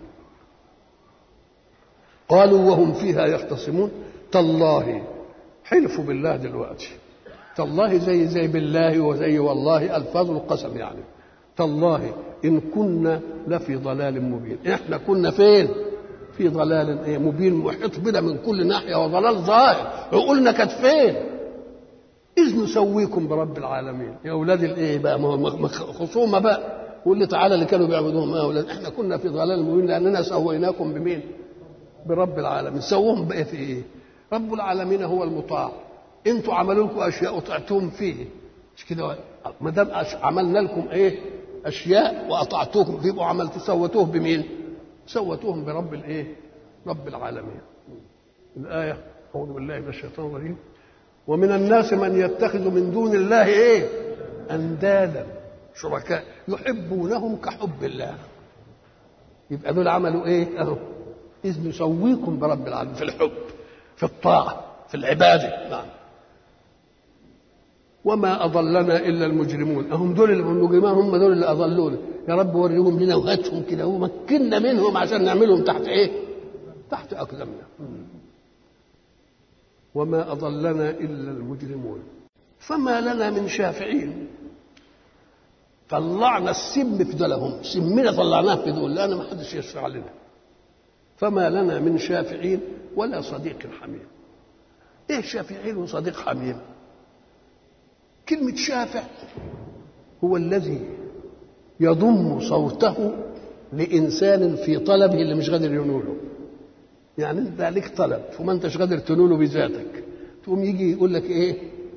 B: قالوا وهم فيها يختصمون تالله، حلفوا بالله دلوقتي. تالله زي زي بالله وزي والله، الفاظ القسم يعني. تالله ان كنا لفي ضلال مبين. احنا كنا فين؟ في ضلال ايه؟ مبين، محيط بنا من كل ناحيه وضلال ظاهر. عقولنا كانت فين؟ اذ نسويكم برب العالمين. يا اولاد الايه بقى؟ ما هو خصومه بقى. واللي تعالى اللي كانوا بيعبدوهم يا اولاد احنا كنا في ضلال مبين لاننا سويناكم بمين؟ برب العالمين. سووهم بقى في ايه؟ رب العالمين هو المطاع. انتوا عملوا لكم اشياء وطعتوهم فيه، مش كده؟ ما دام عملنا لكم ايه؟ اشياء واطعتوهم، يبقوا عملتوا سوتوه بمين؟ سوتوهم برب الايه؟ رب العالمين. الايه اعوذ بالله من الشيطان الرجيم. ومن الناس من يتخذ من دون الله ايه؟ اندادا شركاء يحبونهم كحب الله. يبقى دول عملوا ايه؟ اهو اذ نسويكم برب العالمين في الحب، في الطاعه، في العباده. نعم. وما اضلنا الا المجرمون. هم دول المجرمين، هم دول اللي اضلونا. يا رب وريهم لنا وهاتهم كده ومكننا منهم عشان نعملهم تحت ايه؟ تحت اقدامنا. وما اضلنا الا المجرمون فما لنا من شافعين. طلعنا السم في دولهم، سمنا طلعناه في دول لان ما حدش يشفع لنا. فما لنا من شافعين ولا صديق حميم. ايه شافعين وصديق حميم؟ كلمة شافع هو الذي يضم صوته لإنسان في طلبه اللي مش قادر ينوله. يعني انت عليك طلب وما انتش قادر تنوله بذاتك، تقوم يجي يقول لك ايه؟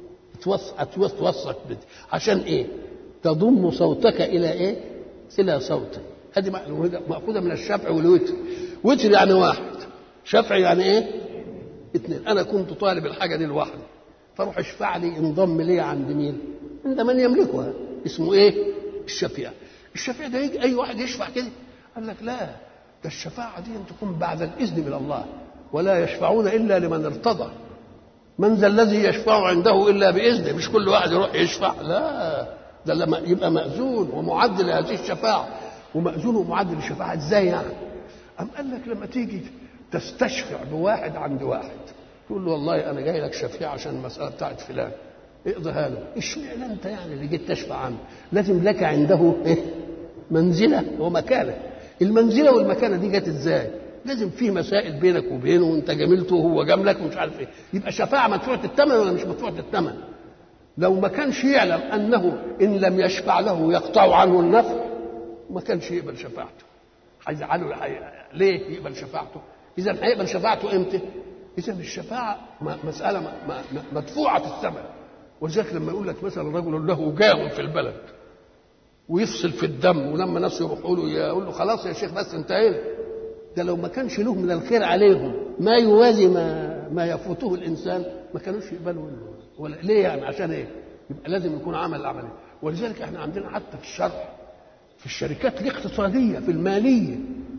B: اتوسط بدي. عشان ايه؟ تضم صوتك الى ايه؟ الى صوته. هذه مأخوذة من الشفع والوتر. وتر يعني واحد، شفع يعني ايه؟ اثنين. انا كنت طالب الحاجة دي لوحدي، فاروح اشفع لي انضم لي عند مين؟ عند من يملكها. اسمه ايه؟ الشفيع. الشفيع ده يجي اي واحد يشفع كده؟ قال لك لا، ده الشفاعة دي أن تكون بعد الإذن من الله. ولا يشفعون إلا لمن ارتضى. من ذا الذي يشفع عنده إلا بإذنه؟ مش كل واحد يروح يشفع، لا، ده لما يبقى مأذون ومعد لهذه الشفاعة. ومأذون ومعد للشفاعة ازاي يعني؟ أم قال لك لما تيجي تستشفع بواحد عند واحد تقول له والله أنا جاي لك شفيع عشان المسألة بتاعت فلان، اقضيها له. اشمعنى أنت يعني اللي جيت تشفع عنه؟ لازم لك عنده إيه؟ منزلة ومكانة. المنزله والمكانه دي جت ازاي؟ لازم في مسائل بينك وبينه وانت جاملته وهو جاملك ومش عارف ايه. يبقى شفاعه مدفوعه الثمن ولا مش مدفوعه الثمن؟ لو ما كانش يعلم انه ان لم يشفع له يقطع عنه النفع ما كانش يقبل شفاعته. هيزعله ليه يقبل شفاعته؟ اذا هيقبل شفاعته امتى؟ اذا الشفاعه مساله مدفوعه الثمن. ولذلك لما يقول لك مثلا رجل له جاه في البلد ويفصل في الدم، ولما ناس يروحوا له يقول له خلاص يا شيخ بس انتهينا، ده لو ما كانش له من الخير عليهم ما يوازي ما ما يفوته الانسان ما كانوش يقبلوا منه. ولا ليه يعني؟ عشان ايه؟ يبقى لازم يكون عمل العمليه. ولذلك احنا عندنا حتى في الشرع في الشركات الاقتصاديه في الماليه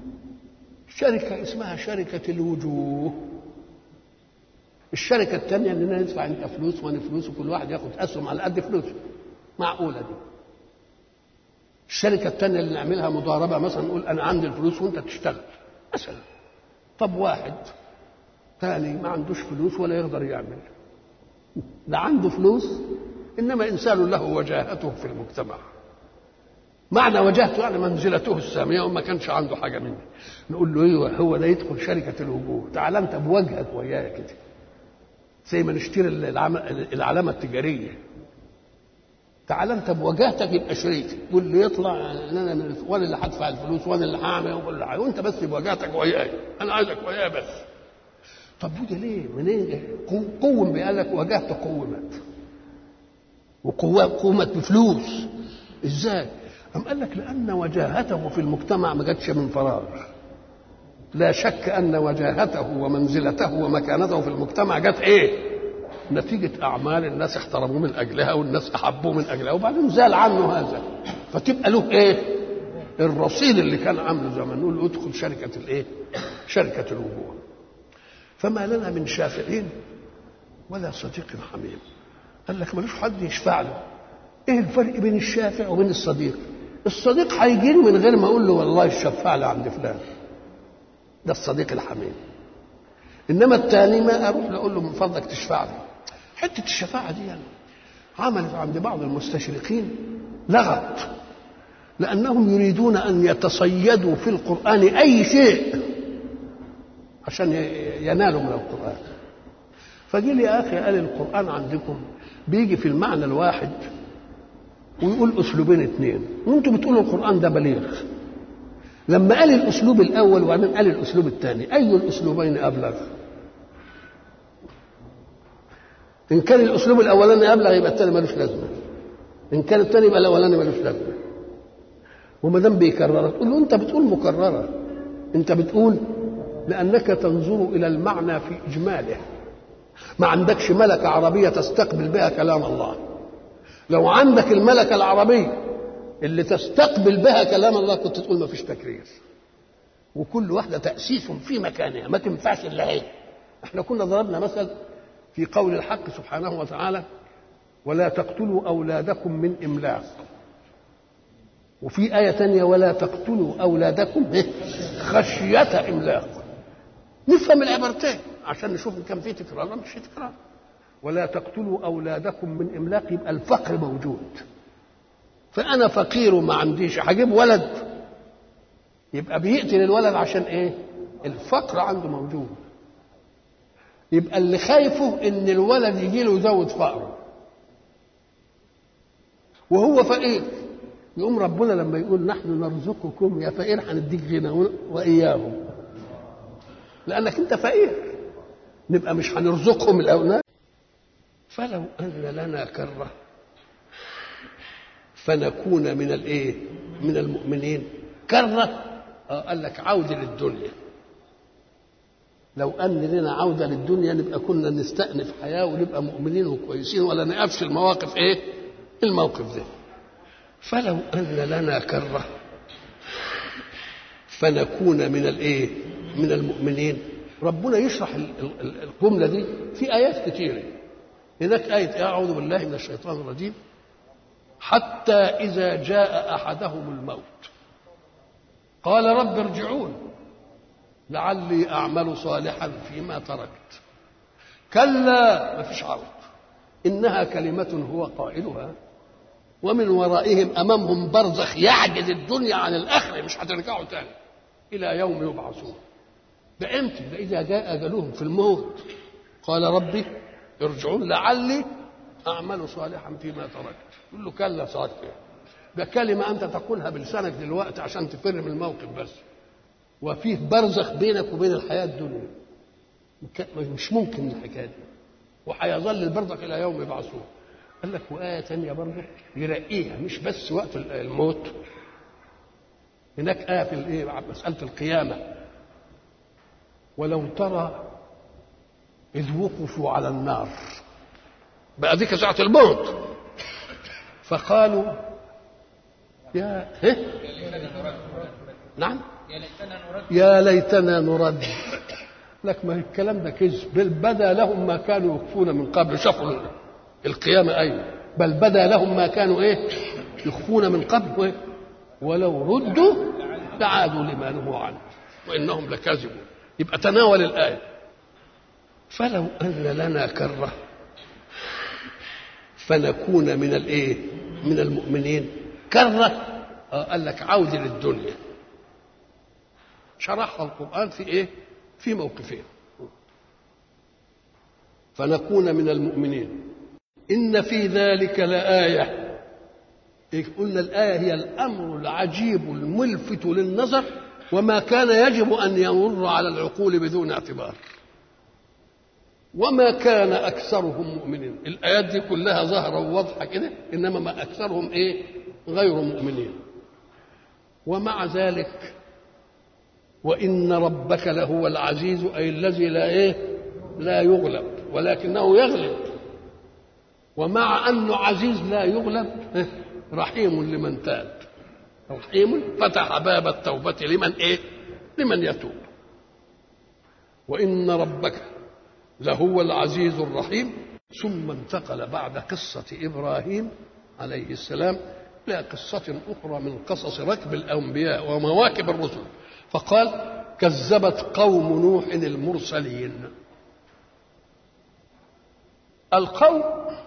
B: شركه اسمها شركه الوجوه. الشركه الثانيه اننا ندفع انت فلوس وانا فلوس وكل واحد ياخد اسهم على قد فلوسه. معقوله دي؟ الشركة التانية اللي نعملها مضاربة مثلا، نقول أنا عندي الفلوس وأنت تشتغل مثلا. طب واحد ثاني ما عندوش فلوس ولا يقدر يعمل، لا عنده فلوس إنما إنسان له وجاهته في المجتمع. معنى وجاهته يعني منزلته السامية وما كانش عنده حاجة منه. نقول له ايوه هو ده يدخل شركة الوجوه، تعال انت بوجهك ويايا كده زي ما نشتري العلامة التجارية، تعال انت بوجهتك يبقى شريك، واللي يطلع انا من وانا اللي هدفع الفلوس وانا اللي هعمل وانت بس بوجهتك ويايا، انا عايزك ويايا بس. طب وده ليه؟ منين؟ قوم بقال لك وجهت قومت، وقومت بفلوس. ازاي؟ أم قال لك لأن وجاهته في المجتمع ما جاتش من فراغ. لا شك أن وجاهته ومنزلته ومكانته في المجتمع جات إيه؟ نتيجة أعمال الناس احترموه من أجلها والناس أحبوه من أجلها، وبعدين زال عنه هذا، فتبقى له إيه؟ الرصيد اللي كان عامله زمان. نقول له ادخل شركة الإيه؟ شركة الوجوه. فما لنا من شافعين ولا صديق حميم. قال لك ملوش حد يشفع له. ايه الفرق بين الشافع وبين الصديق؟ الصديق هيجيني من غير ما اقول له والله الشفاعة لي عند فلان، ده الصديق الحميم. انما الثاني ما اروح له اقول له من فضلك تشفع لي. حته الشفاعه دي يعني عملت عند بعض المستشرقين لغط، لانهم يريدون ان يتصيدوا في القران اي شيء عشان ينالوا من القران. فجي لي يا اخي قال القران عندكم بيجي في المعنى الواحد ويقول اسلوبين اثنين، وانتم بتقولوا القران ده بليغ. لما قال الاسلوب الاول وبعدين قال الاسلوب الثاني، اي الاسلوبين ابلغ؟ ان كان الاسلوب الاولاني ابلغ يبقى الثاني ملوش لازمه، ان كان الثاني يبقى الاولاني ملوش لازمه. وما دام بيكررها تقول له انت بتقول مكرره، انت بتقول لانك تنظر الى المعنى في اجماله، ما عندكش ملكه عربيه تستقبل بها كلام الله. لو عندك الملكه العربيه اللي تستقبل بها كلام الله كنت تقول ما فيش تكرير، وكل واحده تاسيس في مكانها ما تنفعش الا هي. احنا كنا ضربنا مثل في قول الحق سبحانه وتعالى ولا تقتلوا اولادكم من املاق، وفي ايه ثانيه ولا تقتلوا اولادكم خشيه املاق. نفهم العبارتين عشان نشوف ان كان في تكرار ولا مش في تكرار. ولا تقتلوا اولادكم من املاق يبقى الفقر موجود، فانا فقير وما عنديش هجيب ولد، يبقى بيقتل الولد عشان ايه؟ الفقر عنده موجود. يبقى اللي خايفه ان الولد يجي له يزود فقره وهو فقير. يقوم ربنا لما يقول نحن نرزقكم يا فقير هنديك غنى واياهم، لانك انت فقير، نبقى مش هنرزقهم الاولاد. فلو ان لنا كره فنكون من الايه؟ من المؤمنين. كره آه قال لك عوده للدنيا. لو ان لنا عوده للدنيا نبقى كنا نستأنف حياه ونبقى مؤمنين وكويسين ولا نقفش المواقف ايه؟ الموقف ده. فلو ان لنا كره فنكون من الايه؟ من المؤمنين. ربنا يشرح الجمله دي في ايات كثيره. هناك ايه اعوذ بالله من الشيطان الرجيم حتى اذا جاء احدهم الموت قال رب ارجعون لعلي اعمل صالحا فيما تركت كلا ما فيش عوض انها كلمه هو قائلها ومن ورائهم امامهم برزخ يعجز الدنيا عن الاخره، مش هترجعوا تاني الى يوم يبعثون. ده امتى؟ ده اذا جاء اجلهم في الموت قال ربي ارجعون لعلي اعمل صالحا فيما تركت. يقول له كلا صادق، ده كلمه انت تقولها بلسانك دلوقتي عشان تفر من الموقف بس، وفيه برزخ بينك وبين الحياه الدنيا، مش ممكن الحكايه دي، وهيظل البرزخ الى يوم يبعثون. قال لك وآية ثانية برضه يرقيها مش بس وقت الموت. هناك آية في الإيه؟ مسألة القيامة ولو ترى إذ وقفوا على النار، بقى ديك ساعة الموت، فقالوا يا هه؟ نعم يا ليتنا نرد. لك ما الكلام ده كذب، بل بدا لهم ما كانوا يخفون من قبل. شافوا القيامة أيوة، بل بدا لهم ما كانوا إيه يخفون من قبل إيه؟ ولو ردوا لعادوا لما نهوا عنه وإنهم لكاذبون. يبقى تناول الآية. فلو أن لنا كرة فنكون من الإيه؟ من المؤمنين. كرة آه قال لك عودة للدنيا. شرحها القرآن في إيه؟ في موقفين. فنكون من المؤمنين. إن في ذلك لآية. قلنا الآية هي الأمر العجيب الملفت للنظر وما كان يجب أن يمر على العقول بدون اعتبار. وما كان أكثرهم مؤمنين. الآيات دي كلها ظاهرة وواضحة كده، إنما ما أكثرهم إيه؟ غير مؤمنين. ومع ذلك وإن ربك لهو العزيز، أي الذي لا إيه؟ لا يغلب، ولكنه يغلب. ومع أنه عزيز لا يغلب رحيم لمن تاب. رحيم فتح باب التوبة لمن إيه؟ لمن يتوب. وإن ربك لهو العزيز الرحيم. ثم انتقل بعد قصة إبراهيم عليه السلام إلى قصة أخرى من قصص ركب الأنبياء ومواكب الرسل، فقال كذبت قوم نوح المرسلين. القوم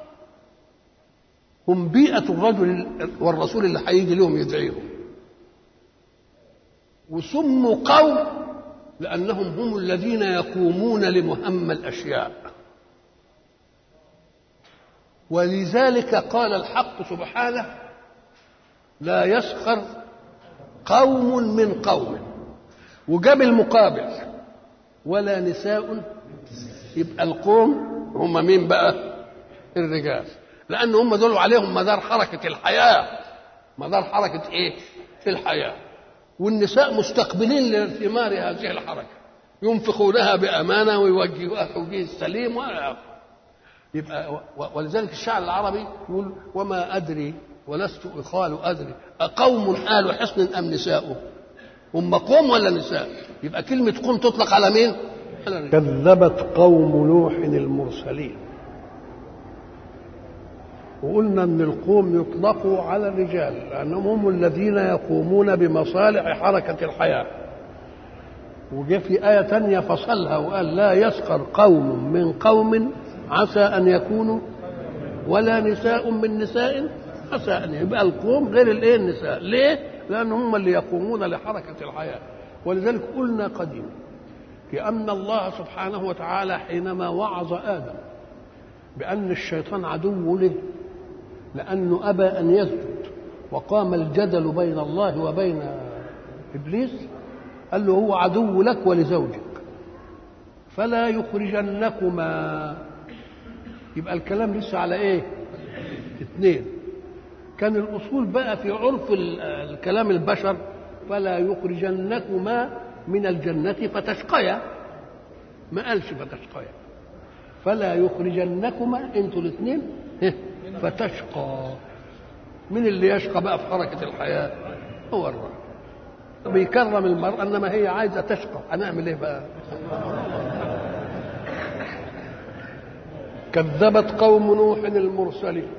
B: هم بيئة الرجل والرسول اللي هيجي لهم يدعيهم، وسموا قوم لأنهم هم الذين يقومون لمهمة الأشياء. ولذلك قال الحق سبحانه لا يسخر قوم من قوم، وجاب المقابل ولا نساء. يبقى القوم هم مين بقى؟ الرجال، لأن هم دول عليهم مدار حركة الحياة. مدار حركة إيه؟ في الحياة. والنساء مستقبلين لثمار هذه الحركة، ينفقونها بأمانة ويوجهوها توجيه السليم. يبقى ولذلك الشعر العربي يقول وما أدري ولست أقال أدري أقوم آل حصن أم نساء. هم قوم ولا نساء؟ يبقى كلمة قوم تطلق على مين؟ كذبت قوم نوح المرسلين. وقلنا ان القوم يطلقوا على الرجال لانهم هم الذين يقومون بمصالح حركة الحياة. وجاء في آية تانية فصلها وقال لا يسخر قوم من قوم عسى أن يكونوا ولا نساء من نساء عسى أن. يبقى القوم غير الايه؟ النساء. ليه؟ لأن هم اللي يقومون لحركة الحياة. ولذلك قلنا قديما كأن الله سبحانه وتعالى حينما وعظ آدم بأن الشيطان عدو له لأنه أبى أن يسجد وقام الجدل بين الله وبين إبليس، قال له هو عدو لك ولزوجك فلا يخرجنكما. يبقى الكلام لسه على إيه؟ اثنين. كان الأصول بقى في عرف الكلام البشر فلا يخرجنكما من الجنة فتشقيا، ما قالش فتشقيا. فلا يخرجنكما انتوا الاثنين فتشقى. من اللي يشقى بقى في حركة الحياة؟ هو الرجل. بيكرم المرأة انما هي عايزة تشقى، هنعمل ايه بقى؟ كذبت قوم نوح المرسلين.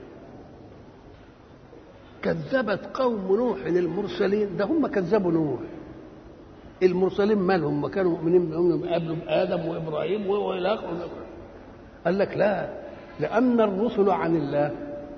B: كذبت قوم نوح المرسلين. ده هم كذبوا نوح. المرسلين مالهم؟ ما كانوا مؤمنين بهم قبل آدم وإبراهيم وإلى آخره. قال لك لا، لأن الرسل عن الله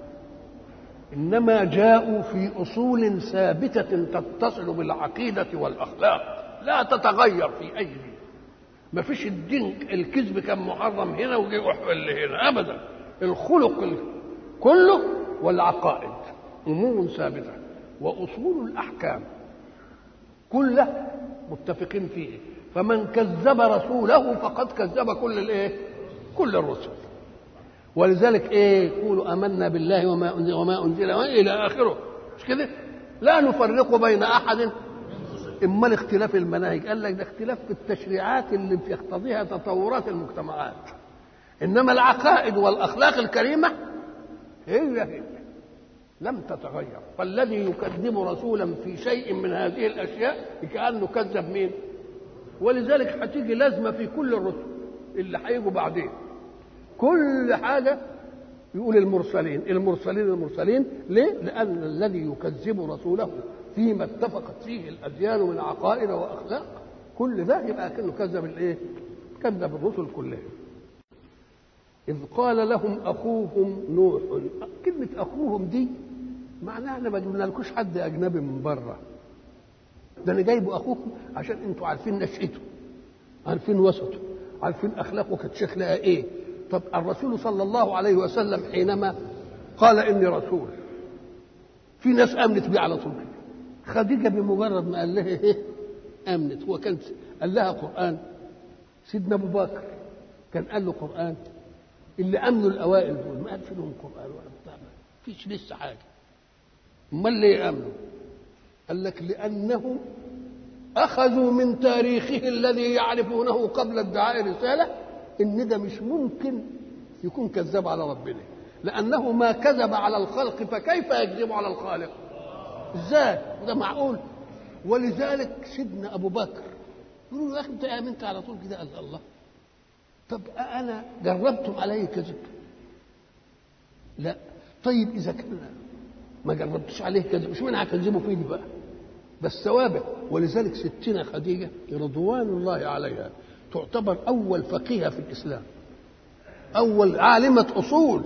B: إنما جاءوا في أصول ثابتة تتصل بالعقيدة والأخلاق لا تتغير في أي دين. ما فيش الدين الكذب كان محرم هنا وجي يحل هنا أبدا. الخلق كله والعقائد أمور ثابتة، وأصول الأحكام كلها متفقين فيه. فمن كذب رسوله فقد كذب كل الايه؟ كل الرسل. ولذلك ايه؟ يقولوا آمنا بالله وما أنزل وما أنزل إلى آخره، مش كده؟ لا نفرق بين أحد. إما الاختلاف المناهج قال لك ده اختلاف في التشريعات اللي بيقتضيها تطورات المجتمعات، إنما العقائد والأخلاق الكريمة هي هي لم تتغير. فالذي يكذب رسولا في شيء من هذه الأشياء كأنه كذب مين؟ ولذلك هتيجي لازمة في كل الرسل اللي هيجوا بعدين كل حاجة يقول المرسلين المرسلين المرسلين. ليه؟ لأن الذي يكذب رسوله فيما اتفقت فيه الاديان من عقائد واخلاق، كل ده يبقى كأنه كذب الايه؟ كذب الرسل كلهم. إذ قال لهم أخوهم نوح. كلمة أخوهم دي معناها أنا ما جبنا لكوش حد أجنبي من بره، ده أنا جايبه أخوكم عشان أنتوا عارفين نشأته، عارفين وسطه، عارفين أخلاقه كانت شكلها إيه. طب الرسول صلى الله عليه وسلم حينما قال إني رسول، في ناس آمنت بيه على طول. خديجة بمجرد ما قال لها إيه آمنت. هو كان قال لها قرآن. سيدنا أبو بكر كان قال له قرآن. اللي امنوا الاوائل دول ما قالش لهم قران ولا بتاع، ما فيش لسه حاجه. امال ليه امنوا؟ قال لك لانهم اخذوا من تاريخه الذي يعرفونه قبل ادعاء الرساله ان ده مش ممكن يكون كذاب على ربنا، لانه ما كذب على الخلق فكيف يكذب على الخالق؟ ازاي؟ وده معقول؟ ولذلك سيدنا ابو بكر يقولوا له يا اخي انت امنت على طول كده؟ قال الله طب أنا جربتم علي كذب؟ لا. طيب إذا كان ما جربتش عليه كذب مش معنى هكذبوا فيه بقى؟ بس ثوابت. ولذلك ستنا خديجة رضوان الله عليها تعتبر أول فقيهة في الإسلام، أول عالمة أصول.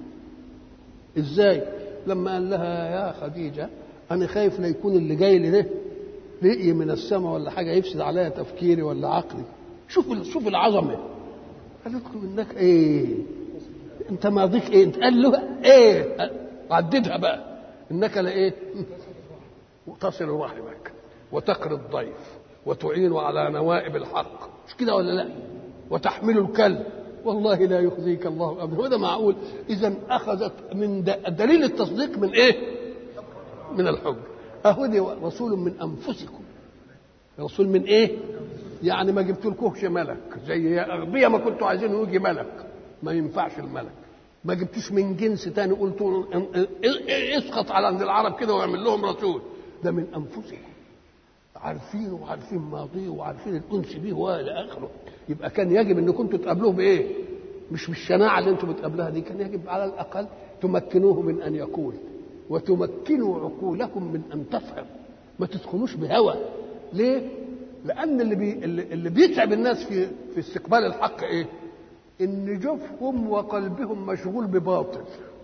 B: إزاي؟ لما قال لها يا خديجة أنا خايف لا يكون اللي جاي لي ده رئي من السماء ولا حاجة يفسد عليا تفكيري ولا عقلي. شوف شوف العظمة. قالت له انك ايه؟ انت ماضيك ايه؟ انت قال له ايه؟ عددها بقى. انك لايه؟ تصل رحمك وتقري الضيف وتعين على نوائب الحق، مش كده ولا لا؟ وتحمل الكلب والله لا يخزيك الله ابدا. وده معقول؟ اذا اخذت من دليل التصديق من ايه؟ من الحب. اهو دي رسول من انفسكم. رسول من ايه؟ يعني ما جبت لكوش ملك زي يا اغبياء ما كنتوا عايزين يجي ملك، ما ينفعش الملك. ما جبتوش من جنس تاني قلتوا اسقط على عند العرب كده واعمل لهم رسول. ده من انفسكم، عارفين وعارفين ماضيه وعارفين الانس به والى اخره. يبقى كان يجب ان كنتوا تقابلوه بايه؟ مش بالشناعه اللي انتم بتقابلوها دي، كان يجب على الاقل تمكنوه من ان يقول وتمكنوا عقولكم من ان تفهم، ما تدخلوش بهوى. ليه؟ لأن اللي بي اللي بيتعب الناس في في استقبال الحق إيه؟ إن جوفهم وقلبهم مشغول بباطل.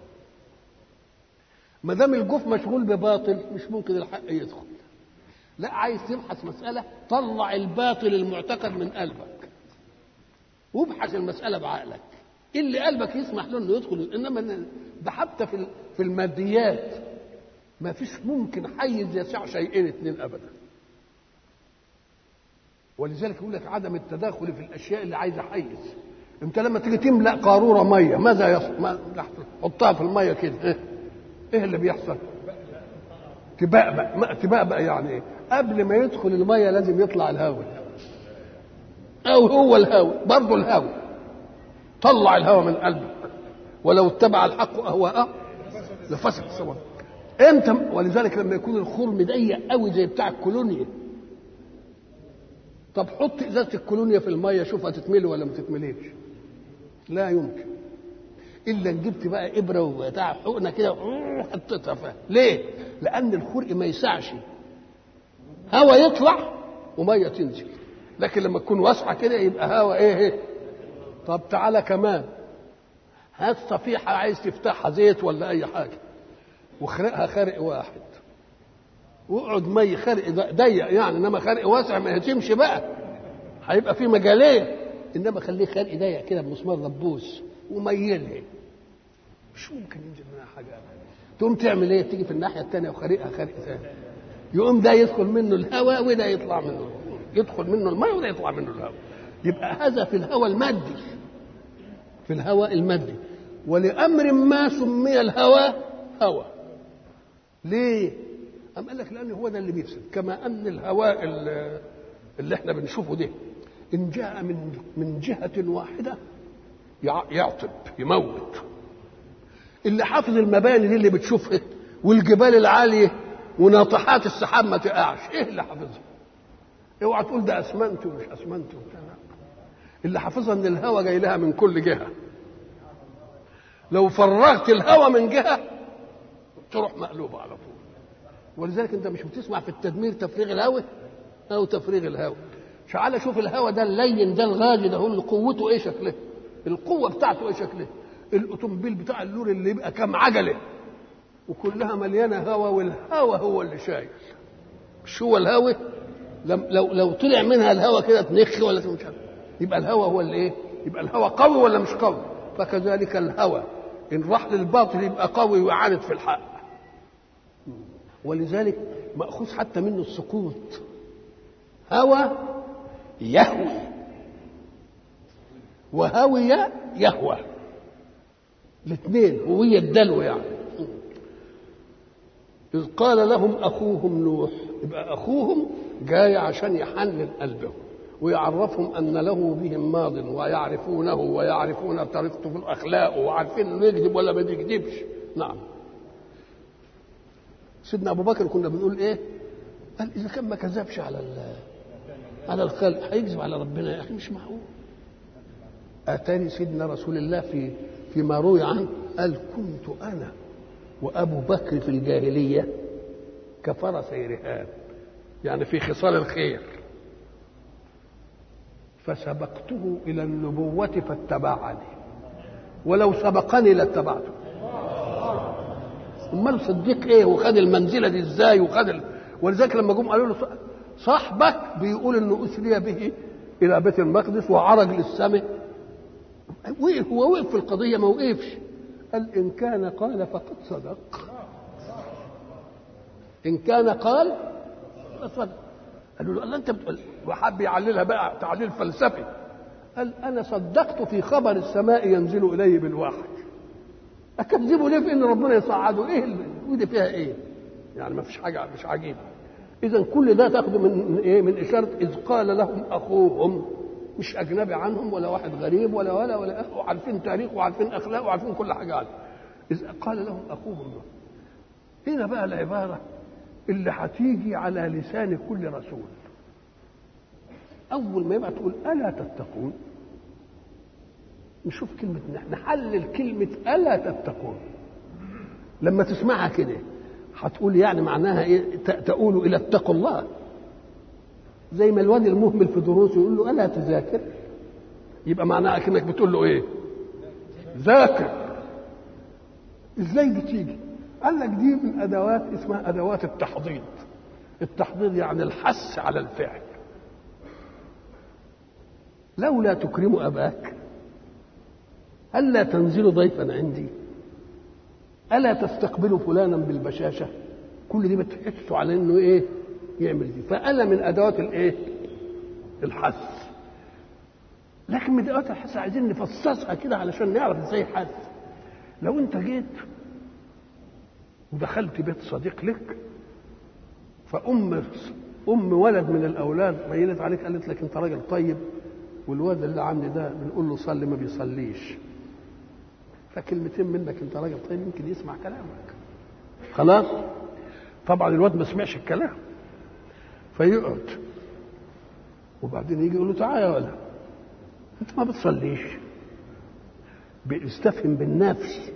B: ما دام الجوف مشغول بباطل مش ممكن الحق يدخل. لا، عايز تبحث مسألة طلع الباطل المعتقد من قلبك وابحث المسألة بعقلك. اللي قلبك يسمح له إنه يدخل. إنما ده حتى في في الماديات ما فيش ممكن حيز يسع شيئين اثنين أبدا. ولذلك يقول لك عدم التداخل في الاشياء اللي عايزه حيز. انت لما تيجي تملا قاروره ميه ماذا يحصل؟ ما حطها في الميه كده ايه؟ ايه اللي بيحصل؟ تبقبق. ما تبقبق يعني ايه؟ قبل ما يدخل الميه لازم يطلع الهواء، او هو الهواء برضه الهواء. طلع الهواء من قلبك، ولو اتبع الحق اهواءه لفسد السماء. امتى؟ ولذلك لما يكون الخرم ضيق قوي زي بتاع الكولونيا، طب حط ازازه الكولونيا في الميه شوف هتتملي ولا ما تتمليش؟ لا يمكن. الا ان جبت بقى ابره وبتاع حقنه كده وحطيتها فيها. ليه؟ لان الخرق ما يسعش هوا يطلع وميه تنزل. لكن لما تكون واسعه كده يبقى هوا ايه ايه. طب تعالى كمان هات صفيحه عايز تفتحها زيت ولا اي حاجه وخرقها خرق واحد، واقعد مي خرق ضيق يعني، انما خرق واسع ما هتمشي بقى، هيبقى في مجاليه. انما خليه خرق ضيق كده بمسمار دبوس وميلها مش ممكن ينزل منها حاجه. تقوم تعمل ايه؟ تيجي في الناحيه الثانيه وخرقها خرق ثاني، يقوم ده يدخل منه الهواء وده يطلع منه، يدخل منه الماء وده يطلع منه الهواء. يبقى هذا في الهواء المادي، في الهواء المادي. ولامر ما سمي الهواء هواء. ليه؟ أم قال لك لأن هو ده اللي بيفسد. كما أن الهواء اللي احنا بنشوفه ده إن جاء من من جهة واحدة يعطب يموت. اللي حافظ المباني دي اللي بتشوفها والجبال العالية وناطحات السحاب ما تقعش، إيه اللي حافظها؟ اوعى تقول ده أسمنت ومش أسمنت. اللي حافظها إن الهواء جاي لها من كل جهة. لو فرغت الهواء من جهة تروح مقلوبة على طول. ولذلك انت مش بتسمع في التدمير تفريغ الهواء او تفريغ الهواء. تعالى شوف الهواء ده اللين ده الغازي ده، هو قوته ايه شكله؟ القوه بتاعته ايه شكله؟ الاوتوموبيل بتاع اللوري اللي يبقى كام عجله وكلها مليانه هواء، والهواء هو اللي شايل، مش هو الهواء؟ لو لو طلع منها الهواء كده تنخ ولا مش عارف، يبقى الهواء هو اللي ايه؟ يبقى الهواء قوي ولا مش قوي؟ فكذلك الهواء ان راح للباطل يبقى قوي ويعاند في الحق. ولذلك مأخوذ حتى منه السقوط، هوى يهوي وهوي يهوى، الاثنين هوية الدلو يعني. إذ قال لهم أخوهم نوح، يبقى أخوهم جاي عشان يحنن قلبهم ويعرفهم أن له بهم ماض ويعرفونه ويعرفون طريقته في الأخلاق وعارفين إنه يكذب ولا ما يكذبش. نعم. سيدنا أبو بكر كنا بنقول إيه؟ قال إذا كان ما كذبش على على الخلق هيكذب على ربنا يا أخي؟ مش معقول. أتاني سيدنا رسول الله في فيما روي عنه قال كنت أنا وأبو بكر في الجاهلية كفرسي رهان، يعني في خصال الخير، فسبقته إلى النبوة فاتبعني، ولو سبقني لاتبعته. امال صديق ايه وخد المنزله دي ازاي وخد ال... ولذلك لما جم قالوا له صاحبك بيقول انه اسري به الى بيت المقدس وعرج للسماء، وقف هو وقف في القضيه ما وقفش، قال ان كان قال فقد صدق، ان كان قال فصدق. قالوا له الله انت بتقول، وحب يعللها بقى تعليل فلسفي، قال انا صدقت في خبر السماء ينزل اليه بالوحي، اكذبوا ليه في ان ربنا يصعده؟ ايه ودي فيها ايه يعني؟ ما فيش حاجه مش عجيبه. اذا كل ده تاخده من ايه؟ من اشاره اذ قال لهم اخوهم، مش اجنبي عنهم ولا واحد غريب ولا ولا ولا وعارفين تاريخ وعارفين اخلاق وعارفين كل حاجه عنه. اذ قال لهم اخوهم. هنا بقى العباره اللي هتيجي على لسان كل رسول، اول ما يبقى تقول الا تتقون. نشوف كلمة، نحلل كلمة ألا تتقون. لما تسمعها كده هتقول يعني معناها إيه؟ تقول إلى اتقوا الله، زي ما الواد المهمل في دروسه يقول له ألا تذاكر، يبقى معناها كأنك بتقول له إيه؟ ذاكر. إزاي بتيجي؟ قال لك دي من أدوات اسمها أدوات التحضيض. التحضيض يعني الحث على الفعل. لولا تكرم أباك ألا تنزل ضيفا عندي، ألا تستقبل فلانا بالبشاشة، كل دي بتحسوا على انه ايه؟ يعمل دي. فألا من ادوات الايه؟ الحث. لكن من ادوات الحث عايزين نفصصها كده علشان نعرف ازاي حث. لو انت جيت ودخلت بيت صديق لك، فأم أم ولد من الأولاد ميلت عليك قالت لك أنت راجل طيب، والواد اللي عندي ده بنقول له صلي ما بيصليش، فكلمتين منك أنت راجل طيب يمكن يسمع كلامك. خلاص؟ طبعا الواد ما سمعش الكلام فيقعد، وبعدين يجي يقول له تعالى يا ولد أنت ما بتصليش، بيستفهم بالنفس.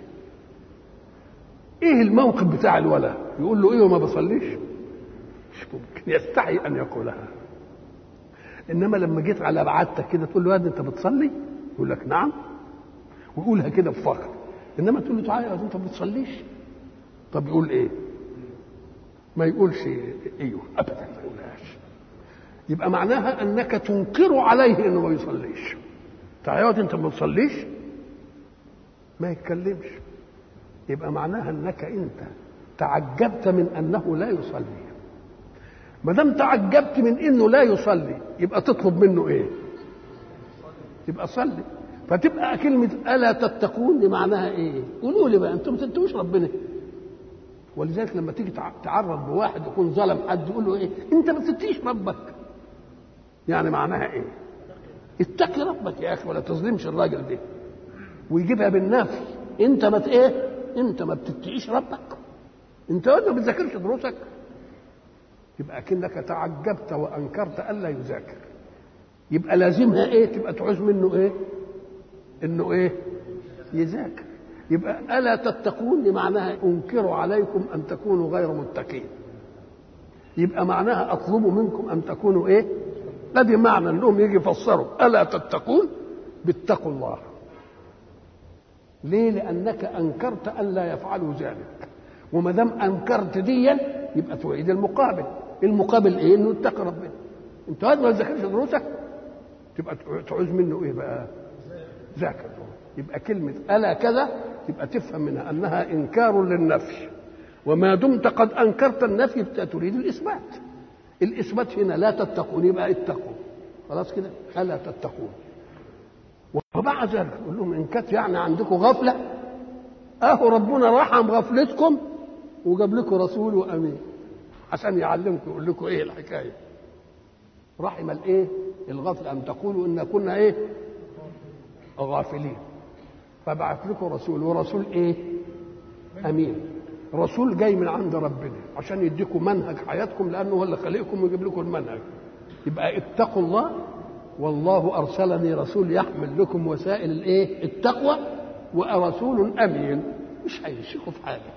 B: إيه الموقف بتاع الولد؟ يقول له إيه وما بصليش؟ مش ممكن، يستحي ان يقولها. انما لما جيت على بعدتك كده تقول له يا انت بتصلي؟ يقول لك نعم، ويقولها كده بفخر. انما تقول له تعالى يا انت ما بتصليش، طب يقول ايه؟ ما يقولش ايوه ابدا، ما يقولهاش. يبقى معناها انك تنكر عليه انه ما يصليش. تعالى يا انت ما بتصليش، ما يتكلمش. يبقى معناها انك انت تعجبت من انه لا يصلي. ما دام تعجبت من انه لا يصلي يبقى تطلب منه ايه؟ يبقى صلي. فتبقى كلمه الا تتقون دي معناها ايه؟ قولوا لي بقى انتم ما تتقوش ربنا. ولذلك لما تيجي تعرض بواحد يكون ظلم حد يقول له ايه؟ انت ما تتقيش ربك. يعني معناها ايه؟ اتقي ربك يا اخي ولا تظلمش الراجل ده. ويجيبها بالنفي، انت ما ايه؟ انت ما بتتقيش ربك. انت ما بتذاكرش دروسك. يبقى اكنك تعجبت وانكرت الا يذاكر. يبقى لازمها ايه؟ تبقى تعوز منه ايه؟ انه ايه؟ يذاكر. يبقى الا تتقون معناها انكر عليكم ان تكونوا غير متقين.
A: يبقى معناها اطلب منكم ان تكونوا ايه؟ ادي معنى انهم يجي يفسروا الا تتقون باتقوا الله. ليه؟ لانك انكرت ان لا يفعلوا ذلك، وما دام انكرت ديا يبقى توعد المقابل. المقابل ايه؟ انه اتقي ربنا. انت هذا ما تذاكرش دروسك تبقى تعوز منه ايه بقى؟ ذاكر. يبقى كلمه الا كذا تبقى تفهم منها انها انكار للنفي، وما دمت قد انكرت النفي تريد الاثبات. الاثبات هنا لا تتقون يبقى اتقوا، خلاص كده، الا تتقون. وبعد ذلك يقول لهم ان كانت يعني عندكم غفله، اهو ربنا رحم غفلتكم وجاب لكم رسول وامين عشان يعلمكم يقول لكم ايه الحكايه. رحم الايه؟ الغفله، ان تقولوا ان كنا ايه؟ غافلين. فبعث لكم رسول، ورسول ايه؟ امين. رسول جاي من عند ربنا عشان يديكم منهج حياتكم، لانه هو اللي خلقكم ويجيب لكم المنهج. يبقى اتقوا الله، والله ارسلني رسول يحمل لكم وسائل الايه؟ التقوى، ورسول امين مش هيشيكوا في حاجه.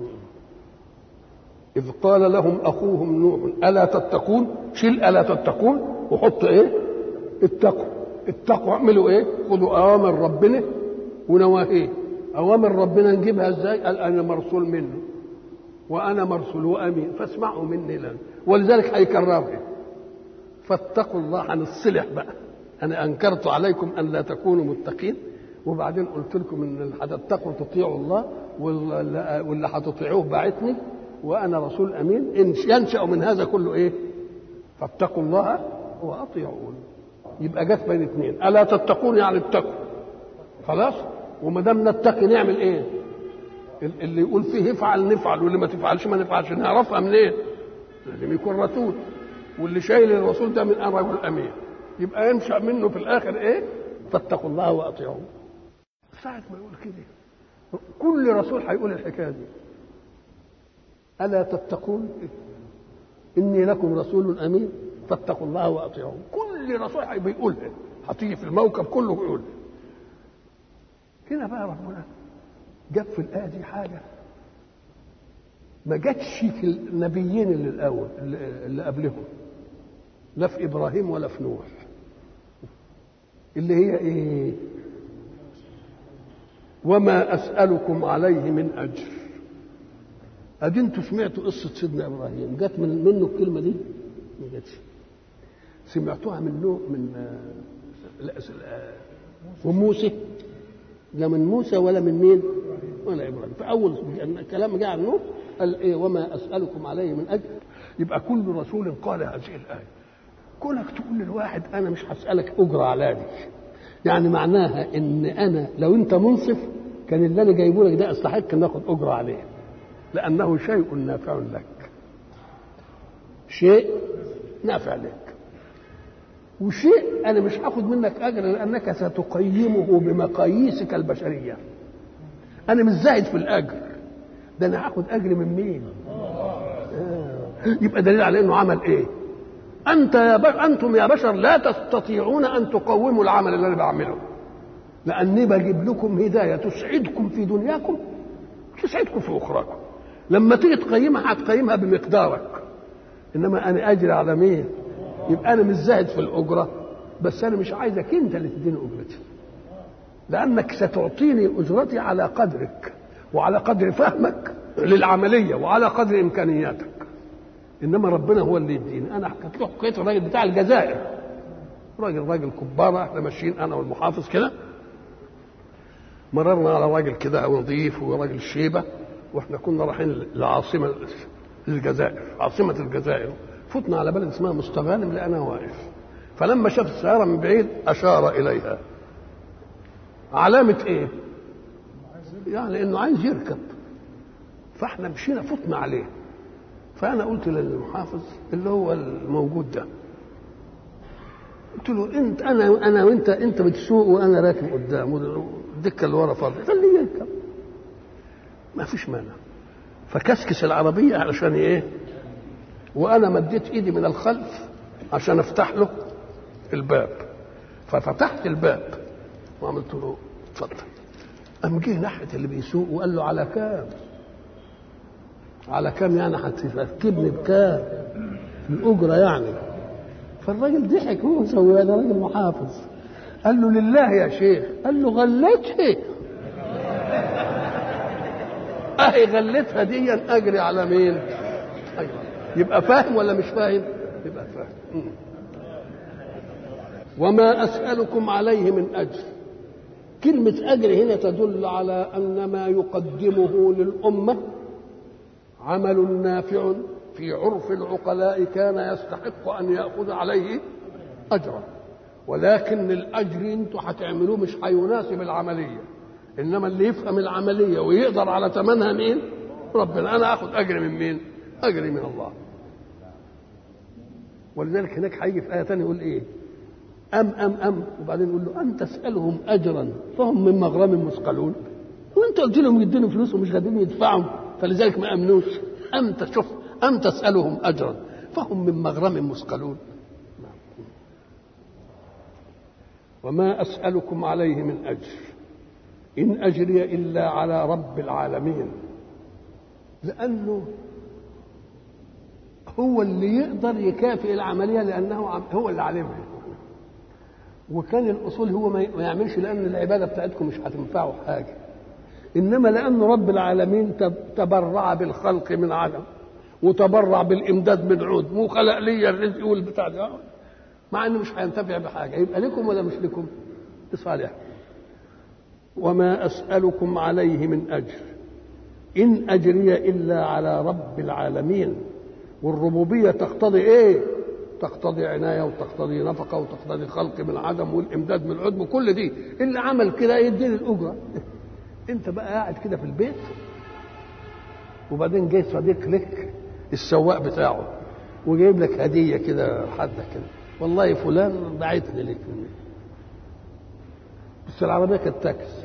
A: اذ قال لهم اخوهم نوح الا تتقون، شيل الا تتقون وحط ايه؟ اتقوا. اتقوا اعملوا ايه؟ خذوا اوامر ربنا ونواهيه. اوامر ربنا نجيبها ازاي؟ قال انا مرسول منه وانا مرسول وامين فاسمعوا مني لن. ولذلك هيكررها فاتقوا الله. هنصلح بقى، انا انكرت عليكم ان لا تكونوا متقين، وبعدين قلت لكم ان اللي هتتقوا تطيعوا الله، واللي هتطيعوه باعتني وانا رسول امين. ان ينشا من هذا كله ايه؟ فاتقوا الله واطيعون. يبقى جت بين اثنين، الا تتقون يعني اتقوا، خلاص. وما دام نتقي نعمل ايه؟ اللي يقول فيه افعل نفعل، واللي ما تفعلش ما نفعلش. نعرفها منين؟ إيه؟ لازم يكون رسول، واللي شايل الرسول ده من رجل امين، يبقى ينشا منه في الاخر ايه؟ فاتقوا الله واطيعون. ساعة ما يقول كده كل رسول هيقول الحكايه دي، الا تتقون اني لكم رسول امين فاتقوا الله واطيعون. كل رسول بيقولها، هتيجي في الموكب كله بيقول. هنا بقى ربنا جاب في الايه دي حاجه ما جاتش في النبيين اللي الاول اللي قبلهم، لا في ابراهيم ولا في نوح، اللي هي ايه؟ وما اسالكم عليه من اجر. ادي انتوا سمعتوا قصه سيدنا ابراهيم، جت من منه الكلمه دي؟ ما جاتش. سمعتوها من نوح من وموسى؟ لا من موسى ولا من مين؟ ولا ابراهيم. فاول كلام جاء عن نوح قال ايه؟ وما اسالكم عليه من اجر. يبقى كل رسول قال هذه الايه. كونك تقول للواحد انا مش هسالك اجره على دي، يعني معناها ان انا لو انت منصف كان اللي انا جايبه لك ده استحق ان اخد اجره عليه، لانه شيء نافع لك، شيء نافع لك. وشيء انا مش هاخد منك اجر لانك ستقيمه بمقاييسك البشريه. انا مش زاهد في الاجر ده، انا هاخد اجر من مين؟ آه. يبقى دليل على انه عمل ايه؟ انت يا بشر، انتم يا بشر لا تستطيعون ان تقوموا العمل اللي انا بعمله، لاني بجيب لكم هدايه تسعدكم في دنياكم تسعدكم في اخراكم. لما تيجي تقيمها هتقيمها بمقدارك، انما انا اجري على مين؟ يبقى انا مش زاهد في الاجره، بس انا مش عايزك انت اللي تديني اجرتي، لانك ستعطيني اجرتي على قدرك وعلى قدر فهمك للعمليه وعلى قدر امكانياتك. انما ربنا هو اللي يديني. انا حكيت له حكايه الراجل بتاع الجزائر، راجل راجل كباره، احنا ماشيين انا والمحافظ كده، مررنا على راجل كده نظيف وراجل شيبه، واحنا كنا رايحين لعاصمه الجزائر، عاصمه الجزائر. فتنا على بلد اسمها مستغانم لأنا واقف، فلما شاف السيارة من بعيد أشار إليها. علامة إيه؟ يعني إنه عايز يركب. فإحنا مشينا فتنا عليه. فأنا قلت للمحافظ اللي هو الموجود ده، قلت له أنت أنا أنا وأنت أنت بتسوق وأنا راكب قدام والدكة اللي ورا فاضية، خليه يركب ما فيش مانع. فكسكس العربية علشان إيه؟ وانا مديت ايدي من الخلف عشان افتح له الباب، ففتحت الباب وعملت له اتفضل. قام جه ناحيه اللي بيسوق وقال له على كام؟
B: على كام يعني هتركبني بكام الأجرة يعني؟ فالراجل ضحك، هو سوي هذا راجل محافظ. قال له لله يا شيخ. قال له غلتها. اهي غلتها دي اجري على مين؟ أيوة. يبقى فاهم ولا مش فاهم؟ يبقى فاهم. وما أسألكم عليه من أجر. كلمة أجر هنا تدل على أن ما يقدمه للأمة عمل نافع في عرف العقلاء كان يستحق أن يأخذ عليه أجرا، ولكن الأجر انتوا هتعملوه مش هيناسب العملية، إنما اللي يفهم العملية ويقدر على ثمنها مين؟ ربنا. أنا أخذ أجر من مين؟ أجري من الله. ولذلك هناك هيجي في آية ثانية يقول إيه؟ أم أم أم وبعدين يقول له أن تسألهم أجرا فهم من مغرم مثقلون. وأنت قلت لهم يدينوا فلوس ومش قادرين يدفعوا فلذلك ما أمنوش. أم تشوف أم تسألهم أجرا فهم من مغرم مثقلون. وما أسألكم عليه من أجر إن أجري إلا على رب العالمين. لأنه هو اللي يقدر يكافئ العملية لأنه هو اللي علمها. وكان الأصول هو ما يعملش لأن العبادة بتاعتكم مش هتنفعوا حاجة، إنما لأن رب العالمين تبرع بالخلق من عدم وتبرع بالإمداد من عود وخلق لي الرزق والبتاع ده، مع إنه مش هينتفع بحاجة. يبقى لكم ولا مش لكم؟ لصالح. وما أسألكم عليه من أجر إن أجري إلا على رب العالمين. والربوبية تقتضي إيه؟ تقتضي عناية وتقتضي نفقة وتقتضي خلق من عدم والإمداد من عدم، كل دي اللي عمل كده يديني الأجرة. أنت بقى قاعد كده في البيت وبعدين جاي صديق لك السواق بتاعه وجايب لك هدية كده حدك كده، والله فلان بعتني لك بس العربية كانت تاكس.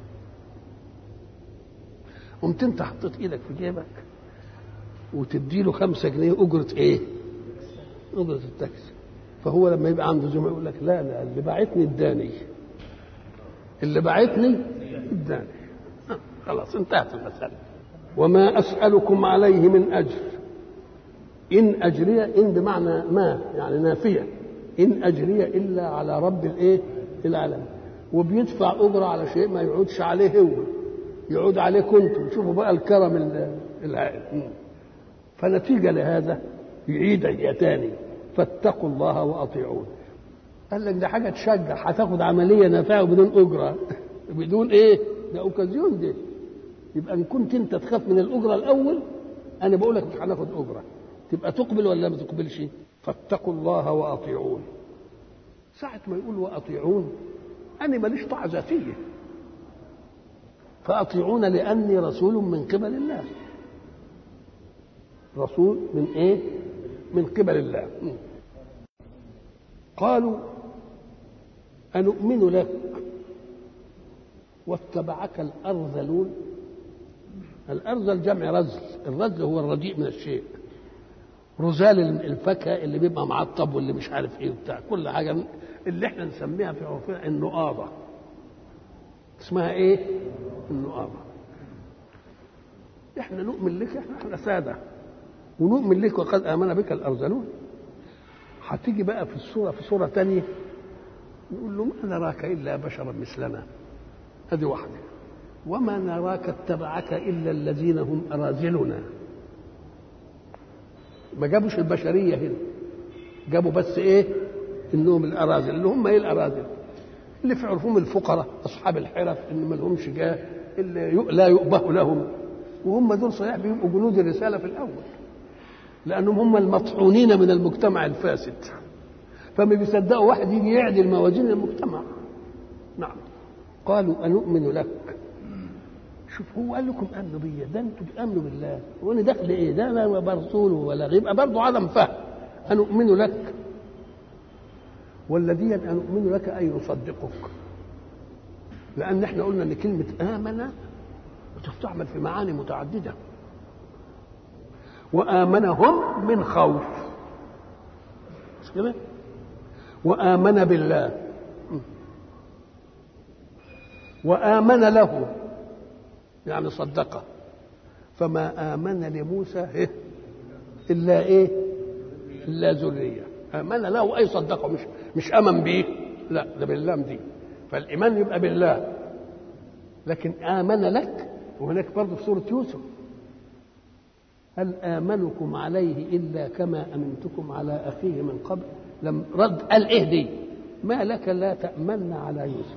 B: قمت أنت حطيت إيدك في جيبك وتدي له خمسة جنيه أجرة إيه؟ أجرة التاكسي. فهو لما يبقى عنده زملاء يقول لك لا لا اللي باعتني اداني، اللي باعتني اداني. خلاص انتهت المسألة. وما أسألكم عليه من أجر إن أجري، إن بمعنى ما يعني نافية، إن أجري إلا على رب الإيه؟ العالمين. وبيدفع أجرة على شيء ما يعودش عليه هو، يعود عليكم انتم. شوفوا بقى الكرم العائل. فنتيجة لهذا يعيد هي تاني فاتقوا الله وأطيعون. قال لك ده حاجة تشجع، هتاخد عملية نافعة بدون أجرة بدون إيه؟ ده أوكازيون دي. يبقى إن كنت أنت تخاف من الأجرة الأول أنا بقول لك مش هناخد أجرة، تبقى تقبل ولا ما تقبلش؟ فاتقوا الله وأطيعون. ساعة ما يقول وأطيعون أنا ماليش طاعة ذاتية، فأطيعون لأني رسول من قبل الله. رسول من ايه؟ من قبل الله. قالوا أنؤمن لك واتبعك الأرذلون. الأرذل جمع رذل، الرذل هو الرديء من الشيء، رذال الفاكهة اللي بيبقى معطب واللي مش عارف ايه وبتاع، كل حاجة اللي احنا نسميها في عرفنا النقاضة. اسمها ايه؟ النقاضة. احنا نؤمن لك، احنا احنا سادة ونؤمن لك وقد آمن بك الأرذلون. هتيجي بقى في السورة في سورة تانية نقول له ما نراك إلا بشرا مثلنا، هذه واحدة. وما نراك اتبعك إلا الذين هم أراذلنا. ما جابوش البشرية هنا، جابوا بس إيه؟ إنهم الأراذل. اللي هم إيه الأراذل؟ اللي في عرفهم الفقراء أصحاب الحرف اللي ما لهمش جاه، اللي لا يؤبه لهم. وهم دول صحيح بيبقوا جنود الرسالة في الأول لأنهم هم المطحونين من المجتمع الفاسد، فما بيصدقوا واحد يجي يعدل موازين المجتمع. نعم. قالوا أنؤمن لك. شوف هو قال لكم آمنوا بي، ده انتوا تآمنوا بالله وانا دخل ايه؟ ده انا برسوله ولا يبقى برضه عدم فهم. أنؤمن لك والذي أنؤمن لك أي نصدقك، لأن احنا قلنا ان كلمة آمن بتستعمل في معاني متعددة. وآمنهم من خوف، مش كده؟ وآمن بالله، وآمن له يعني صدقه، فما آمن لموسى إيه؟ إلا إيه؟ إلا ذرية. آمن له أي صدقه، مش مش آمن به، لا ده باللام دي. فالإيمان يبقى بالله، لكن آمن لك. وهناك برضه في سورة يوسف هل آمنكم عليه إلا كما أمنتكم على أخيه من قبل. لم رد قال إيه دي؟ ما لك لا تأمن على يوسف.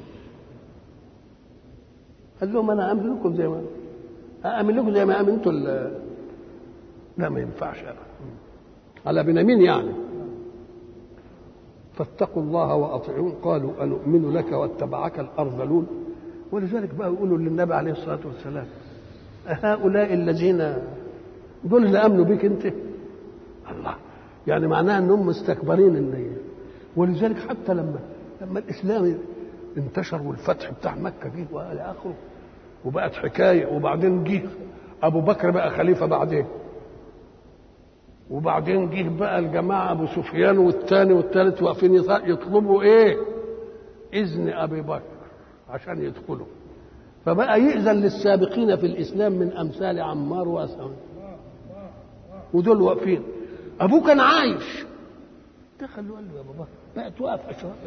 B: قال لهم أنا أمن لكم زي ما أأمن لكم زي ما أمنتوا. لا ما ينفعش أبدا على بنيامين يعني. فاتقوا الله وأطيعون قالوا أنؤمن لك واتبعك الأرذلون. ولذلك بقى يقولوا للنبي عليه الصلاة والسلام هؤلاء الذين دول اللي امنوا بك انت؟ الله، يعني معناها انهم مستكبرين. ان ولذلك حتى لما لما الاسلام انتشر والفتح بتاع مكه جه والى اخره وبقت حكايه، وبعدين جه ابو بكر بقى خليفه بعدين، وبعدين جه بقى الجماعه ابو سفيان والثاني والثالث واقفين يطلبوا ايه؟ اذن ابي بكر عشان يدخلوا. فبقى يأذن للسابقين في الاسلام من امثال عمار واسامه، ودول واقفين. ابوه كان عايش، دخل وقال له يا بابا بقى توقف اشراف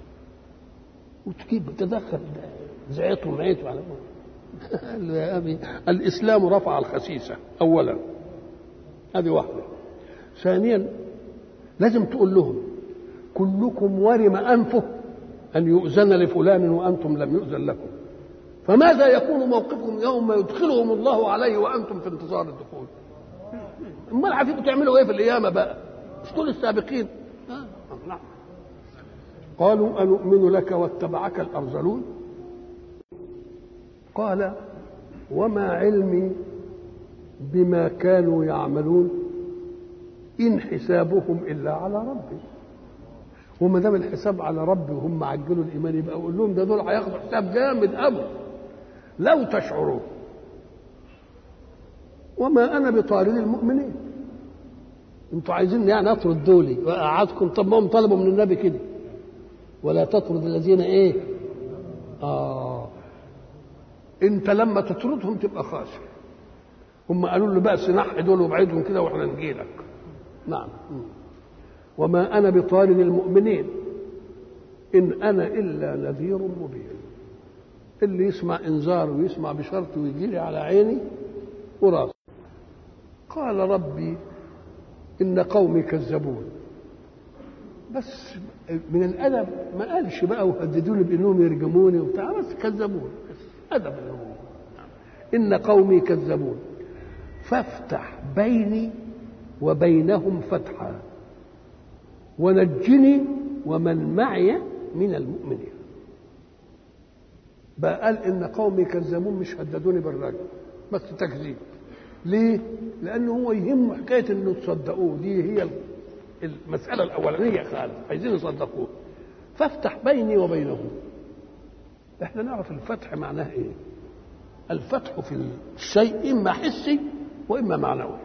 B: وتجيب تدخل زعيته ومعيته على قال له يا ابي الاسلام رفع الخسيسه اولا، هذه واحده. ثانيا لازم تقول لهم كلكم ورم انفه ان يؤذن لفلان وانتم لم يؤذن لكم، فماذا يكون موقفكم يوم يدخلهم الله عليه وانتم في انتظار الدخول؟ امال عارفين تعملوا ايه في القيامه بقى؟ مش دول السابقين؟ آه. نعم. قالوا أنؤمن لك واتبعك الأرذلون. قال وما علمي بما كانوا يعملون إن حسابهم إلا على ربي. وما دام الحساب على ربي وهم عجلوا الإيمان يبقى أقول لهم ده دول هياخدوا حساب جامد أوي لو تشعرون. وما أنا بطارد المؤمنين. انتوا عايزين يعني اطرد دولي واقعدكم؟ طب ما هم طلبوا من النبي كده ولا تطرد الذين ايه؟ اه انت لما تطردهم تبقى خاسر. هم قالوا له بقى نحي دول وابعدهم كده واحنا نجيلك. نعم. وما انا بطارد المؤمنين ان انا الا نذير مبين. اللي يسمع انذار ويسمع بشرط ويجي لي على عيني وراسي. قال ربي إن قومي كذبون. بس من الأدب ما قالش بقى وهددوني بأنهم يرجموني وبتاع، بس كذبون بس أدب. إن قومي كذبون فافتح بيني وبينهم فتحا ونجني ومن معي من المؤمنين. بقى قال إن قومي كذبون مش هددوني بالرجم بس تكذيب. ليه؟ لأنه هو يهم حكاية إنه تصدقوه، دي هي المسألة الأولانية خالص، عايزين يصدقوه. فافتح بيني وبينهم. إحنا نعرف الفتح معناه إيه؟ الفتح في الشيء إما حسي وإما معنوي.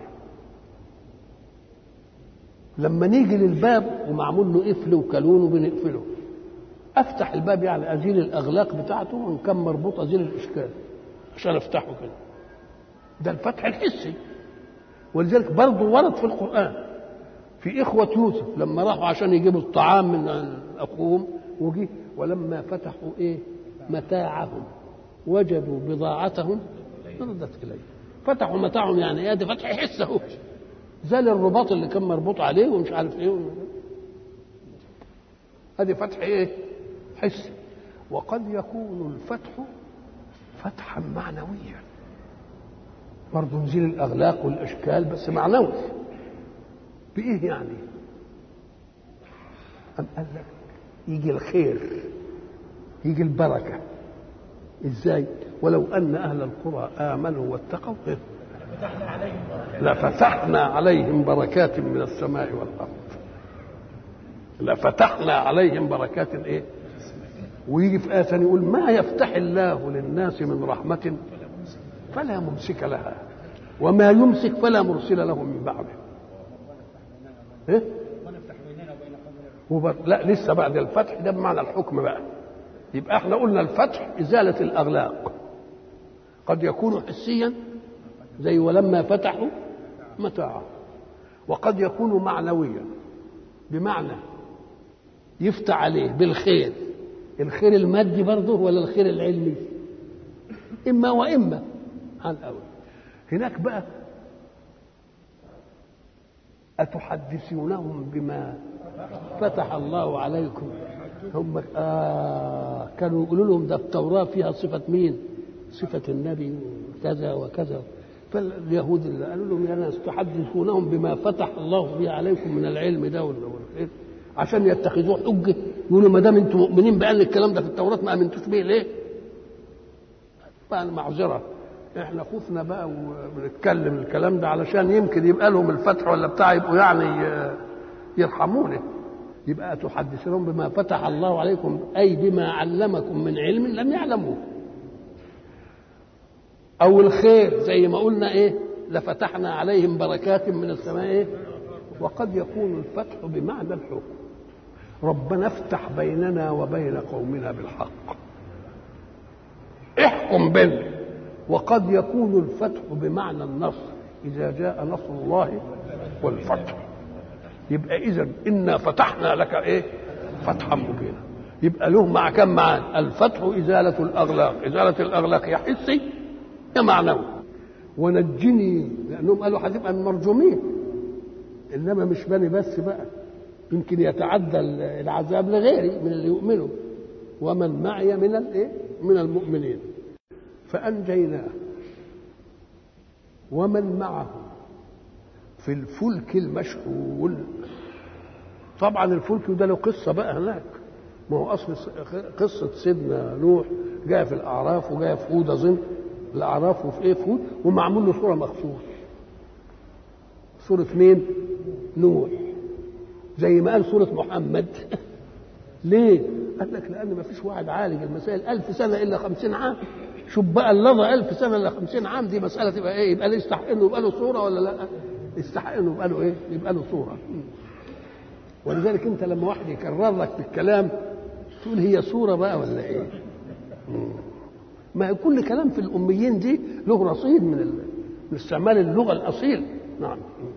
B: لما نيجي للباب ومعمول له قفل وكالون وبنقفله، أفتح الباب يعني أزيل الأغلاق بتاعته وإن كان مربوط أزيل الإشكال عشان أفتحه كده. ده الفتح الحسي. ولذلك برضه ورد في القرآن في إخوة يوسف لما راحوا عشان يجيبوا الطعام من أخوهم وجي ولما فتحوا إيه متاعهم وجدوا بضاعتهم ردت إليه. فتحوا متاعهم يعني إيه؟ ده فتح حسي أهو، زال الرباط اللي كان مربوط عليه ومش عارف إيه. هذه فتح إيه حسي. وقد يكون الفتح فتحا معنويا برضه نزيل الأغلاق والأشكال بس معنوي. بإيه يعني؟ أم قال لك يجي الخير يجي البركة. إزاي؟ ولو أن أهل القرى آمنوا واتقوا لفتحنا عليهم بركات من السماء والأرض. لفتحنا عليهم بركات إيه؟ ويجي في آية ثانية يقول ما يفتح الله للناس من رحمة فلا ممسك لها وما يمسك فلا مرسل له من بعده. ايه؟ وبر... لا لسه بعد الفتح ده بمعنى الحكم بقى. يبقى احنا قلنا الفتح ازالة الاغلاق قد يكون حسيا زي ولما فتحوا متاعهم. وقد يكون معنويا بمعنى يفتح عليه بالخير، الخير المادي برضه ولا الخير العلمي؟ إما وإما على الأول. هناك بقى أتحدثونهم بما فتح الله عليكم. هم آه كانوا يقولوا لهم ده التوراة فيها صفة مين؟ صفة النبي كذا وكذا. فاليهود اللي قالوا لهم يا ناس تحدثونهم بما فتح الله به عليكم من العلم ده والخير عشان يتخذوه حجة، يقولوا ما دام انتم مؤمنين بأن الكلام ده في التوراة ما امنتوش به ليه؟ بقى معذرة، احنا خوفنا بقى وبنتكلم الكلام ده علشان يمكن يبقى لهم الفتح ولا بتاع يبقوا يعني يرحمونه. يبقى تحدثون بما فتح الله عليكم أي بما علمكم من علم لم يعلموه، أو الخير زي ما قلنا إيه لفتحنا عليهم بركات من السماء إيه؟ وقد يكون الفتح بمعنى الحكم، ربنا افتح بيننا وبين قومنا بالحق، احكم بيننا. وقد يكون الفتح بمعنى النصر إذا جاء نصر الله والفتح. يبقى إذن إنا فتحنا لك إيه؟ فتحا مبينا. يبقى له مع كم معان؟ الفتح إزالة الأغلاق، إزالة الأغلاق يا حسي يا معنوي. ونجني، لأنهم قالوا هتبقى المرجومين، إنما مش بني بس بقى، يمكن يتعدى العذاب لغيري من اللي يؤمنوا ومن معي من الإيه؟ من المؤمنين. فأنجيناه ومن معه في الفلك المشحون. طبعا الفلك ده له قصة بقى هناك، ما هو أصل قصة سيدنا نوح جاء في الأعراف وجاء في هود أظن الأعراف وفي إيه في هود، ومعمول له صورة مخصوص. صورة مين؟ نوح، زي ما قال صورة محمد. ليه؟ قال لك لأن ما فيش واحد عالج المسائل ألف سنة إلا خمسين عام. شوف بقى اللظى ألف سنة إلا خمسين عام، دي مسألة تبقى إيه؟ يبقى يستحق إنه يبقى له صورة ولا لا؟ يستحق إنه يبقى له إيه؟ يبقى له صورة. ولذلك أنت لما واحد يكرر لك بالكلام تقول هي صورة بقى ولا إيه؟ ما كل كلام في الأميين دي له رصيد من, من استعمال اللغة الأصيل. نعم.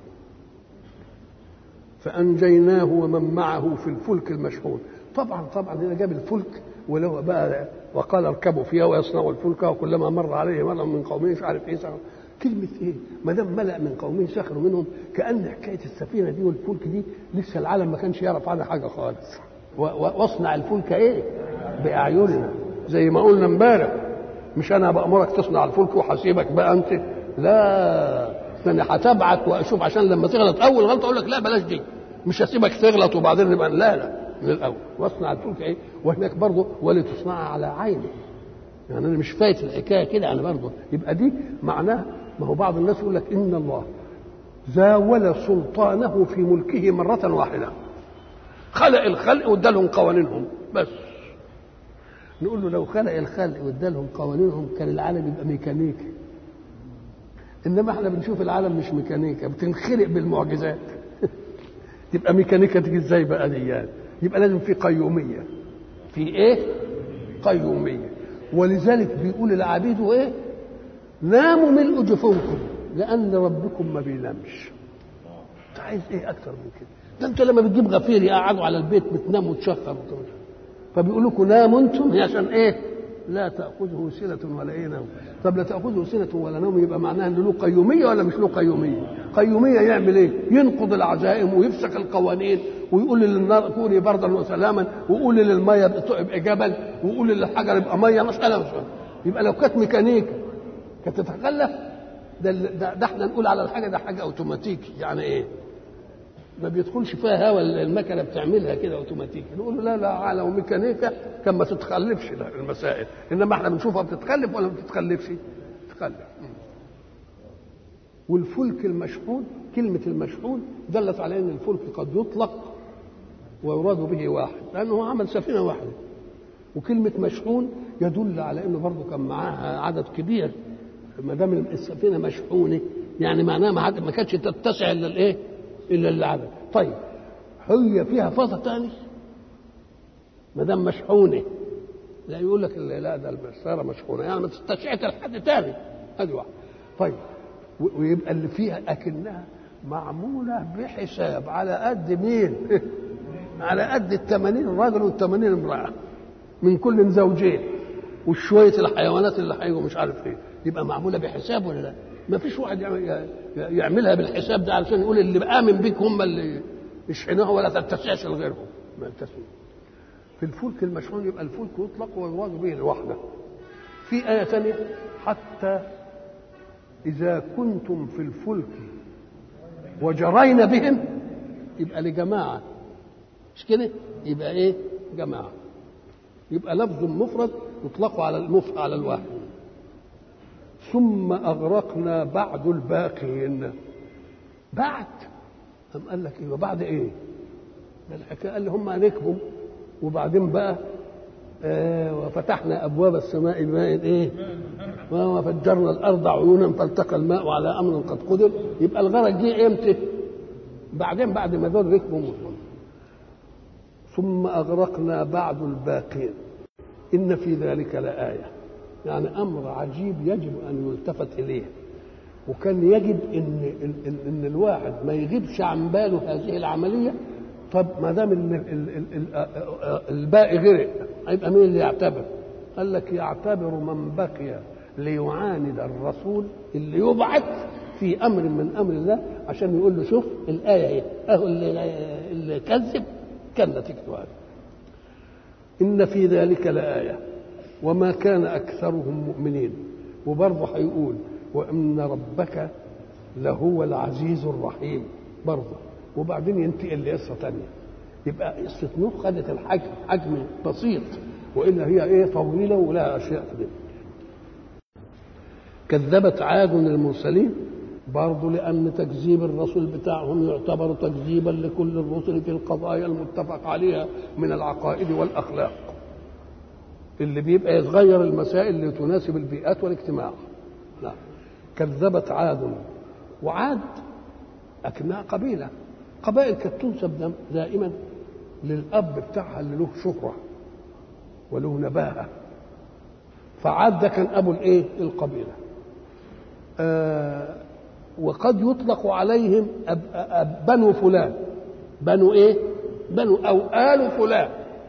B: فأنجيناه ومن معه في الفلك المشحون. طبعا طبعا هنا جاب الفلك ولو بقى وقال اركبوا فيها ويصنعوا الفلك وكلما مر عليه مر من قومه مش عارف ايه سخر. كلمه ايه؟ ما دام ملأ من قومه سخروا منهم، كأن حكايه السفينه دي والفلك دي لسه العالم ما كانش يعرف عنها حاجه خالص. واصنع الفلك ايه؟ باعيننا، زي ما قلنا امبارح. مش انا بأمرك تصنع الفلك وحسيبك بقى انت، لا انا هتبعت واشوف عشان لما تغلط اول غلطه اقول لك لا بلاش دي، مش هسيبك تغلط وبعدين نبقى لا لا من الاول. واصنع الفلك ايه؟ وهناك برضه ولتصنع على عيني، يعني انا مش فايت الحكايه كده انا برضه. يبقى دي معناها، ما هو بعض الناس يقول لك ان الله زاول سلطانه في ملكه مره واحده، خلق الخلق وادالهم قوانينهم بس. نقول له لو خلق الخلق وادالهم قوانينهم كان العالم يبقى ميكانيكي، انما احنا بنشوف العالم مش ميكانيكا، بتنخرق بالمعجزات. تبقى ميكانيكا تيجي ازاي بقى دي؟ يعني يبقى لازم في قيوميه، في ايه؟ قيوميه. ولذلك بيقول العبيد ايه؟ ناموا ملء جفونكم لان ربكم ما بينامش. انت عايز ايه اكتر من كده؟ ده انت لما بتجيب غفير يقعدوا على البيت بتناموا وتشخر، فبيقول لكم ناموا انتم هي عشان ايه؟ لا تأخذه سنة ولا ايه نوم. طب لا تأخذه سنة ولا نوم يبقى معناها انه له قيومية ولا مش له قيومية؟ قيومية يعمل ايه؟ ينقض العزائم ويفسخ القوانين ويقول للنار كوني بردا وسلاما، ويقول للمية ابقى جبل، ويقول للحجر ابقى مية. مسألة مش يبقى لو كانت ميكانيكا كانت تتخلف. ده, ده, ده احنا نقول على الحاجة ده حاجة اوتوماتيكي، يعني ايه؟ ما بيدخلش فيها هوا، المكنه بتعملها كده اوتوماتيكي. نقول له لا لا لو ميكانيكا كان ما تتخلفش المسائل، انما احنا بنشوفها بتتخلف ولا ما بتتخلفش؟ تتخلف. والفلك المشحون، كلمه المشحون دلت على ان الفلك قد يطلق ويراد به واحد، لانه هو عمل سفينه واحده. وكلمه مشحون يدل على انه برضه كان معاها عدد كبير، ما دام السفينه مشحونه يعني معناها ما كانتش تتسع الا الايه؟ الا العدد. طيب هي فيها فضة تاني ما دام مشحونه؟ لا يقول لك لا ده السياره مشحونه يعني ما تستشعت لحد تاني. ادي واحد. طيب
A: ويبقى اللي فيها اكنها معموله بحساب على قد مين؟ على قد الثمانين راجل والثمانين امراه من كل زوجين وشويه الحيوانات اللي هيجوا مش عارف ايه، يبقى معموله بحساب ولا لا؟ ما فيش واحد يعملها بالحساب ده علشان يقول اللي بآمن بيك هم اللي يشحنوها ولا تتسعش لغيرهم. ما تتسعش. في الفلك المشحون يبقى الفلك يطلق ويراد به الوحده. في آية ثانية حتى إذا كنتم في الفلك وجرينا بهم، يبقى لجماعة مش كده؟ يبقى إيه؟ جماعة. يبقى لفظ مفرد يطلق على المف على الواحد. ثم أغرقنا بعد الباقين. بعد أم قال لك إيه؟ وبعد إيه؟ ده الحكاية قال لي هم هنكبوا وبعدين بقى آه وفتحنا أبواب السماء بماء إيه؟ وفجرنا الأرض عيونا فالتقى الماء على أمر قد قدر. يبقى الغرق جه إمتى؟ بعدين بعد ما دول ركبوا مصر. ثم أغرقنا بعد الباقين إن في ذلك لآية. يعني أمر عجيب يجب أن يلتفت إليه، وكان يجب إن, إن, إن الواحد ما يغيبش عن باله هذه العملية. طب ما دام الباقي غرق هيبقى مين اللي يعتبر؟ قال لك يعتبر من بقي ليعاند الرسول اللي يبعث في أمر من أمر الله عشان يقول له شوف الآية اهي أهو اللي, اللي كذب كان نتيجته هذا. إن في ذلك لآية وما كان أكثرهم مؤمنين. وبرضه هيقول وإن ربك لهو العزيز الرحيم برضه. وبعدين ينتقل لقصة تانية. يبقى قصة نوح خدت الحجم حجم بسيط، وإلا هي إيه طويلة ولها أشياء كده. كذبت عاد المرسلين برضه لأن تكذيب الرسول بتاعهم يعتبر تكذيبا لكل الرسل في القضايا المتفق عليها من العقائد والأخلاق اللي بيبقى يتغير المسائل اللي تناسب البيئات والاجتماع. لا. كذبت عاد. وعاد أكنها قبيلة قبائل كانت تنسب دائما للأب بتاعها اللي له شهرة وله نباهة. فعاد ده كان أبو الإيه؟ القبيلة. آه وقد يطلق عليهم أب أب بنو فلان. بنو إيه؟ بنو أو آل فلان.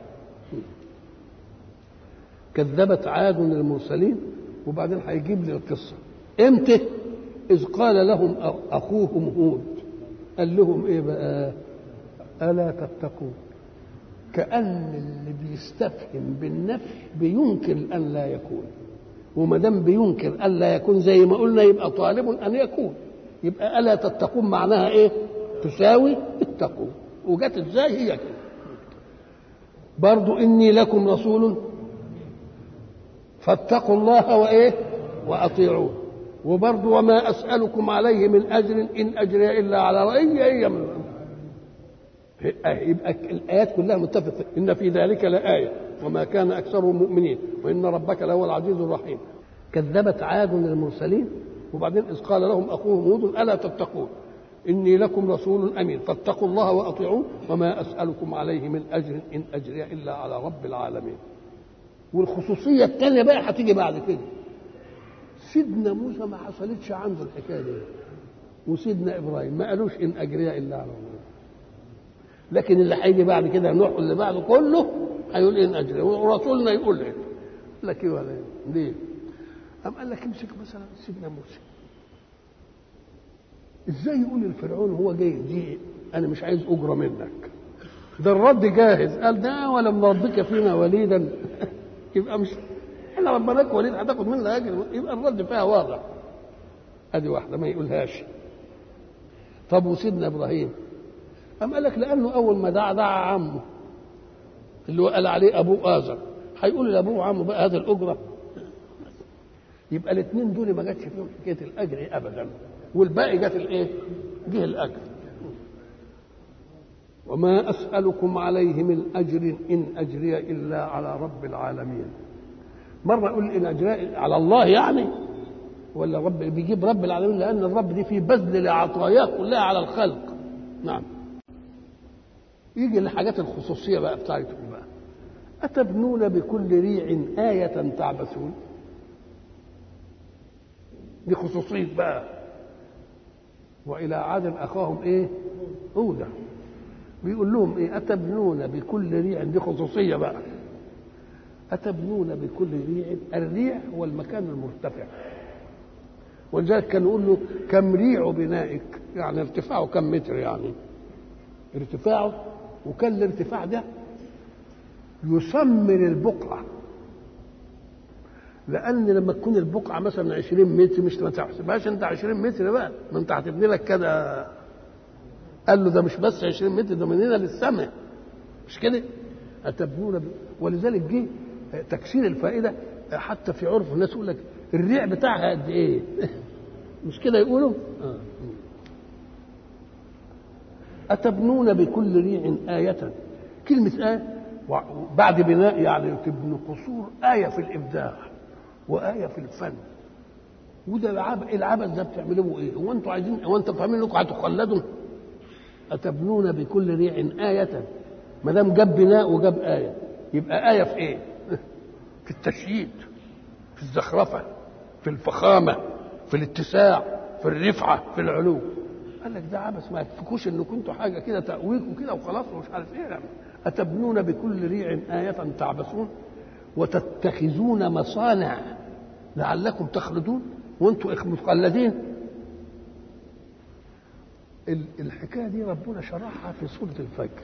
A: كذبت عاد المرسلين. وبعدين هيجيب لي القصة امتى؟ إذ قال لهم أخوهم هود. قال لهم إيه بقى؟ ألا تتقون. كأن اللي بيستفهم بالنفي بينكر أن لا يكون، وما دام بينكر أن لا يكون زي ما قلنا يبقى طالب أن يكون. يبقى ألا تتقون معناها إيه؟ تساوي اتقوا. وجت إزاي هي كده؟ برضو إني لكم رسول فاتقوا الله وإيه؟ وأطيعون. وبرضو وما أسألكم عليه من أجر إن أجري إلا على رأي أي من يبقى الآيات كلها متفقة. إن في ذلك لآية وما كان أكثرهم مؤمنين وإن ربك لهو العزيز الرحيم. كذبت عاد المرسلين. وبعدين إذ قال لهم أخوهم هود ألا تتقون إني لكم رسول أمين فاتقوا الله وأطيعون وما أسألكم عليه من أجر إن أجري إلا على رب العالمين. والخصوصية الثانية بقى هتيجي بعد كده. سيدنا موسى ما حصلتش عنده الحكاية دي، وسيدنا إبراهيم ما قالوش إن أجري إلا على الله. لكن اللي هيجي بعد كده نوح اللي بعده كله هيقول إن أجري، ورسولنا يقول إيه؟ لك إيه ولا إيه؟ ليه؟ أم قال لك امسك مثلا سيدنا موسى. إزاي يقول الفرعون هو جاي دي أنا مش عايز أجرة منك؟ ده الرد جاهز. قال ده ولم ربك فينا وليدا. يبقى مش احنا ربناك وليد هتاخد مننا اجر. يبقى الرد فيها واضح. ادي واحده ما يقولهاش. طب وسيدنا ابراهيم قام قال لك لانه اول ما دعا دعا عمه اللي هو قال عليه ابوه آزر، هيقول لابوه وعمه بقى هذا الاجره. يبقى الاثنين دول ما جاتش فيهم حكايه الاجر ابدا، والباقي جات الايه؟ جه الاجر. وما أسألكم عليه من أجر إن أجري إلا على رب العالمين. مرة يقول إن أجري على الله يعني، ولا رب بيجيب رب العالمين لأن الرب دي فيه بذل لعطاياه كلها على الخلق. نعم. يجي الحاجات الخصوصية بقى بتاعتهم بقى. أتبنون بكل ريع آية تعبثون. دي خصوصية بقى. وإلى عاد أخاهم إيه؟ هودا. بيقول لهم إيه؟ أتبنون بكل ريع، دي خصوصية بقى، أتبنون بكل ريع، الريع هو المكان المرتفع، ولذلك كان يقول له كم ريع بنائك، يعني ارتفاعه كم متر، يعني ارتفاعه، وكان الارتفاع ده يسمر البقعة، لأن لما تكون البقعة مثلا عشرين متر مش ما تحسبهاش أنت عشرين متر بقى، ما أنت هتبني لك كده. قال له ده مش بس عشرين متر، ده من هنا للسماء، مش كده؟ أتبنون ب... ولذلك جه تكسير الفائدة حتى في عرف الناس يقول لك الريع بتاعها قد إيه؟ مش كده يقولوا؟ آه. أتبنون بكل ريع آية، كلمة آية بعد بناء يعني تبنوا قصور، آية في الإبداع وآية في الفن. وده العبث، العبث ده بتعملوه إيه؟ هو أنتوا عايزين، هو أنتوا فاهمين إنكم هتخلدوا؟ أتبنون بكل ريع آية، ما دام جاب بناء وجاب آية يبقى آية في إيه؟ في التشييد، في الزخرفة، في الفخامة، في الاتساع، في الرفعة، في العلو. قال لك ده عبث، ما تفكوش إن كنتوا حاجة كده تأويكم كده وخلاص ومش عارف إيه. يعني أتبنون بكل ريع آية تعبثون وتتخذون مصانع لعلكم تخلدون، وانتم مخلدين. الحكايه دي ربنا شرحها في سوره الفجر.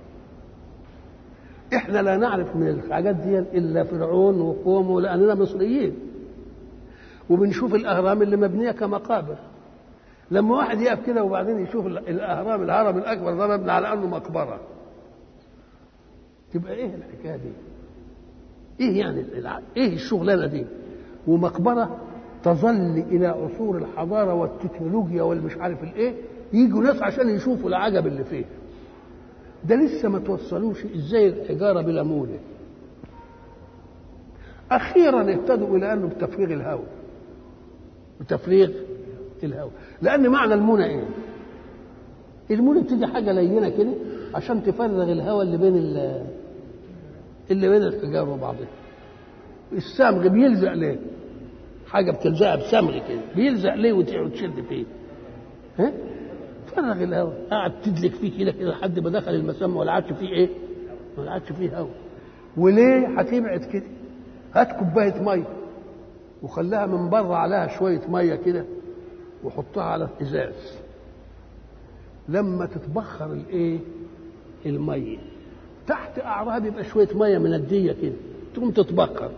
A: احنا لا نعرف من الحاجات دي الا فرعون وقومه، لاننا مصريين وبنشوف الاهرام اللي مبنيه كمقابر. لما واحد يقف كده وبعدين يشوف الاهرام، الهرم الاكبر ده مبني على انه مقبره، تبقى ايه الحكايه دي؟ ايه يعني ايه الشغلانه دي؟ ومقبره تظل الى عصور الحضاره والتكنولوجيا والمش عارف الايه، يجوا ناس عشان يشوفوا العجب اللي فيه. ده لسه ما توصلوش ازاي الحجاره بلا مونه. اخيرا اهتدوا الى انه بتفريغ الهواء، بتفريغ الهواء، لان معنى المونه ايه؟ المونه بتيجي حاجه لينه كده عشان تفرغ الهواء اللي بين اللي بين الحجار وبعضها. الصمغ بيلزق ليه؟ حاجه بتلزقها بصمغ كده، بيلزق ليه وتشد فيه؟ ها؟ فرغ الهواء، قعد تدلك فيه كده كده لحد ما دخل المسام ولا عادش فيه ايه؟ ولا عادش فيه هواء. وليه هتبعد كده؟ هات كوبايه ميه وخليها من بره عليها شويه ميه كده وحطها على الازاز، لما تتبخر الايه؟ الميه تحت قعرها بيبقى شويه ميه منديه كده تقوم تتبخر.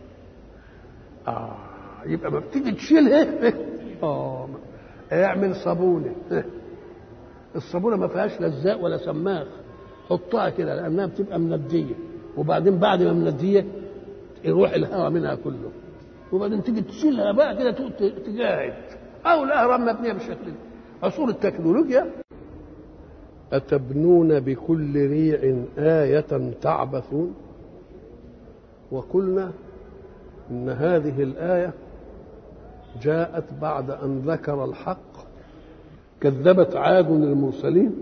A: اه يبقى ما بتيجي تشيلها اه اعمل صابونه. الصابونه ما فيهاش لزاق ولا سماخ، حطها كده لانها بتبقى منديه، وبعدين بعد ما منديه يروح الهواء منها كله، وبعدين تيجي تشيلها بقى كده تجاهد. او الاهرام مبنيه بالشكل ده. عصور التكنولوجيا. أتبنون بكل ريع آية تعبثون. وقلنا إن هذه الآية جاءت بعد أن ذكر الحق كذبت عاد المرسلين،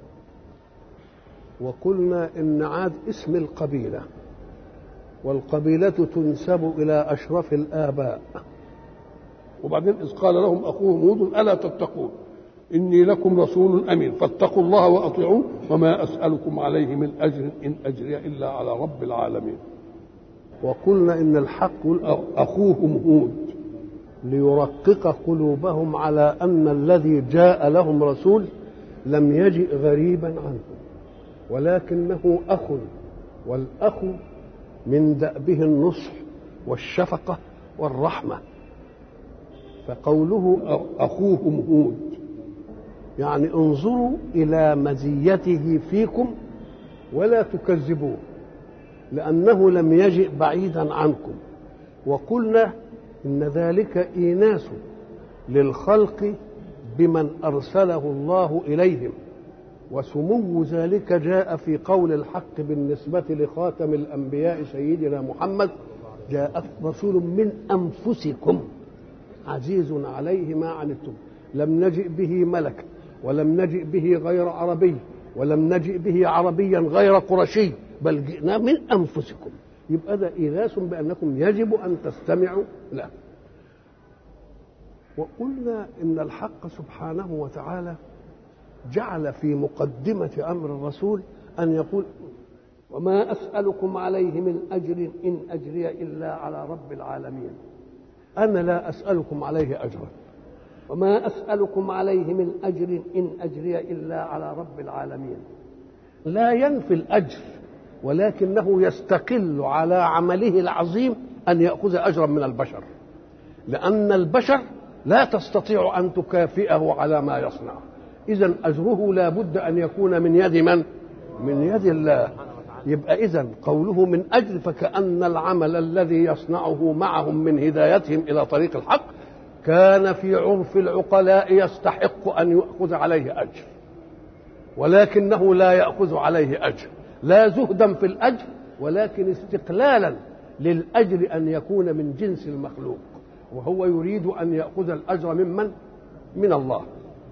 A: وقلنا إن عاد اسم القبيلة، والقبيلة تنسب إلى أشرف الآباء. وبعدين إذ قال لهم أخوهم هود ألا تتقون إني لكم رسول أمين فاتقوا الله وأطيعون وما أسألكم عليه من أجر إن أجري إلا على رب العالمين. وقلنا إن الحق أخوهم هود ليرقق قلوبهم على أن الذي جاء لهم رسول لم يجئ غريبا عنهم، ولكنه أخ، والأخ من دأبه النصح والشفقة والرحمة. فقوله أخوهم هود يعني انظروا إلى مزيته فيكم ولا تكذبوه، لأنه لم يجئ بعيدا عنكم. وقلنا إن ذلك إيناس للخلق بمن أرسله الله إليهم، وسمو ذلك جاء في قول الحق بالنسبة لخاتم الأنبياء سيدنا محمد: جاء رسول من أنفسكم عزيز عليه ما عنتم لم نجئ به ملك ولم نجئ به غير عربي ولم نجئ به عربيا غير قرشي بل جئنا من أنفسكم. يبقى ده إيناس بأنكم يجب أن تستمعوا له.
B: وقلنا إن الحق سبحانه وتعالى جعل في مقدمة أمر الرسول أن يقول وما أسألكم عليه من أجر إن أجري إلا على رب العالمين. أنا لا أسألكم عليه أجرا، وما أسألكم عليه من أجر إن أجري إلا على رب العالمين. لا ينفي الأجر، ولكنه يستقل على عمله العظيم أن يأخذ أجرا من البشر، لأن البشر لا تستطيع أن تكافئه على ما يصنع. إذن أجره لا بد أن يكون من يد من؟ من يد الله. يبقى إذن قوله من أجل فكأن العمل الذي يصنعه معهم من هدايتهم إلى طريق الحق كان في عرف العقلاء يستحق أن يأخذ عليه أجر، ولكنه لا يأخذ عليه أجر، لا زهدا في الأجر ولكن استقلالا للأجر أن يكون من جنس المخلوق، وهو يريد أن يأخذ الأجر ممن؟ من الله.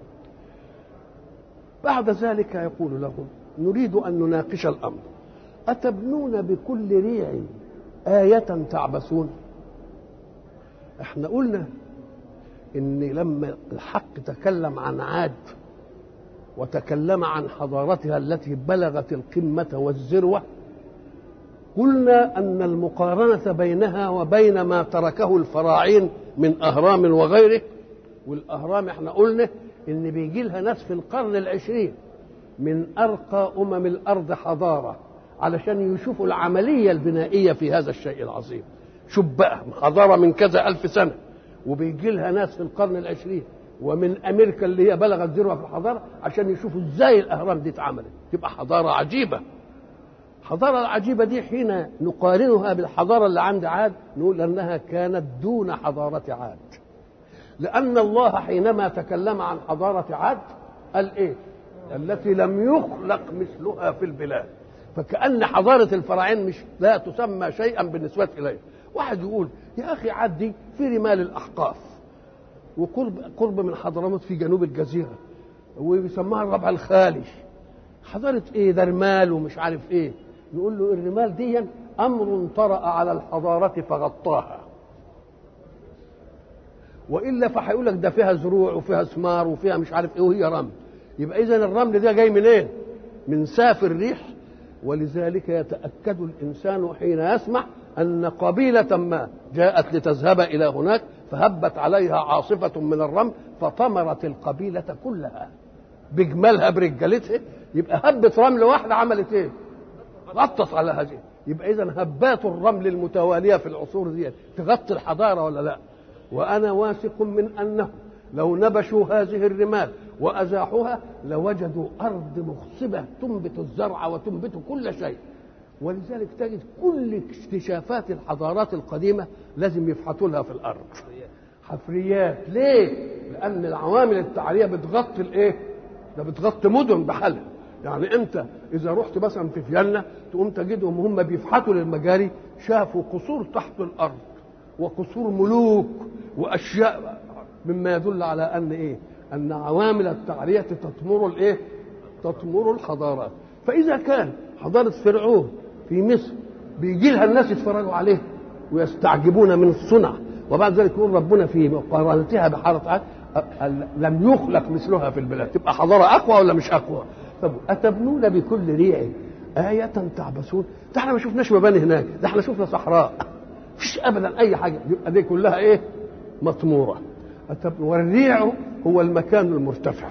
B: بعد ذلك يقول لهم نريد أن نناقش الأمر. أتبنون بكل ريع آية تعبثون؟ احنا قلنا إن لما الحق تكلم عن عاد وتكلم عن حضارتها التي بلغت القمة والذروة، قلنا أن المقارنة بينها وبين ما تركه الفراعين من أهرام وغيره، والأهرام احنا قلنا إن بيجي لها ناس في القرن العشرين من أرقى أمم الأرض حضارة علشان يشوفوا العملية البنائية في هذا الشيء العظيم. شوف بقى حضارة من كذا ألف سنة، وبيجي لها ناس في القرن العشرين ومن أمريكا اللي هي بلغت ذروة في الحضارة عشان يشوفوا إزاي الأهرام دي اتعملت. تبقى حضارة عجيبة. الحضارة العجيبة دي حين نقارنها بالحضارة اللي عند عاد نقول أنها كانت دون حضارة عاد، لأن الله حينما تكلم عن حضارة عاد قال إيه؟ التي لم يخلق مثلها في البلاد. فكأن حضارة الفراعين مش لا تسمى شيئا بالنسبة إليه. واحد يقول يا أخي عاد دي في رمال الأحقاف وقرب قرب من حضرموت في جنوب الجزيرة وبيسموها الربع الخالي، حضارة إيه ده؟ رمال ومش عارف إيه. نقول له الرمال دي أمر طرأ على الحضارة فغطاها، وإلا فهيقول لك ده فيها زروع وفيها ثمار وفيها مش عارف إيه وهي رمل. يبقى إذن الرمل ده جاي منين؟ إيه؟ من ساف الريح. ولذلك يتأكد الإنسان حين يسمع أن قبيلة ما جاءت لتذهب إلى هناك فهبت عليها عاصفة من الرمل فطمرت القبيلة كلها بجمالها برجالتها. يبقى هبة رمل واحدة عملت إيه؟ غطت على هذه. يبقى إذن هبات الرمل المتوالية في العصور دي تغطي الحضارة ولا لا؟ وأنا واثق من أنه لو نبشوا هذه الرمال وأزاحوها لوجدوا أرض مخصبة تنبت الزرع وتنبت كل شيء. ولذلك تجد كل اكتشافات الحضارات القديمة لازم يفحطوا لها في الأرض حفريات. ليه؟ لأن العوامل التعرية بتغطي الإيه؟ ده بتغطي مدن بحالها. يعني أنت إذا رحت مثلا في فيينا تقوم تجدهم هم بيفحطوا للمجاري شافوا قصور تحت الأرض وقصور ملوك وأشياء مما يدل على أن إيه؟ أن عوامل التعرية تطمر الإيه؟ تطمر الحضارات. فإذا كان حضارة فرعون في مصر بيجي لها الناس يتفرجوا عليه ويستعجبون من الصنع، وبعد ذلك يقول ربنا في مقارنتها بحضارة عاد لم يخلق مثلها في البلاد، تبقى حضارة أقوى ولا مش أقوى؟ طب أتبنون بكل ريع آية تعبثون؟ ده احنا ما شفناش مباني هناك، ده احنا شفنا صحراء مفيش أبدا أي حاجة. يبقى دي كلها إيه؟ مطمورة. والريع هو المكان المرتفع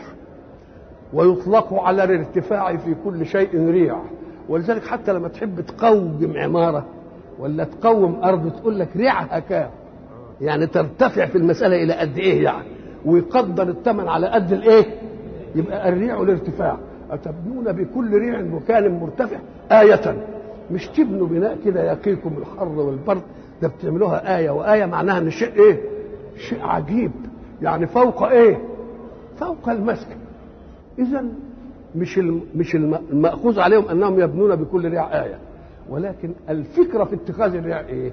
B: ويطلق على الارتفاع في كل شيء ريع. ولذلك حتى لما تحب تقوم عمارة ولا تقوم أرض تقول لك ريعها كام، يعني ترتفع في المسألة إلى قد إيه يعني، ويقدر الثمن على قد الإيه. يبقى الريع الارتفاع. أتبنون بكل ريع مكان مرتفع آية، مش تبنوا بناء كده يقيكم الحر والبرد، ده بتعملوها آية. وآية معناها إن شيء إيه؟ شيء عجيب، يعني فوق إيه؟ فوق المسكن. إذن مش مش المأخوذ عليهم أنهم يبنون بكل ريع آية، ولكن الفكرة في اتخاذ الريع إيه؟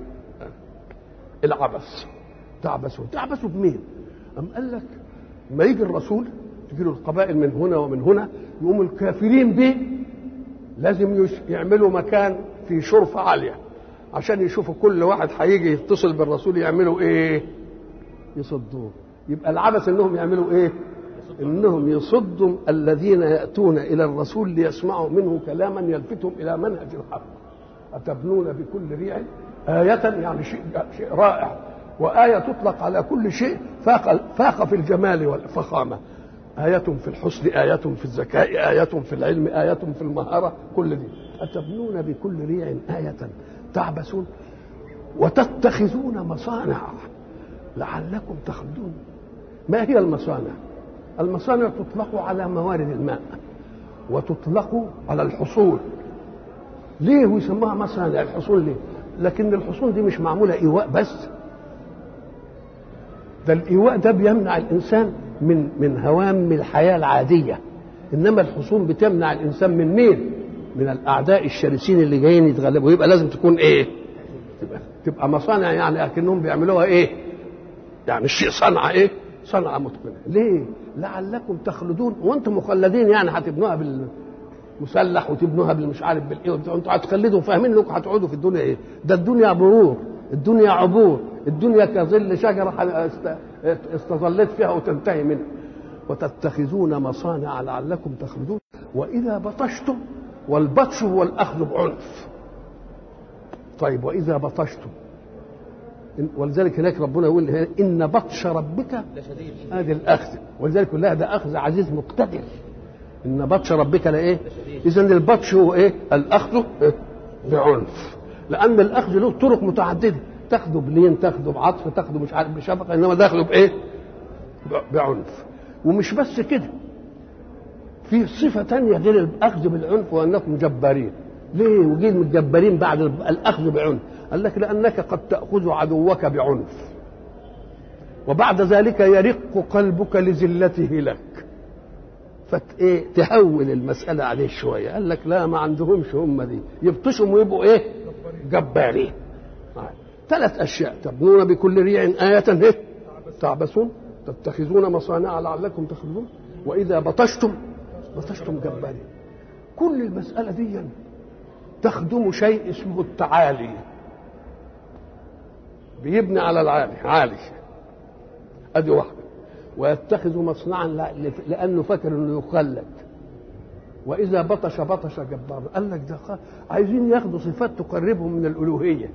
B: العبث. تعبثوا تعبثوا بمين؟ أم قال لك ما يجي الرسول تجي له القبائل من هنا ومن هنا، يقوم الكافرين به لازم يعملوا مكان في شرفة عالية عشان يشوفوا كل واحد هيجي يتصل بالرسول يعملوا ايه؟ يصدوه. يبقى العبث انهم يعملوا ايه؟ انهم يصدوا الذين ياتون الى الرسول ليسمعوا منه كلاما يلفتهم الى منهج الحق. اتبنون بكل ريع آية، يعني شيء شيء رائع، وآية تطلق على كل شيء فاق فاق في الجمال والفخامة. آية في الحسن، آية في الذكاء، آية في العلم، آية في المهارة، كل دي. أتبنون بكل ريع آية تعبثون وتتخذون مصانع لعلكم تخلدون. ما هي المصانع؟ المصانع تطلق على موارد الماء وتطلق على الحصول. ليه ويسموها مصانع الحصول؟ ليه؟ لكن الحصول دي مش معمولة إيواء بس، ده الإيواء ده بيمنع الإنسان من من هوام الحياة العادية، إنما الحصول بتمنع الإنسان من مين؟ من الأعداء الشرسين اللي جايين يتغلبوا. يبقى لازم تكون إيه؟ تبقى, تبقى مصانع، يعني أكنهم بيعملوها إيه؟ يعني الشيء صنعة إيه؟ صنعة متقنة. ليه؟ لعلكم تخلدون. وأنتم مخلدين، يعني هتبنوها بالمسلح وتبنوها بالمش عارف بالإيه، أنتوا هتخلدوا فاهمين إنكم هتقعدوا في الدنيا إيه؟ ده الدنيا مرور، الدنيا عبور، الدنيا كظل شجرة استظلت فيها وتنتهي منها. وتتخذون مصانع لعلكم تخلدون. وإذا بطشتم، والبطش هو الأخذ بعنف. طيب وإذا بطشتم، ولذلك هناك ربنا يقول إن بطش ربك هذه الأخذ، ولذلك كلها ده أخذ عزيز مقتدر. إن بطش ربك لإيه؟ إذن البطش هو إيه؟ الأخذ بعنف، لأن الأخذ له طرق متعددة، تاخده بلين، تاخده بعطف، تاخده مش عارف بشفقة، إنما داخله بإيه؟ بعنف. ومش بس كده، في صفة تانية غير الأخذ بالعنف، وأنكم جبارين. ليه وجيت متجبرين بعد الأخذ بعنف؟ قال لك لأنك قد تأخذ عدوك بعنف وبعد ذلك يرق قلبك لذلته لك، فت إيه تهول المسألة عليه شوية. قال لك لا، ما عندهمش هم دي، يبطشهم ويبقوا إيه؟ جبارين. ثلاث أشياء: تبنون بكل ريع آية إيه؟ تعبثون، تتخذون مصانع لعلكم تخلدون، وإذا بطشتم بطشتم جبارين. كل المسألة دي تخدم شيء اسمه التعالي، بيبني على العالي، عالي، ادي واحده. ويتخذ مصنعا لانه فاكر انه يخلد. واذا بطش بطش جبار. قال لك ده عايزين ياخدوا صفات تقربهم من الالوهيه،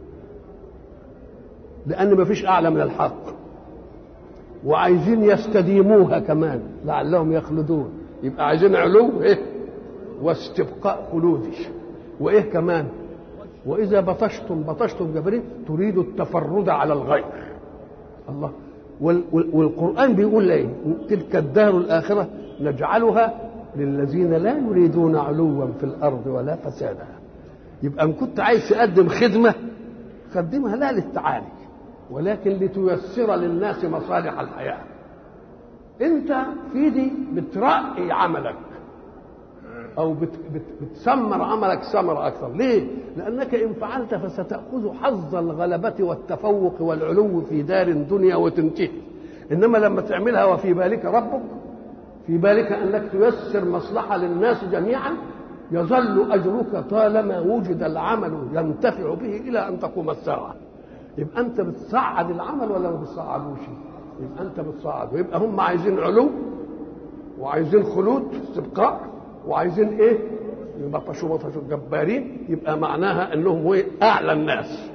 B: لان ما فيش اعلى من الحق، وعايزين يستديموها كمان لعلهم يخلدون. يبقى عايزين علو ايه واستبقاء خلودي. وايه كمان؟ واذا بطشتم بطشتم جبارين، تريد التفرد على الغير. الله. والقرآن بيقول ايه؟ تلك الدار الآخرة نجعلها للذين لا يريدون علوا في الأرض ولا فسادا. يبقى ان كنت عايز تقدم خدمة، قدمها لا للتعالي، ولكن لتيسر للناس مصالح الحياة. انت في دي بترقي عملك او بت بت بتسمر عملك ثمرة اكثر. ليه؟ لانك ان فعلت فستأخذ حظ الغلبة والتفوق والعلو في دار دنيا وتنتهي. انما لما تعملها وفي بالك ربك، في بالك انك تيسر مصلحة للناس جميعا، يظل اجرك طالما وجد العمل ينتفع به الى ان تقوم الساعة. يبقى انت بتصعد العمل ولا ما بتصعدوش؟ يبقى انت بتصعد. ويبقى هم عايزين علو وعايزين خلود استبقاء وعايزين ايه؟ يبطشوا بطشوا جبارين. يبقى معناها انهم هو اعلى الناس.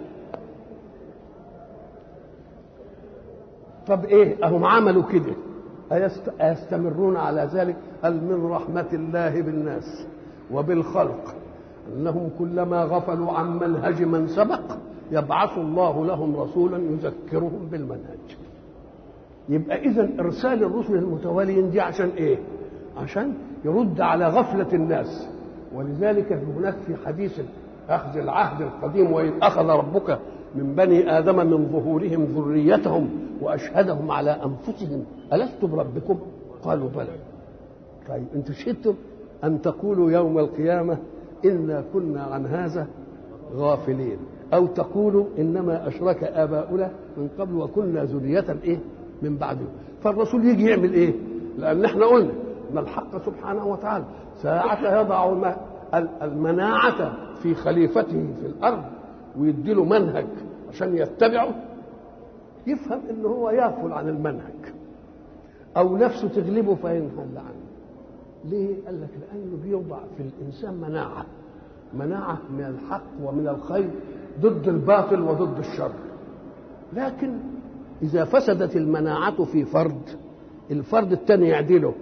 B: طب ايه اهم عملوا كده؟ أيستمرون على ذلك؟ هل من رحمة الله بالناس وبالخلق انهم كلما غفلوا عن منهج من سبق يبعث الله لهم رسولا يذكرهم بالمنهج. يبقى اذا ارسال الرسل المتواليين دي عشان ايه؟ عشان يرد على غفلة الناس. ولذلك هناك في حديث أخذ العهد القديم: وإذ أخذ ربك من بني آدم من ظهورهم ذريتهم وأشهدهم على أنفسهم ألست بربكم؟ قالوا بلى. طيب أنتم شهدتم أن تقولوا يوم القيامة إنا كنا عن هذا غافلين، أو تقولوا إنما أشرك آباؤنا من قبل وكنا ذرية إيه من بعده. فالرسول يجي يعمل إيه؟ لأن احنا قلنا ان الحق سبحانه وتعالى ساعة يضع المناعة في خليفته في الأرض ويديله منهج عشان يتبعه، يفهم ان هو يغفل عن المنهج او نفسه تغلبه فينهل عنه. ليه؟ قال لك لانه بيوضع في الانسان مناعه مناعه من الحق ومن الخير ضد الباطل وضد الشر. لكن اذا فسدت المناعه في فرد، الفرد الثاني يعدله،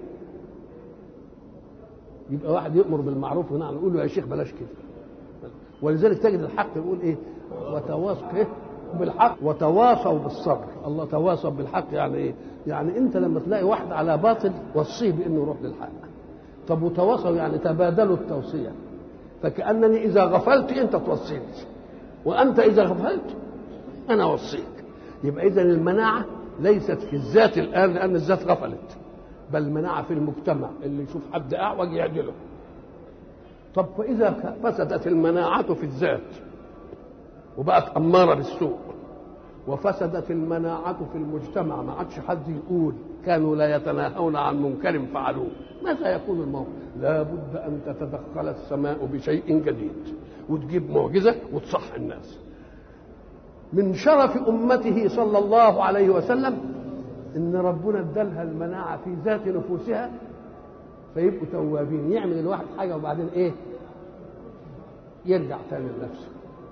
B: يبقى واحد يأمر بالمعروف ونعم يقول له يا شيخ بلاش كده. ولذلك تجد الحق يقول ايه؟ وتواصوا ايه بالحق وتواصوا بالصبر. الله تواصوا بالحق يعني ايه؟ يعني انت لما تلاقي واحد على باطل وصيه بانه يروح للحق. طب وتواصوا يعني تبادلوا التوصيه، فكأنني اذا غفلت انت توصيني وانت اذا غفلت انا اوصيك. يبقى اذا المناعه ليست في الذات الان لان الذات غفلت، بل المناعه في المجتمع اللي يشوف حد اعوج يعدله. طب فاذا فسدت المناعه في الذات وبقت اماره بالسوء، وفسدت المناعه في المجتمع ما عادش حد يقول كانوا لا يتناهون عن منكر فعلوه، ماذا يكون الموقف؟ لا بد ان تتدخل السماء بشيء جديد وتجيب معجزه وتصح الناس. من شرف امته صلى الله عليه وسلم ان ربنا ادالها المناعه في ذات نفوسها فيبقوا توابين. يعمل الواحد حاجه وبعدين ايه؟ يرجع تاني لنفسه.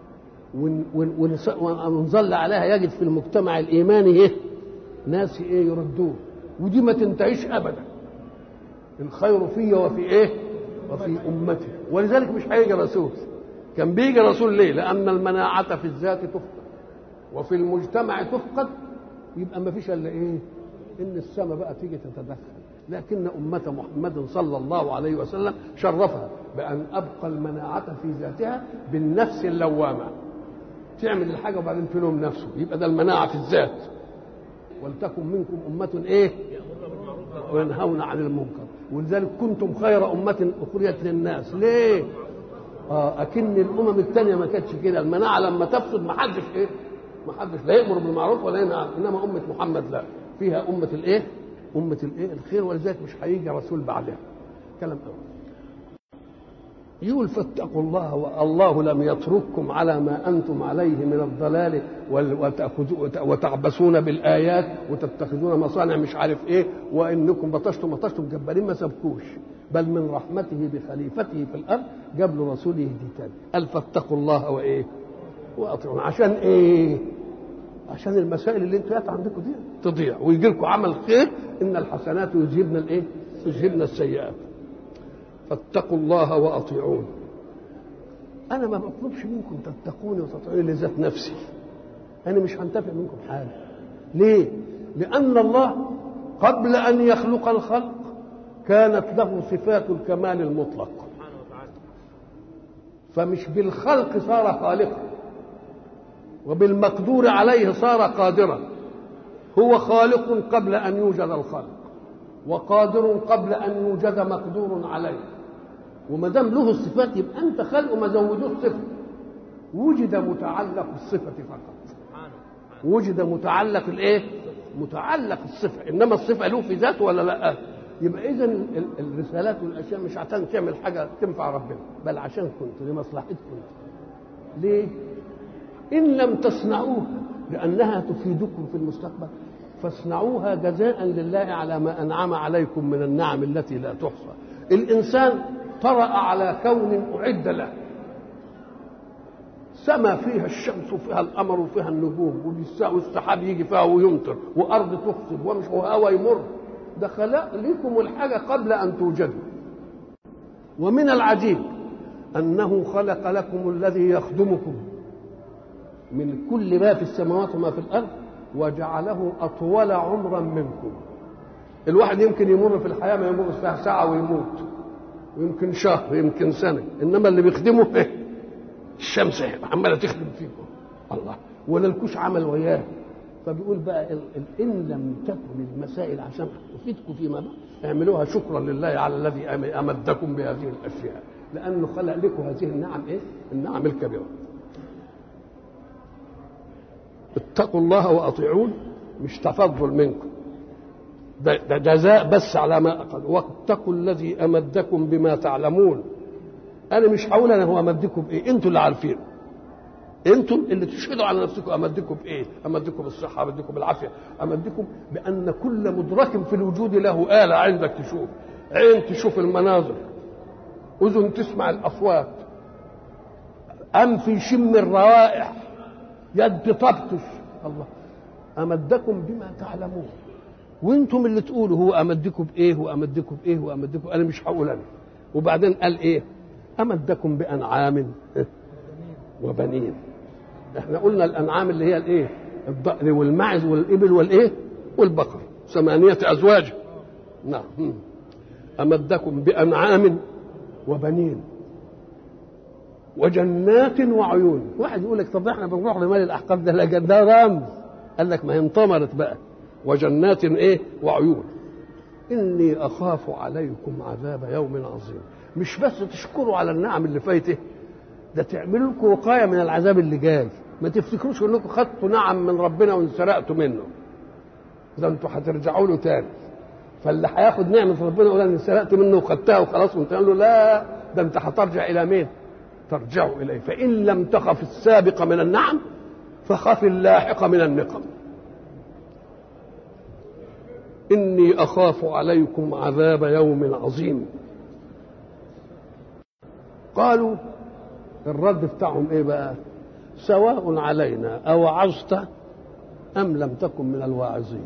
B: ونظل عليها يجد في المجتمع الايماني ايه؟ ناس ايه يردوه، ودي ما تنتهيش ابدا. الخير في وفي ايه؟ وفي امته. ولذلك مش هيجي رسول. كان بيجي رسول ليه؟ لان المناعه في الذات تفقد وفي المجتمع تفقد، يبقى ما فيش الا ايه؟ ان السماء بقى تيجي تتدخل. لكن امه محمد صلى الله عليه وسلم شرفها بان ابقى المناعه في ذاتها بالنفس اللوامه، تعمل الحاجه وبعدين تلوم نفسه، يبقى ده المناعه في الذات. ولتكن منكم امه ايه؟ وينهون عن المنكر. ولذلك كنتم خير امه اخرجت للناس. ليه؟ اه اكن الامم الثانيه ما كانتش كده، المناعه لما تفسد ما حدش ايه؟ ما حدش لا يامر بالمعروف ولا ينهى، انما امه محمد لا، فيها امه الايه؟ امه الايه؟ الخير. ولذلك مش هيجي رسول بعدها. كلام اول يقول فاتقوا الله والله لم يترككم على ما انتم عليه من الضلال وتعبسون بالايات وتتخذون مصانع مش عارف ايه، وانكم بطشتم بطشتم جبارين ما سبكوش، بل من رحمته بخليفته في الارض جاب له رسوله دي تاني. قال فاتقوا الله وايه؟ واطيعون. عشان ايه؟ عشان المسائل اللي انتوا عندكم دي تضيع ويجي لكم عمل خير. ان الحسنات يذهبن الايه؟ يذهبن السيئات. فاتقوا الله واطيعون. انا ما بطلبش منكم تتقوني وتطيعوني لذات نفسي، انا مش هنتفع منكم حاجه. ليه؟ لان الله قبل ان يخلق الخلق كانت له صفات الكمال المطلق، فمش بالخلق صار خالقا وبالمقدور عليه صار قادرا. هو خالق قبل ان يوجد الخلق وقادر قبل ان يوجد مقدور عليه. وما دام له الصفات يبقى انت خلقه ما زودوش صفه، وجد متعلق الصفه فقط، وجد متعلق الايه؟ متعلق الصفه، انما الصفه له في ذاته ولا لا؟ يبقى اذا الرسالات والاشياء مش عشان تعمل حاجه تنفع ربنا، بل عشان كنت لمصلحتكم. ليه؟ ان لم تصنعوها لانها تفيدكم في المستقبل فاصنعوها جزاء لله على ما انعم عليكم من النعم التي لا تحصى. الانسان طرأ على كون اعد له، سما فيها الشمس وفيها القمر وفيها النجوم والسحاب يجي فيها ويمطر وارض تخصب ومش هوا يمر. ده خلق لكم الحاجه قبل ان توجدوا. ومن العجيب انه خلق لكم الذي يخدمكم من كل ما في السماوات وما في الارض وجعله اطول عمرا منكم. الواحد يمكن يمر في الحياه ما يمر فيها ساعه ويموت، ويمكن شهر ويمكن سنه، انما اللي بيخدمه ايه؟ الشمس عماله تخدم فيكم. الله ولا الكوش عمل وياه. فبيقول بقى ال ال ان لم تكن المسائل عشان تفيدكم فيما بعد اعملوها شكرا لله على الذي امدكم بهذه الاشياء، لانه خلق لكم هذه النعم ايه؟ النعم الكبيره. اتقوا الله واطيعون، مش تفضل منكم، ده, ده جزاء بس على ما أقل. واتقوا الذي امدكم بما تعلمون. انا مش هقول انا هو امدكم بايه، انتوا اللي عارفين. انتم اللي تشهدوا على نفسكم. امدكم بايه؟ امدكم بالصحه، امدكم بالعافيه، امدكم بان كل مدرك في الوجود له آلة عندك تشوف، عين تشوف المناظر، اذن تسمع الاصوات، انف يشم الروائح، يد تبطش. الله امدكم بما تعلمون، وانتم اللي تقولوا هو امدكم بايه وامدكم بايه وامدكم. انا مش هقول انا. وبعدين قال ايه؟ امدكم بانعام وبنين. احنا قلنا الانعام اللي هي الايه؟ الضأن والمعز والابل والايه؟ والبقر، ثمانية ازواج. نعم. امدكم بانعام وبنين وجنات وعيون. واحد يقول لك طب احنا بنروح لمال الاحقاف ده، لا ده رمز. قال لك ما هي انطمرت بقى. وجنات ايه؟ وعيون. اني اخاف عليكم عذاب يوم عظيم. مش بس تشكروا على النعم اللي فايته، ده تعملوا لكم وقايه من العذاب اللي جاي. ما تفتكروش انكم خدتوا نعم من ربنا وانسرقتوا منه، ده انتوا هترجعوا له تاني. فاللي هياخد نعمه ربنا يقول انا انسرقت منه وخدتها وخلاص، وانت قال له لا، ده انت هترجع الى مين؟ ترجعوا اليه. فان لم تخف السابق من النعم فخف اللاحق من النقم. إني أخاف عليكم عذاب يوم عظيم. قالوا الرد بتاعهم إيه بقى؟ سواء علينا أوعظت أم لم تكن من الواعظين.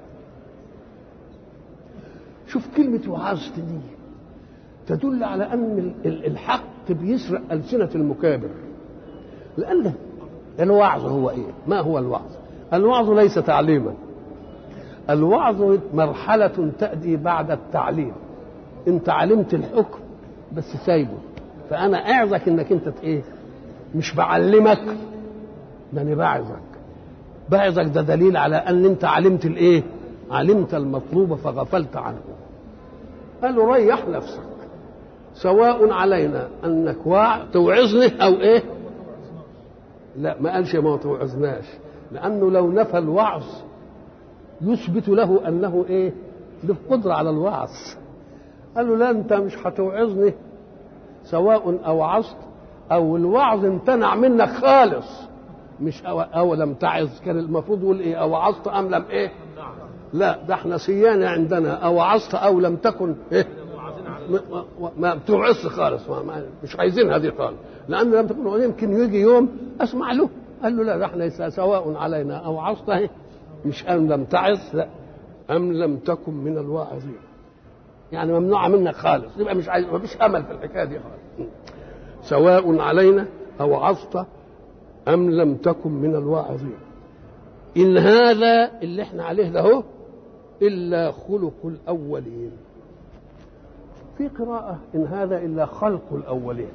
B: شوف كلمة وعظت دي تدل على أن الحق بيسرق ألسنة المكابر. لأن الوعظ هو إيه؟ ما هو الوعظ؟ الوعظ ليس تعليما، الوعظ مرحلة تأتي بعد التعليم. انت علمت الحكم بس سايبه، فأنا أعظك انك انت ايه؟ مش بعلمك، ده انا بعظك. بعظك ده دليل على ان انت علمت الايه؟ علمت المطلوب فغفلت عنه. قالوا ريح نفسك، سواء علينا انك واع توعظني او ايه؟ لا، ما قالش ما توعظناش، لانه لو نفى الوعظ يثبت له انه ايه؟ له قدره على الوعظ. قال له لا، انت مش هتوعظني، سواء اوعظت او الوعظ امتنع منك خالص. مش أو, أو لم تعظ، كان المفروض يقول ايه؟ اوعظت ام لم ايه؟ لا، ده احنا سيانه عندنا اوعظت او لم تكن ايه؟ ما بتوعظش خالص، ما ما مش عايزين هذه خالص، لان لم تكن. يمكن يجي يوم اسمع له. قال له لا، ده احنا سواء علينا اوعظت ايه؟ مش أم لم تعظ، لا، أم لم تكن من الواعظين. يعني ممنوعة منك خالص، يبقى مش عايز، مفيش أمل في الحكاية دي خالص. سواء علينا أوعظت أم لم تكن من الواعظين. إن هذا اللي احنا عليه ده هو إلا خلق الأولين. في قراءة إن هذا إلا خلق الأولين.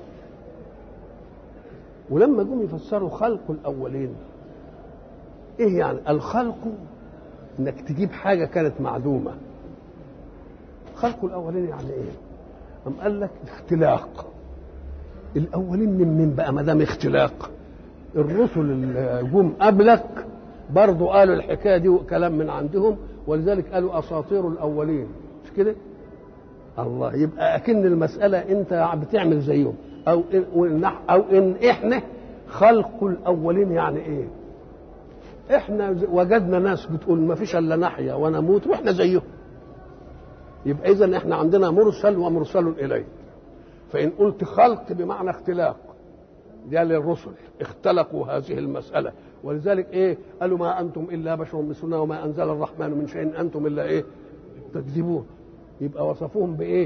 B: ولما جم يفسروا خلق الأولين، ايه يعني الخلق؟ انك تجيب حاجه كانت معدومه. خلق الاولين يعني ايه؟ أم قال لك اختلاق. الاولين من من بقى ما دام اختلاق؟ الرسل اللي جم قبلك برضو قالوا الحكايه دي وكلام من عندهم، ولذلك قالوا اساطير الاولين، مش كده؟ الله، يبقى اكن المساله انت بتعمل زيهم. او ان او ان احنا خلق الاولين يعني ايه؟ احنا وجدنا ناس بتقول ما فيش الا نحيا ونموت واحنا زيهم. يبقى اذا احنا عندنا مرسل ومرسل اليه. فان قلت خلق بمعنى اختلاق، ده للرسل اختلقوا هذه المساله. ولذلك ايه؟ قالوا ما انتم الا بشر مثلنا وما انزل الرحمن من شيء انتم الا ايه؟ تكذبون. يبقى وصفوهم بايه؟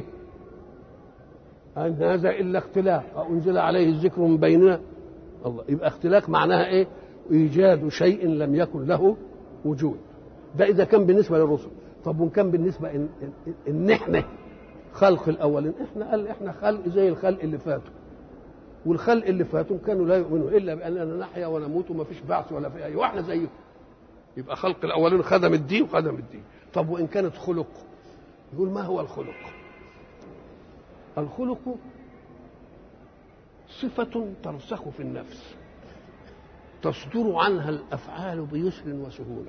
B: ان هذا الا اختلاق وانزل عليه الذكر من بيننا. الله، يبقى اختلاق معناها ايه؟ ايجاد شيء لم يكن له وجود. ده اذا كان بالنسبه للرسل. طب وان كان بالنسبه ان, إن احنا خلق الاولين، احنا قال احنا خلق زي الخلق اللي فاتوا، والخلق اللي فاتوا كانوا لا يؤمنوا الا باننا نحيا ونموت وما فيش بعث ولا في اي، واحنا زيهم. يبقى خلق الاولين خدم الدين وخدم الدين. طب وان كانت خلق، يقول ما هو الخلق؟ الخلق صفه ترسخ في النفس، تصدر عنها الافعال بيسر وسهوله.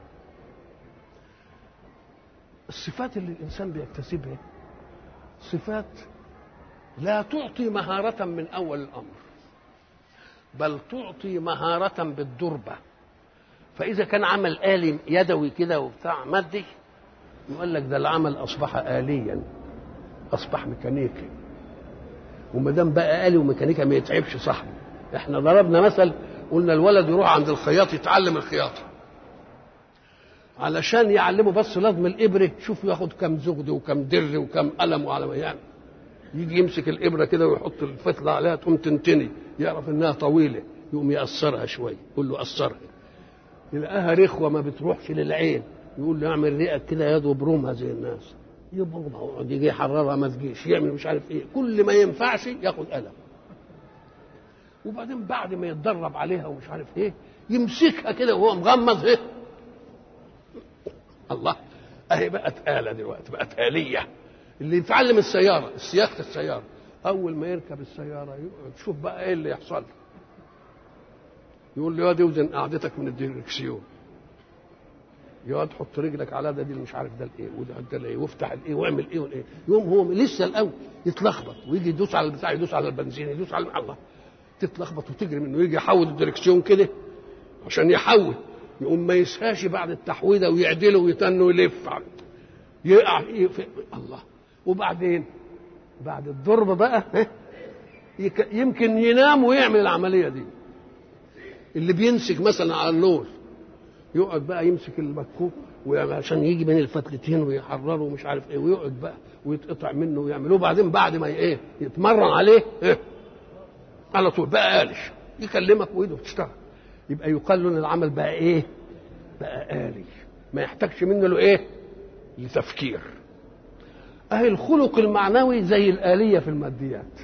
B: الصفات اللي الانسان بيكتسبها صفات لا تعطي مهاره من اول الامر، بل تعطي مهارة بالدربة. فإذا كان عمل آلي يدوي كده وبتاع مادي، يقول لك ده العمل أصبح آليا، أصبح ميكانيكي. وما دام بقى آلي وميكانيكا ما يتعبش صاحبه. احنا ضربنا مثل قلنا الولد يروح عند الخياط يتعلم الخياطة، علشان يعلمه بس لضم الإبرة، شوف ياخد كم زغد وكم در وكم قلم وعلى ما يعني يجي يمسك الإبرة كده ويحط الفتلة عليها تقوم تنتني، يعرف إنها طويلة يقوم يقصرها شوية، يقول له قصرها، يلاقيها رخوة ما بتروحش للعين، يقول له اعمل رئك كده يد وبرومها زي الناس، يبرمها ويقعد يجي يحررها ما تجيش، يعمل مش عارف ايه، كل ما ينفعش ياخد قلم. وبعدين بعد ما يتدرب عليها ومش عارف ايه يمسكها كده وهو مغمض ايه، الله، اهي بقت آلة دلوقتي، بقت آلية. اللي يتعلم السيارة، سياقة السيارة، أول ما يركب السيارة يقعد شوف بقى إيه اللي يحصل، يقول له يا دي وزن قعدتك من الديركسيون، يقعد حط رجلك على ده، دي مش عارف ده الايه وده ده الايه، وافتح الايه واعمل ايه والايه، يوم هو لسه الاول يتلخبط ويجي يدوس على البتاع، يدوس على البنزين، يدوس على الله، تتلخبط وتجري منه، يجي يحول الديركسيون كده عشان يحول، يقوم ما يسهاش بعد التحويده ويعدله ويتنه ويلف يقع في الله. وبعدين بعد الضرب بقى يمكن ينام ويعمل العمليه دي. اللي بيمسك مثلا على النور يقعد بقى يمسك المكوك عشان يجي بين الفتلتين ويحرره ومش عارف ايه، ويقعد بقى ويتقطع منه ويعملوه، بعدين بعد ما ايه يتمرن عليه ايه على طول بقى آلش يكلمك وايده بتشتغل. يبقى يقال له ان العمل بقى ايه، بقى آلي، ما يحتاجش منه له ايه لتفكير. اهي الخلق المعنوي زي الآلية في الماديات.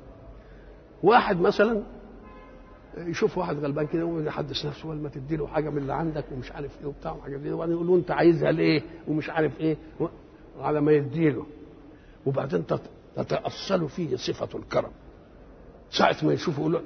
B: واحد مثلا يشوف واحد غلبان كده ويحدث نفسه، ولا ما تدي له حاجه من اللي عندك ومش عارف ايه وبتاع وحاجات دي، وبعدين يقول له انت عايزها ليه ومش عارف ايه، على ما يدي له. وبعدين تتأصل فيه صفه الكرم. ساعه ما يشوفه يقول له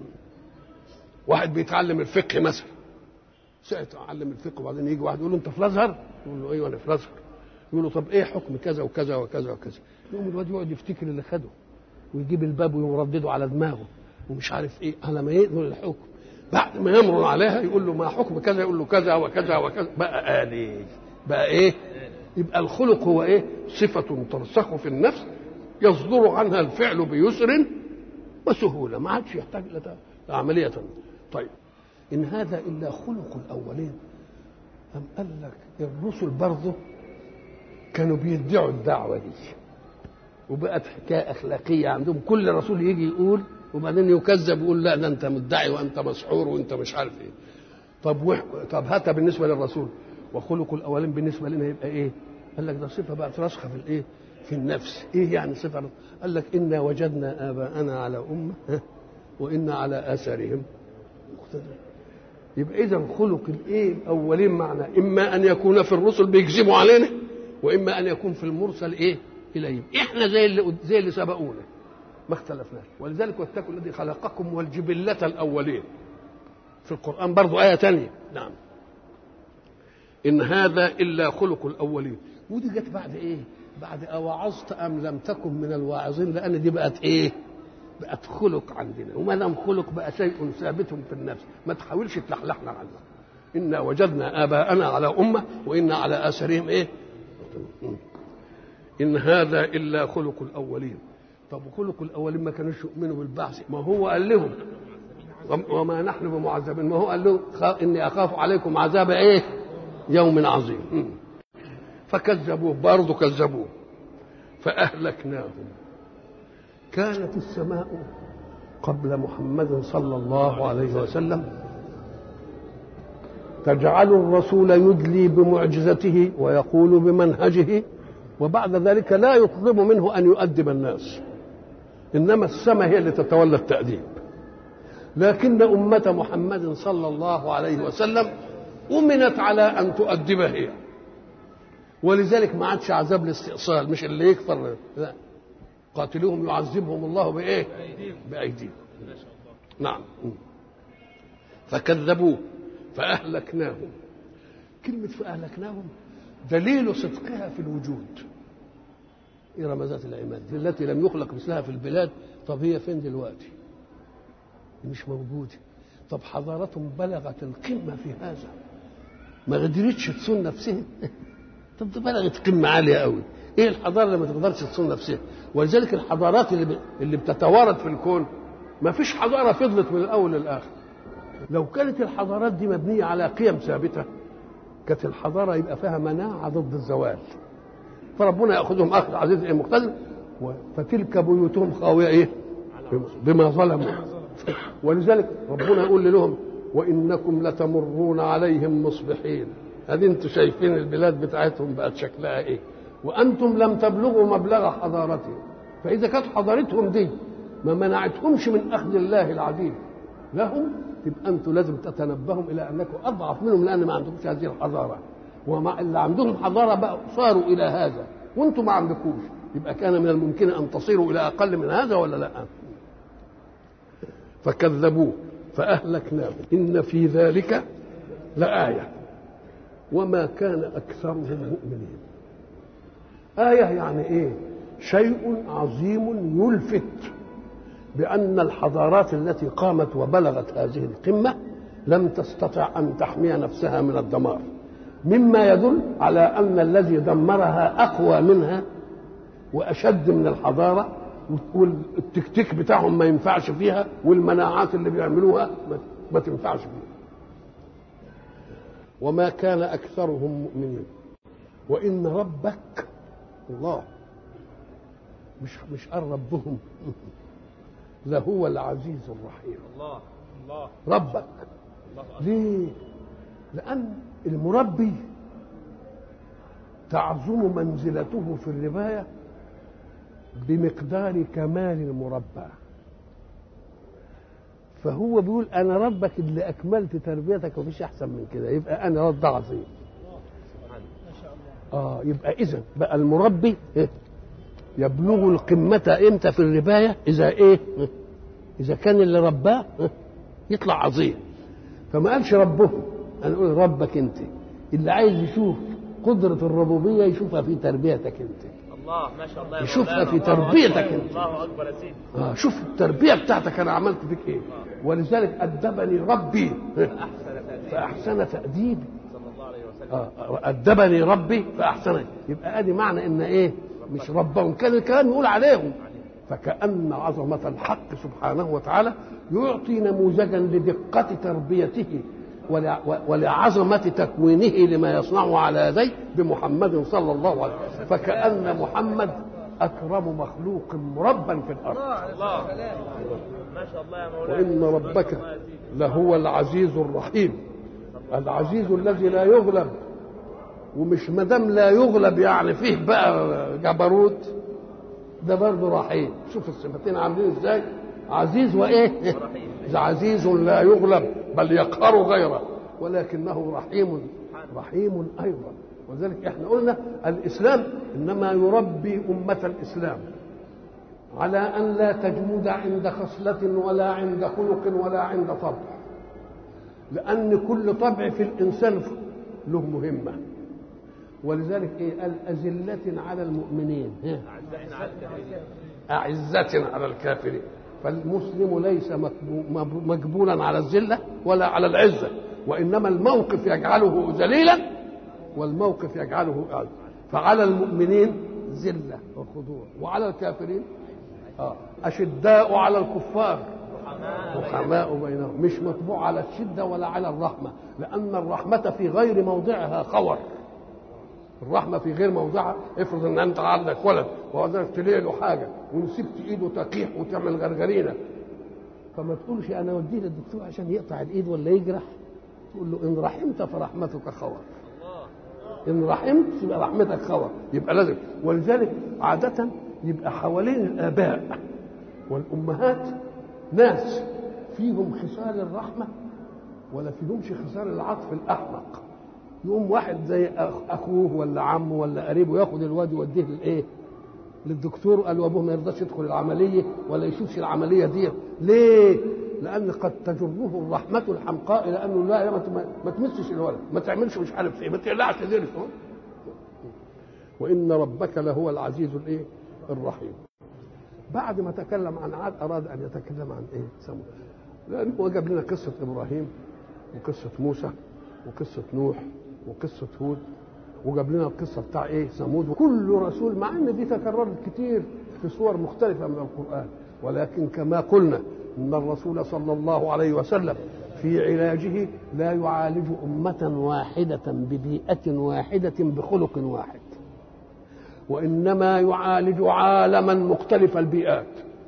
B: واحد بيتعلم الفقه مثلا، ساعه يتعلم الفقه وبعدين يجي واحد يقول له انت في الازهر، يقول له ايوه انا في الازهر، يقول له طب ايه حكم كذا وكذا وكذا وكذا، يقوم الواد يقعد يفتكر اللي خده ويجيب الباب ويردده على دماغه ومش عارف ايه، على ما يقبل الحكم. بعد ما يمر عليها يقول له ما حكم كذا، يقول له كذا وكذا وكذا، بقى آلي، بقى ايه. يبقى الخلق هو ايه، صفة ترسخ في النفس يصدر عنها الفعل بيسر وسهولة، ما عادش يحتاج لعملية. طيب إن هذا إلا خلق الأولين. أم قال لك الرسل برضه كانوا بيدعوا الدعوة دي، وبقت حكاية أخلاقية عندهم، كل رسول يجي يقول وبعدين يكذب يقول لا ده انت مدعي وانت مسحور وانت مش عارف ايه. طب وح... طب هاتها بالنسبه للرسول، وخلق الاولين بالنسبه لنا يبقى ايه؟ قال لك ده صفه بقى راسخه في الايه؟ في النفس. ايه يعني صفه؟ قال لك انا وجدنا اباءنا على امه وانا على اثارهم مقتدون. يبقى اذا خلق الايه الاولين معنى اما ان يكون في الرسل بيكذبوا علينا، واما ان يكون في المرسل ايه اليهم. احنا زي اللي زي اللي سبقونا ما اختلفناش. ولذلك واتقوا الذي خلقكم والجبلة الأولين في القرآن برضو آية تانية. نعم إن هذا إلا خلق الأولين. ودي جت بعد إيه؟ بعد أوعظت أم لم تكن من الواعظين، لأن دي بقت إيه؟ بقت خلق عندنا، وما دام خلق بقى شيء ثابت في النفس، ما تحاولش تلحلحنا عنه. إنا وجدنا آباءنا على أمة وإنا على آثارهم إيه؟ إن هذا إلا خلق الأولين. طب خلق الاولين ما كانوش يؤمنوا بالبعث، ما هو قال لهم وما نحن بمعذبين، ما هو قال له اني اخاف عليكم عذاب ايه يوم عظيم. فكذبوه برضه كذبوه فاهلكناهم. كانت السماء قبل محمد صلى الله عليه وسلم تجعل الرسول يدلي بمعجزته ويقول بمنهجه، وبعد ذلك لا يطلب منه ان يؤدب الناس، إنما السماء هي اللي تتولى التأديب. لكن أمة محمد صلى الله عليه وسلم أمنت على أن تؤدب هي، ولذلك ما عادش عذاب الاستئصال، مش اللي يكفر لا، قاتلوهم يعذبهم الله بإيه؟ بأيديهم. نعم فكذبوه فأهلكناهم. كلمة فأهلكناهم دليل صدقها في الوجود. إرم ذات العماد التي لم يخلق مثلها في البلاد. طب هي فين دلوقتي؟ مش موجوده. طب حضارتهم بلغت القمه في هذا ما قدرتش تصون نفسها. طب ده بلغت قمه عاليه قوي. ايه الحضاره اللي ما تقدرش تصون نفسها؟ ولذلك الحضارات اللي ب... اللي بتتوارد في الكون ما فيش حضاره فضلت من الاول للاخر. لو كانت الحضارات دي مبنيه على قيم ثابته كانت الحضاره يبقى فيها مناعه ضد الزوال. فربنا ياخذهم اخذ عزيز ايه مقتدر فتلك بيوتهم خاويه ايه بما ظلموا. ولذلك ربنا يقول لهم وانكم لتمرون عليهم مصبحين. ادي انتم شايفين البلاد بتاعتهم بقت شكلها ايه وانتم لم تبلغوا مبلغ حضارتهم. فاذا كانت حضارتهم دي ما منعتهمش من اخذ الله العديد لهم يبقى انتم لازم تتنبهوا الى انكم اضعف منهم لان ما عندكمش هذه الحضاره. ومع اللي عندهم حضاره بقى صاروا الى هذا وانتم ما عندكوش يبقى كان من الممكن ان تصيروا الى اقل من هذا ولا لا؟ فكذبوه فاهلكناهم ان في ذلك لآية وما كان اكثرهم مؤمنين. آية يعني ايه؟ شيء عظيم يلفت بأن الحضارات التي قامت وبلغت هذه القمة لم تستطع أن تحمي نفسها من الدمار، مما يدل على أن الذي دمرها أقوى منها وأشد من الحضارة، والتكتيك بتاعهم ما ينفعش فيها، والمناعات اللي بيعملوها ما تنفعش فيها. وما كان أكثرهم مؤمنين وإن ربك الله مش مش قال ربهم لهو العزيز الرحيم.
C: الله الله
B: ربك
C: الله.
B: ليه؟ لأن المربي تعظم منزلته في الرباية بمقدار كمال المربى. فهو بيقول أنا ربك اللي أكملت تربيتك ومفيش أحسن من كده، يبقى أنا رب عظيم. آه يبقى إذا بقى المربي إيه؟ يبلغ القمة إمتى في الرباية؟ إذا إيه؟ إذا كان اللي رباه يطلع عظيم. فما قالش ربهم، أنا أقول ربك أنت. اللي عايز يشوف قدرة الربوبية يشوفها في تربيتك أنت.
C: الله ما شاء الله.
B: يشوفها في تربيتك أنت.
C: الله أكبر يا سيدي.
B: آه شوف التربية بتاعتك أنا عملت فيك إيه. ولذلك أدبني ربي فأحسن تأديبي.
C: صلى الله عليه وسلم.
B: آه أدبني ربي فأحسن. يبقى أدي معنى إن إيه؟ مش ربهم، كان الكلام يقول عليهم. فكأن عظمة الحق سبحانه وتعالى يعطي نموذجا لدقة تربيته ولعظمة تكوينه لما يصنعه على يديه بمحمد صلى الله عليه وسلم. فكأن محمد أكرم مخلوق مربى في الأرض.
C: الله ما شاء الله يا مولانا.
B: وإن ربك لهو العزيز الرحيم. العزيز الذي لا يغلب، ومش مدام لا يغلب يعني فيه بقى جبروت، ده برضه رحيم. شوف الصفتين عاملين ازاي، عزيز وايه؟ عزيز لا يغلب بل يقهر غيره، ولكنه رحيم رحيم ايضا. وذلك احنا قلنا الاسلام انما يربي امه الاسلام على ان لا تجمد عند خصله ولا عند خلق ولا عند طبع، لان كل طبع في الانسان له مهمه. ولذلك ايه قال أذلة على المؤمنين أعزة على الكافرين. فالمسلم ليس مجبولا على الذلة ولا على العزة، وإنما الموقف يجعله ذليلا والموقف يجعله أعز. فعلى المؤمنين ذلة وخضوع، وعلى الكافرين آه. أشداء على الكفار رحماء بينهم. مش مطبوع على الشدة ولا على الرحمة، لأن الرحمة في غير موضعها خور. الرحمه في غير موضعها. افرض ان انت عندك ولد وقدرت تليه له حاجه ونسبت ايده تقيح وتعمل غرغرينه، فما تقولش انا اوديه للدكتور عشان يقطع الايد ولا يجرح، تقول له ان رحمت فرحمتك خور. ان رحمت يبقى رحمتك خور. يبقى لازم. ولذلك عاده يبقى حوالين الاباء والامهات ناس فيهم خصال الرحمه ولا فيهمش خصال العطف الاحمق. يقوم واحد زي اخوه ولا عمه ولا قريبه ياخد الواد يوديه للايه؟ للدكتور. قال وابوه ما يرضاش يدخل العمليه ولا يشوفش العمليه دي. ليه؟ لان قد تجره الرحمه الحمقاء الى انه لا ما, ما تمسش الولد، ما تعملش مش عارف ايه، ما تقلعش ذرفه. وان ربك لهو العزيز الايه؟ الرحيم. بعد ما تكلم عن عاد اراد ان يتكلم عن ايه؟ ثمود. لأنه هو جاب لنا قصة إبراهيم وقصة موسى وقصة نوح وقصة هود، وجاب لنا القصة بتاع إيه ثمود، وكل رسول مع إن دي تكررت كتير في صور مختلفة من القرآن، ولكن كما قلنا إن الرسول صلى الله عليه وسلم في علاجه لا يعالج أمة واحدة ببيئة واحدة بخلق واحد، وإنما يعالج عالما مختلف البيئات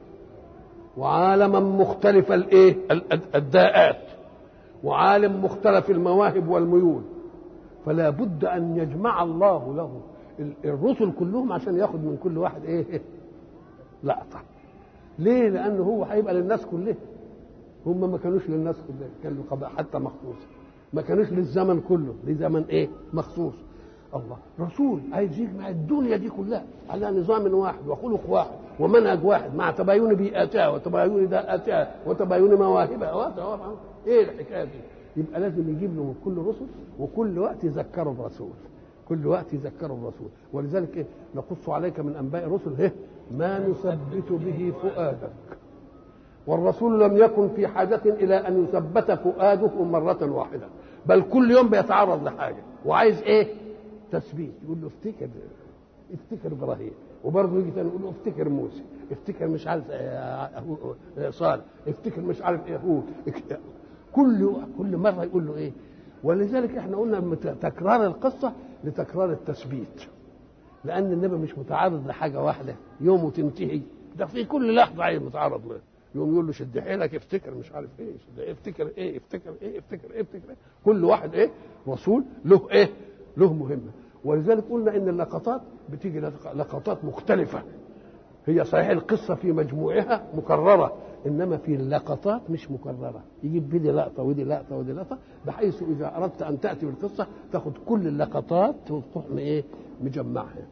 B: وعالما مختلف الايه الداءات وعالم مختلف المواهب والميول، فلا بد ان يجمع الله له الرسل كلهم عشان ياخد من كل واحد ايه لقطه. ليه؟ لانه هو هيبقى للناس كلها، هم ما كانوش للناس كلها، كانوا قضاء حتى مخصوص، ما كانوش للزمن كله، لزمن ايه مخصوص. الله رسول عايز يجمع الدنيا دي كلها على نظام واحد وخلق واحد ومنهج واحد مع تباين بيئاتها وتباين داءاتها وتباين مواهبها. ايه الحكايه دي؟ يبقى لازم يجيب له من كل رسل، وكل وقت يذكروا برسول، كل وقت يذكروا برسول. ولذلك ايه نقص عليك من انباء الرسل ايه ما نثبت به فؤادك، والرسول لم يكن في حاجه الى ان يثبت فؤاده مره واحده، بل كل يوم بيتعرض لحاجه وعايز ايه تثبيت. يقول له افتكر افتكر ابراهيم، وبرضه يجي ثاني يقول له افتكر موسى، افتكر مش عارف صالح، افتكر مش عارف ايه هو، كل كل مره يقول له ايه. ولذلك احنا قلنا تكرار القصه لتكرار التثبيت، لان النبي مش متعرض لحاجه واحده يوم وتنتهي، ده في كل لحظه عايز متعرض له. يوم يقول له شد حيلك افتكر مش عارف ايه، شد افتكر ايه افتكر ايه افتكر ايه افتكر ايه. كل واحد ايه رسول له ايه له مهمه. ولذلك قلنا ان اللقطات بتيجي لقطات مختلفه، هي صحيح القصه في مجموعها مكرره، انما في اللقطات مش مكرره، يجيب بدي لقطه ودي لقطه ودي لقطه، بحيث اذا اردت ان تاتي بالقصه تاخذ كل اللقطات وتروح ايه مجمعها.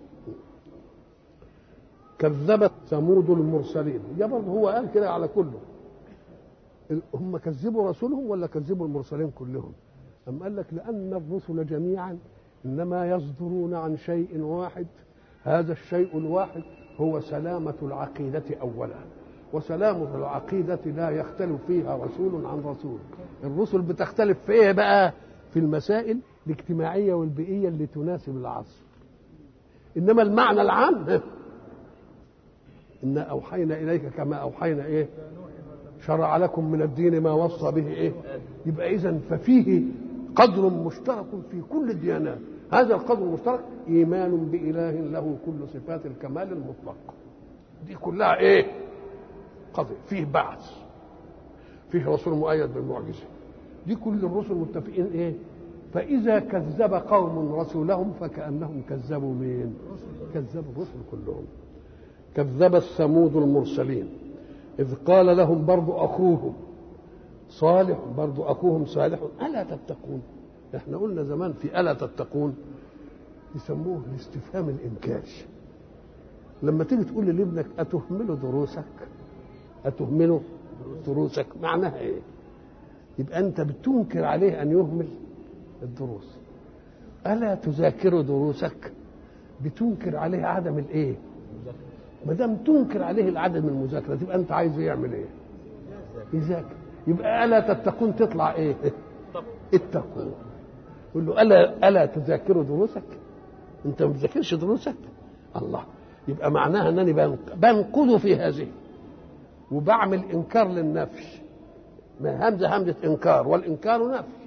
B: كذبت ثمود المرسلين، يا برضه هو قال كده على كله، هم كذبوا رسولهم ولا كذبوا المرسلين كلهم؟ أم قال لك لأن الرسل جميعا إنما يصدرون عن شيء واحد، هذا الشيء الواحد هو سلامة العقيدة أولا، وسلامة العقيدة لا يختلف فيها رسول عن رسول. الرسل بتختلف في إيه بقى؟ في المسائل الاجتماعية والبيئية اللي تناسب العصر، إنما المعنى العام إنا أوحينا إليك كما أوحينا إيه شرع لكم من الدين ما وصى به إيه. يبقى إذن ففيه قدر مشترك في كل الديانات، هذا القدر المشترك إيمان بإله له كل صفات الكمال المطلق، دي كلها إيه قضية. فيه بعث، فيه رسول مؤيد بالمعجزة، دي كل الرسل متفقين إيه. فإذا كذب قوم رسولهم فكأنهم كذبوا مين؟ كذبوا الرسل كلهم. كذبت ثمود المرسلين إذ قال لهم برضو أخوهم صالح، برضو أخوهم صالح ألا تتقون. احنا قلنا زمان في ألا تتقون يسموه الاستفهام الإنكاش. لما تيجي تقول لابنك أتهمل دروسك، أتهمل دروسك معناها إيه؟ يبقى أنت بتنكر عليه أن يهمل الدروس. ألا تذاكر دروسك، بتنكر عليه عدم الإيه؟ ما دام تنكر عليه العدم المذاكرة تبقى أنت عايزه يعمل إيه؟ يذاكر. يبقى ألا تتقون تطلع إيه؟ اتقوا. يقول له ألا ألا تذاكر دروسك؟ أنت ما بتذاكرش دروسك؟ الله. يبقى معناها أنني بنقض في هذه وبعمل إنكار للنفي. ما همزة همزة إنكار، والإنكار نفي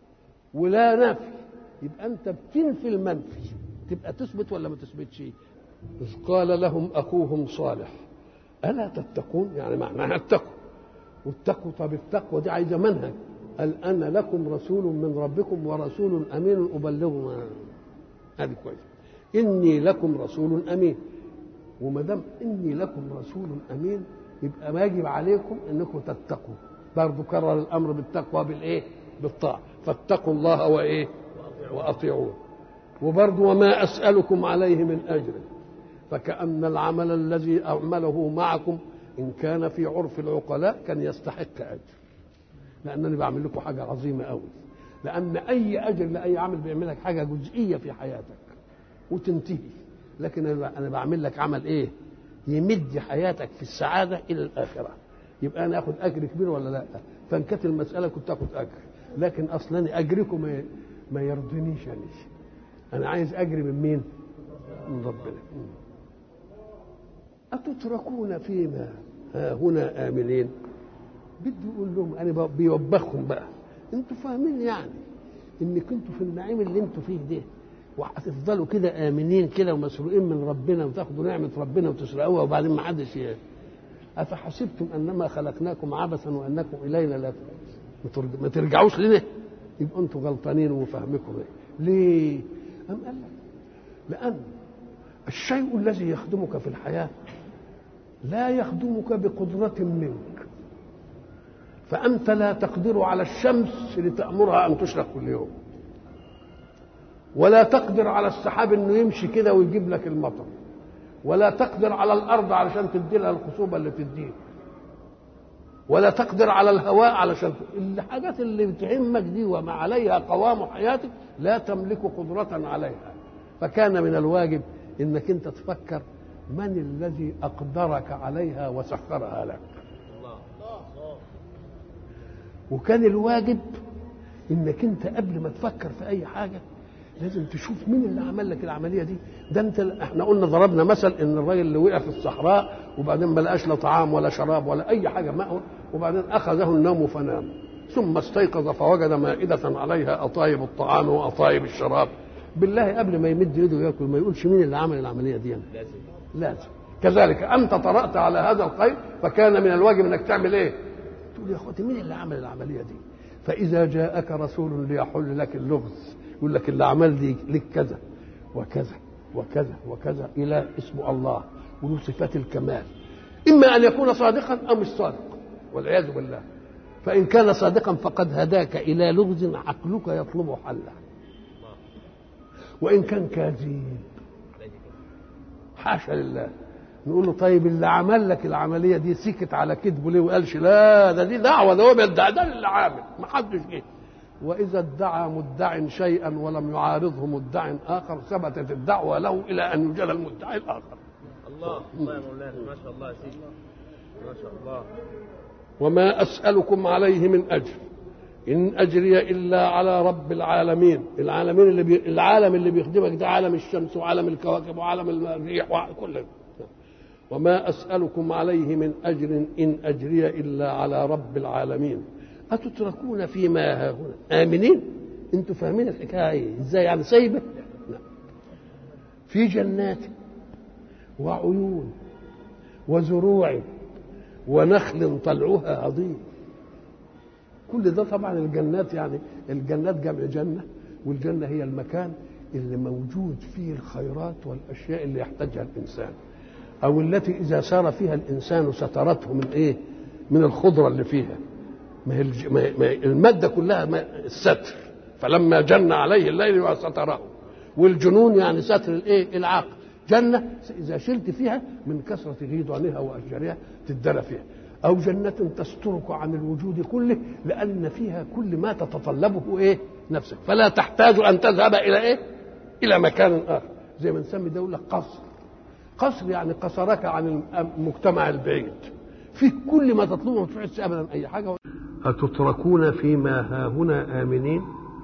B: ولا نفي، يبقى أنت بتنفي المنفي، تبقى تثبت ولا ما تثبتش؟ إذ قال لهم أخوهم صالح ألا تتقون، يعني معناها اتقوا. والتقوى، طب التقوى دي عايزة منهج. قال أنا لكم رسول من ربكم ورسول أمين أبلغ. هذه كويس. إني لكم رسول أمين، وما دام إني لكم رسول أمين يبقى واجب عليكم إنكم تتقوا. برضه كرر الأمر بالتقوى بالإيه؟ بالطاعة. فاتقوا الله وإيه؟ وأطيعون. وبرضه وما أسألكم عليه من أجر، فكأن العمل الذي أعمله معكم إن كان في عرف العقلاء كان يستحق أجر، لأنني بعمل لكم حاجة عظيمة أوي. لأن أي أجر لأي عمل بيعمل لك حاجة جزئية في حياتك وتنتهي، لكن أنا بعمل لك عمل إيه؟ يمد حياتك في السعادة إلى الآخرة، يبقى أنا أخذ أجر كبير ولا لا؟ فان كانت المساله كنت اخد اجر، لكن اصلا اجركم ما, ما يرضينيش يعني. انا عايز اجري من مين؟ من ربنا. اتتركون فيما ها هنا امنين؟ بدي يقول لهم انا بيوبخهم بقى، انتوا فاهمين يعني ان كنتوا في النعيم اللي انتوا فيه ده وهتفضلوا كده امنين كده ومسروقين من ربنا وتاخدوا نعمه ربنا وتسرقوها وبعدين ما حدش ي... افحسبتم انما خلقناكم عبثا وانكم الينا لا ما ترجعوش لنا؟ يبقى انتوا غلطانين وفهمكم ايه. ليه؟ أم قال لك لان الشيء الذي يخدمك في الحياه لا يخدمك بقدره منك، فأنت لا تقدر على الشمس لتأمرها أن تشرق كل يوم، ولا تقدر على السحاب أنه يمشي كده ويجيب لك المطر، ولا تقدر على الأرض علشان تدي لها الخصوبة اللي تديك، ولا تقدر على الهواء علشان الحاجات اللي بتهمك دي وما عليها قوام حياتك لا تملك قدرة عليها. فكان من الواجب أنك أنت تفكر من الذي أقدرك عليها وسخرها لك. وكان الواجب انك انت قبل ما تفكر في اي حاجه لازم تشوف مين اللي عمل لك العمليه دي. ده انت احنا قلنا ضربنا مثل ان الراجل اللي وقع في الصحراء وبعدين ما لقاش لا طعام ولا شراب ولا اي حاجه ماء، وبعدين اخذه النوم فنام، ثم استيقظ فوجد مائده عليها اطايب الطعام واطايب الشراب. بالله قبل ما يمد يده ياكل ما يقولش مين اللي عمل العمليه دي يعني. لازم لازم كذلك انت طرأت على هذا الخير فكان من الواجب انك تعمل ايه؟ تقول يا اخوتي مين اللي عمل العمليه دي؟ فاذا جاءك رسول ليحل لك اللغز يقول لك اللي عمل دي لك كذا وكذا وكذا وكذا الى اسم الله وله صفات الكمال، اما ان يكون صادقا او مش صادق والعياذ بالله. فان كان صادقا فقد هداك الى لغز عقلك يطلب حله، وان كان كاذب حاشا لله نقول له طيب اللي عمل لك العمليه دي سكت على كذبه ليه وقالش لا ده دي دعوه ده هو بيدعي ده اللي عامل ما حدش جه. واذا ادعى مدع شيئا ولم يعارضه مدع اخر ثبتت الدعوه له الى ان يوجد المدعي الاخر.
C: الله الله يا مولانا ما شاء الله يا سيدي ما شاء الله.
B: وما اسالكم عليه من اجر ان اجري الا على رب العالمين. العالمين اللي بي... العالم اللي بيخدمك ده عالم الشمس وعالم الكواكب وعالم الريح وكل. وما أسألكم عليه من أجر إن أجري إلا على رب العالمين. أتتركون فيما ها هنا آمنين؟ أنتوا فاهمين الحكاية إيه؟ إزاي يعني سايبة؟ لا. في جنات وعيون وزروع ونخل طلعها هضيم. كل ده طبعا الجنات يعني الجنات جمع جنة، والجنة هي المكان اللي موجود فيه الخيرات والأشياء اللي يحتاجها الإنسان، أو التي إذا سار فيها الإنسان سترته من إيه؟ من الخضرة اللي فيها. ما هي المادة كلها الستر، فلما جن عليه الليل وستره. والجنون يعني ستر الإيه؟ العقل. جنة إذا شلت فيها من كثرة غيضانها وأشجارها تدرى فيها. أو جنة تسترك عن الوجود كله لأن فيها كل ما تتطلبه إيه؟ نفسك، فلا تحتاج أن تذهب إلى إيه؟ إلى مكان آخر. زي ما نسمي ده يقول لك قصر. قصر يعني قصرك عن المجتمع البعيد، فيه كل ما تطلبه ما تفعلش ابدا اي حاجه. اتتركون فيما ها هنا امنين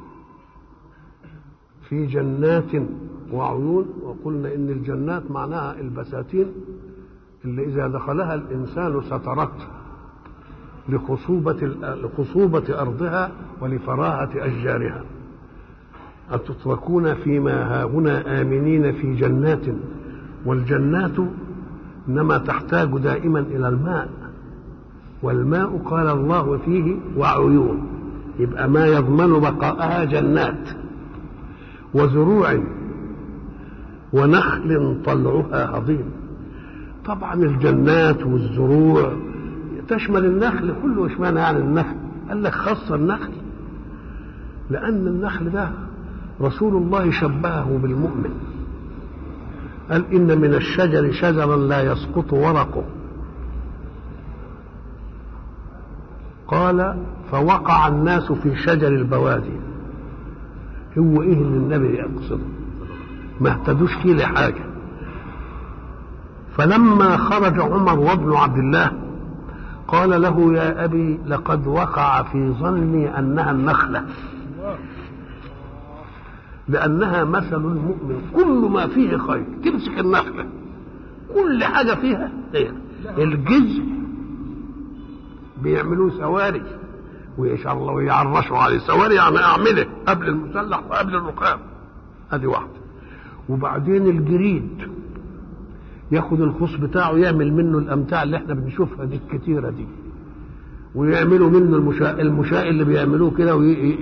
B: في جنات وعيون. وقلنا ان الجنات معناها البساتين اللي اذا دخلها الانسان سترته لخصوبه لخصوبه ارضها ولفراهه اشجارها. اتتركون فيما ها هنا امنين في جنات، والجنات انما تحتاج دائما الى الماء، والماء قال الله فيه وعيون، يبقى ما يضمن بقاءها جنات. وزروع ونخل طلعها هضيم. طبعا الجنات والزروع تشمل النخل كله. اشمعنى يعني النخل؟ قال لك خص النخل لان النخل ده رسول الله شبهه بالمؤمن، قال إن من الشجر شجرا لا يسقط ورقه، قال فوقع الناس في شجر البوادي. هو إيه اللي النبي يقصده؟ ما اهتدوش فيه لحاجة. فلما خرج عمر وابن عبد الله قال له يا أبي لقد وقع في ظني أنها النخلة، لأنها مثل المؤمن كل ما فيه خير. تمسك النخلة كل حاجة فيها خير. الجزء بيعملوه سواري وإن شاء الله ويعرشوا عليه سواري، يعني أعمله قبل المسلح وقبل الركاب، هذه واحدة. وبعدين الجريد ياخد الخص بتاعه يعمل منه الأمتاع اللي احنا بنشوفها دي الكتيرة دي، ويعملوا منه المشاء المشاء اللي بيعملوه كده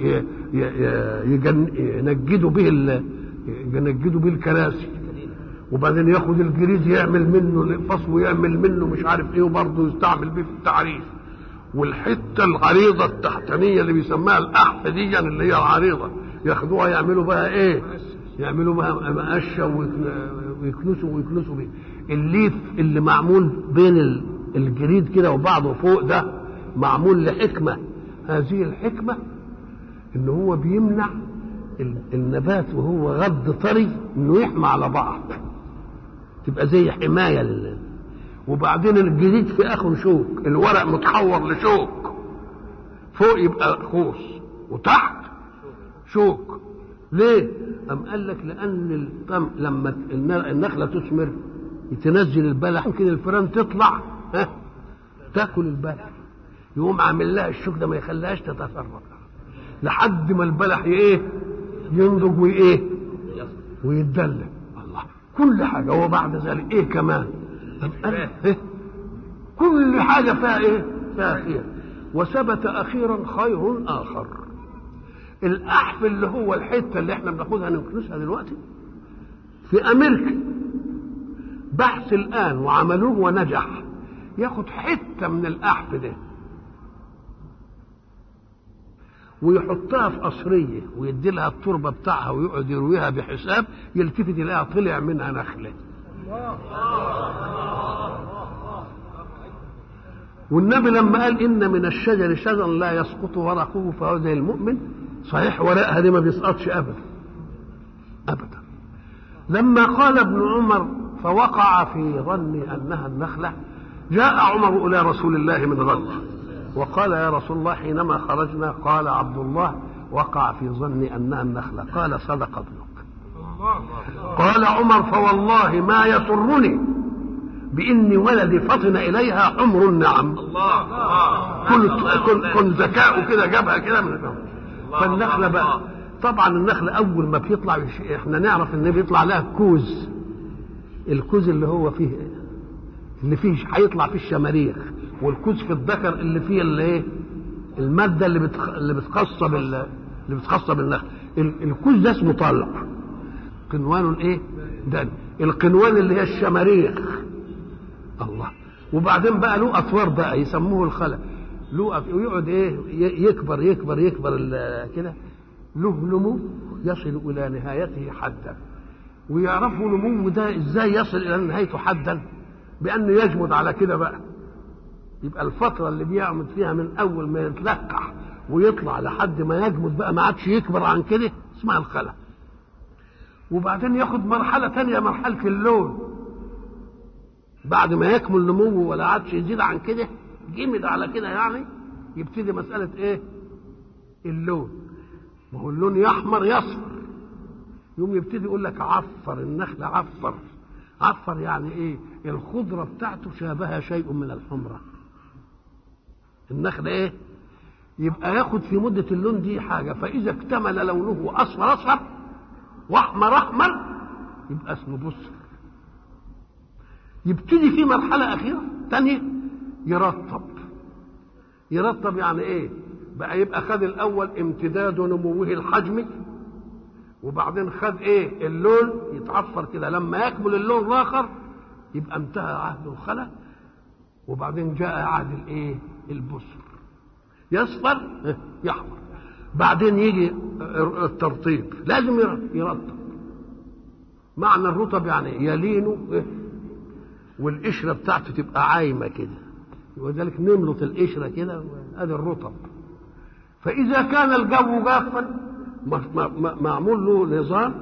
B: وينجدوا به ينجدوا به الكراسي. وبعدين ياخد الجريد يعمل منه القفص ويعمل منه مش عارف ايه، وبرضه يستعمل به في التعريف. والحته العريضه التحتانيه اللي بيسموها الاحف دي اللي هي العريضه ياخدوها يعملوا بها ايه؟ يعملوا بها مقشه ويكنسوا ويكنسوا بيه. الليف اللي معمول بين الجريد كده وبعضه فوق ده معمول لحكمه. هذه الحكمه ان هو بيمنع النبات وهو غض طري انه يحمى على بعض، تبقى زي حمايه لله. وبعدين الجريد في اخره شوك، الورق متحور لشوك، فوق يبقى خوص وتحت شوك. ليه؟ أم قال لك لأن لما النخلة تثمر تنزل البلح كده الفئران تطلع ها تاكل البلح، يقوم عامل لها الشوك ده ما يخليهاش تتفرق لحد ما البلح ايه ينضج وايه ويتدلى. الله كل حاجة. وبعد ذلك ايه كمان؟ إيه؟ كل حاجة فيها ايه؟ فيها خير. وثبت اخيرا خير اخر. الاحف اللي هو الحته اللي احنا بناخدها نكنسها دلوقتي في امريكا بحث الان وعملوه ونجح، ياخد حته من الاحف ده ويحطها في قصريه ويدي لها التربه بتاعها ويقعد يرويها بحساب، يلتفت يلاقيها طلع منها نخله. والنبي لما قال ان من الشجر شجرا لا يسقط ورقه فهو زي المؤمن، صحيح ورقها دي ما بيسقطش ابدا ابدا. لما قال ابن عمر فوقع في ظني انها النخله، جاء عمر الى رسول الله من غد وقال يا رسول الله حينما خرجنا قال عبد الله وقع في ظني انها النخله، قال صدق ابنك. قال عمر فوالله ما يسرني بإني ولدي فطن إليها حمر النعم. كل كل كل ذكاء كده جابها كده من النوم. فالنخلة بقى طبعا النخلة أول ما بيطلع إحنا نعرف إن بيطلع لها كوز، الكوز اللي هو فيه اللي فيه هيطلع فيه الشماريخ، والكوز في الذكر اللي فيه اللي إيه المادة اللي بتخ... اللي بتخص بال اللي بتخص بالنخل. الكوز ده اسمه طلع، قنوان إيه ده، القنوان اللي هي الشماريخ. الله. وبعدين بقى له اطوار بقى يسموه الخلا، له ويقعد ايه يكبر يكبر يكبر كده، له نمو يصل الى نهايته حدا. ويعرفوا نمو ده ازاي يصل الى نهايته حدا؟ بانه يجمد على كده بقى. يبقى الفتره اللي بيعمد فيها من اول ما يتلقح ويطلع لحد ما يجمد بقى ما عادش يكبر عن كده اسمها الخلا. وبعدين ياخد مرحله ثانيه، مرحله اللون، بعد ما يكمل نموه ولا عادش يزيد عن كده جمد على كده يعني يبتدي مسألة ايه اللون. ما هو اللون يحمر يصفر، يوم يبتدي يقول لك عفر النخلة، عفر عفر يعني ايه؟ الخضرة بتاعته شابها شيء من الحمرة. النخلة ايه؟ يبقى ياخد في مدة اللون دي حاجة، فإذا اكتمل لونه أصفر أصفر وأحمر أحمر يبقى اسمه بصر. يبتدي في مرحلة أخيرة تانية يرطب. يرطب يعني إيه؟ بقى يبقى خد الأول امتداد نموه الحجمي، وبعدين خد إيه؟ اللون يتعفر كده، لما يكمل اللون الآخر يبقى انتهى عهد الخلا، وبعدين جاء عهد الإيه؟ البصر. يصفر يحمر، بعدين يجي الترطيب، لازم يرطب. معنى الرطب يعني يلينه إيه؟ والقشره بتاعته تبقى عايمه كده، وذلك نملط القشره كده، ادي الرطب. فاذا كان الجو جافا معمول له نظام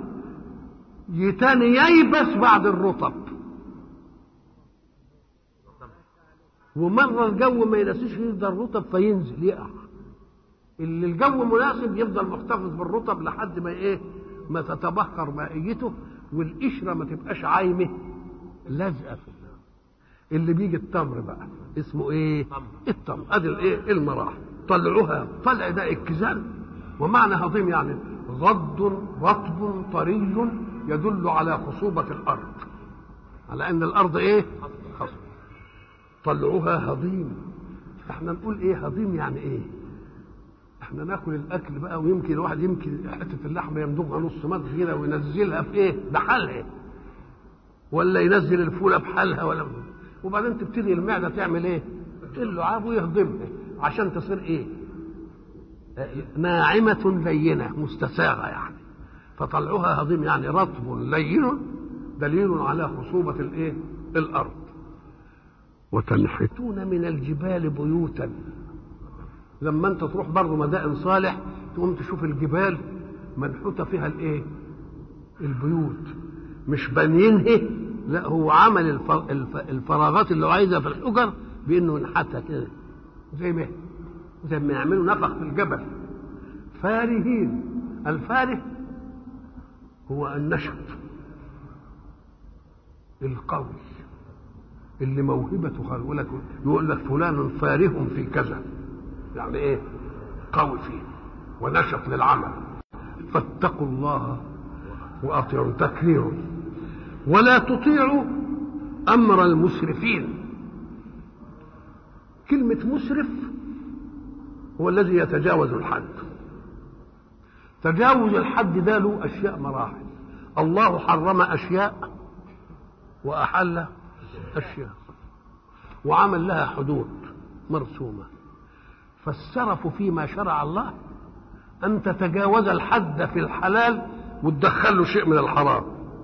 B: يتاني ييبس بعد الرطب، ومره الجو ما يناسبش يفضل رطب فينزل يقع. اللي الجو مناسب يفضل محتفظ بالرطب لحد ما ايه ما تتبخر مائيته والقشره ما تبقاش عايمه لازقه في النار. اللي بيجي التمر بقى اسمه ايه؟ التمر. ادي الايه المراحل. طلعوها طلع ده الكزان، ومعنى هضيم يعني غض رطب طري يدل على خصوبه الارض، على ان الارض ايه؟ خصبه. طلعوها هضيم. احنا نقول ايه هضيم يعني ايه؟ احنا ناكل الاكل بقى ويمكن الواحد يمكن حته اللحمه يمضغها نص مضغ كده وينزلها في ايه؟ بحالها، ولا ينزل الفوله بحالها، ولا وبعدين تبتدي المعده تعمل ايه؟ اللعاب ويهضمها عشان تصير ايه؟ ناعمه لينه مستساغه يعني. فطلعوها هضيم يعني رطب لين دليل على خصوبه الايه؟ الارض. وتنحتون من الجبال بيوتا. لما انت تروح برضه مدائن صالح تقوم تشوف الجبال منحوته فيها الايه؟ البيوت، مش بنينها، لا هو عمل الفراغات اللي هو عايزها في الحجر بانه ينحتها كده زي ما زي ما يعملوا نفق في الجبل. فارهين. الفاره هو النشط القوي اللي موهبته يقول لك يقول لك فلان فاره في كذا، يعني ايه؟ قوي فيه ونشط للعمل. فاتقوا الله واطيعوا تكرير ولا تطيعوا امر المسرفين. كلمه مسرف هو الذي يتجاوز الحد. تجاوز الحد ده له اشياء مراحل. الله حرم اشياء واحل اشياء وعمل لها حدود مرسومه. فالسرف فيما شرع الله أن تتجاوز الحد في الحلال وتدخل له شيء من الحرام،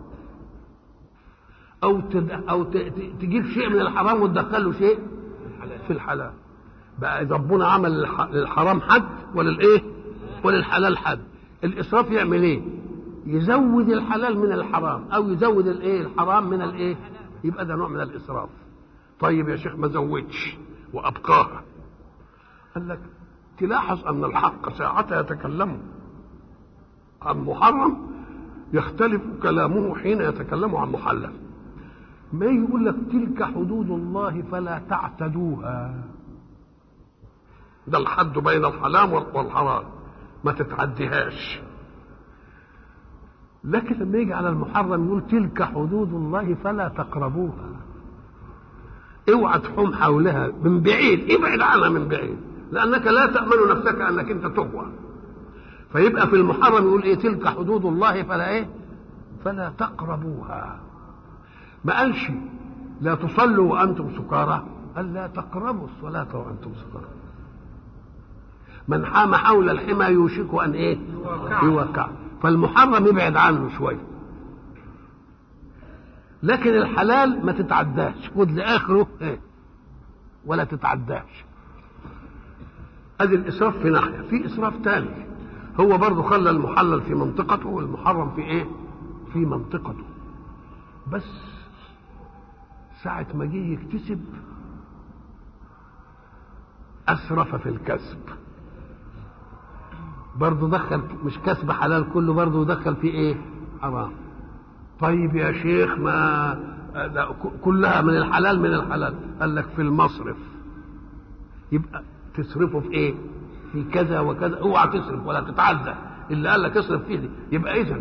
B: أو تد... أو ت... تجيب شيء من الحرام وتدخل له شيء في الحلال. بقى ربنا عمل للحرام حد وللإيه؟ وللحلال حد. الإسراف يعمل إيه؟ يزود الحلال من الحرام أو يزود الإيه؟ الحرام من الإيه؟ يبقى ده نوع من الإسراف. طيب يا شيخ ما زودش وأبقاها. قال لك تلاحظ أن الحق ساعتها يتكلم عن محرم يختلف كلامه حين يتكلم عن محلل. ما يقول لك تلك حدود الله فلا تعتدوها، ده الحد بين الحلال والحرام ما تتعديهاش. لكن لما يجي على المحرم يقول تلك حدود الله فلا تقربوها، اوعى تحوم حولها من بعيد، ابعد عنها من بعيد، لأنك لا تأمن نفسك أنك أنت تغوى. فيبقى في المحرم يقول إيه؟ تلك حدود الله فلا إيه؟ فلا تقربوها. ما قالش لا تصلوا وأنتم سكارى، قال لا تقربوا الصلاة وأنتم سكارى. من حام حول الحمى يوشك أن إيه؟ يوقع. فالمحرم يبعد عنه شوية، لكن الحلال ما تتعداش، خد لآخره إيه؟ ولا تتعداش. ادي الاسراف في ناحيه. في اسراف ثاني هو برضه خلى المحلل في منطقته والمحرم في ايه؟ في منطقته. بس ساعه ما جه يكتسب اسرف في الكسب، برضه دخل مش كسب حلال كله، برضه دخل في ايه؟ حرام. طيب يا شيخ ما كلها من الحلال من الحلال. قال لك في المصرف يبقى تصرفه في ايه؟ في كذا وكذا، اوعى تصرف ولا تتعدى. اللي قال لك اصرف فيه دي. يبقى اذا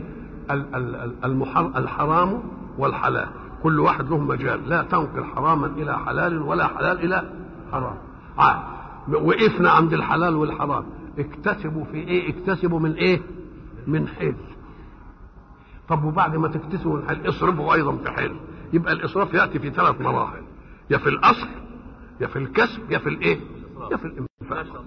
B: الحرام والحلال كل واحد له مجال، لا تنقل حراما الى حلال ولا حلال الى حرام. عاد وقفنا عند الحلال والحرام. اكتسبوا في ايه؟ اكتسبوا من ايه؟ من حل. طب وبعد ما تكتسبوا من حل اصرفوا ايضا في حل. يبقى الاسراف ياتي في ثلاث مراحل، يا في الاصل يا في الكسب يا في الايه؟ يا في الانفاق.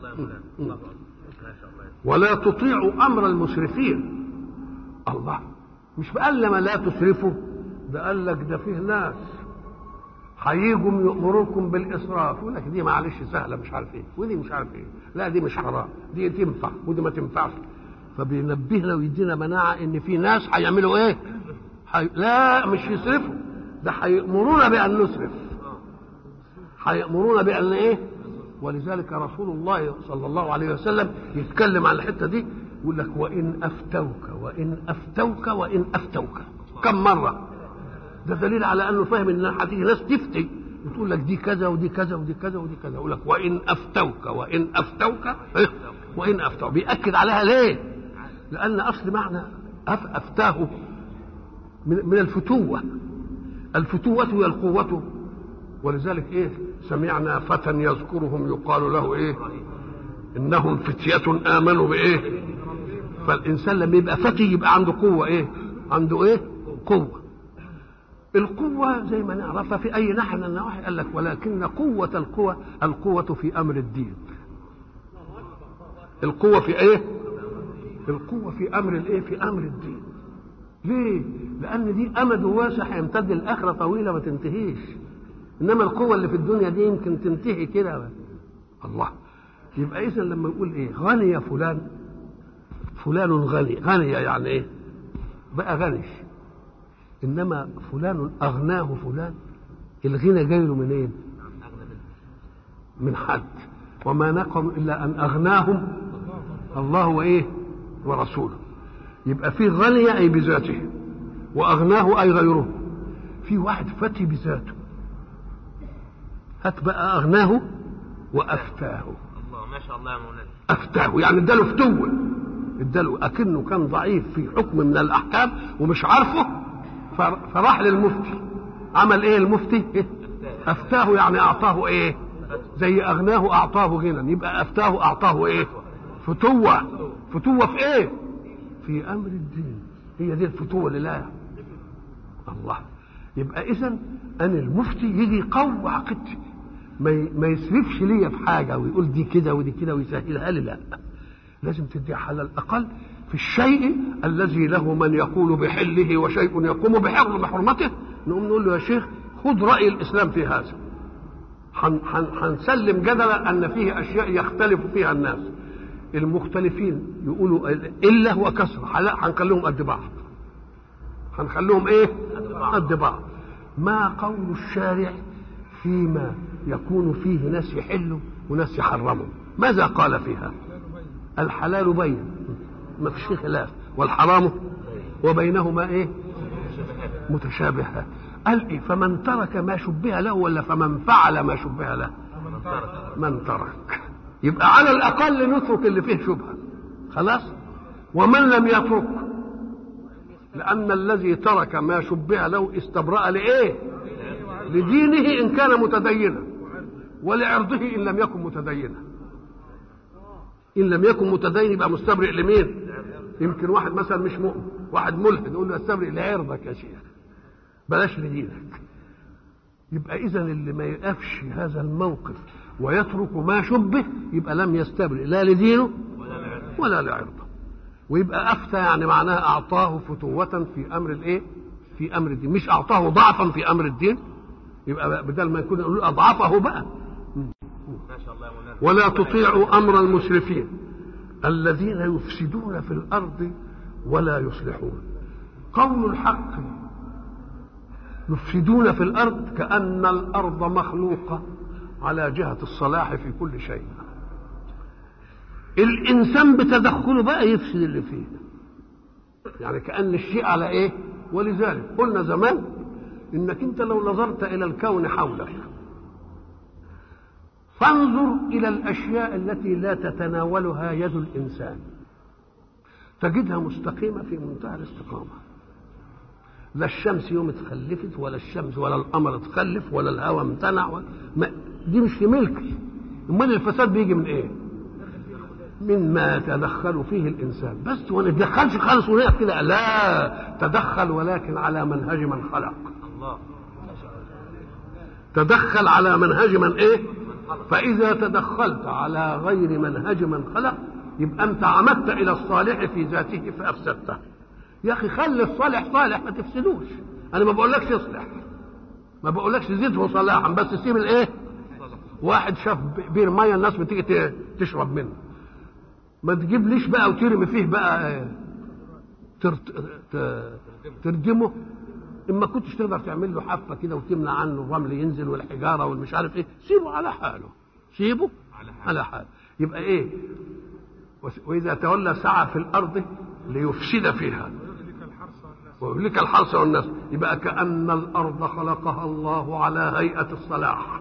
B: ولا تطيعوا امر المسرفين. الله مش قال لما لا تسرفوا، ده قال لك ده فيه ناس هيجوا يأمروكم بالاسراف، يقول لك دي معلش سهله مش عارف ايه، ودي مش عارف ايه، لا دي مش حرام، دي تنفع ودي ما تنفعش. فبينبهنا ويدينا مناعه ان في ناس هيعملوا ايه؟ حي... لا مش يسرفوا، ده هيأمرونا بان نسرف، هيأمرون بأن ايه؟ ولذلك رسول الله صلى الله عليه وسلم يتكلم عن الحته دي يقول لك وان افتوك وان افتوك وان افتوك كم مره. ده دليل على انه فاهم ان هتيجي ناس تفتي وتقول لك دي كذا ودي كذا ودي كذا ودي كذا، يقول لك وان افتوك وان افتوك وان افتوك. بيأكد عليها ليه؟ لان اصل معنى افتاه من الفتوه. الفتوه هي القوه، ولذلك ايه؟ سمعنا فتى يذكرهم يقال له ايه؟ انهم فتية امنوا بايه؟ فالانسان لما يبقى فتي يبقى عنده قوة ايه؟ عنده ايه؟ قوة. القوة زي ما نعرفها في اي ناحية من النواحي، قال لك ولكن قوة القوة القوة في امر الدين. القوة في ايه؟ القوة في امر الايه؟ في امر الدين. ليه؟ لان دي امد واسع يمتد الاخرة طويلة ما تنتهيش، انما القوه اللي في الدنيا دي يمكن تنتهي كده. الله. يبقى اذا لما يقول ايه؟ غني فلان، فلان غني، غني يعني ايه؟ بقى غني. انما فلان اغناه فلان، الغنى جاي له منين؟ من حد. وما نقم الا ان اغناهم الله وايه؟ ورسوله. يبقى في غني اي بذاته، واغناه اي غيره. في واحد فتي بذاته، هات بقى اغناه وافتاه.
C: الله ما شاء الله يا مولانا.
B: افتاه يعني اداله فتوه، اداله اكنه كان ضعيف في حكم من الاحكام ومش عارفه، فراح للمفتي. عمل ايه المفتي؟ إيه؟ افتاه يعني اعطاه ايه؟ زي اغناه اعطاه غنى، يبقى افتاه اعطاه ايه؟ فتوه. فتوه في ايه؟ في امر الدين. هي دي الفتوه لله. الله. يبقى اذا ان المفتي يجي يقوي عقيدتي، ما يسرفش ليا في حاجه ويقول دي كده ودي كده ويسهلها لي، لا، لازم تدي على الاقل في الشيء الذي له من يقول بحله وشيء يقوم بحرمته. نقوم نقول له يا شيخ خذ راي الاسلام في هذا. هنسلم جدلا ان فيه اشياء يختلف فيها الناس، المختلفين يقولوا الا وكسر، هنخليهم قد بعض، هنخليهم ايه؟ قد بعض. ما قول الشارع فيما يكون فيه ناس يحلوا وناس يحرموا؟ ماذا قال فيها؟ الحلال بين ما فيش خلاف، والحرام وبينهما ايه؟ متشابهات. قال ايه؟ فمن ترك ما شبه له ولا فمن فعل ما شبه له؟ من ترك. يبقى على الاقل نترك اللي فيه شبهه خلاص. ومن لم يترك، لأن الذي ترك ما شبه له استبرأ لإيه؟ لدينه إن كان متدينا، ولعرضه إن لم يكن متدينا. إن لم يكن متدين يبقى مستبرئ لمين؟ يمكن واحد مثلا مش مؤمن، واحد ملحد، يقول له استبرئ لعرضك يا شيخ، بلاش لدينك. يبقى إذا اللي ما يقفش هذا الموقف ويترك ما شبه يبقى لم يستبرئ لا لدينه ولا لعرضه. ويبقى افتى يعني معناها اعطاه فتوة في امر الايه؟ في امر الدين، مش اعطاه ضعفا في امر الدين. يبقى بدل ما يكون يقول اضعفه بقى.
C: ما شاء الله.
B: ولا تطيعوا امر المسرفين الذين يفسدون في الارض ولا يصلحون. قول الحق يفسدون في الارض كأن الارض مخلوقة على جهة الصلاح في كل شيء. الانسان بتدخله بقى يفسد اللي فيه، يعني كأن الشيء على ايه؟ ولذلك قلنا زمان انك انت لو نظرت الى الكون حولك فانظر الى الاشياء التي لا تتناولها يد الانسان تجدها مستقيمة في منتهى الاستقامة. لا الشمس يوم اتخلفت ولا الشمس ولا القمر اتخلف ولا الهواء امتنع ولا ما دي مش في ملكي. امال الفساد بيجي من ايه؟ من ما يتدخل فيه الانسان بس. وما نتدخلش خالص ونقف كده، لا، تدخل ولكن على منهج من خلق.
C: الله.
B: تدخل على منهج من ايه؟ فاذا تدخلت على غير منهج من خلق يبقى انت عمدت الى الصالح في ذاته فافسدته. يا اخي خلي الصالح صالح ما تفسدوش. انا ما بقولكش اصلح، ما بقولكش زيده صلاحا، بس سيب الايه؟ واحد شاف بير ميه الناس بتيجي تشرب منه، ما تجيبليش بقى وترمي فيه بقى تردمه اما كنتش تقدر تعمل له حافه كده وتمنع عنه الرمل ينزل والحجاره والمش عارف ايه، سيبه على حاله، سيبه على حاله. يبقى ايه؟ واذا تولى سعى في الارض ليفسد فيها ويهلك الحرث والنسل. يبقى كأن الارض خلقها الله على هيئه الصلاح،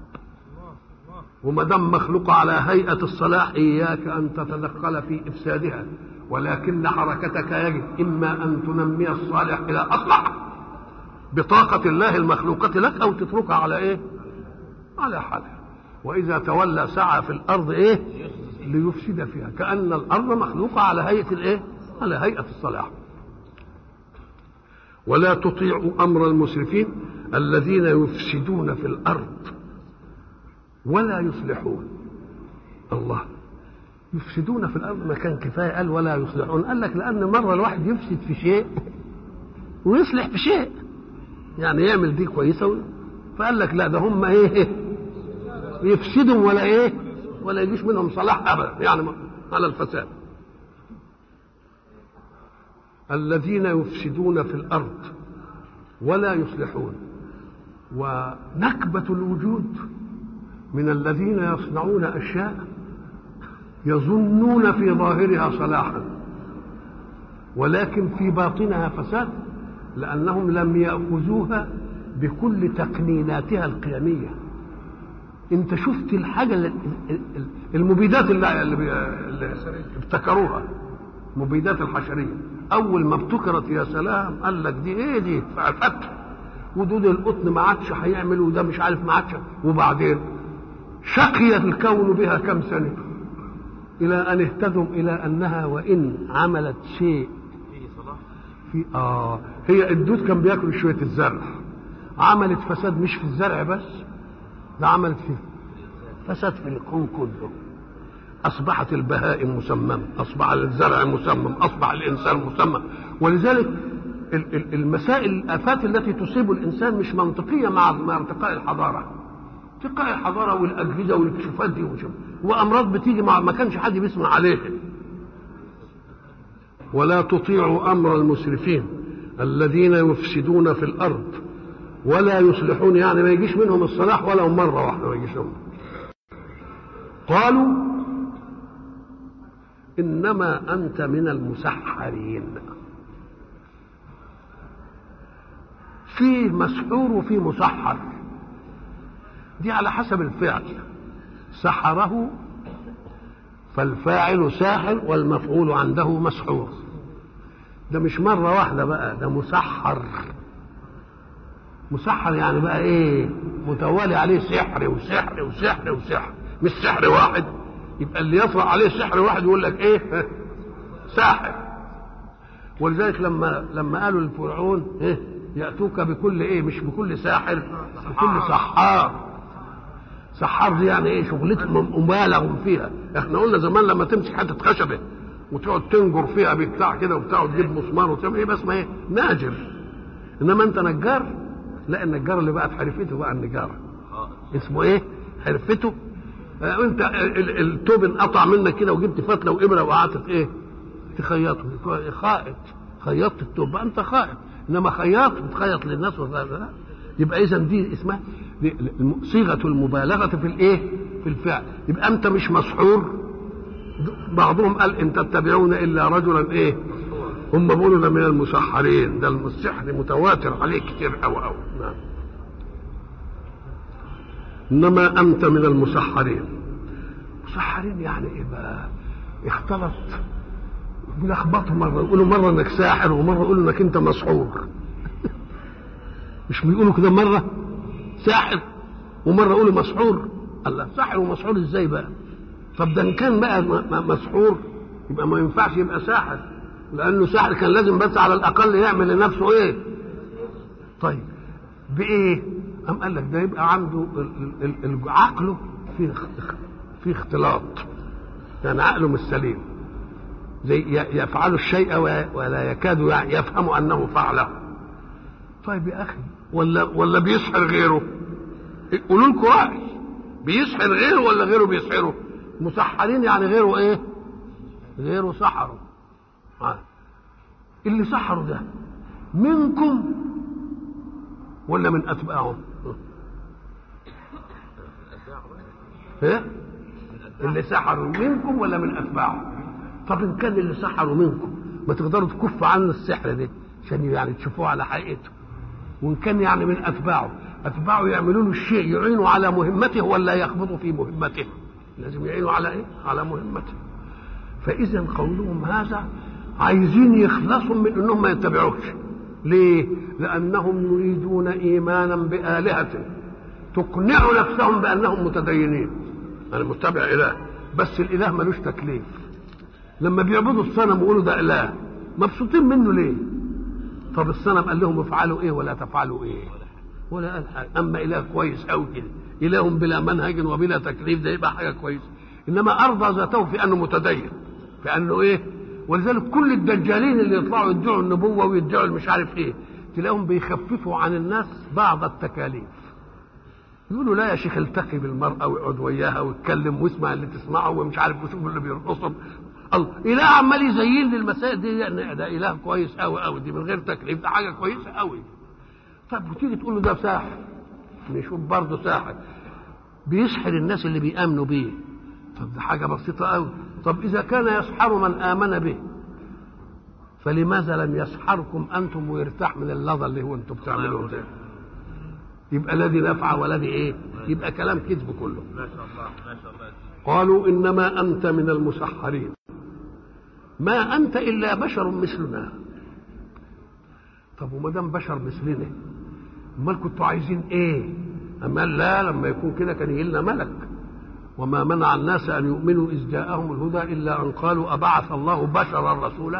B: وما دام مخلوقه على هيئه الصلاح اياك ان تتدخل في افسادها، ولكن حركتك يجب اما ان تنمي الصالح الى اصلح بطاقه الله المخلوقه لك، او تتركها على ايه؟ على حالها. واذا تولى سعى في الارض ايه؟ ليفسد فيها. كأن الارض مخلوقه على هيئه الايه؟ على هيئه الصلاح. ولا تطيعوا امر المسرفين الذين يفسدون في الارض ولا يصلحون. الله، يفسدون في الارض ما كان كفايه قال ولا يصلحون؟ قال لك لان مره الواحد يفسد في شيء ويصلح في شيء، يعني يعمل دي كويسه، فقال لك لا ده هم ايه؟ يفسدوا ولا ايه؟ ولا يجيش منهم صلاح ابدا، يعني على الفساد. الذين يفسدون في الارض ولا يصلحون. ونكبة الوجود من الذين يصنعون اشياء يظنون في ظاهرها صلاحا ولكن في باطنها فساد، لانهم لم ياخذوها بكل تقنيناتها القيميه. انت شفت الحاجه المبيدات اللي, اللي ابتكروها، مبيدات الحشريه، اول ما ابتكرت يا سلام قال لك دي ايه؟ دي فتح ودود القطن ما عادش هيعمل، وده مش عارف ما عادش. وبعدين شقي الكون بها كم سنه الى ان اهتدوا الى انها وان عملت شيء في اه هي الدود كان بياكل شويه الزرع، عملت فساد مش في الزرع بس، ده عملت فيه فساد في الكون كله. اصبحت البهائم مسممه، اصبح الزرع مسمم، اصبح الانسان مسمم. ولذلك المسائل الافات التي تصيب الانسان مش منطقيه مع ارتقاء الحضاره. ارتقاء الحضاره والاجهزه والاكتشافات دي وامراض بتيجي مع ما كانش حد بيسمع عليها. ولا تطيعوا امر المسرفين الذين يفسدون في الارض ولا يصلحون، يعني ما يجيش منهم الصلاح ولا مره واحده ما يجيش منهم. قالوا انما انت من المسحرين. فيه مسحور وفيه مسحر، دي على حسب الفعل. سحره فالفاعل ساحر والمفعول عنده مسحور. ده مش مرة واحدة بقى، ده مسحر. مسحر يعني بقى ايه؟ متوالي عليه سحر وسحر وسحر وسحر، مش سحر واحد. يبقى اللي يطرأ عليه سحر واحد يقول لك ايه؟ ساحر. ولذلك لما لما قالوا للفرعون ايه؟ يأتوك بكل ايه؟ مش بكل ساحر، بكل سحار. سحار دي يعني ايه؟ شغلتهم مبالغ فيها. احنا قلنا زمان لما تمسك حته خشبه وتقعد تنجر فيها بتاع كده وبتاع وتجيب مسمار وتعمل ايه بس ما ايه؟ ناجر. انما انت نجار، لا النجار اللي بقى في حرفته بقى النجاره اسمه ايه؟ حرفته. اه انت التوب انقطع منك كده وجبت فتله وابره وقعدت ايه؟ تخيطه. خائط، خيطت التوب بقى انت خائط. انما خياط بتخيط للناس ولا. يبقى اذا دي اسمها صيغه المبالغه في الايه؟ في الفعل. يبقى انت مش مسحور. بعضهم قال ان تتبعون الا رجلا ايه؟ هم بيقولوا ده من المسحرين، ده السحر متواتر عليه كتير قوي قوي. نعم. انما انت من المسحرين. مسحرين يعني ايه بقى؟ اختلط بيلخبطوا، مره يقولوا مره انك ساحر ومره يقولوا انك انت مسحور. مش بيقولوا كده مره ساحر ومره يقولوا مسحور؟ الله، ساحر ومسحور ازاي بقى؟ طب ده ان كان بقى مسحور يبقى ما ينفعش يبقى ساحر، لانه ساحر كان لازم بس على الاقل يعمل لنفسه ايه؟ طيب بايه؟ قام قال لك ده يبقى عنده عقله في في اختلاط، يعني عقله مش سليم، زي يفعل الشيء ولا يكاد يفهم انه فعله. طيب يا اخي، ولا ولا بيسحر غيره؟ قولوا لكم راي، بيسحر غيره ولا غيره بيسحره؟ مسحرين يعني غيره ايه؟ غيره سحره. اللي سحره ده منكم ولا من أتباعهم؟ ها؟ اللي سحروا منكم ولا من أتباعهم؟ طب إن كان اللي سحروا منكم ما تقدروا تكفوا عنه السحر ده عشان يعني تشوفوه على حقيقته، وإن كان يعني من أتباعه، أتباعه يعملوا له الشيء يعينوا على مهمته ولا يخبطوا في مهمته؟ لازم يعينوا على إيه؟ على مهمته. فإذا قولهم هذا عايزين يخلصوا من أنهم ما يتبعوش. ليه؟ لأنهم يريدون إيمانا بآلهة تقنع نفسهم بأنهم متدينين. أنا متبع إله، بس الإله ملوش تكليف. لما بيعبدوا الصنم ويقولوا ده إله مبسوطين منه ليه؟ طب الصنم قال لهم افعلوا إيه ولا تفعلوا إيه؟ ولا قال حاجة. أما إله كويس أوي كده، إله بلا منهج وبلا تكليف، ده يبقى حاجة كويسة. إنما أرضى ذاته في أنه متدين، في أنه إيه؟ ولذلك كل الدجالين اللي يطلعوا يدعوا النبوة ويدعوا مش عارف إيه، تلاقيهم بيخففوا عن الناس بعض التكاليف. يقولوا لا يا شيخ التقي بالمرأة ويقعد وياها ويتكلم ويسمع اللي تسمعه ومش عارف ويشوف اللي بيرقصهم. الله، إله عمال يزين للمسائل دي يعني ده إله كويس أوي أوي، دي من غير تكليف، ده حاجة كويسة أوي. طب وتيجي تقول له ده ساحر، نشوف برضه ساحر بيسحر الناس اللي بيآمنوا بيه. طب ده حاجة بسيطة أوي. طب إذا كان يسحر من آمن به فلماذا لم يسحركم أنتم ويرتاح من اللظى اللي هو أنتم بتعملوه ده؟ يبقى الذي نفع والذي إيه؟ يبقى كلام كذب كله.
C: ما شاء الله ما شاء الله.
B: قالوا إنما أنت من المسحرين، ما أنت إلا بشر مثلنا. طب وما دام بشر مثلنا امال كنتوا عايزين ايه؟ اما لا، لما يكون كده كان يجي لنا ملك. وما منع الناس ان يؤمنوا اذ جاءهم الهدى الا ان قالوا ابعث الله بشرا رسولا.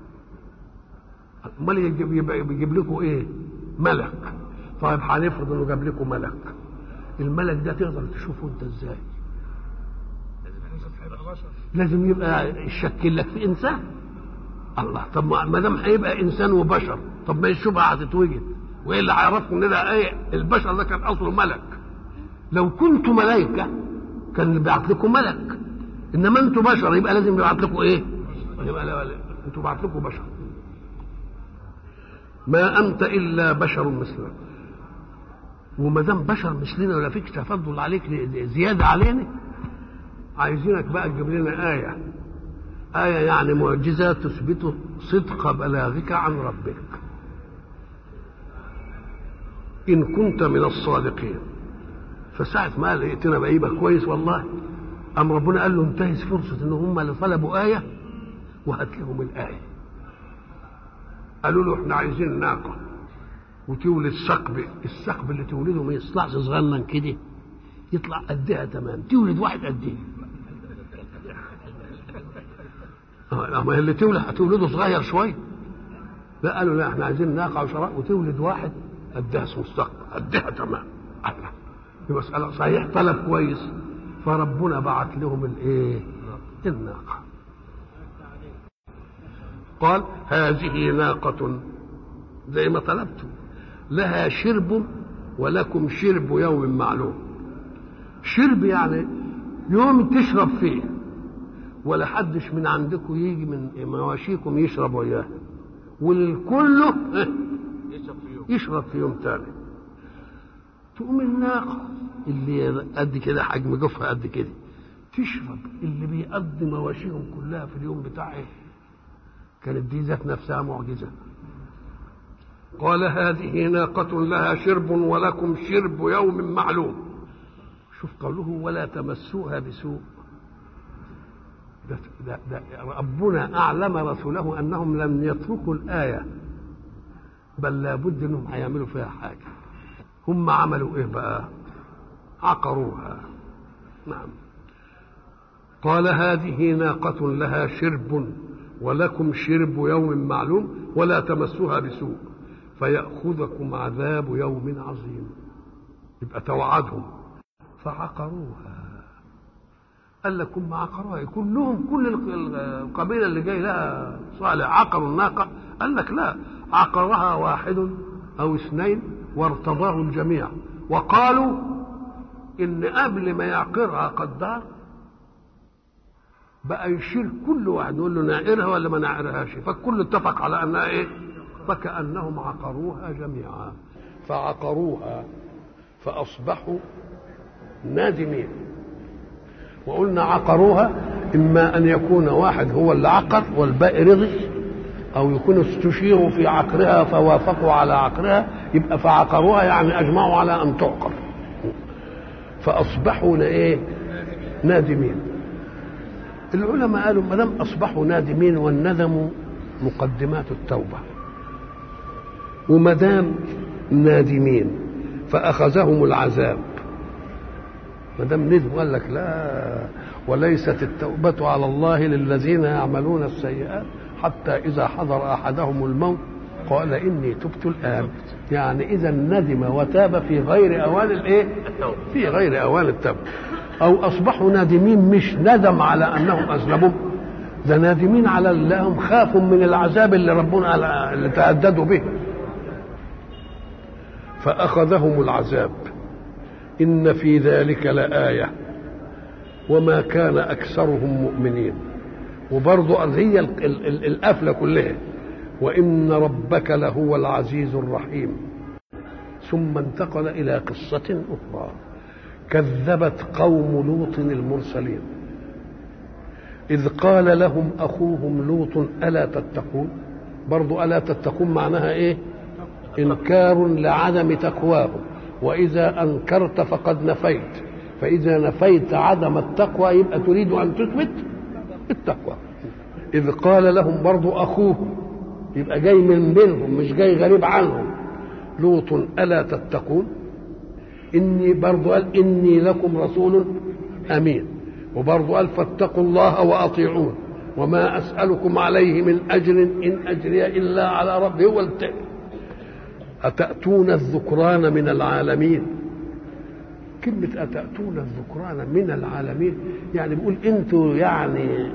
B: امال يجيب لكم ايه؟ ملك. طيب هنفرض انه جاب لكم ملك، الملك ده تقدر تشوفه انت ازاي؟ لازم يبقى يشكل لك في انسان. الله، طب ما دام هيبقى انسان وبشر، طب ما الشبهه هتتوجد، وايه اللي هيعرفكم ان ده ايه؟ البشر ده كان اصله ملك. لو كنتوا ملائكه كان بيبعت لكم ملك، انما انتوا بشر يبقى لازم يبعت لكم ايه؟ يبقى لا لا. انتوا بعت لكم بشر. ما انت الا بشر مثلنا، وما دام بشر مثلنا ولا فيك تفضل عليك زياده علينا، عايزينك بقى تجيب لنا ايه. آية يعني معجزة تثبت صدق بلاغك عن ربك إن كنت من الصادقين. فساعة ما قال ائتنا بقى يبقى كويس والله، أم ربنا قال له انتهز فرصة إن هم اللي طلبوا آية وهات لهم الآية. قالوا له إحنا عايزين ناقة وتولد ثقب، الثقب اللي تولده ما يطلعش صغنن كده، يطلع قدها تمام، تولد واحد قدها. اما اللي تولد هتولده صغير شويه. لا، قالوا لا احنا عايزين ناقه وشراء وتولد واحد قدها اسمه الثقب، قدها تمام. دي مساله صحيح طلب كويس، فربنا بعت لهم الايه؟ الناقه. قال هذه ناقه زي ما طلبتم، لها شرب ولكم شرب يوم معلوم. شرب يعني يوم تشرب فيه، ولا حدش من عندكم يجي من مواشيكم يشرب وياه، والكل يشرب في يوم تاني. تقوم الناقة اللي قد كده حجم جوفها قد كده تشرب اللي بيقضي مواشيهم كلها في اليوم بتاعه. كانت دي ذات نفسها معجزة. قال هذه ناقة لها شرب ولكم شرب يوم معلوم. شوف قوله ولا تمسوها بسوء. ده ده ده ربنا أعلم رسوله أنهم لم يتركوا الآية، بل لابد أنهم هيعملوا فيها حاجة. هم عملوا إيه بقى؟ عقروها. نعم. قال هذه ناقة لها شرب ولكم شرب يوم معلوم ولا تمسوها بسوء فيأخذكم عذاب يوم عظيم. يبقى توعدهم فعقروها. قال لكم ما عقروها كلهم، كل القبيله اللي جاي لها صالح عقروا الناقه. قال لك لا، عقرها واحد او اثنين وارتضاه الجميع، وقالوا ان قبل ما يعقرها قدار بقى يشير كل واحد يقول له نعقرها ولا ما نعقرهاش، فالكل اتفق على انها ايه؟ فكأنهم عقروها جميعا. فعقروها فأصبحوا نادمين. وقلنا عقروها إما أن يكون واحد هو اللي عقر والباقي رضي، أو يكونوا استشيروا في عقرها فوافقوا على عقرها، يبقى فعقروها يعني أجمعوا على أن تعقر. فأصبحوا إيه؟ نادمين. العلماء قالوا ما دام أصبحوا نادمين، والندم مقدمات التوبة، وما دام نادمين فأخذهم العذاب. ما دام ندموا قال لك لا، وليست التوبة على الله للذين يعملون السيئات حتى إذا حضر أحدهم الموت قال إني تبت الآن. يعني إذا ندم وتاب في غير أوان الإيه؟ في غير أوان التوبة. أو أصبحوا نادمين، مش ندم على أنهم أذنبوا، ده نادمين على اللهم خافوا من العذاب اللي ربنا اللي تهددوا به. فأخذهم العذاب إن في ذلك لآية وما كان أكثرهم مؤمنين. وبرضو هي القفلة كلها، وإن ربك لهو العزيز الرحيم. ثم انتقل إلى قصة أخرى، كذبت قوم لوط المرسلين إذ قال لهم أخوهم لوط ألا تتقون. برضو ألا تتقون معناها إيه؟ إنكار لعدم تقواهم، وإذا أنكرت فقد نفيت، فإذا نفيت عدم التقوى يبقى تريد أن تثبت التقوى. إذ قال لهم برضو أخوهم، يبقى جاي من بينهم مش جاي غريب عنهم. لوط ألا تتقون. إني برضو قال إني لكم رسول أمين، وبرضو قال فاتقوا الله وأطيعون وما أسألكم عليه من أجر إن أجري إلا على ربي. هو التقوى. أتأتون الذكران من العالمين. كلمة أتأتون الذكران من العالمين يعني بيقول أنتوا يعني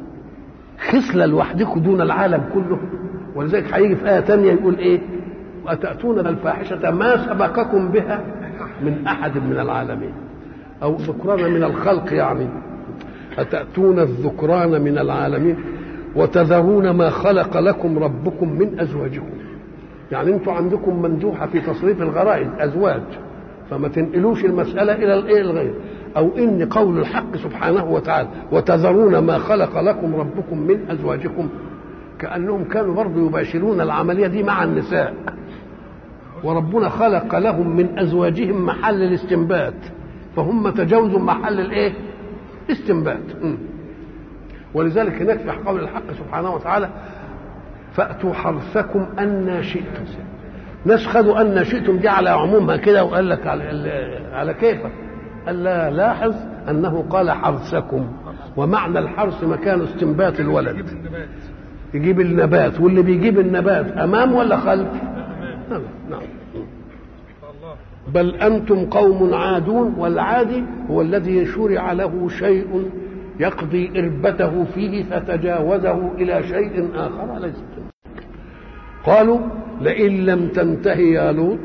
B: خصلة لوحدكم دون العالم كله. ولذلك هيجي في آية تانية يقول إيه؟ وأتأتون الفاحشة ما سبقكم بها من أحد من العالمين. أو ذكران من الخلق يعني. أتأتون الذكران من العالمين وتذرون ما خلق لكم ربكم من أزواجكم. يعني انتوا عندكم مندوحة في تصريف الغرائز أزواج، فما تنقلوش المسألة إلى الإيه الغير. أو إن قول الحق سبحانه وتعالى وتذرون ما خلق لكم ربكم من أزواجكم، كأنهم كانوا برضو يباشرون العملية دي مع النساء، وربنا خلق لهم من أزواجهم محل الاستنبات، فهم تجاوزوا محل الإيه؟ الاستنبات. ولذلك هناك في قول الحق سبحانه وتعالى فأتوا حرثكم أن شئتم. ناس خدوا أن شئتم دي على عمومها كده وقال لك على, على كيفك. قال لا، لاحظ أنه قال حرثكم، ومعنى الحرث مكان استنبات الولد، يجيب النبات، واللي بيجيب النبات أمام ولا خلف؟ نعم نعم. بل أنتم قوم عادون. والعادي هو الذي شرع له شيء يقضي إربته فيه فتجاوزه إلى شيء آخر ليس. قالوا لئن لم تنتهي يا لوط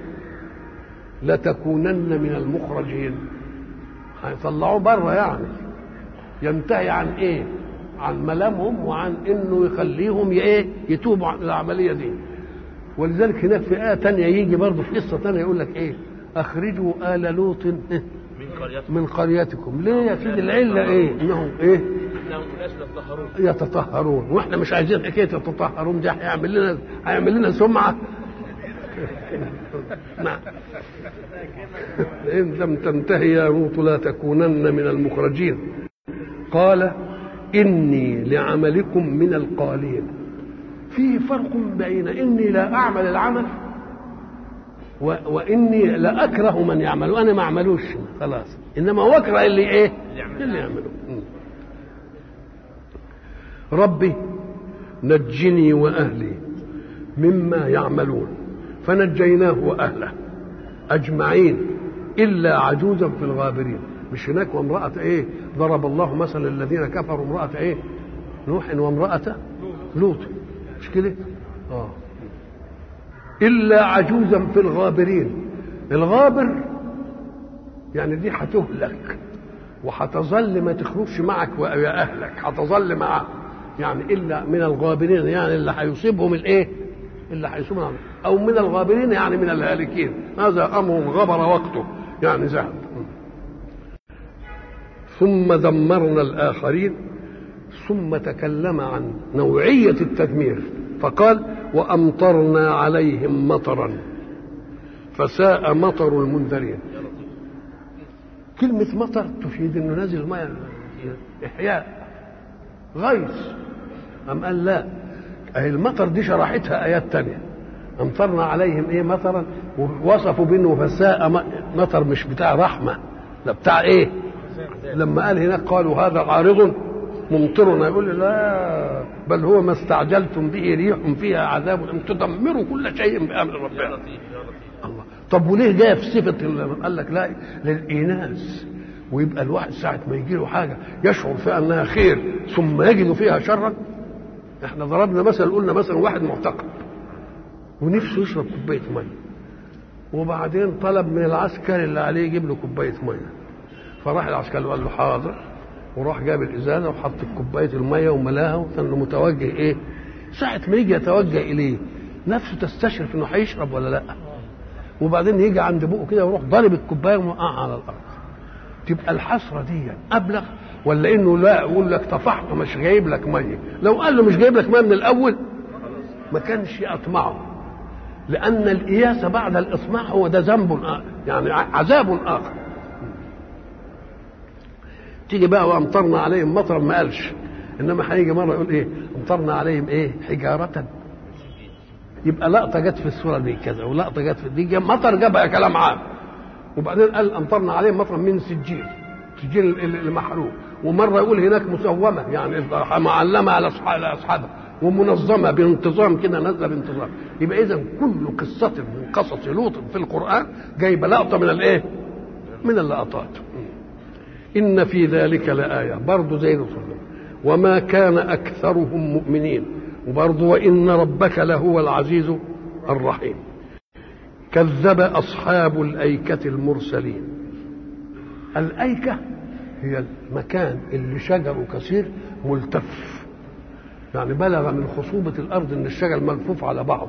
B: لتكونن من المخرجين. هيطلعوه بره، يعني ينتهي عن ايه؟ عن ملامهم وعن انه يخليهم ايه؟ يتوبوا عن العمليه دي. ولذلك هناك في آية تانية يجي برضه في قصة تانية يقول لك ايه؟ اخرجوا آل لوط من قريتكم. ليه يا سيدي؟ العلة ايه؟ انهم ايه؟ يتطهرون. واحنا مش عايزين حكايه يتطهرون دي، هيعمل لنا هيعمل لنا سمعه. نعم. إن لم تنتهي يا لوط لا تكونن من المخرجين. قال إني لعملكم من القالين. في فرق بين إني لا أعمل العمل و... وإني لا أكره من يعمل، وأنا ما أعملوش خلاص، إنما هو أكره اللي إيه؟ اللي يعمله. ربي نجني وأهلي مما يعملون. فنجيناه وأهله أجمعين إلا عجوزا في الغابرين. مش هناك وامرأة إيه؟ ضرب الله مثلا الذين كفروا امرأة إيه؟ نوح وامرأة لوط. مش كده؟ آه. إلا عجوزا في الغابرين. الغابر يعني دي هتهلك وهتظل ما تخرجش معك ويا أهلك، هتظل معك. يعني إلا من الغابرين يعني اللي هيصيبهم الإيه؟ اللي هيصوم او من الغابرين يعني من الهالكين، هذا امر غبر وقته يعني ذهب. ثم دمرنا الاخرين، ثم تكلم عن نوعيه التدمير فقال وامطرنا عليهم مطرا فساء مطر المنذرين. كلمه مطر تفيد انه نازل ماء احياء غيث. أم قال لا، أهي المطر دي شرحتها آيات تانية. أمطرنا عليهم إيه مطرا، ووصفوا بأنه فساء مطر مش بتاع رحمة، لا بتاع إيه. لما قال هناك قالوا هذا عارض ممطرنا، يقول لا بل هو ما استعجلتم به ريح فيها عذاب أن تدمروا كل شيء بأمر ربنا. الله، طب وليه جاء في صفة؟ قال لك لا للإيناس، ويبقى الواحد ساعة ما يجي له حاجة يشعر فيها أنها خير ثم يجد فيها شرا. احنا ضربنا مثلا قلنا مثلا واحد معتقل ونفسه يشرب كوبايه ميه، وبعدين طلب من العسكري اللي عليه يجيب له كوبايه ميه، فراح العسكري وقال له حاضر، وراح جاب الازازه وحط كوبايه الميه وملاها وكان له متوجه ايه. ساعه ما يجي يتوجه اليه نفسه تستشرف انه هيشرب ولا لا، وبعدين يجي عند بقه كده ويروح ضارب الكوبايه وموقعها على الارض. تبقى الحسره دي ابلغ ولا انه لا يقول لك طفحت مش جايب لك ميه؟ لو قال له مش جايب لك ميه من الاول ما كانش يطمعه، لان الإياس بعد الاطماع هو ده ذنب يعني عذاب اخر. تيجي بقى وامطرنا عليهم مطرا ما قالش، انما هيجي مره يقول ايه امطرنا عليهم ايه حجاره. يبقى لقطه جت في السوره دي كذا ولقطه جت في دي مطر جابها كلام عام، وبعدين قال امطرنا عليهم مطرا من سجيل، سجيل المحروق، ومره يقول هناك مسومه يعني معلمه على اصحابها ومنظمه بانتظام كده نازله بانتظام. يبقى اذا كل قصه من قصص لوط في القران جايبه لقطه من الايه؟ من اللقطات. ان في ذلك لايه برضه زي رسول وما كان اكثرهم مؤمنين، وبرضه وان ربك لهو العزيز الرحيم. كذب اصحاب الايكه المرسلين. الايكه هي المكان اللي شجره كثير ملتف، يعني بلغ من خصوبة الأرض إن الشجر ملفوف على بعضه.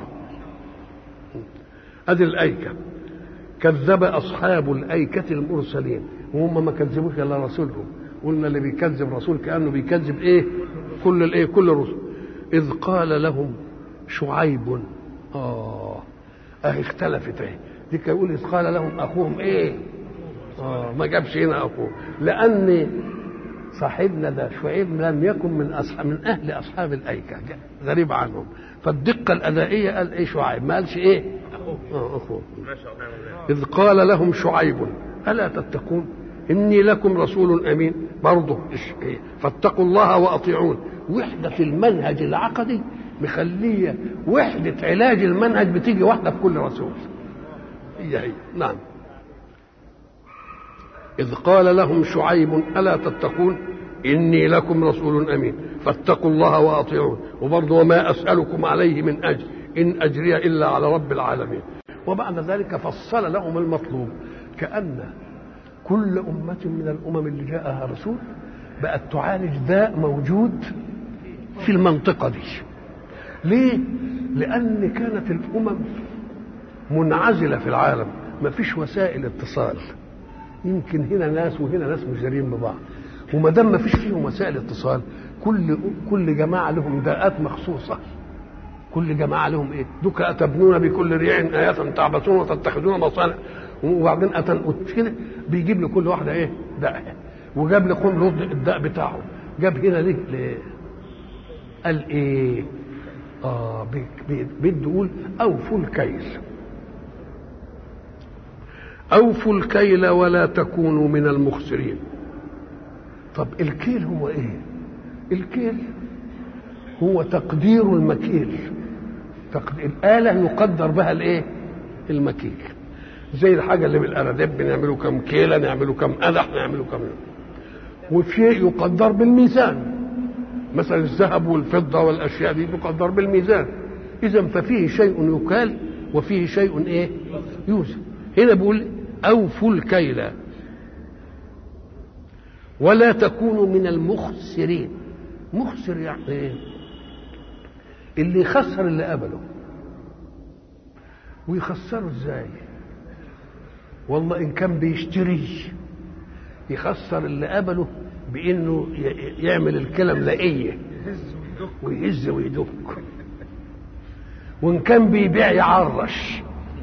B: أدي الأيكة. كذب أصحاب الأيكة المرسلين، وهم ما كذبوش إلا رسولهم. قلنا اللي بيكذب رسول كأنه بيكذب إيه؟ كل الإيه؟ كل الرسل. إذ قال لهم شعيب. آه أهي اختلفت أهي. دي كان يقول إذ قال لهم أخوهم إيه؟ آه ما جابش هنا أخوه، لأن صاحبنا ده شعيب لم يكن من أصحاب من أهل أصحاب الأيكة، غريب عنهم، فالدقة الأدائية قال إيه شعيب، ما قالش إيه أخوه. أخوه. إذ قال لهم شعيب ألا تتقون إني لكم رسول أمين. برضه إيه؟ فاتقوا الله وأطيعون. وحدة في المنهج العقدي مخلية وحدة علاج المنهج بتيجي واحدة في كل رسول. هي هي نعم. إذ قال لهم شعيب ألا تتقون إني لكم رسول أمين فاتقوا الله وأطيعون. وبرضه وما أسألكم عليه من أجر إن أجري إلا على رب العالمين. وبعد ذلك فصل لهم المطلوب، كأن كل أمة من الأمم اللي جاءها رسول بقت تعالج داء موجود في المنطقة دي. ليه؟ لأن كانت الأمم منعزلة في العالم، ما فيش وسائل اتصال، يمكن هنا ناس وهنا ناس مش دارين ببعض، وما دام ما فيش فيهم وسائل اتصال كل كل جماعه لهم داءات مخصوصه. كل جماعه لهم ايه؟ دوك اتبنون بكل ريع ايه تعبثون وتتخذون مصانع، وبعدين اتن كده بيجيب لكل واحده ايه؟ داء. وجاب لكم لوط الداء بتاعه، جاب هنا ليه؟ ليه؟ قال ايه؟ اه بده يقول اوفوا الكيل، أوفوا الكيل ولا تكونوا من المخسرين. طب الكيل هو إيه؟ الكيل هو تقدير المكيل، تقدير الآلة يقدر بها الإيه؟ المكيل. زي الحاجة اللي بالأرادب بنعمله كم كيلة، نعمله كم قدح، نعمله كم. وفي يقدر بالميزان، مثلا الذهب والفضة والأشياء دي تقدر بالميزان. إذا ففيه شيء يكال وفيه شيء إيه؟ يوزن. هنا بيقول أوفوا الكيل ولا تكونوا من المخسرين. مخسر يعني ايه؟ اللي يخسر اللي قبله، ويخسره ازاي؟ والله ان كان بيشتري يخسر اللي قبله بانه يعمل الكلام لاقيه ويهز ويدك، وان كان بيبيع يعرش،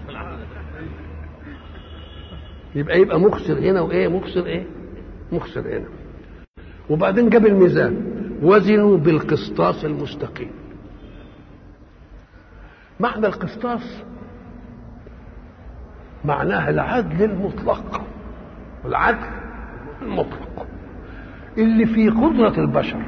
B: يبقى يبقى مخسر هنا وايه مخسر ايه مخسر هنا. وبعدين جاب الميزان وزنوا بالقسطاس المستقيم. معنى القسطاس معناها العدل المطلق، والعدل المطلق اللي في قدرة البشر.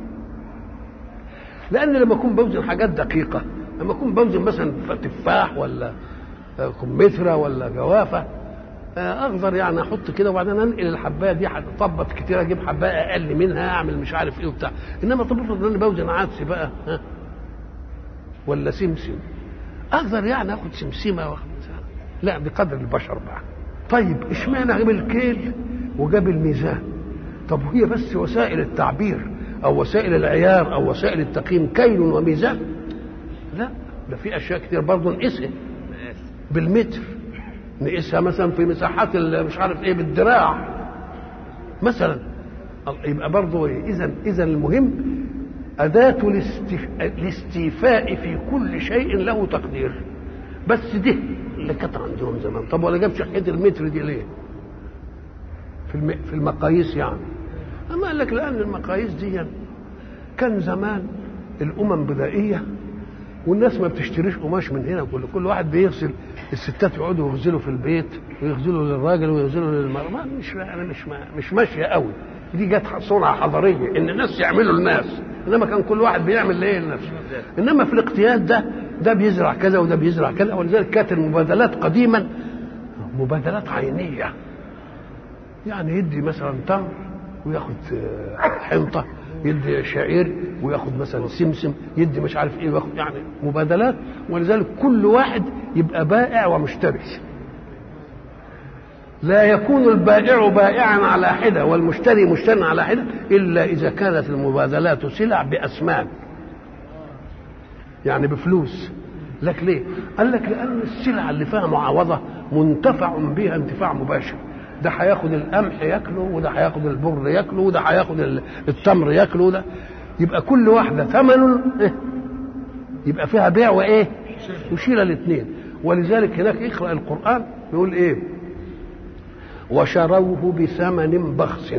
B: لأن لما أكون بوزن حاجات دقيقة، لما أكون بوزن مثلا تفاح ولا كمثرى ولا جوافة، أقدر يعني أحط كده وبعدين أنقل الحباية دي هتطبط كتير، أجيب حباية أقل منها أعمل مش عارف إيه وبتاع. إنما طب افرض إن أنا بوزن عدس بقى ها ولا سمسم، أقدر يعني آخد سمسمة واخد لا بقدر البشر بقى. طيب اشمعنى جاب الكيل وجاب الميزان؟ طب هي بس وسائل التعبير او وسائل العيار او وسائل التقييم كيل وميزان؟ لا، ده في اشياء كتير برضه نقيسها بالمتر، نقيسها مثلا في مساحات مش عارف ايه بالذراع مثلا. يبقى برضه اذا اذا المهم اداه الاستيفاء في كل شيء له تقدير. بس دي اللي كانت عندهم زمان. طب ولا جابش حكايه المتر دي ليه في الم... في المقاييس يعني؟ اما قال لك لان المقاييس دي كان زمان الامم بدائيه والناس ما بتشتريش قماش من هنا، كل كل واحد بيغسل، الستات يقعدوا يغسلوا في البيت ويغسلوا للراجل ويغسلوا للمرأة. مش انا مش مش ماشيه قوي دي، جت صنعه حضاريه ان الناس يعملوا الناس، انما كان كل واحد بيعمل ليه لنفسه. انما في الاقتياد ده ده بيزرع كذا وده بيزرع كذا، ولذلك كانت المبادلات قديما مبادلات عينيه، يعني يدي مثلا تمر وياخد حنطه، يدي شعير وياخد مثلا سمسم، يدي مش عارف ايه وياخد، يعني مبادلات. ولذلك كل واحد يبقى بائع ومشتري، لا يكون البائع بائعا على حده والمشتري مشتري على حده الا اذا كانت المبادلات سلع باسمان، يعني بفلوس. لك ليه؟ قال لك لان السلع اللي فيها معاوضه منتفع بها انتفاع مباشر، ده هياخد القمح ياكله وده هياخد البر ياكله وده هياخد التمر ياكله ده، يبقى كل واحده ثمن إيه؟ يبقى فيها بيع وايه وشيل الاثنين. ولذلك هناك اقرا القران يقول ايه؟ وشروه بثمن بخس.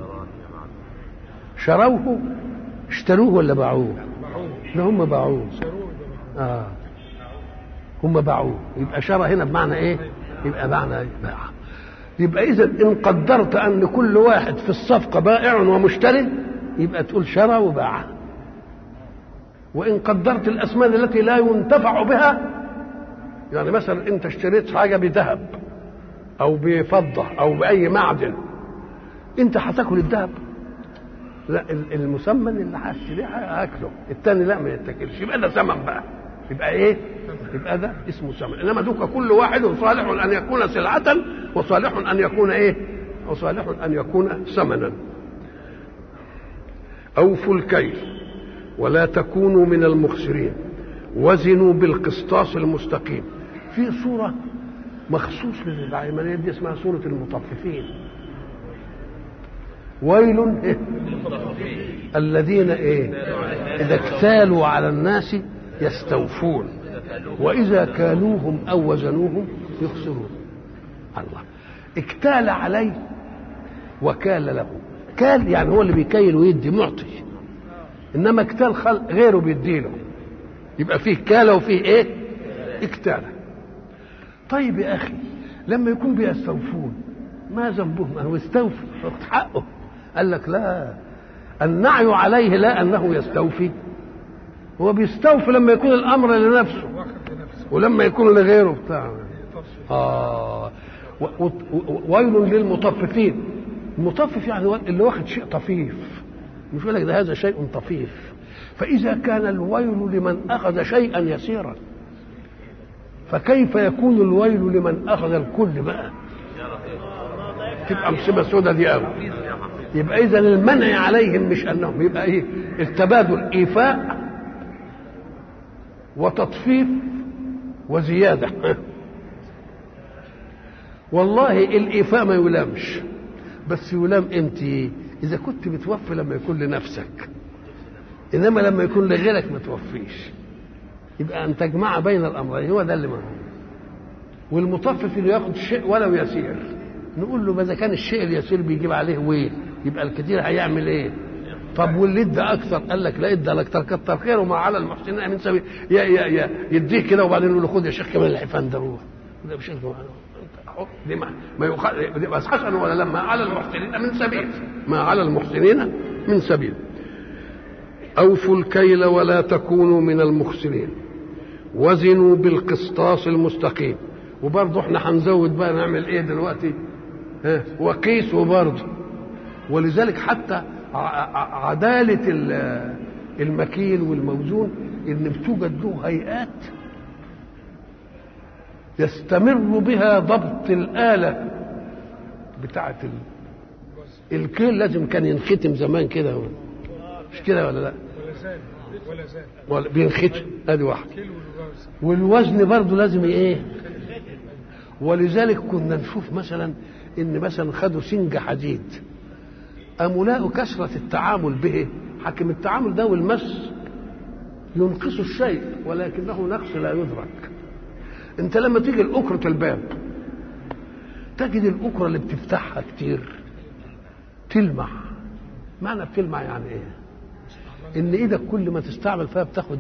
B: شروه اشتروه ولا باعوه؟ لا هم باعوه. اه هم باعوه، يبقى شرى هنا بمعنى ايه؟ يبقى معنى إيه؟ باع. يبقى اذا ان قدرت ان كل واحد في الصفقه بائع ومشتري يبقى تقول شرى وباع. وان قدرت الاسمان التي لا ينتفع بها، يعني مثلا انت اشتريت حاجه بذهب او بفضه او باي معدن، انت هتاكل الذهب؟ لا، المسمن اللي هشتريه هاكله، الثاني لا ما يتاكلش، يبقى ده ثمن بقى، يبقى ايه؟ يبقى ده اسمه ثمن. انما دوك كل واحد صالح ان يكون سلعه وصالح ان يكون ايه؟ وصالح ان يكون ثمنا. اوفوا الكيل ولا تكونوا من المخسرين وزنوا بالقسطاس المستقيم. في صوره مخصوص للعلمانية دي اسمها سورة المطففين. ويل إيه؟ الذين ايه؟ اذا اكتالوا على الناس يستوفون واذا كالوهم او وزنوهم يخسرون. الله اكتال عليه وكال له. كال يعني هو اللي بيكيل ويدي معطي، انما اكتال خلق غيره بيديله، يبقى فيه كاله وفيه ايه؟ اكتاله. طيب يا اخي لما يكون بيستوفون ما ذنبهم؟ هو يستوفي ياخد حقه. قال لك لا، النعي عليه لا انه يستوفي، هو بيستوفي لما يكون الامر لنفسه ولما يكون لغيره بتاع. اه ويل للمطففين. المطفف يعني اللي واخد شيء طفيف، مش يقول لك ده هذا شيء طفيف. فاذا كان الويل لمن اخذ شيئا يسيرا فكيف يكون الويل لمن اخذ الكل بقى؟ تبقى مصيبه سودة دي قوي. يبقى اذا المنع عليهم مش انهم، يبقى ايه؟ التبادل ايفاء وتطفيف وزيادة. والله الإيفاء ما يلامش، بس يلام امتى؟ إذا كنت بتوفي لما يكون لنفسك، إنما لما يكون لغيرك ما توفيش. يبقى أن تجمع بين الأمرين، هو ده اللي مهم. والمطفف اللي ياخد الشيء ولو يسير، نقول له إذا كان الشيء اليسير بيجيب عليه ويه، يبقى الكثير هيعمل إيه؟ طب واللي ادى أكثر؟ قال لك لا، ادى لك كتر خيره وما على المحسنين من سبيل. يا يا يا يديه كده وبعدين يقول له خد يا شيخ كمان الحفان ده، روح ده مش دي ما ما يخ... بس حسن ولا لما على المحسنين من سبيل، ما على المحسنين من سبيل. أوفوا الكيل ولا تكونوا من المخسرين وزنوا بالقسطاس المستقيم. وبرضه احنا هنزود بقى، نعمل ايه دلوقتي؟ ها، وقيسوا برضه. ولذلك حتى عدالة المكيل والموزون ان بتوجد له هيئات يستمر بها ضبط الآلة بتاعة الكيل. لازم كان ينختم زمان كده، مش كده ولا لا؟ ولا زال ولا بينختم، ادي واحد. والوزن برضه لازم ايه؟ ولذلك كنا نشوف مثلا ان مثلا خدوا سنج حديد، قاموا لقوا كثرة التعامل به، حكم التعامل ده والمس ينقص الشيء ولكنه نقص لا يدرك. انت لما تيجي لأكرة الباب تجد الأكرة اللي بتفتحها كتير تلمع. معنى بتلمع يعني ايه؟ ان ايدك كل ما تستعمل فيها بتاخد،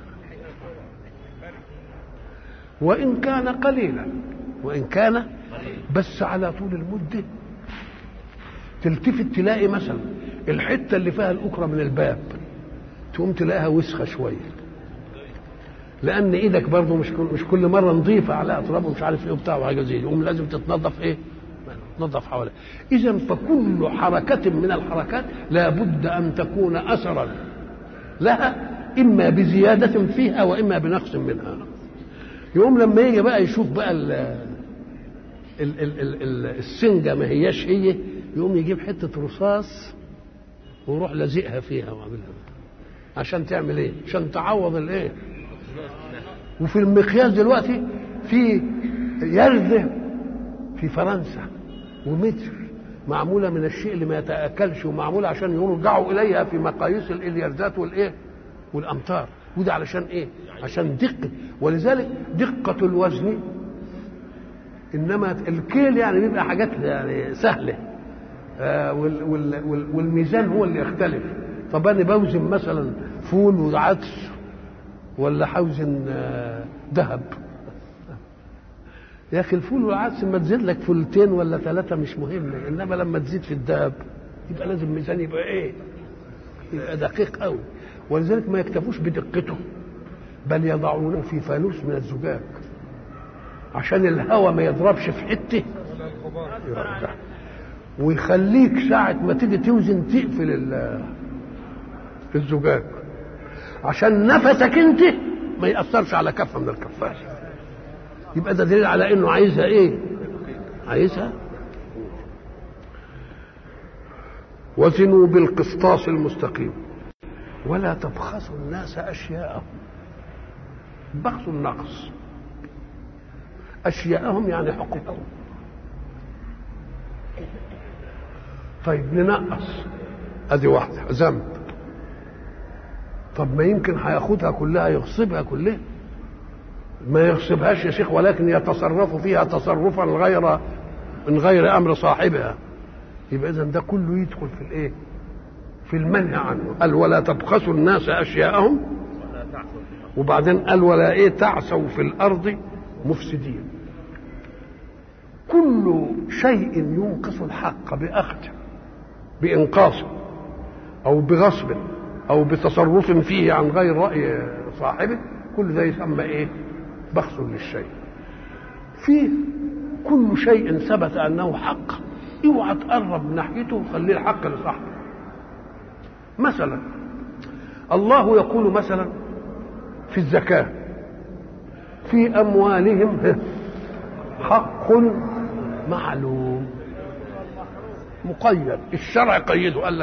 B: وان كان قليلا، وان كان بس على طول المدة تلتفت تلاقي مثلا الحتة اللي فيها الأكرة من الباب تقوم تلاقيها وسخة شوية، لأن إيدك برضه مش مش كل مرة نظيفة على أطراف ومش عارف إيه وبتاع وحاجة زي دي، يقوم لازم تتنظف إيه؟ تنظف حواليها. إذا فكل حركة من الحركات لابد أن تكون أثرا لها، إما بزيادة فيها وإما بنقص منها. يقوم لما يجي بقى يشوف بقى ال ال ال ال السنجة ما هياش هي، يقوم يجيب حتة رصاص ويروح لازقها فيها وعملها عشان تعمل ايه؟ عشان تعوض الايه؟ وفي المقياس دلوقتي في يرذة في فرنسا ومتر معمولة من الشيء اللي ما يتأكلش، ومعمولة عشان يرجعوا إليها في مقاييس الإلياردات والإيه؟ والأمتار. وده علشان إيه؟ عشان دقة. ولذلك دقة الوزن، إنما الكيل يعني بيبقى حاجات يعني سهلة، آه وال وال وال والميزان هو اللي يختلف. طب أنا بوزن مثلا فول وعدس ولا حوزن آه ذهب؟ يا اخي الفول والعدس لما تزيد لك فولتين ولا ثلاثه مش مهم، انما لما تزيد في الذهب يبقى لازم ميزان يبقى ايه؟ يبقى دقيق قوي. ولذلك ما يكتفوش بدقته، بل يضعونه في فانوس من الزجاج عشان الهواء ما يضربش في حته ويخليك ساعه ما تيجي توزن تقفل الزجاج عشان نفسك انت ما ياثرش على كفه من الكفات. يبقى ده دليل على انه عايزها ايه؟ عايزها. وزنوا بالقسطاس المستقيم ولا تبخسوا الناس اشياءهم. بخسوا النقص، اشياءهم يعني حقوقهم. طيب ننقص، ادي واحده ذنب. طب ما يمكن هياخدها كلها يغصبها كلها، ما يغصبهاش يا شيخ، ولكن يتصرف فيها تصرفا غير من غير امر صاحبها. يبقى اذا ده كله يدخل في الايه؟ في المنهى عنه. قال ولا تبخسوا الناس اشياءهم، وبعدين قال ولا ايه؟ تعثوا في الارض مفسدين. كل شيء ينقص الحق باخذه بانقاصه او بغصب او بتصرف فيه عن غير راي صاحبه، كل ده يسمى ايه؟ بخس للشيء. فيه كل شيء ثبت انه حق اوعى تقرب ناحيته وخليه الحق لصاحبه. مثلا الله يقول مثلا في الزكاة في اموالهم حق معلوم مقيد. الشرع قيده، قال لك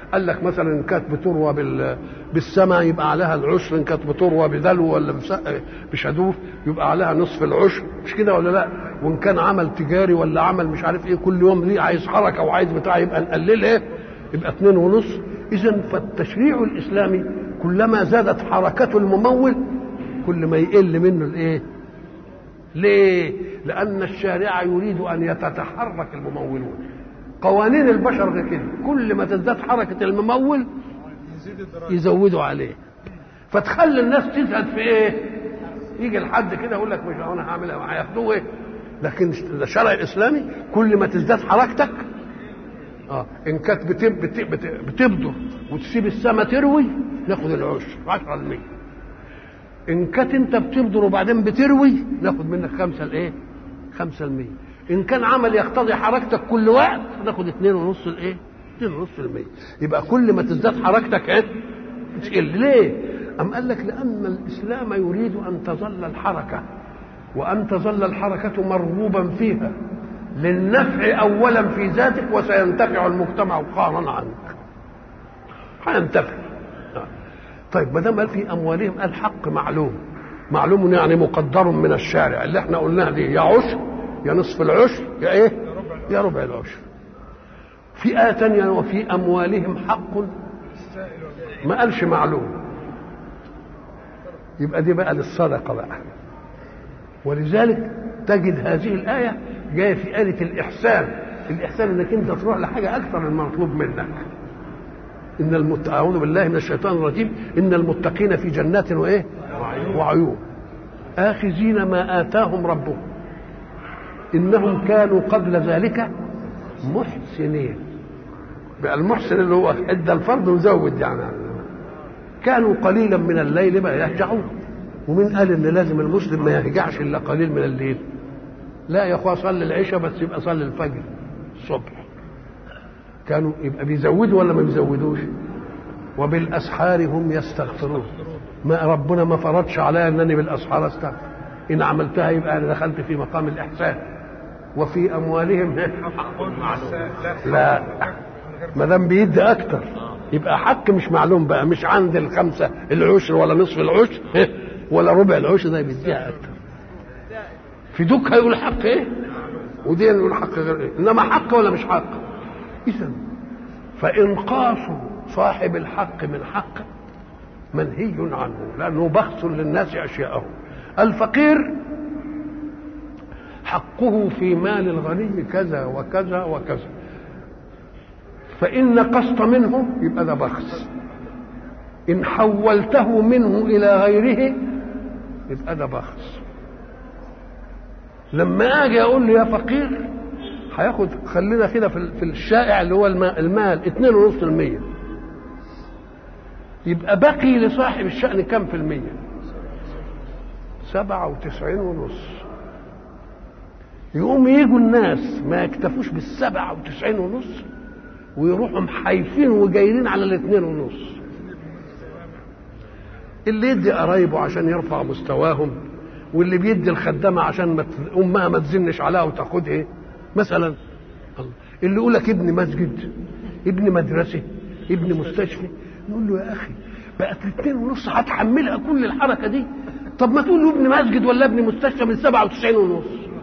B: قال لك مثلا ان كانت بتروى بالسماء يبقى عليها العشر، ان كانت بتروى بدلو ولا بشدوف يبقى عليها نصف العشر، مش كده ولا لا؟ وان كان عمل تجاري ولا عمل مش عارف ايه كل يوم ليه عايز حركه وعايز بتاع يبقى نقلل ايه؟ يبقى اتنين ونص. اذا فالتشريع الاسلامي كلما زادت حركته الممول كل ما يقل منه الايه؟ ليه؟ لان الشارع يريد ان يتتحرك الممولون. قوانين البشر غير كده، كل ما تزداد حركه الممول يزودوا عليه، فتخلي الناس تزهد في ايه؟ يجي لحد كده يقول لك مش انا هعملها هياخدوه ايه؟ لكن الشرع الاسلامي كل ما تزداد حركتك اه ان كانت بتب بتب بتبدر وتسيب السما تروي ناخد العشر عشرة بالمية، ان كانت انت بتبدر وبعدين بتروي ناخد منك خمسة الايه؟ خمسة بالمية. ان كان عمل يقتضي حركتك كل وقت ناخد اتنين ونص الايه؟ اتنين ونص المية. يبقى كل ما تزداد حركتك ايه؟ تقل. ليه؟ أم قال لك لأن الإسلام يريد أن تظل الحركة، وأن تظل الحركة مرغوبا فيها للنفع أولا في ذاتك، وسينتفع المجتمع قهرا عنك. هينتفع. طيب ما دام قال في أموالهم الحق معلوم، معلوم يعني مقدر من الشارع اللي احنا قلناها دي، يا عشر يا نصف العشر يا ايه؟ يا ربع العشر. في آية تانية وفي أموالهم حق ما قالش معلوم، يبقى دي بقى للصدقة بقى. ولذلك تجد هذه الآية جاية في آية الإحسان. الإحسان إنك أنت تروح لحاجة أكثر من المطلوب منك. إن المت... أعوذ بالله من الشيطان الرجيم، إن المتقين في جنات وإيه؟ وعيون آخذين ما آتاهم ربهم إنهم كانوا قبل ذلك محسنين. بقى المحسن اللي هو ادى الفرض وزود، يعني كانوا قليلا من الليل ما يهجعون. ومن قال ان لازم المسلم ما يهجعش الا قليل من الليل؟ لا يا اخويا صلي العشاء بس يبقى صلي الفجر الصبح. كانوا يبقى بيزودوا ولا ما بيزودوش؟ وبالاسحار هم يستغفرون. ما ربنا ما فرضش عليا انني بالاسحار استغفر، ان عملتها يبقى انا دخلت في مقام الاحسان. وفي اموالهم لا، ما دام بيدي اكتر يبقى حق مش معلوم بقى، مش عند الخمسه العشر ولا نصف العشر ولا ربع العشر، ده بيديها اكتر. في دوك هيقول حق ايه ودي يقول حق غير ايه، انما حق ولا مش حق. اذا فانقاص صاحب الحق من حق منهي عنه، لانه بخس للناس اشياءهم. الفقير حقه في مال الغني كذا وكذا وكذا، فإن نقصت منه يبقى ده بخس، إن حولته منه إلى غيره يبقى ده بخس. لما أجي أقول له يا فقير هياخد، خلينا كده في الشائع اللي هو المال اتنين ونص المية، يبقى بقي لصاحب الشأن كم في المية؟ سبعة وتسعين ونص. يقوم يجوا الناس ما يكتفوش بالسبعة وتسعين ونص ويروحوا محيفين وجايين على الاثنين ونص. اللي يدي قرايبه عشان يرفع مستواهم، واللي بيدي الخدامة عشان ما امها ما تزنش عليها وتاخد ايه مثلا. اللي يقول لك ابن مسجد، ابن مدرسة، ابن مستشفى، نقول له يا اخي بقت الاثنين ونص هتحملها كل الحركة دي؟ طب ما تقول له ابن مسجد ولا ابن مستشفى من سبعة وتسعين ونص،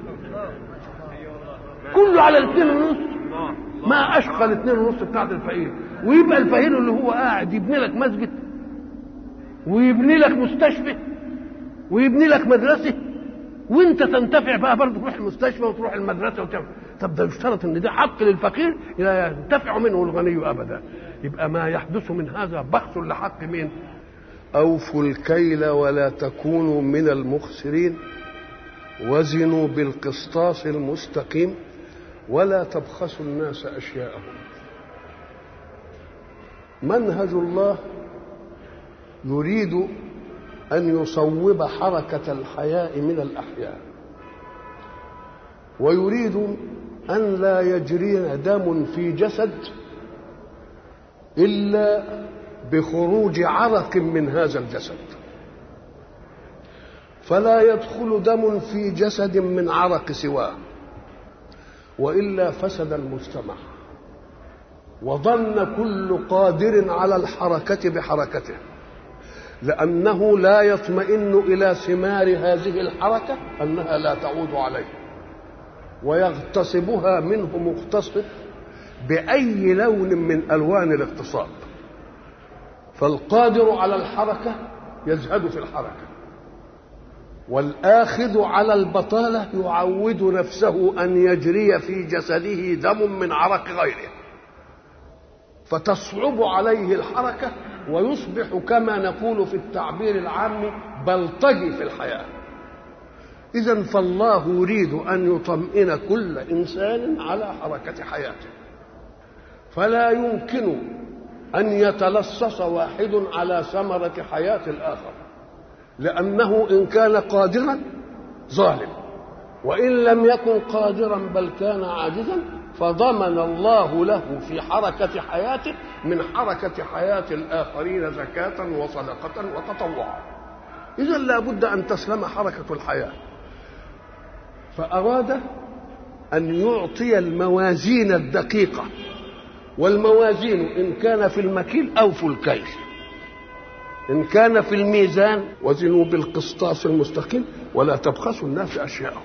B: كله على الاثنين ونص. ما اشقى الاثنين ونص بتاعت الفقير، ويبقى الفقير اللي هو قاعد يبني لك مسجد ويبني لك مستشفى ويبني لك مدرسه، وانت تنتفع بقى برضه تروح المستشفى وتروح المدرسه وتعمل. طب ده يشترط ان ده حق للفقير لا ينتفع منه الغني ابدا. يبقى ما يحدث من هذا بخس لحق مين؟ اوفوا الكيل ولا تكونوا من المخسرين وزنوا بالقسطاس المستقيم ولا تبخسوا الناس أشياءهم. منهج الله يريد أن يصوب حركة الحياة من الأحياء، ويريد أن لا يجري دم في جسد إلا بخروج عرق من هذا الجسد، فلا يدخل دم في جسد من عرق سواه، وإلا فسد المجتمع. وظن كل قادر على الحركة بحركته، لأنه لا يطمئن إلى ثمار هذه الحركة أنها لا تعود عليه، ويغتصبها منه مغتصب بأي لون من ألوان الاغتصاب. فالقادر على الحركة يزهد في الحركة، والآخذ على البطالة يعود نفسه أن يجري في جسده دم من عرق غيره، فتصعب عليه الحركة ويصبح كما نقول في التعبير العام بلطجي في الحياة. إذن فالله يريد أن يطمئن كل إنسان على حركة حياته، فلا يمكن أن يتلصص واحد على ثمرة حياة الآخر، لأنه إن كان قادرا ظالم، وإن لم يكن قادرا بل كان عاجزا فضمن الله له في حركة حياته من حركة حياة الآخرين زكاة وصدقة وتطوعا. إذا لا بد أن تسلم حركة الحياة، فأراد أن يعطي الموازين الدقيقة، والموازين إن كان في المكيل أو في الكيل، إن كان في الميزان وزنوا بالقسطاس المستقيم ولا تبخسوا الناس أشياءهم.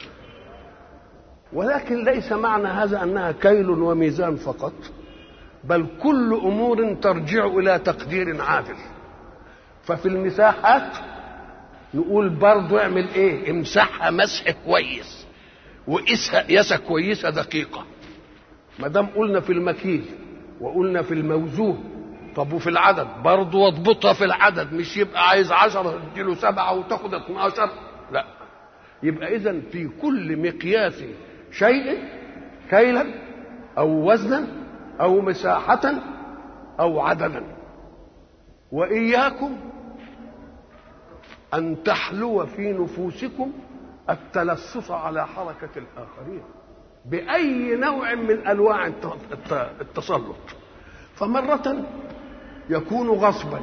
B: ولكن ليس معنى هذا أنها كيل وميزان فقط، بل كل أمور ترجع إلى تقدير عادل. ففي المساحات نقول برضو اعمل ايه، امسحها مسح كويس وقيسها قياسة كويسة دقيقة. ما دام قلنا في المكيل وقلنا في الموزون، طب وفي العدد برضو واضبطها في العدد، مش يبقى عايز عشرة تديله سبعة وتاخد اتناشر، لا. يبقى إذن في كل مقياس شيء كيلا أو وزنا أو مساحة أو عددا. وإياكم أن تحلو في نفوسكم التلصص على حركة الآخرين بأي نوع من أنواع التسلط. فمرة يكون غصبا،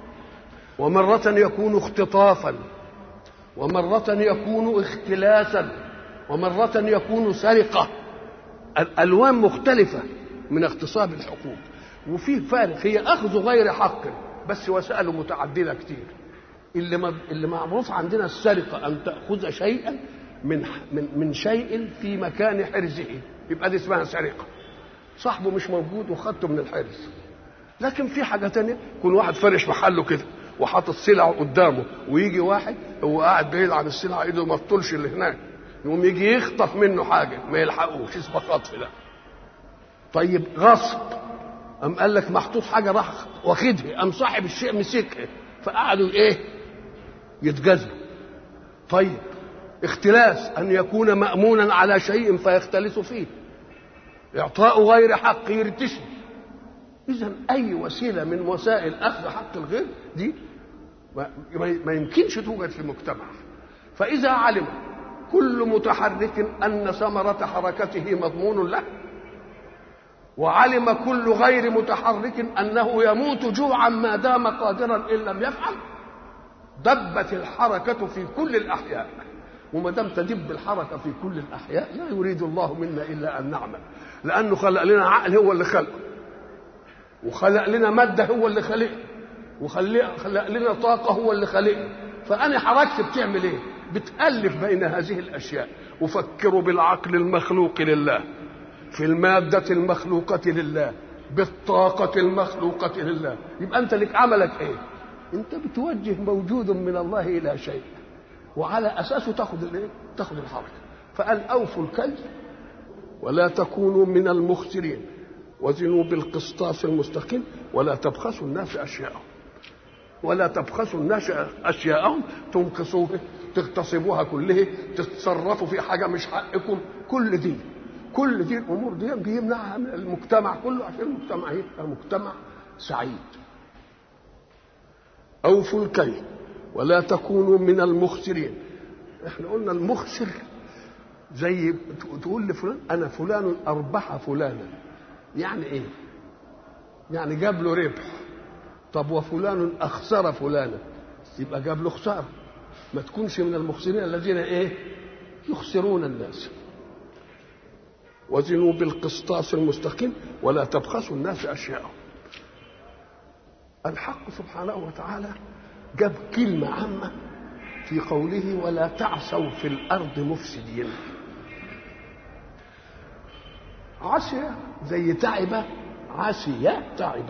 B: ومرة يكون اختطافا، ومرة يكون اختلاسا، ومرة يكون سرقة. الألوان مختلفة من اغتصاب الحقوق، وفيه فارق. هي أخذ غير حق بس وسائل متعددة كتير. اللي اللي معروف عندنا السرقة أن تأخذ شيئا من من من شيء في مكان حرزه، يبقى دي اسمها سرقة. صاحبه مش موجود وخدته من الحرز. لكن في حاجة تانية، كل واحد فرش محله كده وحاطط سلعه قدامه، ويجي واحد هو قاعد بعيد عن السلعة، ايده ما تطولش اللي هناك، يقوم يجي يخطف منه حاجة ما يلحقوش، اسمه خطف ده. طيب غصب، أم قال لك محطوط حاجة راح واخدها، أم صاحب الشيء مسكها، فقعدوا ايه يتجازوا. طيب اختلاس، أن يكون مأمونا على شيء فيختلس فيه، إعطاء غير حق يرتشي. إذن أي وسيلة من وسائل أخذ حق الغير دي ما يمكنش توجد في المجتمع. فإذا علم كل متحرك أن ثمرة حركته مضمون له، وعلم كل غير متحرك أنه يموت جوعا ما دام قادرا إن لم يفعل، دبت الحركة في كل الأحياء. وما دام تدب الحركة في كل الأحياء لا يريد الله منا إلا أن نعمل، لأنه خلق لنا عقل هو اللي خلقه، وخلق لنا مادة هو اللي خلقه، وخلق لنا طاقة هو اللي خلقه. فأنا حركتي بتعمل إيه؟ بتألف بين هذه الأشياء. وفكروا بالعقل المخلوق لله، في المادة المخلوقة لله، بالطاقة المخلوقة لله. يبقى أنت لك عملك إيه؟ أنت بتوجه موجود من الله إلى شيء، وعلى أساسه تأخذ الإيه؟ تأخذ الحركة. فقال أوفوا الكيل ولا تكونوا من المخسرين وزنوا بالقسطاس المستقيم ولا تبخسوا الناس أشياءهم ولا تبخسوا الناس أشياءهم تنقصوها، تغتصبوها كلها، تتصرفوا في حاجة مش حقكم. كل دي كل دي الأمور دي بيمنعها من المجتمع كله، عشان المجتمع يبقى مجتمع سعيد. أوفوا الكيل ولا تكونوا من المخسرين. احنا قلنا المخسر زي تقول لفلان أنا فلان أربح فلانا، يعني إيه؟ يعني جاب له ربح. طب وفلان أخسر فلانا، يبقى جاب له خسارة. ما تكونش من المخسرين الذين إيه؟ يخسرون الناس. وزنوا بالقسطاس المستقيم ولا تبخسوا الناس أشياءهم. الحق سبحانه وتعالى جاب كلمة عامة في قوله ولا تعثوا في الأرض مفسدين. عسى زي تعب، عسي تعب،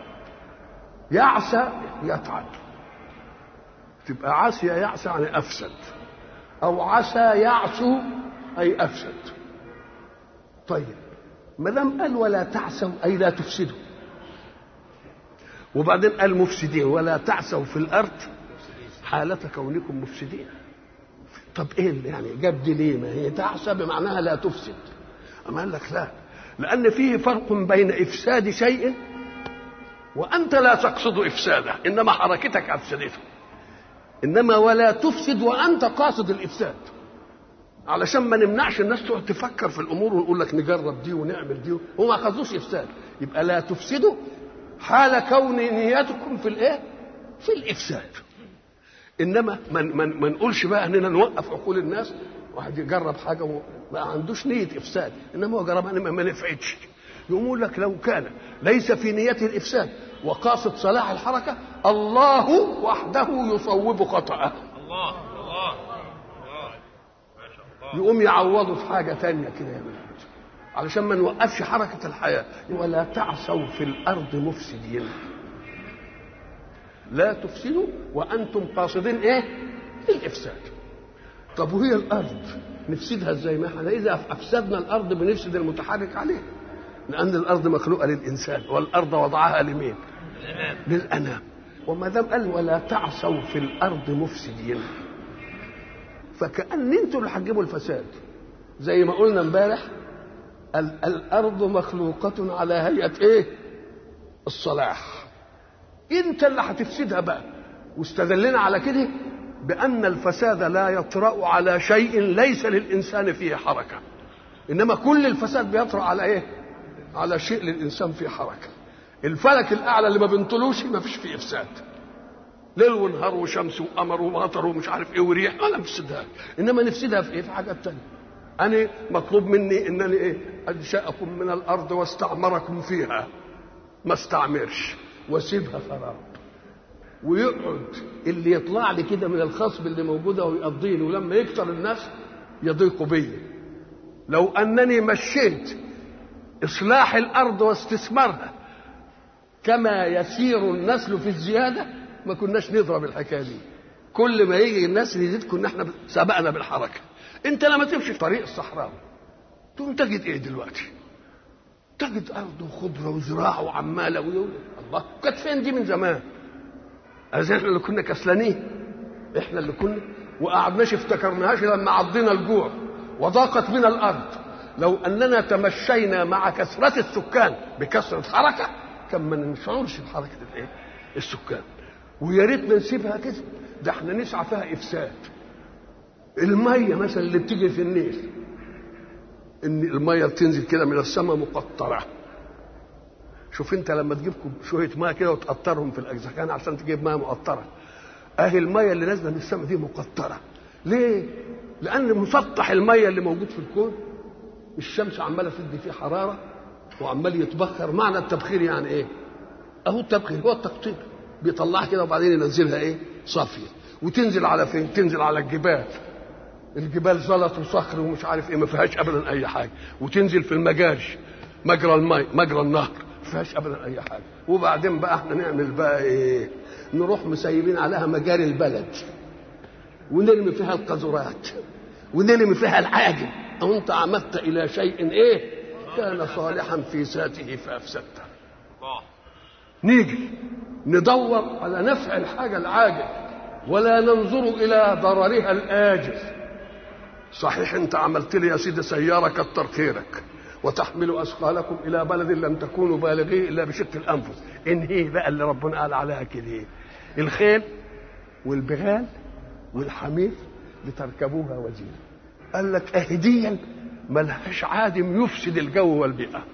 B: يعسى يتعب، تبقى عسي يعسى يعني أفسد، أو عسى يعسو أي أفسد. طيب ما دام قال ولا تعسوا أي لا تفسدوا، وبعدين قال مفسدين ولا تعسوا في الأرض حالة كونكم مفسدين. طب إيه اللي يعني جاب دي ليه؟ ما هي تعسى بمعناها لا تفسد. أما قال لك لا، لأن فيه فرق بين إفساد شيء وأنت لا تقصد إفساده إنما حركتك أفسدته، إنما ولا تفسد وأنت قاصد الإفساد، علشان ما نمنعش الناس تقعد تفكر في الأمور ونقول لك نجرب دي ونعمل دي، هم ما قصدوش إفساد. يبقى لا تفسدوا حال كون نياتكم في الإيه؟ في الإفساد. إنما ما نقولش بقى أننا نوقف عقول الناس، واحد يجرب حاجة ما عندوش نية إفساد إنما هو جربها ما نفعتش، يقول لك لو كان ليس في نيته الإفساد وقاصد صلاح الحركة الله وحده يصوب خطأه،
C: الله الله
B: يقوم يعوضه في حاجة تانية كده يعمل علشان ما نوقفش حركة الحياة. ولا تعثوا في الأرض مفسدين، لا تفسدوا وأنتم قاصدين إيه؟ الإفساد. طب وهي الأرض نفسدها إزاي؟ ما احنا إذا أفسدنا الأرض بنفسد المتحرك عليه، لأن الأرض مخلوقة للإنسان والأرض وضعها لمين؟ للأنام. وما دام قال ولا تعثوا في الأرض مفسدين فكأن انتوا اللي هتجيبوا الفساد. زي ما قلنا امبارح الأرض مخلوقة على هيئة إيه؟ الصلاح. انت اللي هتفسدها بقى. واستدلنا على كده بأن الفساد لا يطرأ على شيء ليس للإنسان فيه حركة، إنما كل الفساد بيطرأ على إيه؟ على شيء للإنسان فيه حركة. الفلك الأعلى اللي ما بنطلوش ما فيش فيه إفساد، ليل ونهار وشمس وقمر ومطر ومش عارف إيه وريح، ولا نفسدها. إنما نفسدها في إيه؟ في حاجات تانية. أنا مطلوب مني إنني إيه؟ أنشأكم من الأرض واستعمركم فيها، ما استعمرش واسيبها خراب، ويقعد اللي يطلع لي كده من الخصب اللي موجوده ويقضيني، ولما يكتر الناس يضيقوا بيا. لو انني مشيت اصلاح الارض واستثمارها كما يسير النسل في الزياده ما كناش نضرب الحكايه دي. كل ما يجي النسل يزيد كنا احنا سبقنا بالحركه. انت لما تمشي في طريق الصحراء تقوم تجد ايه دلوقتي؟ تجد ارض وخضره وزراعه وعماله ويقول الله كانت فين دي من زمان؟ احنا اللي كنا كسلانين، احنا اللي كنا وقعدناش افتكرناهاش لما عضينا الجوع وضاقت بنا الارض. لو اننا تمشينا مع كثره السكان بكثره حركه كان ما نشعرش بحركه الايه؟ السكان. ويا ريتنا نسيبها كده، ده احنا نسعى فيها افساد. الميه مثلا اللي بتيجي في النيل، ان الميه بتنزل كده من السماء مقطره. شوف انت لما تجيب شويه ميه كده وتقطرهم في الاجزخان عشان تجيب ميه مقطره، اهي الميه اللي نازله من السماء دي مقطره. ليه؟ لان مسطح الميه اللي موجود في الكون الشمس عماله تدي فيه حراره وعمال يتبخر. معنى التبخير يعني ايه؟ اهو التبخير هو التقطير، بيطلعها كده وبعدين ينزلها ايه؟ صافيه. وتنزل على فين؟ تنزل على الجبال. الجبال زلط وصخر ومش عارف ايه، ما فيهاش ابدا اي حاجه. وتنزل في المجاري، مجرى الماء، مجرى النهر، ما فيهاش ابدا اي حاجه. وبعدين بقى احنا نعمل بقى ايه؟ نروح مسيبين عليها مجاري البلد ونرمي فيها القذورات ونرمي فيها العاجل. او انت عمدت الى شيء ايه؟ كان صالحا في ذاته فافسدته. نيجي ندور على نفع الحاجه العاجل ولا ننظر الى ضررها الاجل. صحيح انت عملت لي يا سيدي سياره كتر خيرك وتحمل اثقالكم الى بلد لم تكونوا بالغيه الا بشق الانفس. انهي بقى اللي ربنا قال عليها كده؟ الخيل والبغال والحمير لتركبوها وزينه. قال لك اهديا ملهاش عادم يفسد الجو والبيئه.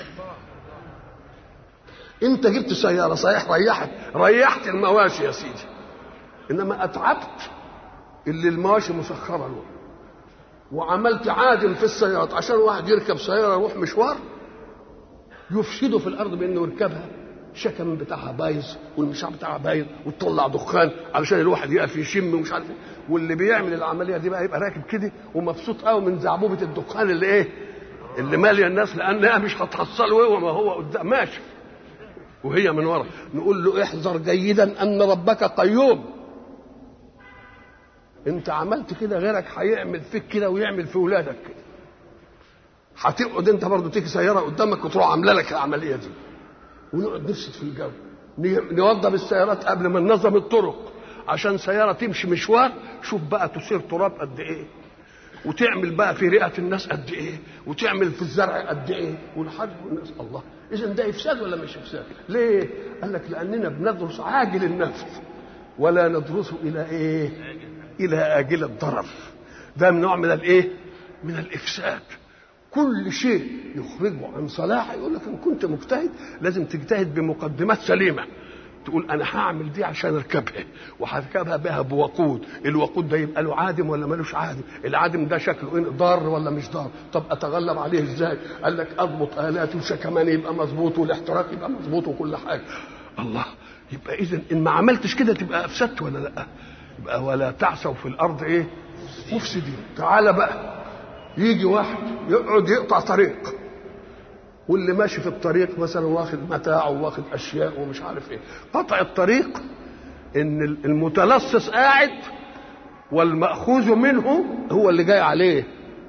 B: انت جبت سياره صحيح ريحت ريحت المواشي يا سيدي، انما اتعبت اللي المواشي مسخره له. وعملت عادم في السيارات عشان واحد يركب سياره يروح مشوار، يفسده في الارض بانه يركبها، الشكم بتاعها بايظ والمشاع بتاعها بايظ وتطلع دخان علشان الواحد يقف يشم ومش عارف ايه، واللي بيعمل العمليه دي بقى يبقى راكب كده ومبسوط قوي من زعبوبه الدخان اللي ايه اللي ماليه الناس، لانها مش هتحصله وما هو قدام ماشي وهي من ورا. نقول له احذر جيدا ان ربك قيوم، انت عملت كده غيرك هيعمل فيك كده ويعمل في ولادك كده، هتقعد انت برضه تيجي سياره قدامك وتروح عامله لك العمليه دي، ونقعد نفسد في الجو، نوضب السيارات قبل ما ننظم الطرق عشان سياره تمشي مشوار، شوف بقى تثير تراب قد ايه، وتعمل بقى في رئه الناس قد ايه، وتعمل في الزرع قد ايه، والحج والناس. الله، اذا ده افساد ولا مش افساد؟ ليه؟ قال لك لاننا بندرس عاجل النفع ولا ندرسه الى ايه؟ الى اجل الضرر. ده من نوع من الايه؟ من الافساد. كل شيء يخرجه عن صلاح يقول لك ان كنت مجتهد لازم تجتهد بمقدمات سليمه، تقول انا هعمل دي عشان اركبها وهركبها بها بوقود، الوقود ده يبقى له عادم ولا ملوش عادم، العادم ده شكله ايه، ضار ولا مش ضار، طب اتغلب عليه ازاي؟ قال لك اضبط الاتي وشكمان يبقى مظبوط والاحتراق يبقى مظبوط وكل حاجه. الله، يبقى اذا ان ما عملتش كده تبقى افسدت ولا لا؟ يبقى ولا تعثوا في الارض ايه مفسدين. تعالى بقى يجي واحد يقعد يقطع طريق، واللي ماشي في الطريق مثلا واخد متاعه واخد اشياء ومش عارف ايه، قطع الطريق ان المتلصص قاعد والمأخوذ منه هو اللي جاي عليه.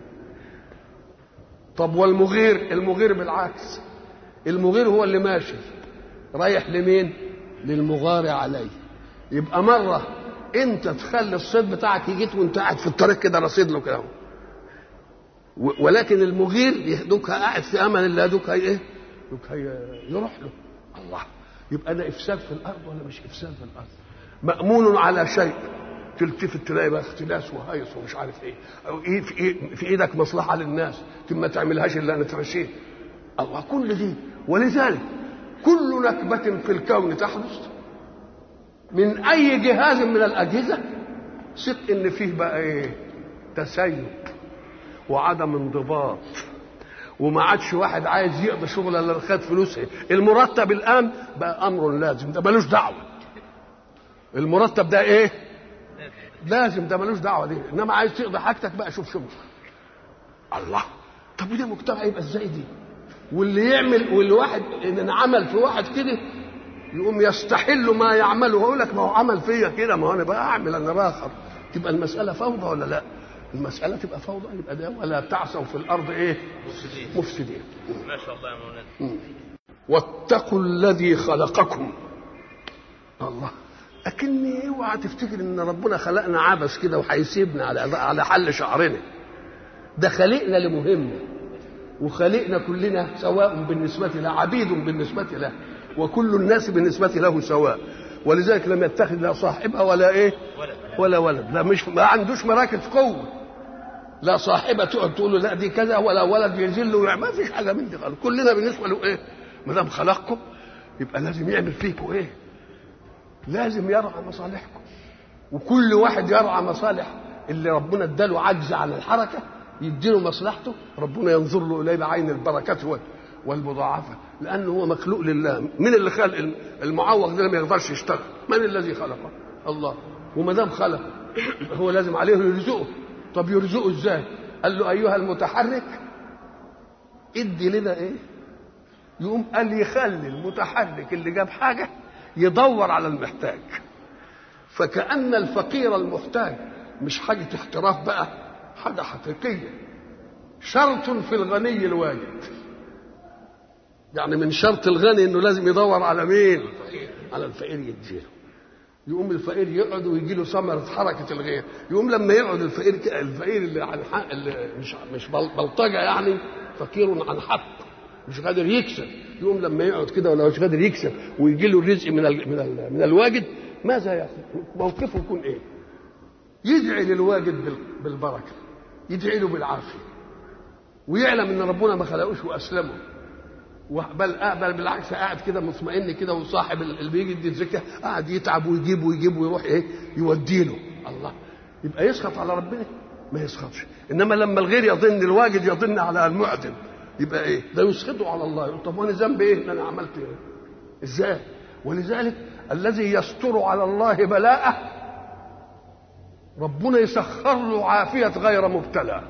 B: طب والمغير؟ المغير بالعكس، المغير هو اللي ماشي رايح لمين؟ للمغار عليه. يبقى مره انت تخلي الصيد بتاعك يجيت وانت قاعد في الطريق كده رصيد له كده، ولكن المغير يهدوك قاعد في امل اللي هدوك هي ايه؟ هي يروح له. الله، يبقى ده افساد في الارض ولا مش افساد في الارض؟ مأمون على شيء تلتفت تلاقي بقى اختلاس وهيص ومش عارف ايه، او ايه في, إيه في ايدك مصلحه للناس ما تعملهاش الا ان تمشيه. الله، كل دي. ولذلك كل نكبه في الكون تحدث من اي جهاز من الاجهزه ثق ان فيه بقى ايه؟ تسيب وعدم انضباط، وما عادش واحد عايز يقضي شغله الا خد فلوسه. المرتب الان بقى امر لازم، ده ملوش دعوه. المرتب ده ايه؟ لازم، ده ملوش دعوه دي، انما عايز تقضي حاجتك بقى شوف شغلك. الله، طب وده مجتمع يبقى ازاي دي؟ واللي يعمل والواحد ان عمل في واحد كده يقوم يستحل ما يعمله، ويقول لك ما هو عمل فيا كده، ما هو انا بقى اعمل انا باخر. تبقى المساله فوضى ولا لا؟ المساله تبقى فوضى. يبقى ده ولا تعثوا في الارض ايه؟ مفسدين. مفسدين.
C: ما شاء الله يا مولانا.
B: واتقوا الذي خلقكم. الله، اكني اوعى تفتكر ان ربنا خلقنا عبث كده وهيسيبنا على على حل شعرنا. ده خلقنا لمهمه، وخلقنا كلنا سواء بالنسبه له، عبيد بالنسبه له، وكل الناس بالنسبه له سواء. ولذلك لم يتخذ لا صاحبه ولا ايه؟ ولا ولد. لا، مش ما عندوش مراكز قوه، لا صاحبه تقعد تقول له لا دي كذا، ولا ولد يذله، ما فيش حاجه من دي خالص. كلنا بالنسبه له ايه؟ ما دام خلقكم يبقى لازم يعمل فيكم ايه؟ لازم يرعى مصالحكم. وكل واحد يرعى مصالح اللي ربنا اداله عجز عن الحركه يديله مصلحته، ربنا ينظر له اليه بعين البركات والمضاعفه، لانه هو مخلوق لله. من اللي خلق المعوق ده ما يقدرش يشتغل؟ من الذي خلقه؟ الله. وما دام خلق هو لازم عليه يرزقه. طب يرزقه ازاي؟ قال له ايها المتحرك ادي لنا ايه؟ يقوم قال يخلي المتحرك اللي جاب حاجه يدور على المحتاج. فكأن الفقير المحتاج مش حاجه احتراف بقى، حاجه حقيقيه. شرط في الغني الواجد، يعني من شرط الغني انه لازم يدور على مين؟ على الفقير يديله. يقوم الفقير يقعد ويجي له ثمره حركه الغير. يقوم لما يقعد الفقير الفقير اللي عن حق، اللي مش مش بلطجه، يعني فقير عن حق مش قادر يكسب، يقوم لما يقعد كده ولا مش قادر يكسب ويجي له الرزق من ال من ال من الواجد، ماذا يفعل؟ موقفه يكون ايه؟ يدعي للواجد بالبركه، يدعي له بالعافيه، ويعلم ان ربنا ما خلقوش واسلمه، بل بل بالعكس قاعد كده مطمئن كده، وصاحب اللي بيجي يدي الزكاه قاعد يتعب ويجيب ويجيب ويروح ايه؟ يودي له. الله، يبقى يسخط على ربنا؟ ما يسخطش. انما لما الغير يظن الواجد يظن على المعدم يبقى ايه؟ ده يسخطه على الله. يقول طب وانا ذنبي ايه ان انا عملت ايه؟ ازاي؟ ولذلك الذي يستر على الله بلاءه ربنا يسخر له عافيه غير مبتلى.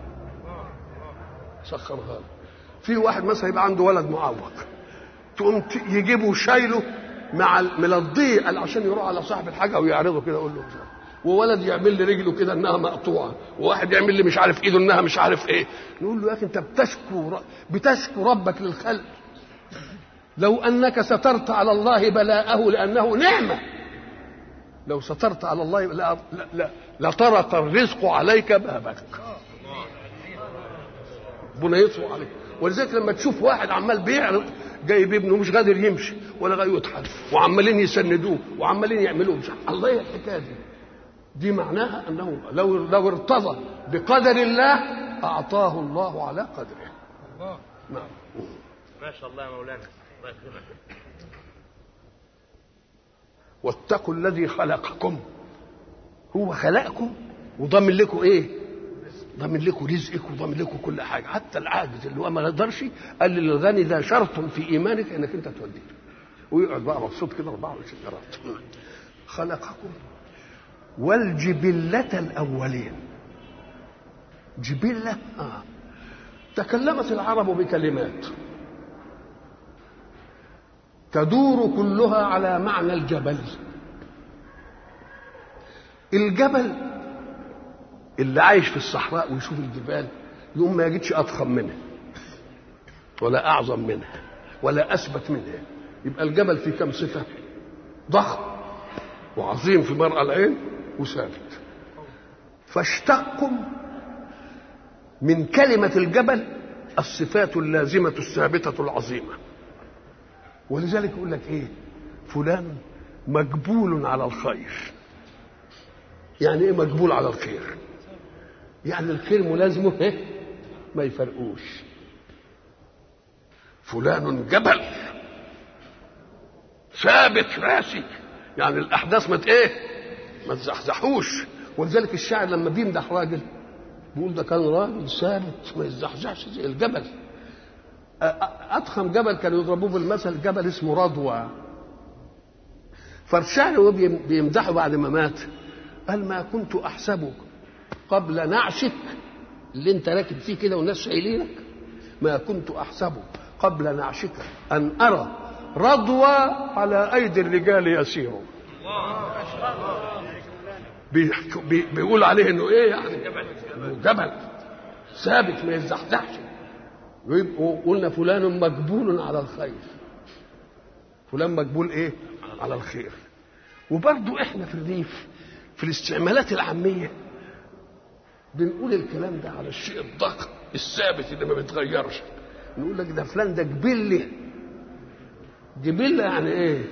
B: سخرها له. في واحد مثلا يبقى عنده ولد معوق، تقوم يجيبه شايله مع من الضيق عشان يروح على صاحب الحاجه ويعرضه كده، يقول له وولد يعمل لي رجله كده انها مقطوعه، وواحد يعمل لي مش عارف ايده انها مش عارف ايه. نقول له يا اخي انت بتشكو بتشكو ربك للخلق. لو انك سترت على الله بلاءه لانه نعمه، لو سترت على الله لا لا لا لطرق الرزق عليك بابك. ربنا يطرق عليك. ولذلك لما تشوف واحد عمال بيعرض جايب ابنه مش قادر يمشي ولا غير يضحك وعمالين يسندوه وعمالين يعملوه مش الله، ايه الحكايه دي؟ دي معناها انه لو لو ارتضى بقدر الله اعطاه الله على قدره. نعم.
C: ما شاء الله يا مولانا، الله يكرمك.
B: واتقوا الذي خلقكم، هو خلقكم وضمن لكم ايه؟ ضمن لكم رزقك وضمن لكم كل حاجه، حتى العاجز اللي هو ما يقدرش قال للغني ده شرط في ايمانك انك انت توديه، ويقعد بقى مبسوط كده أربعة وعشرين قرات. خلقكم والجبلة الأولين. جبلة آه. تكلمت العرب بكلمات تدور كلها على معنى الجبل. الجبل اللي عايش في الصحراء ويشوف الجبال يقوم ما يجدش أضخم منها ولا أعظم منها ولا أثبت منها. يبقى الجبل فيه كم صفة؟ ضخم وعظيم في مرأى العين وثابت. فاشتقوا من كلمة الجبل الصفات اللازمة الثابتة العظيمة. ولذلك يقول لك ايه؟ فلان مجبول على الخير. يعني ايه مجبول على الخير؟ يعني الخير ملازمه ايه؟ ما يفرقوش. فلان جبل ثابت راسي، يعني الاحداث ما ايه؟ ما تزحزحوش. ولذلك الشاعر لما بيمدح راجل بيقول ده كان راجل ثابت ما يتزحزحش زي الجبل. اضخم جبل كانوا يضربوه بالمثل جبل اسمه رضوى. فالشاعر وهو بيمدحه بعد ما مات قال ما كنت احسبك قبل نعشك اللي انت راكب فيه كده والناس شايلينك، ما كنت احسبك قبل نعشك ان ارى رضوى على ايدي الرجال يسير. بي بيقول عليه انه ايه؟ يعني جبل ثابت ما يتزحزحش. قلنا فلان مجبول على الخير. فلان مجبول ايه؟ على الخير. وبرضو احنا في الريف في الاستعمالات العاميه بنقول الكلام ده على الشيء الضخم الثابت اللي ما بيتغيرش. نقول لك ده فلان ده جبله. جبله يعني ايه؟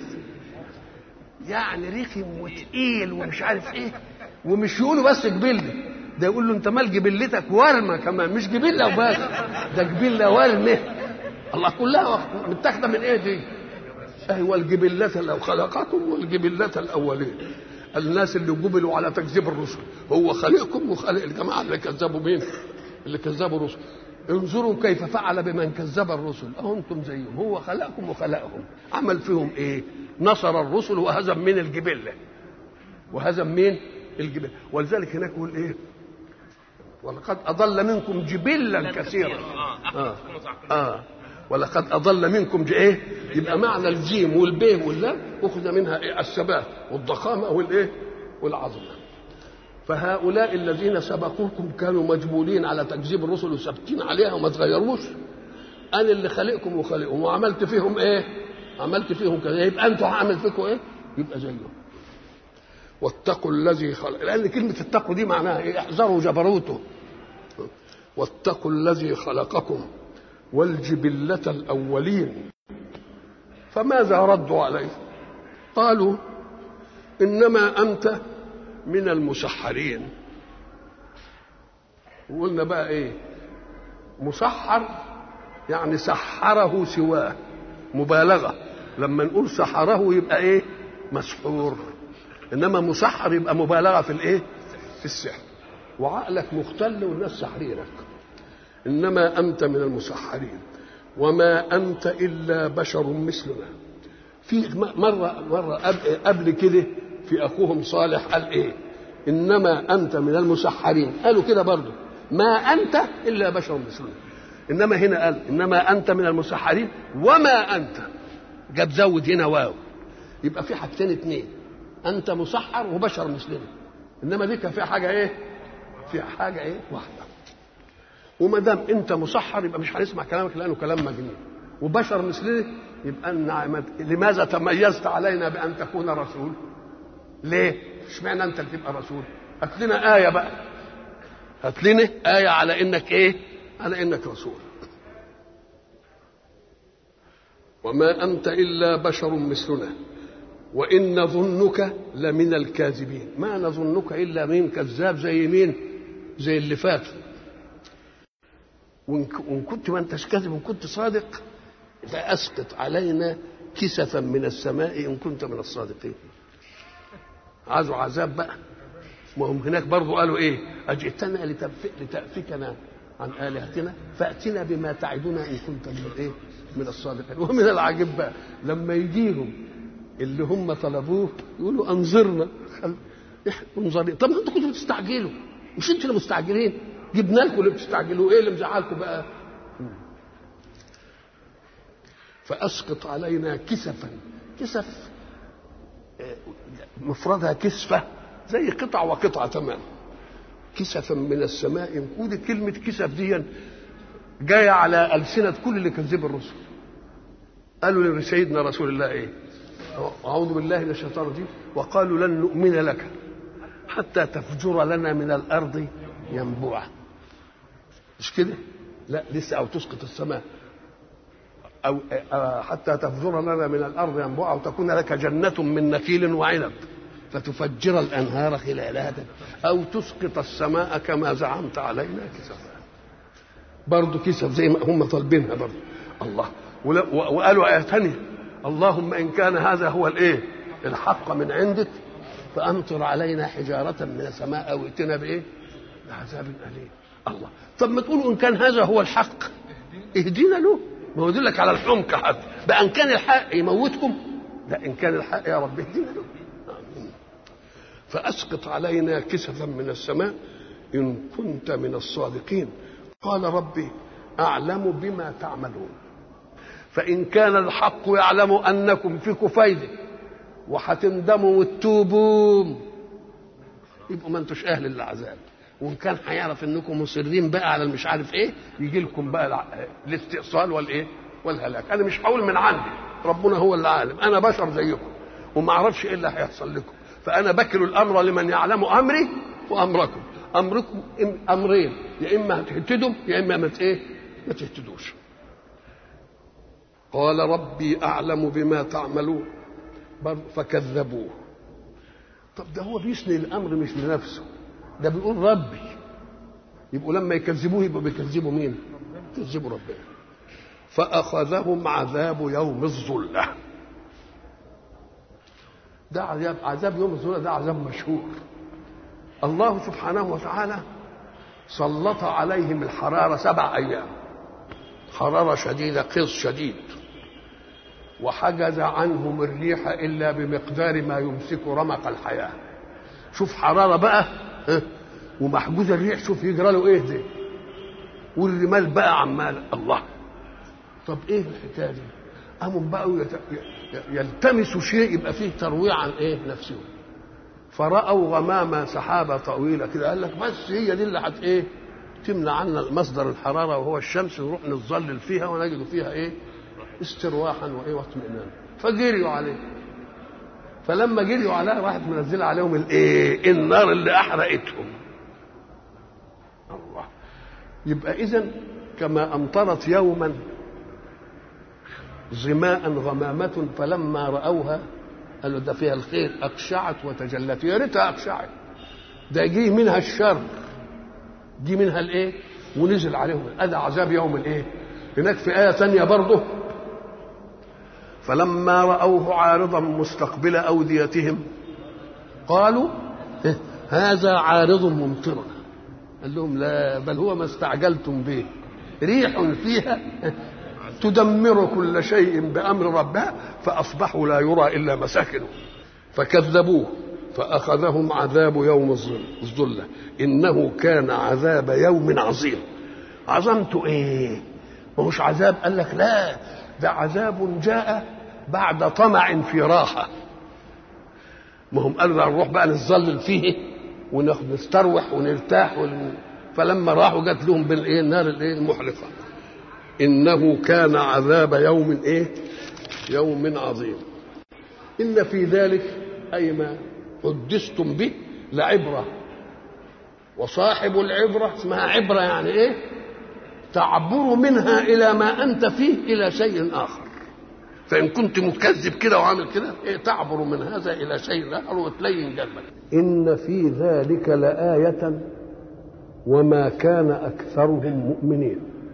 B: يعني رخم وتقيل ومش عارف ايه. ومش يقولوا بس جبله، ده يقول له انت مال جبلتك ورمه كمان، مش جبله وبس، ده جبله ورمه. الله كلها متاخده من ايه دي؟ ايوه الجبلة لو خلقكم والجبلة الاولين. الناس اللي جبلوا على تكذيب الرسل، هو خلقكم وخلق الجماعه اللي كذبوا مين؟ اللي كذبوا الرسل. انظروا كيف فعل بمن كذب الرسل، اهو انتم زيهم، هو خلقكم وخلقهم. عمل فيهم ايه؟ نصر الرسل وهزم مين؟ الجبله. وهزم مين؟ الجبال. ولذلك هناك يقول ايه؟ ولقد اضل منكم جبلا كثيرا. آه. آه. ولقد اضل منكم ايه؟ يبقى معنى الجيم والبيه واللام اخذ منها إيه؟ الثبات والضخامه والايه؟ والعظمه. فهؤلاء الذين سبقوكم كانوا مجبولين على تكذيب الرسل وثابتين عليها وما تغيروش. انا اللي خلقكم وخلقهم وعملت فيهم ايه؟ عملت فيهم كذا. يبقى انتوا هعمل فيكم ايه؟ يبقى زيهم. واتقوا الذي خلق، لان كلمه اتقوا دي معناها ايه؟ احذروا جبروته. واتقوا الذي خلقكم والجبلة الأولين. فماذا ردوا عليه؟ قالوا إنما أنت من المسحرين. وقلنا بقى إيه؟ مسحر يعني سحره سواه، مبالغة. لما نقول سحره يبقى إيه؟ مسحور. إنما مسحر يبقى مبالغة في الإيه؟ في السحر. وعقلك مختل والناس سحريرك. إنما أنت من المسحرين وما أنت إلا بشر مثلنا. في مرة مرة قبل كده في أخوهم صالح قال إيه؟ إنما أنت من المسحرين، قالوا كده برضه ما أنت إلا بشر مثلنا. إنما هنا قال إنما أنت من المسحرين وما أنت، جاب زود هنا واو، يبقى في حاجتين اتنين، أنت مسحر وبشر مثلنا. إنما دي كان فيها حاجة إيه؟ فيها حاجة إيه؟ واحدة. وما دام أنت مسحر يبقى مش هنسمع كلامك لأنه كلام مجنون، وبشر مثلنا يبقى أن لماذا تميزت علينا بأن تكون رسول؟ ليه؟ اشمعنى أنت اللي تبقى رسول؟ هات لنا آية بقى، هات لنا آية على إنك إيه؟ على إنك رسول. وما أنت إلا بشر مثلنا وإن نظنك لمن الكاذبين. ما نظنك إلا مين؟ كذاب زي مين؟ زي اللي فات. وإن كنت ما أنتش كاذب وإن كنت صادق فأسقط علينا كسفا من السماء إن كنت من الصادقين. عايزوا عذاب بقى. وهم هناك برضو قالوا إيه؟ أجئتنا لتأفكنا عن آلهتنا فأتنا بما تعدنا إن كنت من إيه؟ من الصادقين. ومن العجيب بقى لما يجيهم اللي هم طلبوه يقولوا أنظرنا انظرين. طب انتوا كنتوا بتستعجلوا، مش انتوا اللي مستعجلين، جبنا لكم اللي بتستعجلوا، ايه اللي مزعلكم بقى؟ فأسقط علينا كسفا. كسف مفردها كسفة، زي قطع وقطعة تمام. كسفا من السماء ينقود. كلمة كسف دي جاية على ألسنة كل اللي كذب الرسل. قالوا لسيدنا رسول الله ايه؟ أعوذ بالله من الشيطان الرجيم. وقالوا لن نؤمن لك حتى تفجر لنا من الأرض ينبوعا. مش كده؟ لا لسه. أو تسقط السماء أو حتى تفجر لنا من الأرض ينبوعا وتكون لك جنة من نخيل وعنب فتفجر الأنهار خلالها أو تسقط السماء كما زعمت علينا كسفا. برضو كسف زي ما هم طالبينها برضو. الله. وقالوا آية ثانية اللهم إن كان هذا هو الإيه؟ الحق من عندك فأمطر علينا حجارة من السماء أو ائتنا بإيه؟ بعذاب أليم. الله. طب ما تقولوا إن كان هذا هو الحق اهدينا له. ما هو يدلك على الحمق حتى بقى. إن كان الحق يموتكم، لا إن كان الحق يا رب اهدينا له. فأسقط علينا كسفا من السماء إن كنت من الصادقين. قال ربي أعلم بما تعملون. فإن كان الحق يعلم أنكم فيكم فايدة وهتندموا وتتوبوا يبقوا ما انتوش أهل للعذاب. وإن كان هيعرف أنكم مصرين بقى على المش عارف إيه يجي لكم بقى الاستئصال والإيه والهلاك. أنا مش هقول من عندي، ربنا هو اللي عالم. أنا بشر زيكم وما أعرفش إيه اللي هيحصل لكم، فأنا بكل الأمر لمن يعلم أمري وأمركم. أمركم أمرين، يا إما هتهتدوا يا إما ما إيه ما تهتدوش. قال ربي أعلم بما تعملون فكذبوه. طب ده هو بيسني الأمر مش لنفسه، ده بيقول ربي. يبقوا لما يكذبوه يبقوا بيكذبوا مين؟ يكذبوا ربنا. فأخذهم عذاب يوم الظلة. ده عذاب عذاب يوم الظلة، ده عذاب مشهور. الله سبحانه وتعالى سلط عليهم الحرارة سبع أيام، حرارة شديدة، قيظ شديد، وحجز عنهم الريح إلا بمقدار ما يمسك رمق الحياة. شوف حرارة بقى ومحجوز الريح، شوف يجرى له إيه ده، والرمال بقى عمال. الله. طب إيه الحكاية دي؟ قاموا بقوا يلتمسوا شيء يبقى فيه ترويع عن إيه نفسهم، فرأوا غمامة سحابة طويلة كده. قال لك بس هي دي اللي هت إيه تمنع عنا مصدر الحرارة وهو الشمس، نروح نتظلل فيها ونجد فيها إيه استرواحا وإيه واطمئنانا. فجريوا عليه. فلما جريوا عليه راحت منزله عليهم الايه النار اللي احرقتهم. الله. يبقى اذن كما امطرت يوما ظماء غمامة فلما رأوها قالوا ده فيها الخير أقشعت وتجلت. يا ريتها أقشعت، ده جه منها الشر، جه منها الايه ونزل عليهم. هذا عذاب يوم الايه. هناك في آية ثانية برضه فلما رأوه عارضا مستقبل أوديتهم قالوا هذا عارض ممطرنا. قال لهم لا، بل هو ما استعجلتم به، ريح فيها تدمر كل شيء بأمر ربها فأصبحوا لا يرى إلا مساكنه فكذبوه فأخذهم عذاب يوم الظلة إنه كان عذاب يوم عظيم. عظمته إيه؟ مش عذاب، قال لك لا، ده عذاب جاء بعد طمع في راحة. ما هم قالوا نروح بقى نتظلل فيه وناخد نستروح ونرتاح ون... فلما راحوا جات لهم بالايه النار الايه المحرقه. انه كان عذاب يوم ايه؟ يوم عظيم. ان في ذلك اي ما حدثتم به لعبره، وصاحب العبره اسمها عبره يعني ايه؟ تعبر منها الى ما انت فيه الى شيء اخر. فإن كنت مكذب كده وعامل كده إيه تعبر من هذا إلى شيء آخر وتلين قلبك. إن في ذلك لآية وما كان أكثرهم مؤمنين.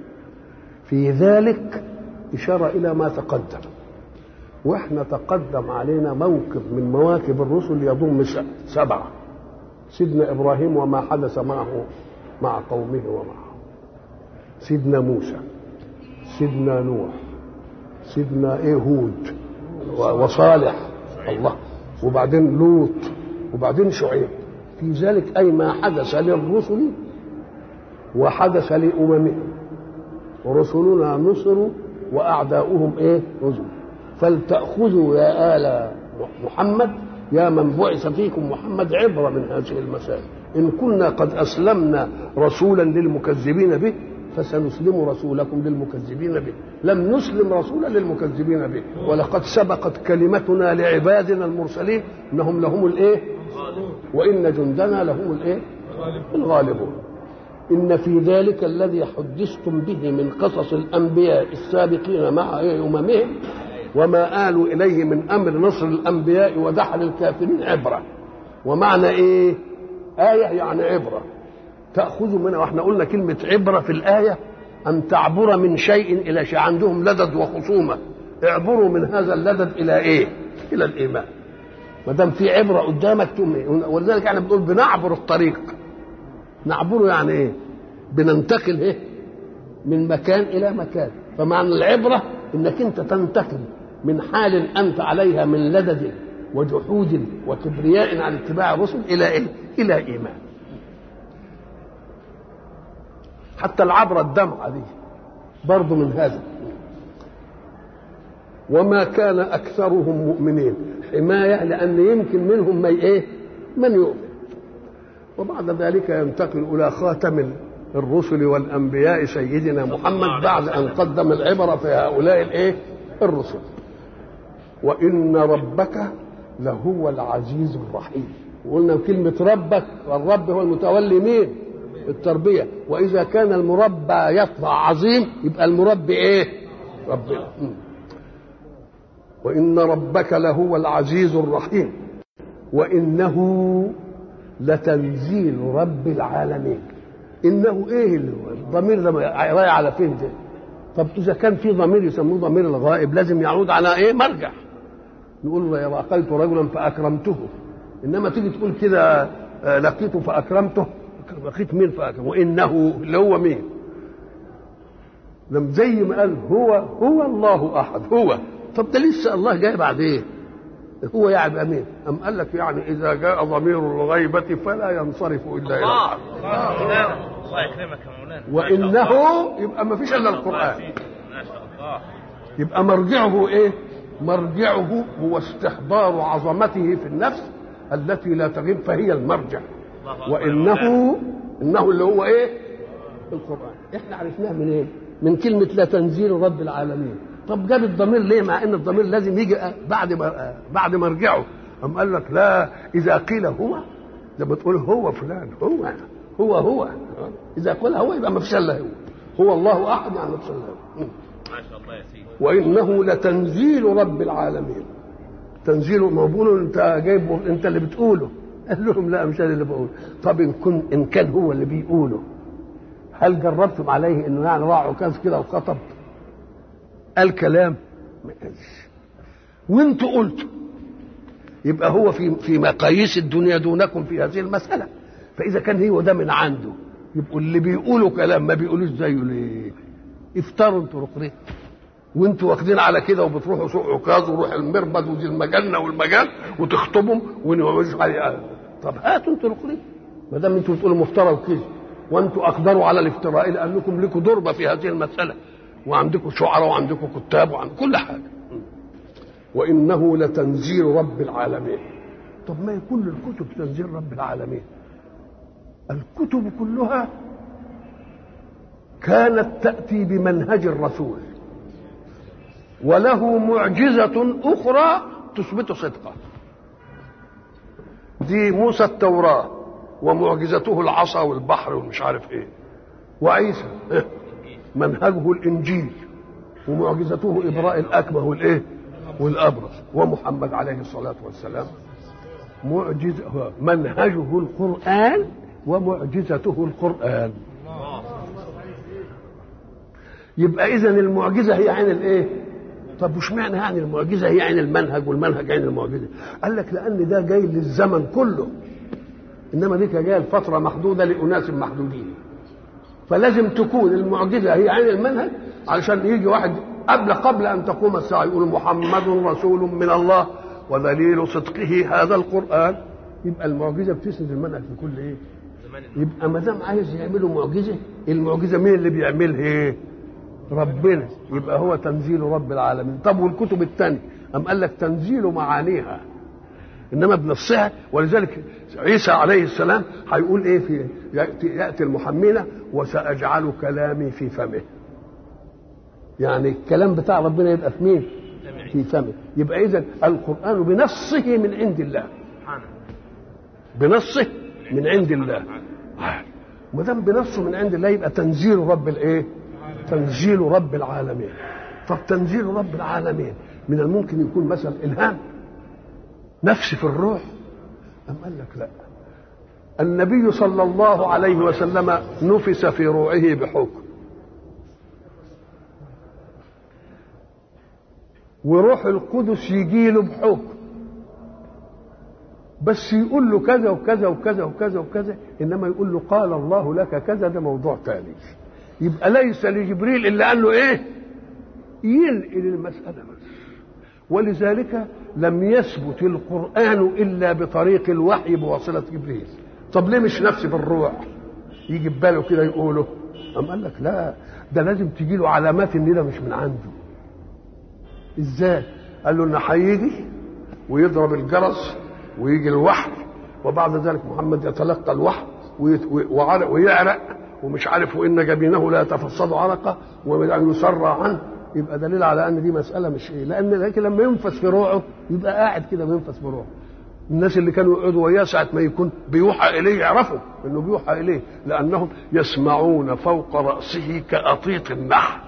B: في ذلك إشارة إلى ما تقدم، وإحنا تقدم علينا موكب من مواكب الرسل يضم سبعة: سيدنا إبراهيم وما حدث معه مع قومه ومعه، سيدنا موسى، سيدنا نوح، سيدنا ايه هود وصالح الله، وبعدين لوط، وبعدين شعيب. في ذلك اي ما حدث للرسل وحدث لاممهم، ورسلنا نصروا واعداؤهم ايه نزلوا. فلتاخذوا يا ال محمد، يا من بعث فيكم محمد، عبره من هذه المسائل. ان كنا قد اسلمنا رسولا للمكذبين به فسنسلم رسولكم للمكذبين به. لم نسلم رسولا للمكذبين به، ولقد سبقت كلمتنا لعبادنا المرسلين انهم لهم الايه؟ وان جندنا لهم الايه؟ الغالبون. ان في ذلك الذي حدثتم به من قصص الانبياء السابقين مع اممهم وما آلوا اليه من امر نصر الانبياء ودحر الكافرين عبره. ومعنى ايه؟ آية يعني عبره تأخذوا منها. واحنا قلنا كلمة عبرة في الآية أن تعبر من شيء إلى شيء. عندهم لدد وخصومة، اعبروا من هذا اللدد إلى إيه؟ إلى الإيمان. ما دام في عبرة قدامك تؤمن. ولذلك احنا بنقول بنعبر الطريق. نعبره يعني إيه؟ بننتقل إيه؟ من مكان إلى مكان. فمعنى العبرة إنك أنت تنتقل من حال أنت عليها من لدد وجحود وكبرياء عن اتباع الرسل إلى إيه؟ إلى إيمان. حتى العبرة الدمعة دي برضو من هذا. وما كان أكثرهم مؤمنين، حماية لأن يمكن منهم من إيه؟ من يؤمن. وبعد ذلك ينتقل إلى خاتم الرسل والأنبياء سيدنا محمد بعد أن قدم العبرة في هؤلاء الإيه؟ الرسل. وإن ربك لهو العزيز الرحيم. وقلنا كلمة ربك، والرب هو المتولي مين؟ التربية. وإذا كان المربى يطلع عظيم يبقى المربي إيه؟ ربنا. وإن ربك لهو العزيز الرحيم وإنه لتنزيل رب العالمين. إنه إيه الضمير ده رايح على فين ده؟ طب إذا كان في ضمير يسموه ضمير الغائب لازم يعود على إيه؟ مرجع. نقول له لقيت رجلا فأكرمته، إنما تيجي تقول كده لقيته فأكرمته، لقيت مين فأكرمه؟ وإنه اللي هو مين؟ لم زي ما قال هو هو الله أحد هو. طب ده لسه الله جاي بعد إيه؟ هو يعني مين؟ أم قال لك يعني إذا جاء ضمير الغيبة فلا ينصرف إلا إلى الحق.
C: الله يكرمك يا مولانا.
B: وإنه يبقى ما فيش إلا القرآن.
C: ما شاء الله.
B: يبقى مرجعه إيه؟ مرجعه هو استحضار عظمته في النفس التي لا تغيب فهي المرجع. وإنه إنه اللي هو إيه؟ القرآن. إحنا عرفناه من إيه؟ من كلمة لا تنزيل رب العالمين. طب جاب الضمير ليه مع ان الضمير لازم يجي بعد ما بعد ما ارجعه؟ أم قال لك لا، اذا قيل هو ده بتقول هو فلان هو هو هو اذا قيل هو يبقى ما فيش الا هو. هو الله احد يعني ما فيش الا هو.
C: ما شاء الله يا سيدي.
B: وانه لتنزيل رب العالمين. تنزيل ما بيقولوا انت جايبه انت اللي بتقوله. قال لهم لا مش انا اللي بقوله. طب ان كن ان كان هو اللي بيقوله هل جربتم عليه انه يعني راعوا كاس كده وخطب الكلام ما قالش وانتوا قلتوا؟ يبقى هو في في مقاييس الدنيا دونكم في هذه المسألة. فإذا كان هو ده من عنده يبقوا اللي بيقولوا كلام ما بيقولوش زيه ليه؟ افتروا انتوا رقرين، وانتوا واخدين على كده وبتروحوا سوق عكاظ وروح المربد ودي المجنه والمجال وتخطبهم ونوزش عليه. طب هاتوا انتوا رقرين ما دام انتوا بتقولوا مفترى وكذب، وانتوا اقدروا على الافتراء لانكم لكم ضربه في هذه المساله، وعندكم شعراء وعندكم كتاب وعند كل حاجه. وانه لتنزيل رب العالمين. طب ما كل الكتب تنزيل رب العالمين؟ الكتب كلها كانت تأتي بمنهج الرسول وله معجزة أخرى تثبت صدقه. دي موسى التوراة ومعجزته العصا والبحر ومش عارف ايه، وعيسى منهجه الإنجيل ومعجزته إبراء الأكمه والايه والأبرص، ومحمد عليه الصلاة والسلام معجزة منهجه القرآن ومعجزته القرآن. يبقى إذن المعجزة هي عين الايه؟ طب وش معنى يعني المعجزة هي عين المنهج والمنهج عين المعجزة؟ قال لك لأن ده جاي للزمن كله، إنما دي جاية لفترة محدودة لأناس محدودين، فلازم تكون المعجزة هي عين المنهج علشان يجي واحد قبل قبل أن تقوم الساعة يقول محمد رسول من الله ودليل صدقه هذا القرآن. يبقى المعجزة بتسند المنهج في كل إيه؟ يبقى ما دام عايز يعملوا معجزة، المعجزة مين اللي بيعملها؟ إيه؟ ربنا. يبقى هو تنزيل رب العالمين. طب والكتب الثانيه أم قال لك تنزيل معانيها انما بنفسها. ولذلك عيسى عليه السلام هيقول ايه في ياتي, يأتي المحمين وساجعل كلامي في فمه، يعني الكلام بتاع ربنا يبقى في مين؟ في فمه. يبقى اذا القران بنصه من عند الله، بنصه من عند الله. ما دام بنصه من عند الله يبقى تنزيل رب الايه؟ تنزيل رب العالمين. طب تنزيل رب العالمين من الممكن يكون مثلا الهام نفس في الروح؟ أم قال لك لا، النبي صلى الله عليه وسلم نفس في روعه بحكم، وروح القدس يجي له بحكم، بس يقول له كذا وكذا وكذا وكذا وكذا، انما يقول له قال الله لك كذا، ده موضوع ثاني. يبقى ليس لجبريل الا قال له ايه؟ ينقل المساله بس. ولذلك لم يثبت القران الا بطريق الوحي بواسطه جبريل. طب ليه مش نفس بالروح يجي بباله كده يقوله؟ أم قال لك لا، ده لازم تجي له علامات ان ده مش من عنده. ازاي؟ قال له ان هيجي ويضرب الجرس ويجي الوحي، وبعد ذلك محمد يتلقى الوحي ويعرق ومش عارف وان جبينه لا يتفصد عرقه وان يسرع عنه. يبقى دليل على ان دي مساله مش ايه، لان لكن لما ينفس في روعه يبقى قاعد كده بينفس في روعه. الناس اللي كانوا يقعدوا وياه ساعه ما يكون بيوحى اليه يعرفوا انه بيوحى اليه، لانهم يسمعون فوق راسه كاطيط النحل.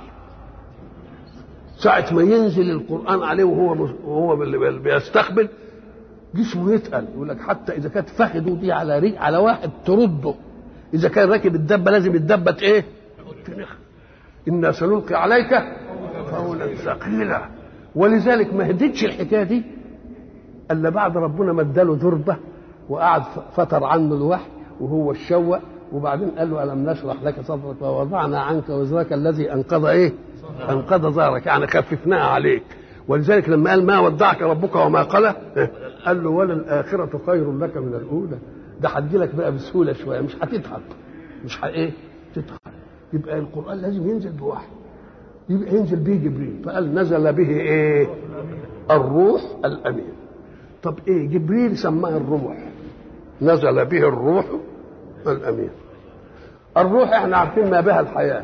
B: ساعه ما ينزل القران عليه وهو وهو بيستقبل جسمه يتقل. يقول لك حتى اذا كانت فخذه دي على ريق على واحد ترده، اذا كان راكب الدبه لازم الدبه ايه؟ تنخ. انا سنلقي عليك قولا ثقيلا. ولذلك ما هدتش الحكايه دي الا بعد ربنا ما اداله ضربه وقعد فتر عنه الوحي وهو الشوق، وبعدين قال له الم نشرح لك صدرك ووضعنا عنك وزرك الذي انقض ايه؟ انقض ظهرك، يعني خففناها عليك. ولذلك لما قال ما ودعك ربك وما قلى، قال له وللآخرة خير لك من الأولى. ده هتجيلك بقى بسهولة شوية، مش هتتعب، مش ايه تتعب. يبقى القرآن لازم ينزل بوحي، يبقى ينزل به جبريل. فقال نزل به ايه؟ الروح الأمين. طب ايه جبريل سماه الروح؟ نزل به الروح الأمين. الروح احنا عارفين ما بها الحياة،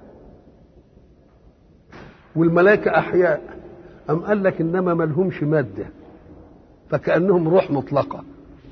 B: والملائكة أحياء. أم قال لك إنما ما لهمش مادة، فكأنهم روح مطلقة.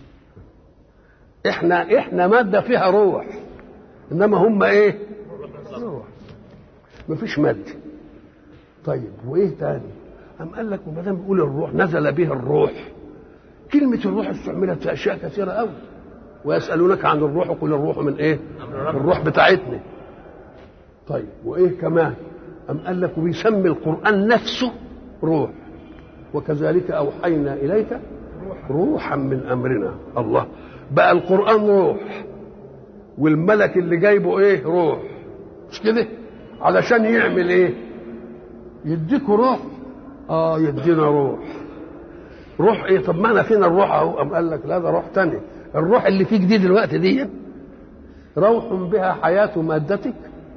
B: إحنا إحنا مادة فيها روح، إنما هم إيه؟ روح ما فيش مادة. طيب وإيه تاني؟ أم قال لك وما دام بيقول الروح نزل به الروح، كلمة الروح استعملت في أشياء كثيرة أوي. ويسألونك عن الروح قل الروح من إيه؟ الروح بتاعتنا. طيب وإيه كمان؟ أم قال لك وبيسمي القرآن نفسه روح، وكذلك أوحينا إليك روحا من أمرنا. الله، بقى القرآن روح
A: والملك اللي جايبه ايه؟ روح، مش كده؟ علشان يعمل ايه؟ يديكوا روح. اه يدينا روح. روح ايه؟ طب ما انا فينا الروح اهو. قام قال لك لا، ده روح تاني. الروح اللي فيك دي دلوقتي دي روح بها حياة مادتك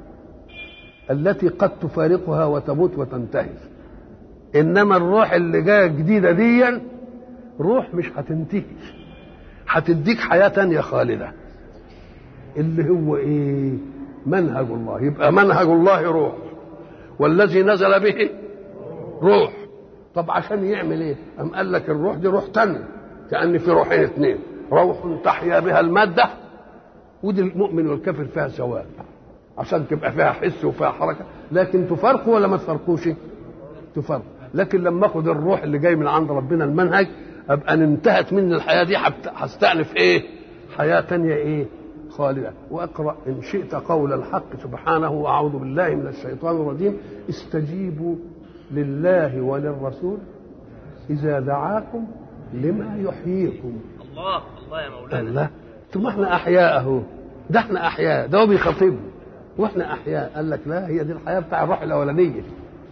A: التي قد تفارقها وتموت وتنتهي. انما الروح اللي جايه جديده دي روح مش هتنتهي، هتديك حياه تانية خالده، اللي هو ايه؟ منهج الله. يبقى منهج الله روح، والذي نزل به روح. طب عشان يعمل ايه؟ قام قال لك الروح دي روح تانية، كأن في روحين اثنين، روح تحيا بها الماده، ودي المؤمن والكافر فيها سواء، عشان تبقى فيها حس وفيها حركه. لكن تفرقوا ولا ما تفرقوش؟ تفرق. لكن لما اخد الروح اللي جاي من عند ربنا المنهج، ابقى ان انتهت مني الحياه دي هستأنف ايه؟ حياه تانية ايه؟ خالده. واقرا ان شئت قول الحق سبحانه: واعوذ بالله من الشيطان الرجيم، استجيبوا لله وللرسول اذا دعاكم لما يحييكم.
C: الله الله يا مولانا.
A: الله، ثم احنا احياء اهو، ده احنا احياء، ده هو بيخاطبنا واحنا احياء. قال لك لا، هي دي الحياه بتاع الروح الاولانيه،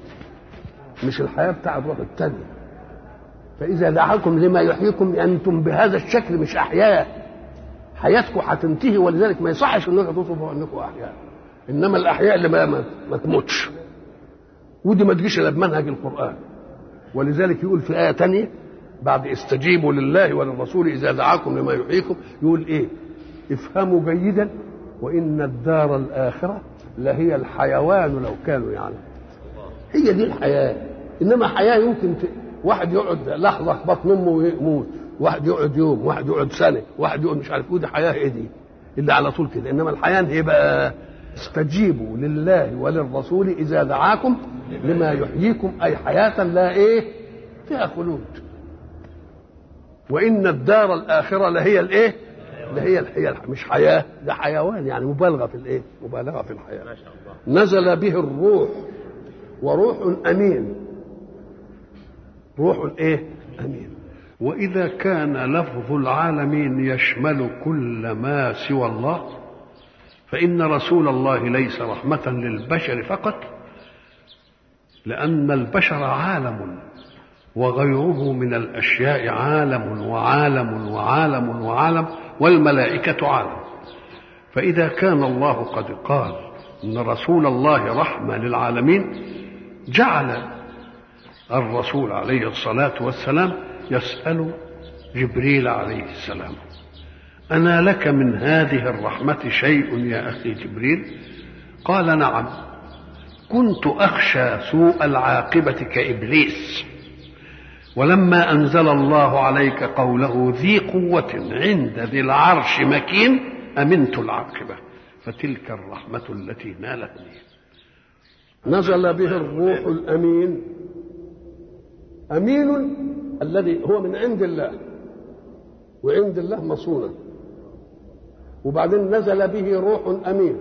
A: مش الحياه بتاع الروح الثانيه. فاذا دعاكم لما يحييكم، انتم بهذا الشكل مش احياء، حياتكم هتنتهي، ولذلك ما يصحش انكم توصفوا انكم احياء. انما الاحياء اللي ما, ما تموتش، ودي ما تجيش الا بمنهج القران. ولذلك يقول في ايه ثانيه بعد استجيبوا لله وللرسول اذا دعاكم لما يحييكم، يقول ايه؟ افهموا جيدا وان الدار الاخره لهي الحيوان لو كانوا يعلمون. هي دي الحياه. انما حياه يمكن ت... واحد يقعد لحظه في بطن امه ويموت، واحد يقعد يوم، واحد يقعد سنه، واحد يقعد مش عارف ايه. دي حياه ايه دي؟ اللي على طول كده. انما الحياه هي بقى استجيبوا لله وللرسول اذا دعاكم لما يحييكم، اي حياه لا ايه؟ فيها خلود. وان الدار الاخره لهي الايه؟ لهي الحياه، مش حياه، ده حيوان، يعني مبالغه في الايه؟ مبالغه في الحياه.
C: ما شاء الله.
A: نزل به الروح، وروح امين. روح ايه؟ امين. واذا كان لفظ العالمين يشمل كل ما سوى الله، فان رسول الله ليس رحمه للبشر فقط، لان البشر عالم وغيره من الاشياء عالم وعالم وعالم وعالم، والملائكه عالم. فاذا كان الله قد قال ان رسول الله رحمه للعالمين، جعل الرسول عليه الصلاه والسلام يسال جبريل عليه السلام: انا لك من هذه الرحمه شيء يا اخي جبريل؟ قال: نعم، كنت اخشى سوء العاقبه كابليس، ولما أنزل الله عليك قوله ذي قوة عند ذي العرش مكين أمنت العاقبة، فتلك الرحمة التي نالتني. نزل به الروح الأمين. أمين الذي هو من عند الله، وعند الله مصونة. وبعدين نزل به روح أمين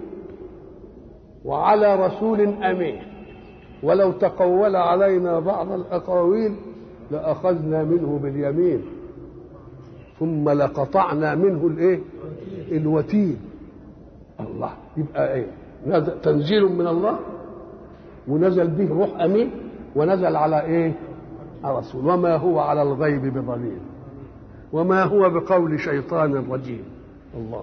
A: وعلى رسول أمين، ولو تقول علينا بعض الأقاويل لأخذنا منه باليمين ثم لقطعنا منه الايه؟ الوتين. الله، يبقى ايه؟ نزل تنزيل من الله، ونزل به روح امين، ونزل على ايه؟ على رسول. وما هو على الغيب بضليل، وما هو بقول شيطان رجيم. الله.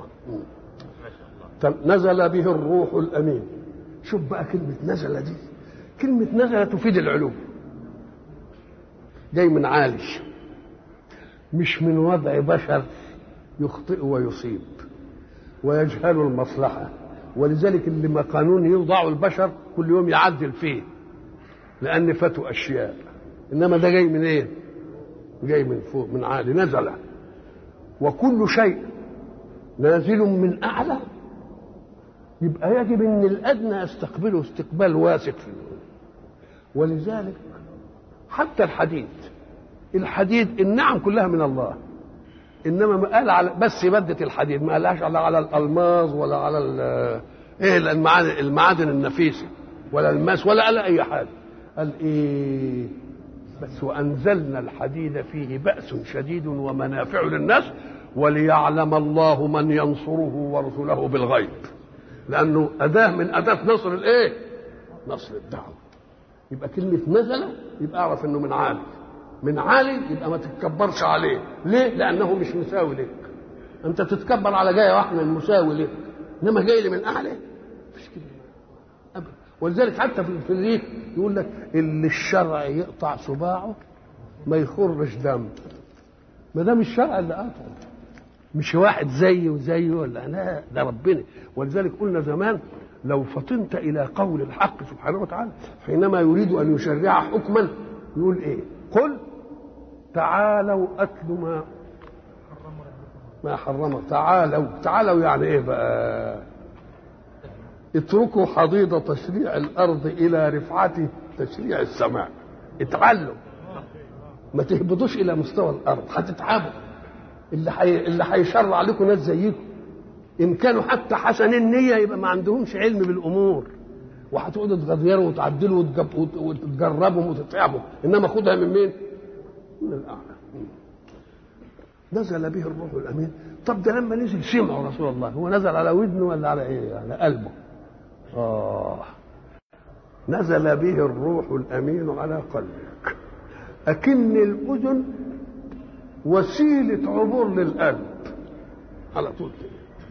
A: نزل به الروح الامين. شوف بقى كلمه نزل دي، كلمه نزل تفيد العلو، جاي من عالي، مش من وضع بشر يخطئ ويصيب ويجهل المصلحة. ولذلك اللي ما قانون يوضعوا البشر كل يوم يعدل فيه، لأن فاتوا أشياء. إنما ده جاي من إيه؟ جاي من فوق، من عالي، نزل. وكل شيء نازل من أعلى، يبقى يجب أن الأدنى يستقبله استقبال واثق فيه. ولذلك حتى الحديد الحديد النعم كلها من الله، انما ما قال على بس ماده الحديد، ما قالهاش على على الالماظ ولا على ايه المعادن المعادن النفيسه ولا الماس ولا على اي حاجه. قال ايه بس؟ وانزلنا الحديد فيه باس شديد ومنافع للناس
B: وليعلم الله من ينصره ورسله بالغيب، لأنه أداة من أداة نصر الإيه؟ نصر الدعوة. يبقى كلمة نزل يبقى أعرف إنه من عالي، من عالي يبقى ما تتكبرش عليه. ليه؟ لأنه مش مساوي لك. أنت تتكبر على جاي واحد من مساوي لك، إنما جاي لي من أعلى مش كده أبدا. ولذلك حتى في الريف يقول لك اللي الشرع يقطع صباعه ما يخرش دم، ما دام الشرع اللي قطعه، مش واحد زيه وزيه ولا لا، ده ربنا. ولذلك قلنا زمان لو فطنت الى قول الحق سبحانه وتعالى حينما يريد ان يشرع حكما يقول ايه؟ قل تعالوا اتل ما ما حرم. تعالوا تعالوا يعني ايه بقى؟ اتركوا حضيض تشريع الارض الى رفعه تشريع السماء. اتعلوا، ما تهبطوش الى مستوى الارض، هتتعبوا. اللي حي... اللي هيشرع لكم ناس زيكم ان كانوا حتى حسن النيه يبقى ما عندهمش علم بالامور، وهتقعدوا تغيروا وتعدلوا وتجب... وتجربوا وتتعبوا، انما خدها من مين؟ من الاعلى. نزل به الروح الامين. طب ده لما نزل سمعوا رسول الله، هو نزل على ودنه ولا على ايه؟ على قلبه. اه نزل به الروح الامين على قلبك. اكن الاذن وسيله عبور للقلب على طول كده.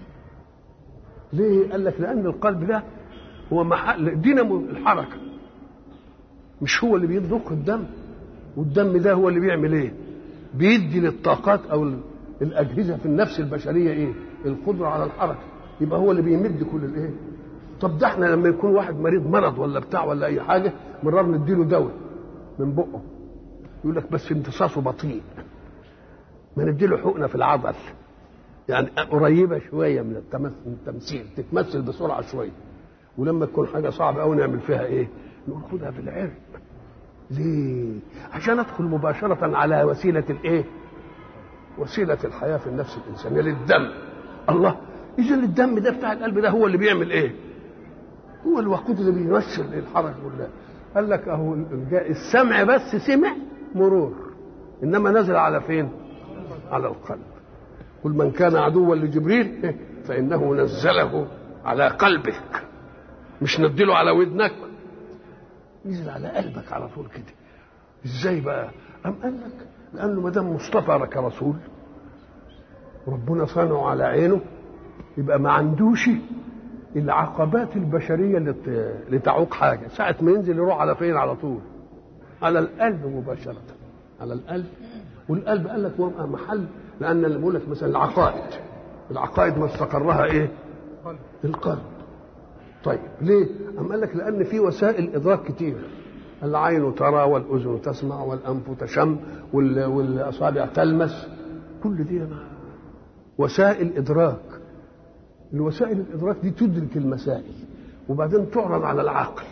B: ليه؟ قال لك لان القلب ده هو محل دينامو الحركه، مش هو اللي بيضخ الدم، والدم ده هو اللي بيعمل ايه؟ بيدي للطاقات او الاجهزه في النفس البشريه ايه؟ القدره على الحركه. يبقى هو اللي بيمد كل الايه؟ طب ده احنا لما يكون واحد مريض مرض ولا بتاع ولا اي حاجه مرار نديله دواء من بقه، يقول لك بس امتصاصه بطيء، ما نديله حقنه في العضل يعني قريبه شويه من التمثيل، تتمثل بسرعه شويه. ولما تكون حاجه صعبه قوي نعمل فيها ايه؟ نقول خدها في العرق. ليه؟ عشان ادخل مباشره على وسيله الايه؟ وسيله الحياه في النفس الانسانيه للدم. الله، اذا الدم ده بتاع القلب ده هو اللي بيعمل ايه؟ هو الوقود اللي بيمثل الحركه كلها. قال لك اهو السمع بس سمع مرور، انما نزل على فين؟ على القلب. قل من كان عدوا لجبريل فانه نزله على قلبك، مش نديله على ودنك، نزل على قلبك على طول كده. ازاي بقى؟ أم قال لك لانه ما دام مصطفى لك رسول ربنا صنعه على عينه، يبقى ما عندوش العقبات البشريه اللي تعوق حاجه. ساعه ما ينزل يروح على فين؟ على طول على القلب مباشره، على القلب. والقلب قال لك هو محل، لان اللي بقول لك مثلا العقائد، العقائد ما استقرها ايه؟ القلب. طيب ليه؟ أم قال لك لأن في وسائل إدراك كتير، العين ترى والأذن تسمع والأنف تشم والأصابع تلمس، كل دي وسائل إدراك. الوسائل الإدراك دي تدرك المسائل وبعدين تعرض على العقل.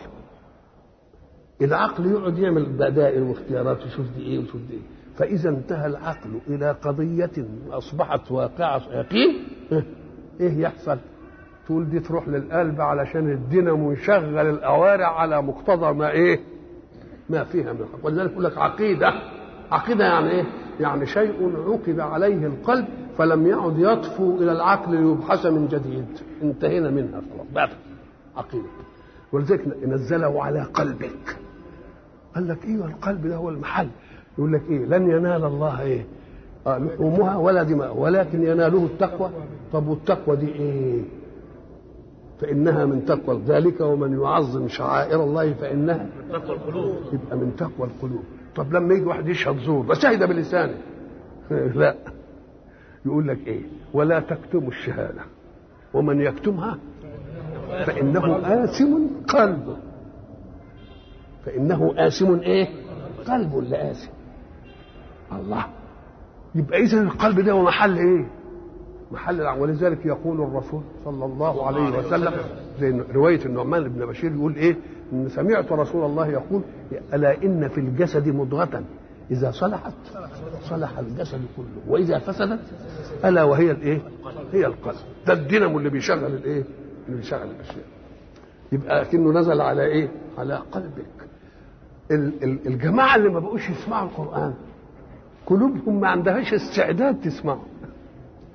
B: العقل يقعد يعمل بدائل واختيارات ويشوف دي إيه ويشوف دي إيه. فإذا انتهى العقل إلى قضية أصبحت واقعة يقين، إيه يحصل؟ تقول دي تروح للقلب علشان الدينامو يشغل الأوارع على مقتضى ما إيه؟ ما فيها من الحق. ولذلك يقول لك عقيدة. عقيدة يعني إيه؟ يعني شيء عقد عليه القلب فلم يعد يطفو إلى العقل ليبحث من جديد، انتهينا منها خلاص بقى عقيدة. ولذلك نزله على قلبك. قال لك إيه؟ القلب ده هو المحل. يقول لك إيه؟ لن ينال الله إيه؟ آه لحومها ولا دماء ولكن يناله التقوى. طب والتقوى دي إيه؟ فإنها من تقوى ذلك ومن يعظم شعائر الله فإنها من تقوى القلوب. يبقى من تقوى القلوب. طب لما يجي واحد يشهد زور بس شهد بلسانه لا، يقول لك ايه؟ ولا تكتموا الشهادة ومن يكتمها فإنه آثم قلبه. فإنه آثم ايه؟ قلبه اللي آثم. الله، يبقى إذن القلب ده هو محل ايه؟ محل العمل. ولذلك يقول الرسول صلى الله عليه وسلم زي رواية النعمان بن بشير يقول ايه؟ إن سمعت رسول الله يقول ألا إن في الجسد مضغة إذا صلحت صلح الجسد كله وإذا فسدت ألا وهي الإيه؟ هي القلب. ده الدينامو اللي بيشغل الإيه؟ اللي بيشغل الأشياء. يبقى لكنه نزل على إيه؟ على قلبك. الجماعة اللي ما بقوش يسمعوا القرآن قلوبهم ما عندهاش استعداد تسمعه.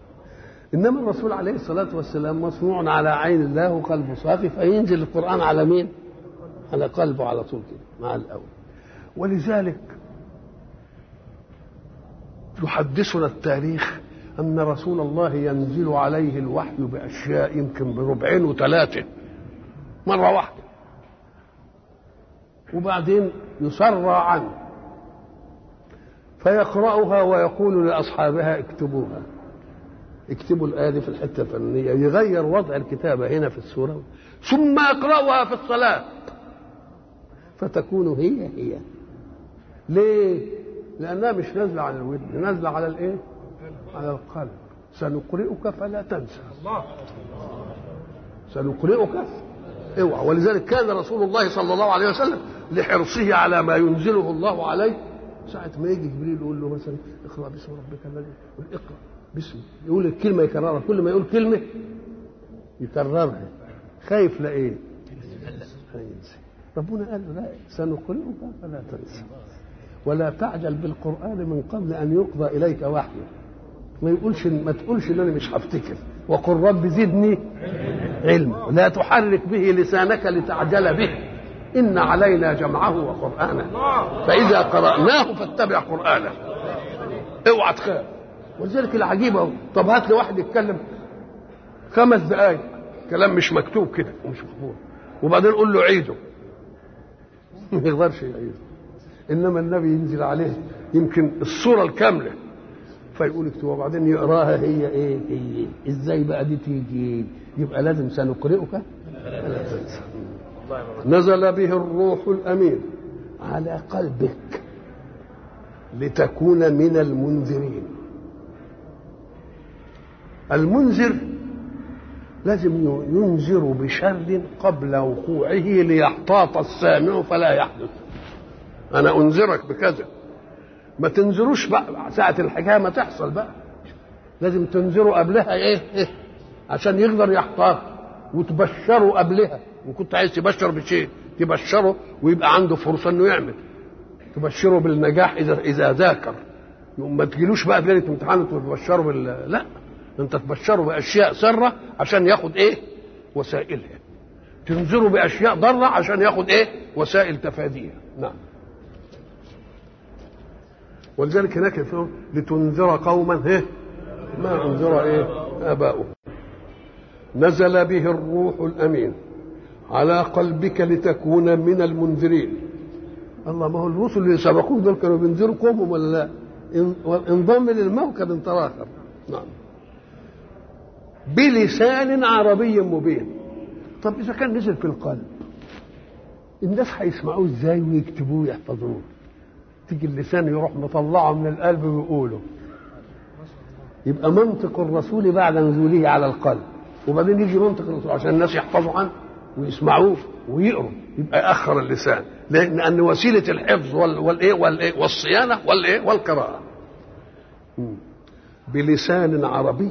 B: إنما الرسول عليه الصلاة والسلام مصنوع على عين الله وقلبه صافي، فينزل القرآن على مين؟ على قلبه على طول كده مع الأول. ولذلك يحدثنا التاريخ أن رسول الله ينزل عليه الوحي بأشياء يمكن بربعين وثلاثة مرة واحدة، وبعدين يسرع عنه فيقرأها ويقول لأصحابها اكتبوها، اكتبوا الآية دي في الحتة الفلانية، يغير وضع الكتابة هنا في السورة، ثم يقرأها في الصلاة فتكون هي هي. ليه؟ لأنها مش نازلة على الودن، نازلة على الإيه؟ على القلب. سنقرئك فلا تنسى. الله سنقرئك اوعى. ولذلك كان رسول الله صلى الله عليه وسلم لحرصه على ما ينزله الله عليه، ساعة ما يجي جبريل يقول له مثلا اقرأ باسم ربك الذي، يقول اقرأ باسم، يقول الكلمة يكررها، كل ما يقول كلمة يكررها، خايف لا ايه؟ هينسى. ربنا قال له لا، سنقرئك فلا تنسى ولا تعجل بالقرآن من قبل أن يقضى إليك وحيه. ما يقولش، ما تقولش ان انا مش هفتكر، وقل رب زدني علما، لا تحرك به لسانك لتعجل به، ان علينا جمعه وقرآنه فاذا قرأناه فاتبع قرآنه. اوعى تخاف. ولذلك العجيبه، طب هات لي واحد يتكلم خمس دقائق كلام مش مكتوب كده ومش مفهوم، وبعدين قول له عيده ما يقدرش يعيده. انما النبي ينزل عليه يمكن الصورة الكاملة فيقول اكتبها، وبعدين يقراها هي ايه هي. ازاي بقى دي تيجي؟ يبقى لازم سنقرئك فلا تنسى. نزل به الروح الامين على قلبك لتكون من المنذرين. المنذر لازم ينذر بشر قبل وقوعه ليحتاط السامع فلا يحدث. انا انذرك بكذا، ما تنذروش بقى ساعة الحكاية ما تحصل بقى، لازم تنذروا قبلها ايه, إيه؟ عشان يقدر يحتاط، وتبشروا قبلها. وكنت عايز تبشر بشيء تبشره ويبقى عنده فرصة انه يعمل، تبشره بالنجاح اذا اذا ذاكر. ما تجيلوش بقى في ليلة امتحان وتبشره بال لا، انت تبشره باشياء سرة عشان ياخد ايه؟ وسائلها. تنذره باشياء ضارة عشان ياخد ايه؟ وسائل تفاديها. نعم. ولذلك هناك يقول لتنذر قوما ايه ما انذر ايه اباؤهم. نزل به الروح الامين على قلبك لتكون من المنذرين. الله، ما هو الرسل اللي سبقوه دول كانوا بينذروا قومهم ولا لا؟ انضم للموكب انطر اخر. نعم. بلسان عربي مبين. طب اذا كان نزل في القلب الناس هيسمعوه ازاي ويكتبوه ويحفظوه؟ تيجي اللسان يروح مطلعه من القلب ويقوله. يبقى منطق الرسول بعد نزوله على القلب، وبعدين يجي منطق الرسول عشان الناس يحفظوا عنه ويسمعوه ويقروا، يبقى اخر اللسان، لان وسيله الحفظ والايه والايه والصيانه والايه والقراءه. بلسان عربي،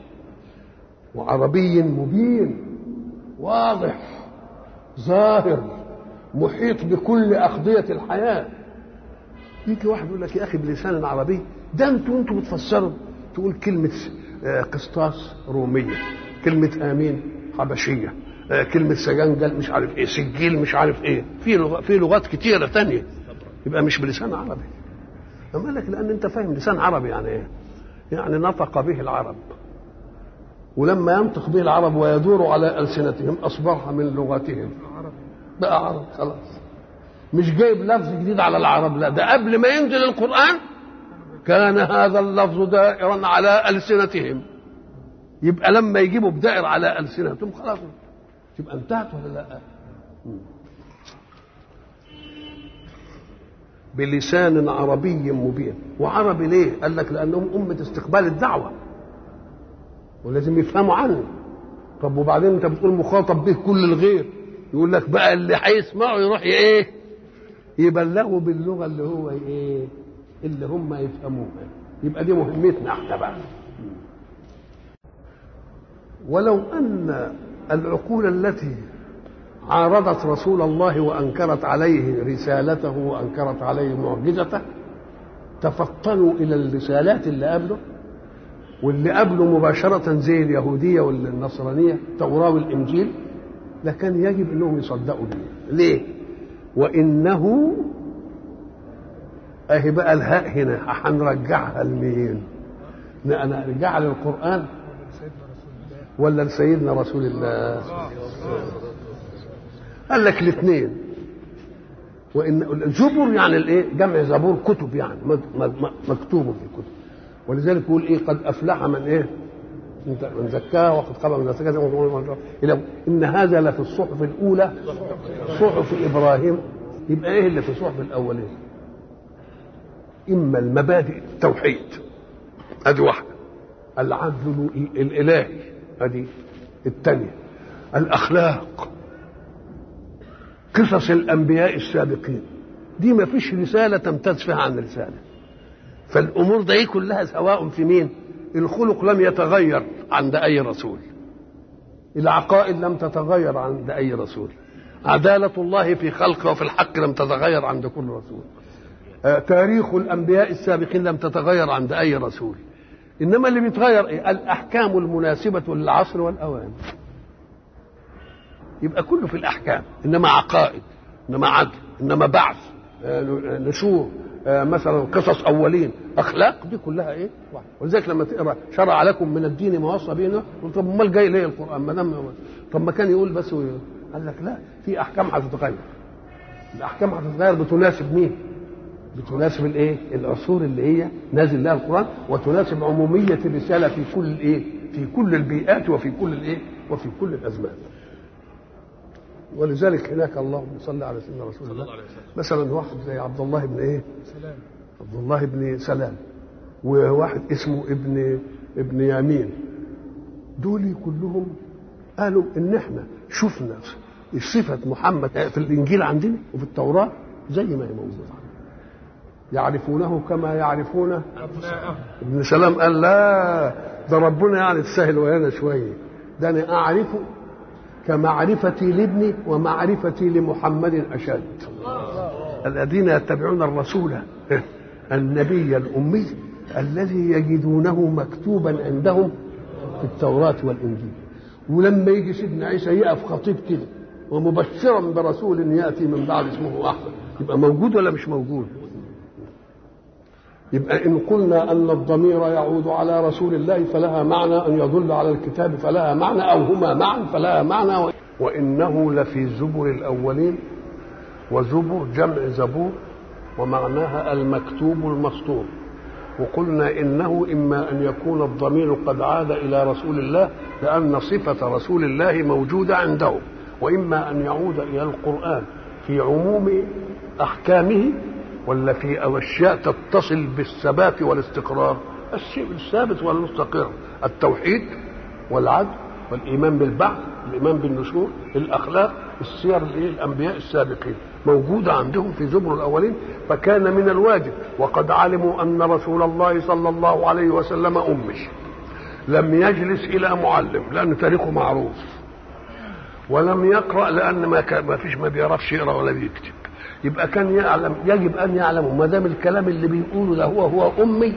B: وعربي مبين واضح ظاهر محيط بكل اقضيه الحياه. يجي واحد يقول لك يا اخي بلسان عربي، ده انتوا انتوا بتفسروا، تقول كلمه قسطاس روميه، كلمه امين حبشيه، كلمه سجنجل مش عارف ايه، سجيل مش عارف ايه، في لغ... في لغات كتيره ثانيه، يبقى مش بلسان عربي. اما لك لان انت فاهم لسان عربي يعني ايه؟ يعني نطق به العرب، ولما ينطق به العرب ويدور على السنتهم اصبح من لغتهم، بقى عرب خلاص. مش جايب لفظ جديد على العرب، لا، ده قبل ما ينزل القرآن كان هذا اللفظ دائرا على ألسنتهم. يبقى لما يجيبوا بدائر على ألسنتهم خلاص يبقى انتهت ولا لا؟ بلسان عربي مبين. وعربي ليه؟ قال لك لأنهم أمة استقبال الدعوة ولازم يفهموا عنه. طب وبعدين انت بتقول مخاطب به كل الغير، يقول لك بقى اللي هيسمعوا يروح ايه؟ يبلغوا باللغه اللي هو ايه؟ اللي هم يفهموها. يبقى دي مهمتنا احنا بقى. ولو ان العقول التي عارضت رسول الله وانكرت عليه رسالته وانكرت عليه معجزته تفطنوا الى الرسالات اللي قبله واللي قبله مباشرة زي اليهودية والنصرانية التوراة والإنجيل، لكان يجب أنهم يصدقوا به. ليه؟ وإنه أهي بقى الهاء هنا هنرجعها لمين؟ أنا أرجعها للقرآن ولا لسيدنا رسول الله؟ قال لك الاثنين. وإن الزبر يعني الإيه؟ جمع زبور، كتب يعني مكتوب في الكتب. ولذلك يقول إيه؟ قد أفلح من إيه؟ من زكاها وقد خاب من دساها. إن هذا لفي الصحف الأولى صحف إبراهيم. يبقى إيه اللي في الصحف الأولين؟ إما المبادئ التوحيد هذه واحدة، العدل الإلهي هذه الثانية، الأخلاق، قصص الأنبياء السابقين. دي ما فيش رسالة تمتاز فيها عن رسالة. فالأمور دي كلها سواء في مين؟ الخلق لم يتغير عند أي رسول، العقائد لم تتغير عند أي رسول، عدالة الله في خلقه وفي الحق لم تتغير عند كل رسول، آه تاريخ الأنبياء السابقين لم تتغير عند أي رسول. إنما اللي بيتغير إيه؟ الأحكام المناسبة للعصر والأوان. يبقى كله في الأحكام، إنما عقائد، إنما عدل، إنما بعث، آه نشور، آه مثلا قصص أولين، أخلاق، دي كلها إيه؟ واحد. ولذلك لما تقرأ شرع لكم من الدين ما وصى به، طب أمال جاي ليه القرآن؟ ما دام طب ما كان يقول بس ويقول. قال لك لا، في أحكام هتتغير. الأحكام هتتغير بتناسب مين؟ بتناسب الايه؟ العصور اللي هي نازل لها القرآن، وتناسب عمومية الرسالة في كل الايه؟ في كل البيئات وفي كل الايه؟ وفي كل الأزمان. ولذلك هناك اللهم صل على سيدنا رسول الله. مثلا واحد زي عبد الله بن ايه؟ سلام. عبد الله بن سلام، وواحد اسمه ابن ابن يامين. دول كلهم قالوا ان احنا شفنا صفة محمد في الإنجيل عندنا وفي التوراة زي ما هي موجودة، يعرفونه كما يعرفون ابن سلام. قال لا، ده ربنا يعني تسهل ويانا شويه، ده انا اعرفه كمعرفتي لابني ومعرفتي لمحمد اشد. الذين يتبعون الرسول النبي الامي الذي يجدونه مكتوبا عندهم في التوراة والانجيل. ولما يجي سيدنا عيسى يقف خطيب كده ومبشرا برسول ياتي من بعد اسمه احمد، يبقى موجود ولا مش موجود؟ يبقى إن قلنا أن الضمير يعود على رسول الله فلها معنى، أن يدل على الكتاب فلها معنى، أو هما معا فلها معنى. وإنه لفي زبر الأولين، وزبر جمع زبور ومعناها المكتوب المسطور. وقلنا إنه إما أن يكون الضمير قد عاد إلى رسول الله لأن صفة رسول الله موجودة عنده، وإما أن يعود إلى القرآن في عموم أحكامه ولا في أشياء تتصل بالثبات والاستقرار. الشيء الثابت والمستقر التوحيد والعدل والإيمان بالبعث، الإيمان بالنشور، الأخلاق، السير الأنبياء السابقين موجودة عندهم في زبر الأولين. فكان من الواجب، وقد علموا أن رسول الله صلى الله عليه وسلم أمي لم يجلس إلى معلم لأن تاريخه معروف، ولم يقرأ لأن ما فيش ما بيعرفش يقرأ ولا بيكتب. يبقى كان يعلم، يجب أن يعلموا ما دام الكلام اللي بيقوله ده هو هو أمي،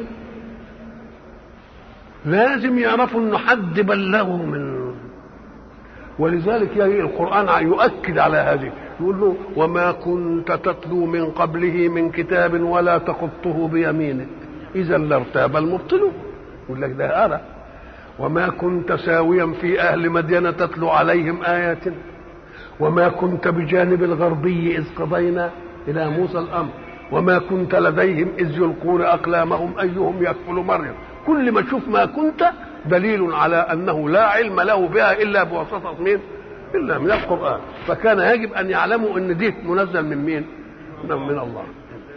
B: لازم يعرفوا إنه حد بلغه من. ولذلك يجي القرآن يؤكد على هذه، يقول له وما كنت تتلو من قبله من كتاب ولا تخطه بيمينك إذا لارتاب المبطلون. يقول لك ده أرى وما كنت ساويا في أهل مدينة تتلو عليهم آياتنا وما كنت بجانب الغربي إذ قضينا إلى موسى الأمر وما كنت لديهم إذ يلقون أقلامهم أيهم يكفل مريم. كل ما تشوف ما كنت دليل على أنه لا علم له بها إلا بواسطة مين؟ إلا من القرآن. فكان يجب أن يعلموا أن دي منزل من مين؟ من الله.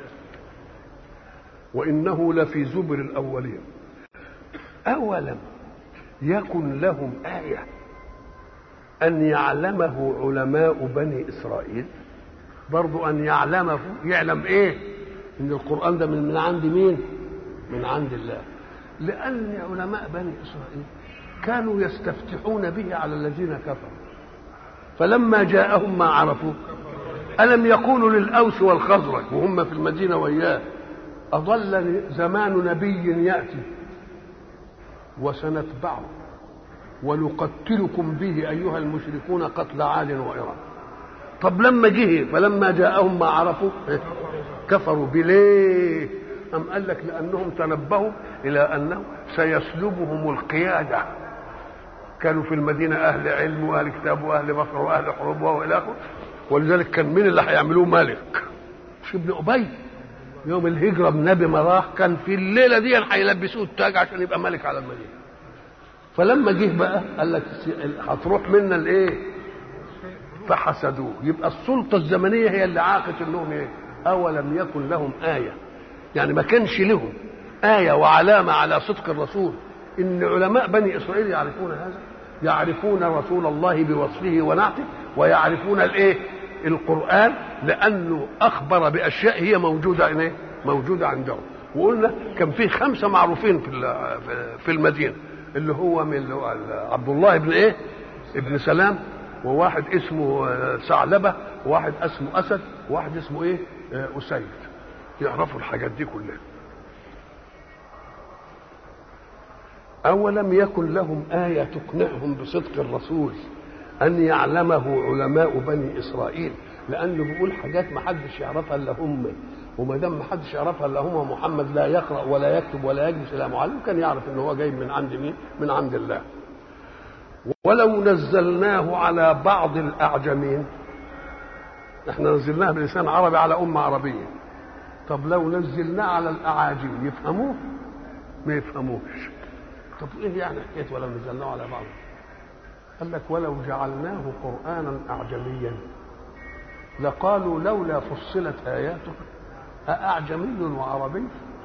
B: وإنه لفي زبر الأولين. أولم يكن لهم آية أن يعلمه علماء بني إسرائيل؟ برضو أن يعلمه، يعلم إيه؟ إن القرآن ده من, من عند مين؟ من عند الله. لأن علماء بني إسرائيل كانوا يستفتحون به على الذين كفروا، فلما جاءهم ما عرفوا ألم يقولوا للأوس والخزرج وهم في المدينة وإياه أضل زمان نبي يأتي وسنتبعه ونقتلكم به أيها المشركون قتل عاد وإرم. طب لما جه فلما جاءهم ما عرفوا كفروا بليه؟ أم قال لك لأنهم تنبهوا إلى أنه سيسلبهم القيادة. كانوا في المدينة أهل علم وأهل كتاب وأهل بصر وأهل حروب وإلى آخره، ولذلك كان مين اللي هيعملوه ملك؟ مش ابن أبي. يوم الهجرة النبي ما راح كان في الليلة دي هيلبسوه التاج عشان يبقى ملك على المدينة. فلما جه بقى قال لك هتروح منا الايه؟ فحسدوه. يبقى السلطة الزمنية هي اللي عاقت انهم ايه؟ أولم يكن لهم آية، يعني ما كانش لهم آية وعلامة على صدق الرسول. إن علماء بني إسرائيل يعرفون هذا، يعرفون رسول الله بوصفه ونعته، ويعرفون الايه؟ القرآن، لأنه أخبر بأشياء هي موجودة إيه؟ موجودة عندهم. وقلنا كان فيه خمسة معروفين في في المدينة، اللي هو من عبد الله بن ايه؟ ابن سلام، وواحد اسمه ثعلبة، وواحد اسمه أسد، وواحد اسمه ايه؟ أسيد. يعرفوا الحاجات دي كلها. أولم يكن لهم آية تقنعهم بصدق الرسول أن يعلمه علماء بني إسرائيل، لأنه بيقول حاجات ما حدش يعرفها إلا هم، وما دام ما حدش يعرفها إلا هم، محمد لا يقرأ ولا يكتب ولا يجلس إلى معلم، كان يعرف إن هو جاي من عند مين؟ من عند الله. ولو نزلناه على بعض الأعجمين، إحنا نزلناه بلسان عربي على أمة عربية. طب لو نزلناه على الأعاجم يفهموه؟ ما يفهموش. طب إيه يعني حكاية ولو نزلناه على بعض؟ قال لك ولو جعلناه قرآنا أعجميا لقالوا لولا فصلت آياته أأعجمي وعربي؟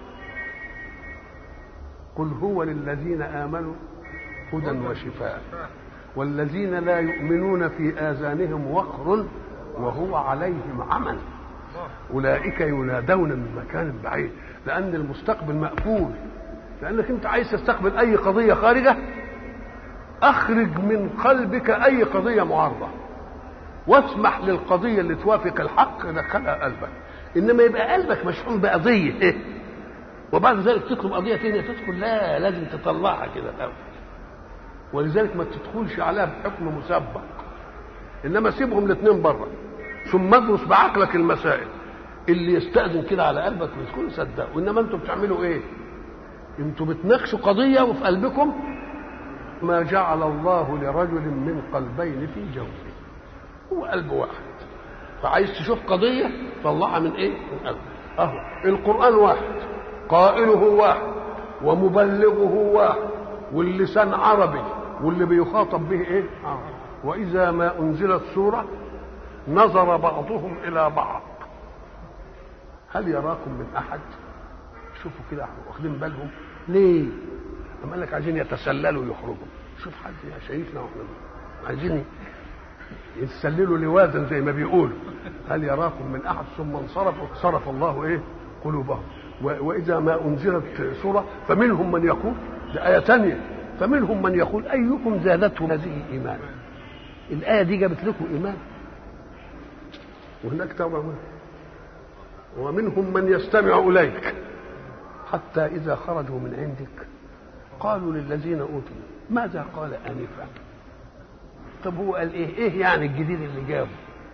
B: قل هو للذين آمنوا هدى وشفاء والذين لا يؤمنون في آذانهم وقر وهو عليهم عمى أولئك ينادون من مكان بعيد. لأن المستقبل مقفول، لأنك أنت عايز تستقبل أي قضية خارجة، أخرج من قلبك أي قضية معارضة واسمح للقضية اللي توافق الحق دخلها قلبك. إنما يبقى قلبك مشحون بقضية وبعد ذلك تطلب قضية ثانية تدخل، لا، لازم تطلعها كده الأول. ولذلك ما تدخلش عليها بحكم مسبق، إنما سيبهم الاثنين بره، ثم ادرس بعقلك المسائل. اللي يستأذن كده على قلبك ويدخل صدقه. إنما أنتم بتعملوا إيه؟ أنتم بتناقشوا قضية وفي قلبكم ما جعل الله لرجل من قلبين في جوفه، هو قلب واحد. فعايز تشوف قضية طلعها من ايه؟ من قلب. اهو القرآن واحد، قائله واحد، ومبلغه واحد، واللسان عربي، واللي بيخاطب به ايه؟ عربي. وإذا ما أنزلت سورة نظر بعضهم إلى بعض هل يراكم من أحد؟ شوفوا كده واخدين بالهم ليه؟ قال لك عايزين يتسللوا يخرجوا. شوف حد شايفنا واحنا عايزين يتسللوا لواذا زي ما بيقولوا. هل يراكم من احد؟ ثم انصرفوا صرف الله ايه؟ قلوبهم. واذا ما انزلت سوره فمنهم من يقول، ده ايه ثانيه، فمنهم من يقول ايكم زادته هذه ايمان. الايه دي جابت لكم ايمان؟ وهناك طبعا ومنهم من يستمع اليك حتى اذا خرجوا من عندك قالوا للذين اوتوا ماذا قال انفا. طب هو قال ايه؟ ايه يعني الجديد اللي جابه؟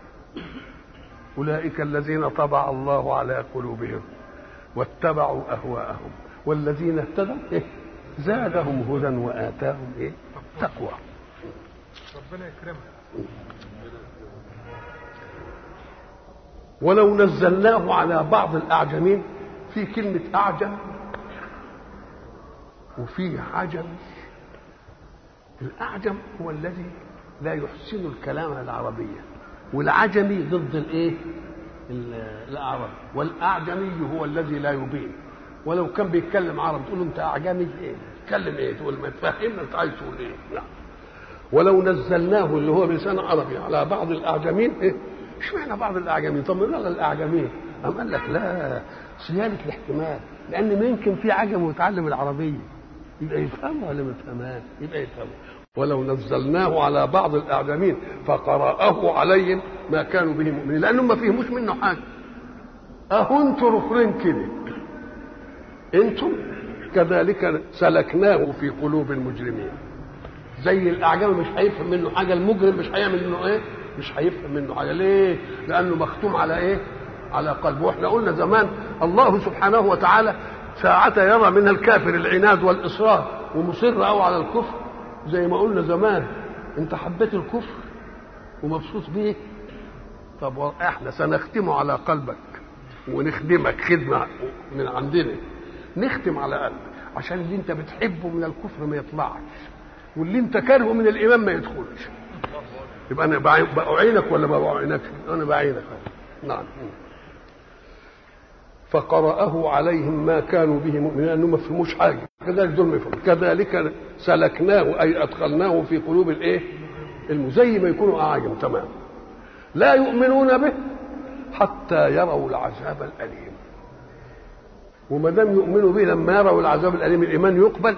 B: اولئك الذين طبع الله على قلوبهم واتبعوا اهواءهم والذين اهتدوا إيه؟ زادهم هدى واتاهم ايه؟ تقوى.
D: ربنا يكرمك.
B: ولو نزلناه على بعض الاعجمين، في كلمه اعجم وفيه عجم. الأعجم هو الذي لا يحسن الكلام العربية، والعجمي ضد الايه؟ الأعراب. والأعجمي هو الذي لا يبين، ولو كان بيتكلم عربي تقول له أنت أعجمي إيه؟ تتكلم إيه؟ تقول ما تفهمنا أنت عايز تقول إيه؟ لا. ولو نزلناه اللي هو بلسان عربي على بعض الأعجمين، إيه؟ اشمعنى بعض الأعجمين؟ طب من على الأعجمين؟ أم قال لك لا، صيانة الاحتمال، لأن ما يمكن في عجم ويتعلم العربية يبقى يفهمه ولا ما يفهمهاش؟ يبقى يفهمه. ولو نزلناه على بعض الأعجمين فقرأه عليهم ما كانوا به مؤمنين، لأنهم ما فهموش منه حاجة. أهو أنتوا رخرين كده، أنتم كذلك سلكناه في قلوب المجرمين. زي الاعجمي مش هيفهم منه حاجه، المجرم مش هيعمل منه ايه؟ مش هيفهم منه حاجه. ليه؟ لانه مختوم على ايه؟ على قلبه. واحنا قلنا زمان الله سبحانه وتعالى ساعة يرى من الكافر العناد والاصرار ومصر او على الكفر، زي ما قلنا زمان انت حبيت الكفر ومبسوط بيه، طب احنا سنختمه على قلبك ونخدمك خدمه من عندنا، نختم على قلبك عشان اللي انت بتحبه من الكفر ما يطلعش، واللي انت كارهه من الايمان ما يدخلش. يبقى انا بعينك ولا ما بعينكش؟ انا بعينك. نعم. فقرأه عليهم ما كانوا به مؤمنين، لانه ما فهموش حاجه، كذلك دول ما يفهموا. كذلك سلكناه اي ادخلناه في قلوب الايه؟ زي ما يكونوا اعاجم تمام. لا يؤمنون به حتى يروا العذاب الاليم. وما دام يؤمنوا به لما يروا العذاب الاليم الايمان يقبل؟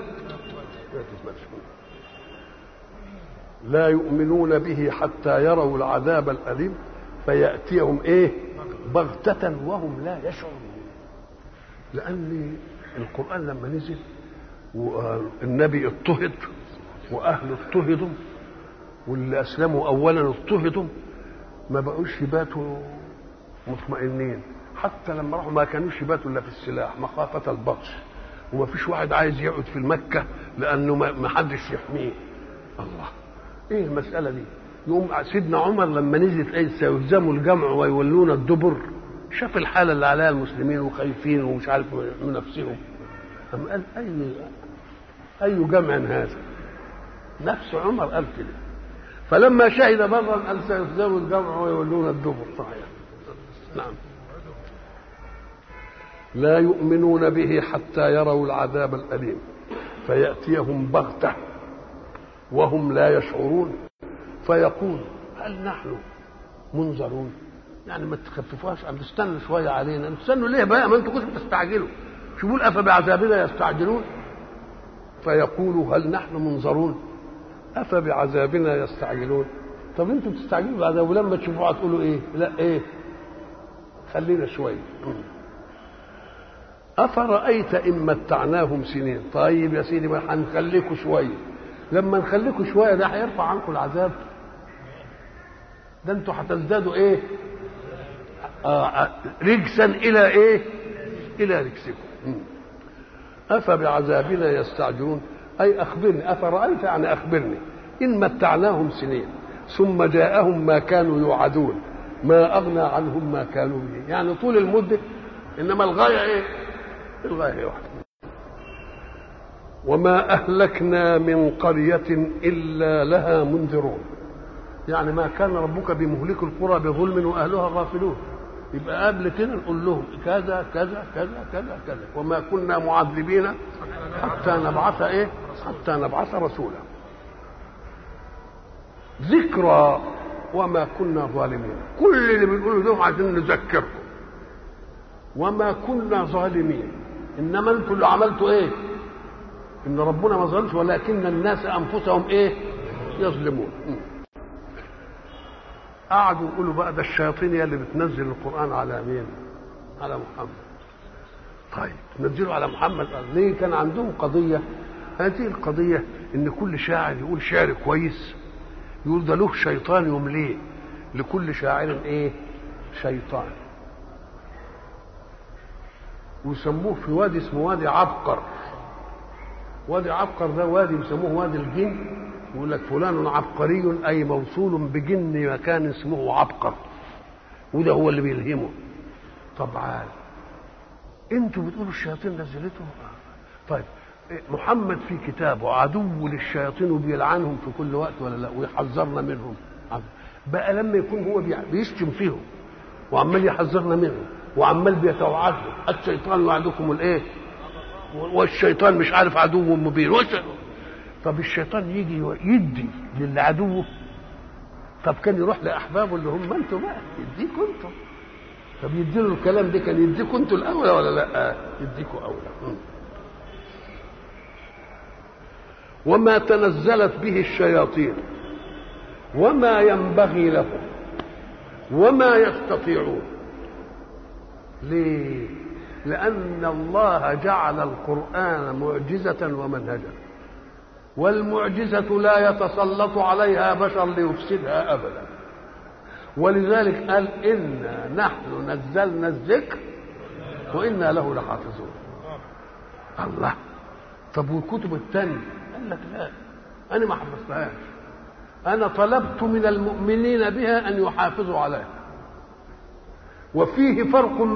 B: لا يؤمنون به حتى يروا العذاب الاليم فياتيهم ايه؟ بغتة وهم لا يشعرون. لان القران لما نزل والنبي اضطهد واهله اضطهدوا واللي اسلموا اولا اضطهدوا، ما بقوش يباتوا مطمئنين. حتى لما راحوا ما كانوش يباتوا الا في السلاح مخافه البطش، وما فيش واحد عايز يقعد في المكه لانه ما حدش يحميه. الله، ايه المساله دي؟ يقوم سيدنا عمر لما نزلت ايه سيهزموا الجمع ويولون الدبر، شاف الحاله اللي عليها المسلمين وخايفين ومش عارف من نفسهم، أم قال اي اي جمع هذا؟ نفس عمر قال كده. فلما شهد برا قال سيهزموا الجمع ويولون الدبر. صحيح. نعم. لا يؤمنون به حتى يروا العذاب الأليم فيأتيهم بغتة وهم لا يشعرون فيقول هل نحن منظرون؟ يعني ما تخففوهاش، أم تستنوا شوية علينا؟ تستنوا ليه بقى؟ ما انتوا كنتوا تستعجلوا. شو بيقول أفبعذابنا يستعجلون؟ فيقولوا هل نحن منظرون؟ أفبعذابنا يستعجلون. طب انتوا بتستعجلوا بعذاب ولما تشوفوها تقولوا ايه؟ لا ايه؟ خلينا شوية. أفرأيت إن متعناهم سنين. طيب يا سيدي ما هنخليكوا شوية، لما نخليكوا شوية ده هيرفع عنكم العذاب؟ ده انتوا هتزدادوا ايه؟ آه رجسا إلى ايه؟ إلى رجسكم. أفبعذابنا يستعجلون أي أخبرني. أفرأيت يعني أخبرني إن متعناهم سنين ثم جاءهم ما كانوا يوعدون ما أغنى عنهم ما كانوا به. يعني طول المدة، إنما الغاية إيه؟ الغاية واحدة. وما أهلكنا من قرية إلا لها منذرون. يعني ما كان ربك بمهلك القرى بظلم وأهلها غافلون. يبقى قبل كده نقول لهم كذا كذا كذا كذا كذا، وما كنا معذبين حتى نبعث ايه؟ حتى نبعث رسولا. ذكرى وما كنا ظالمين. كل اللي بنقوله ده عايزين نذكركم وما كنا ظالمين، انما انتم اللي عملتوا ايه؟ ان ربنا ما ظلمش ولكن الناس انفسهم ايه؟ يظلمون. قعدوا يقولوا بقى ده الشياطين هي اللي بتنزل القرآن على مين؟ على محمد. طيب تنزلوا على محمد ليه؟ كان عندهم قضية. هذه القضية ان كل شاعر يقول شعر كويس يقول ده له شيطان يمليه. لكل شاعر ايه؟ شيطان. ويسموه في وادي اسمه وادي عبقر. وادي عبقر ده وادي يسموه وادي الجن. يقول لك فلان عبقري اي موصول بجن مكان اسمه عبقر، وده هو اللي بيلهمه. طبعا انتوا بتقولوا الشياطين نزلته. طيب محمد في كتابه عدو للشياطين وبيلعنهم في كل وقت ولا لا؟ ويحذرنا منهم. بقى لما يكون هو بيشتم فيهم وعمال يحذرنا منهم وعمال بيتوعدهم الشيطان وعدكم الايه؟ والشيطان مش عارف عدو مبين. طب الشيطان يجي يدي للي عدوه؟ طب كان يروح لاحبابه اللي هم انتم بقى يديكوا انتم. طب يديله الكلام ده كان يديكوا انتم الاولى ولا لا؟ يديكوا اولى. وما تنزلت به الشياطين وما ينبغي لهم وما يستطيعون. ليه؟ لأن الله جعل القرآن معجزة ومنهجا، والمعجزة لا يتسلط عليها بشر ليفسدها أبدا. ولذلك قال إنا نحن نزلنا الذكر وإنا له لحافظون. الله، طب والكتب الثانية؟ قال لك لا، أنا ما حفظتهاش، أنا طلبت من المؤمنين بها أن يحافظوا عليها. وفيه فرق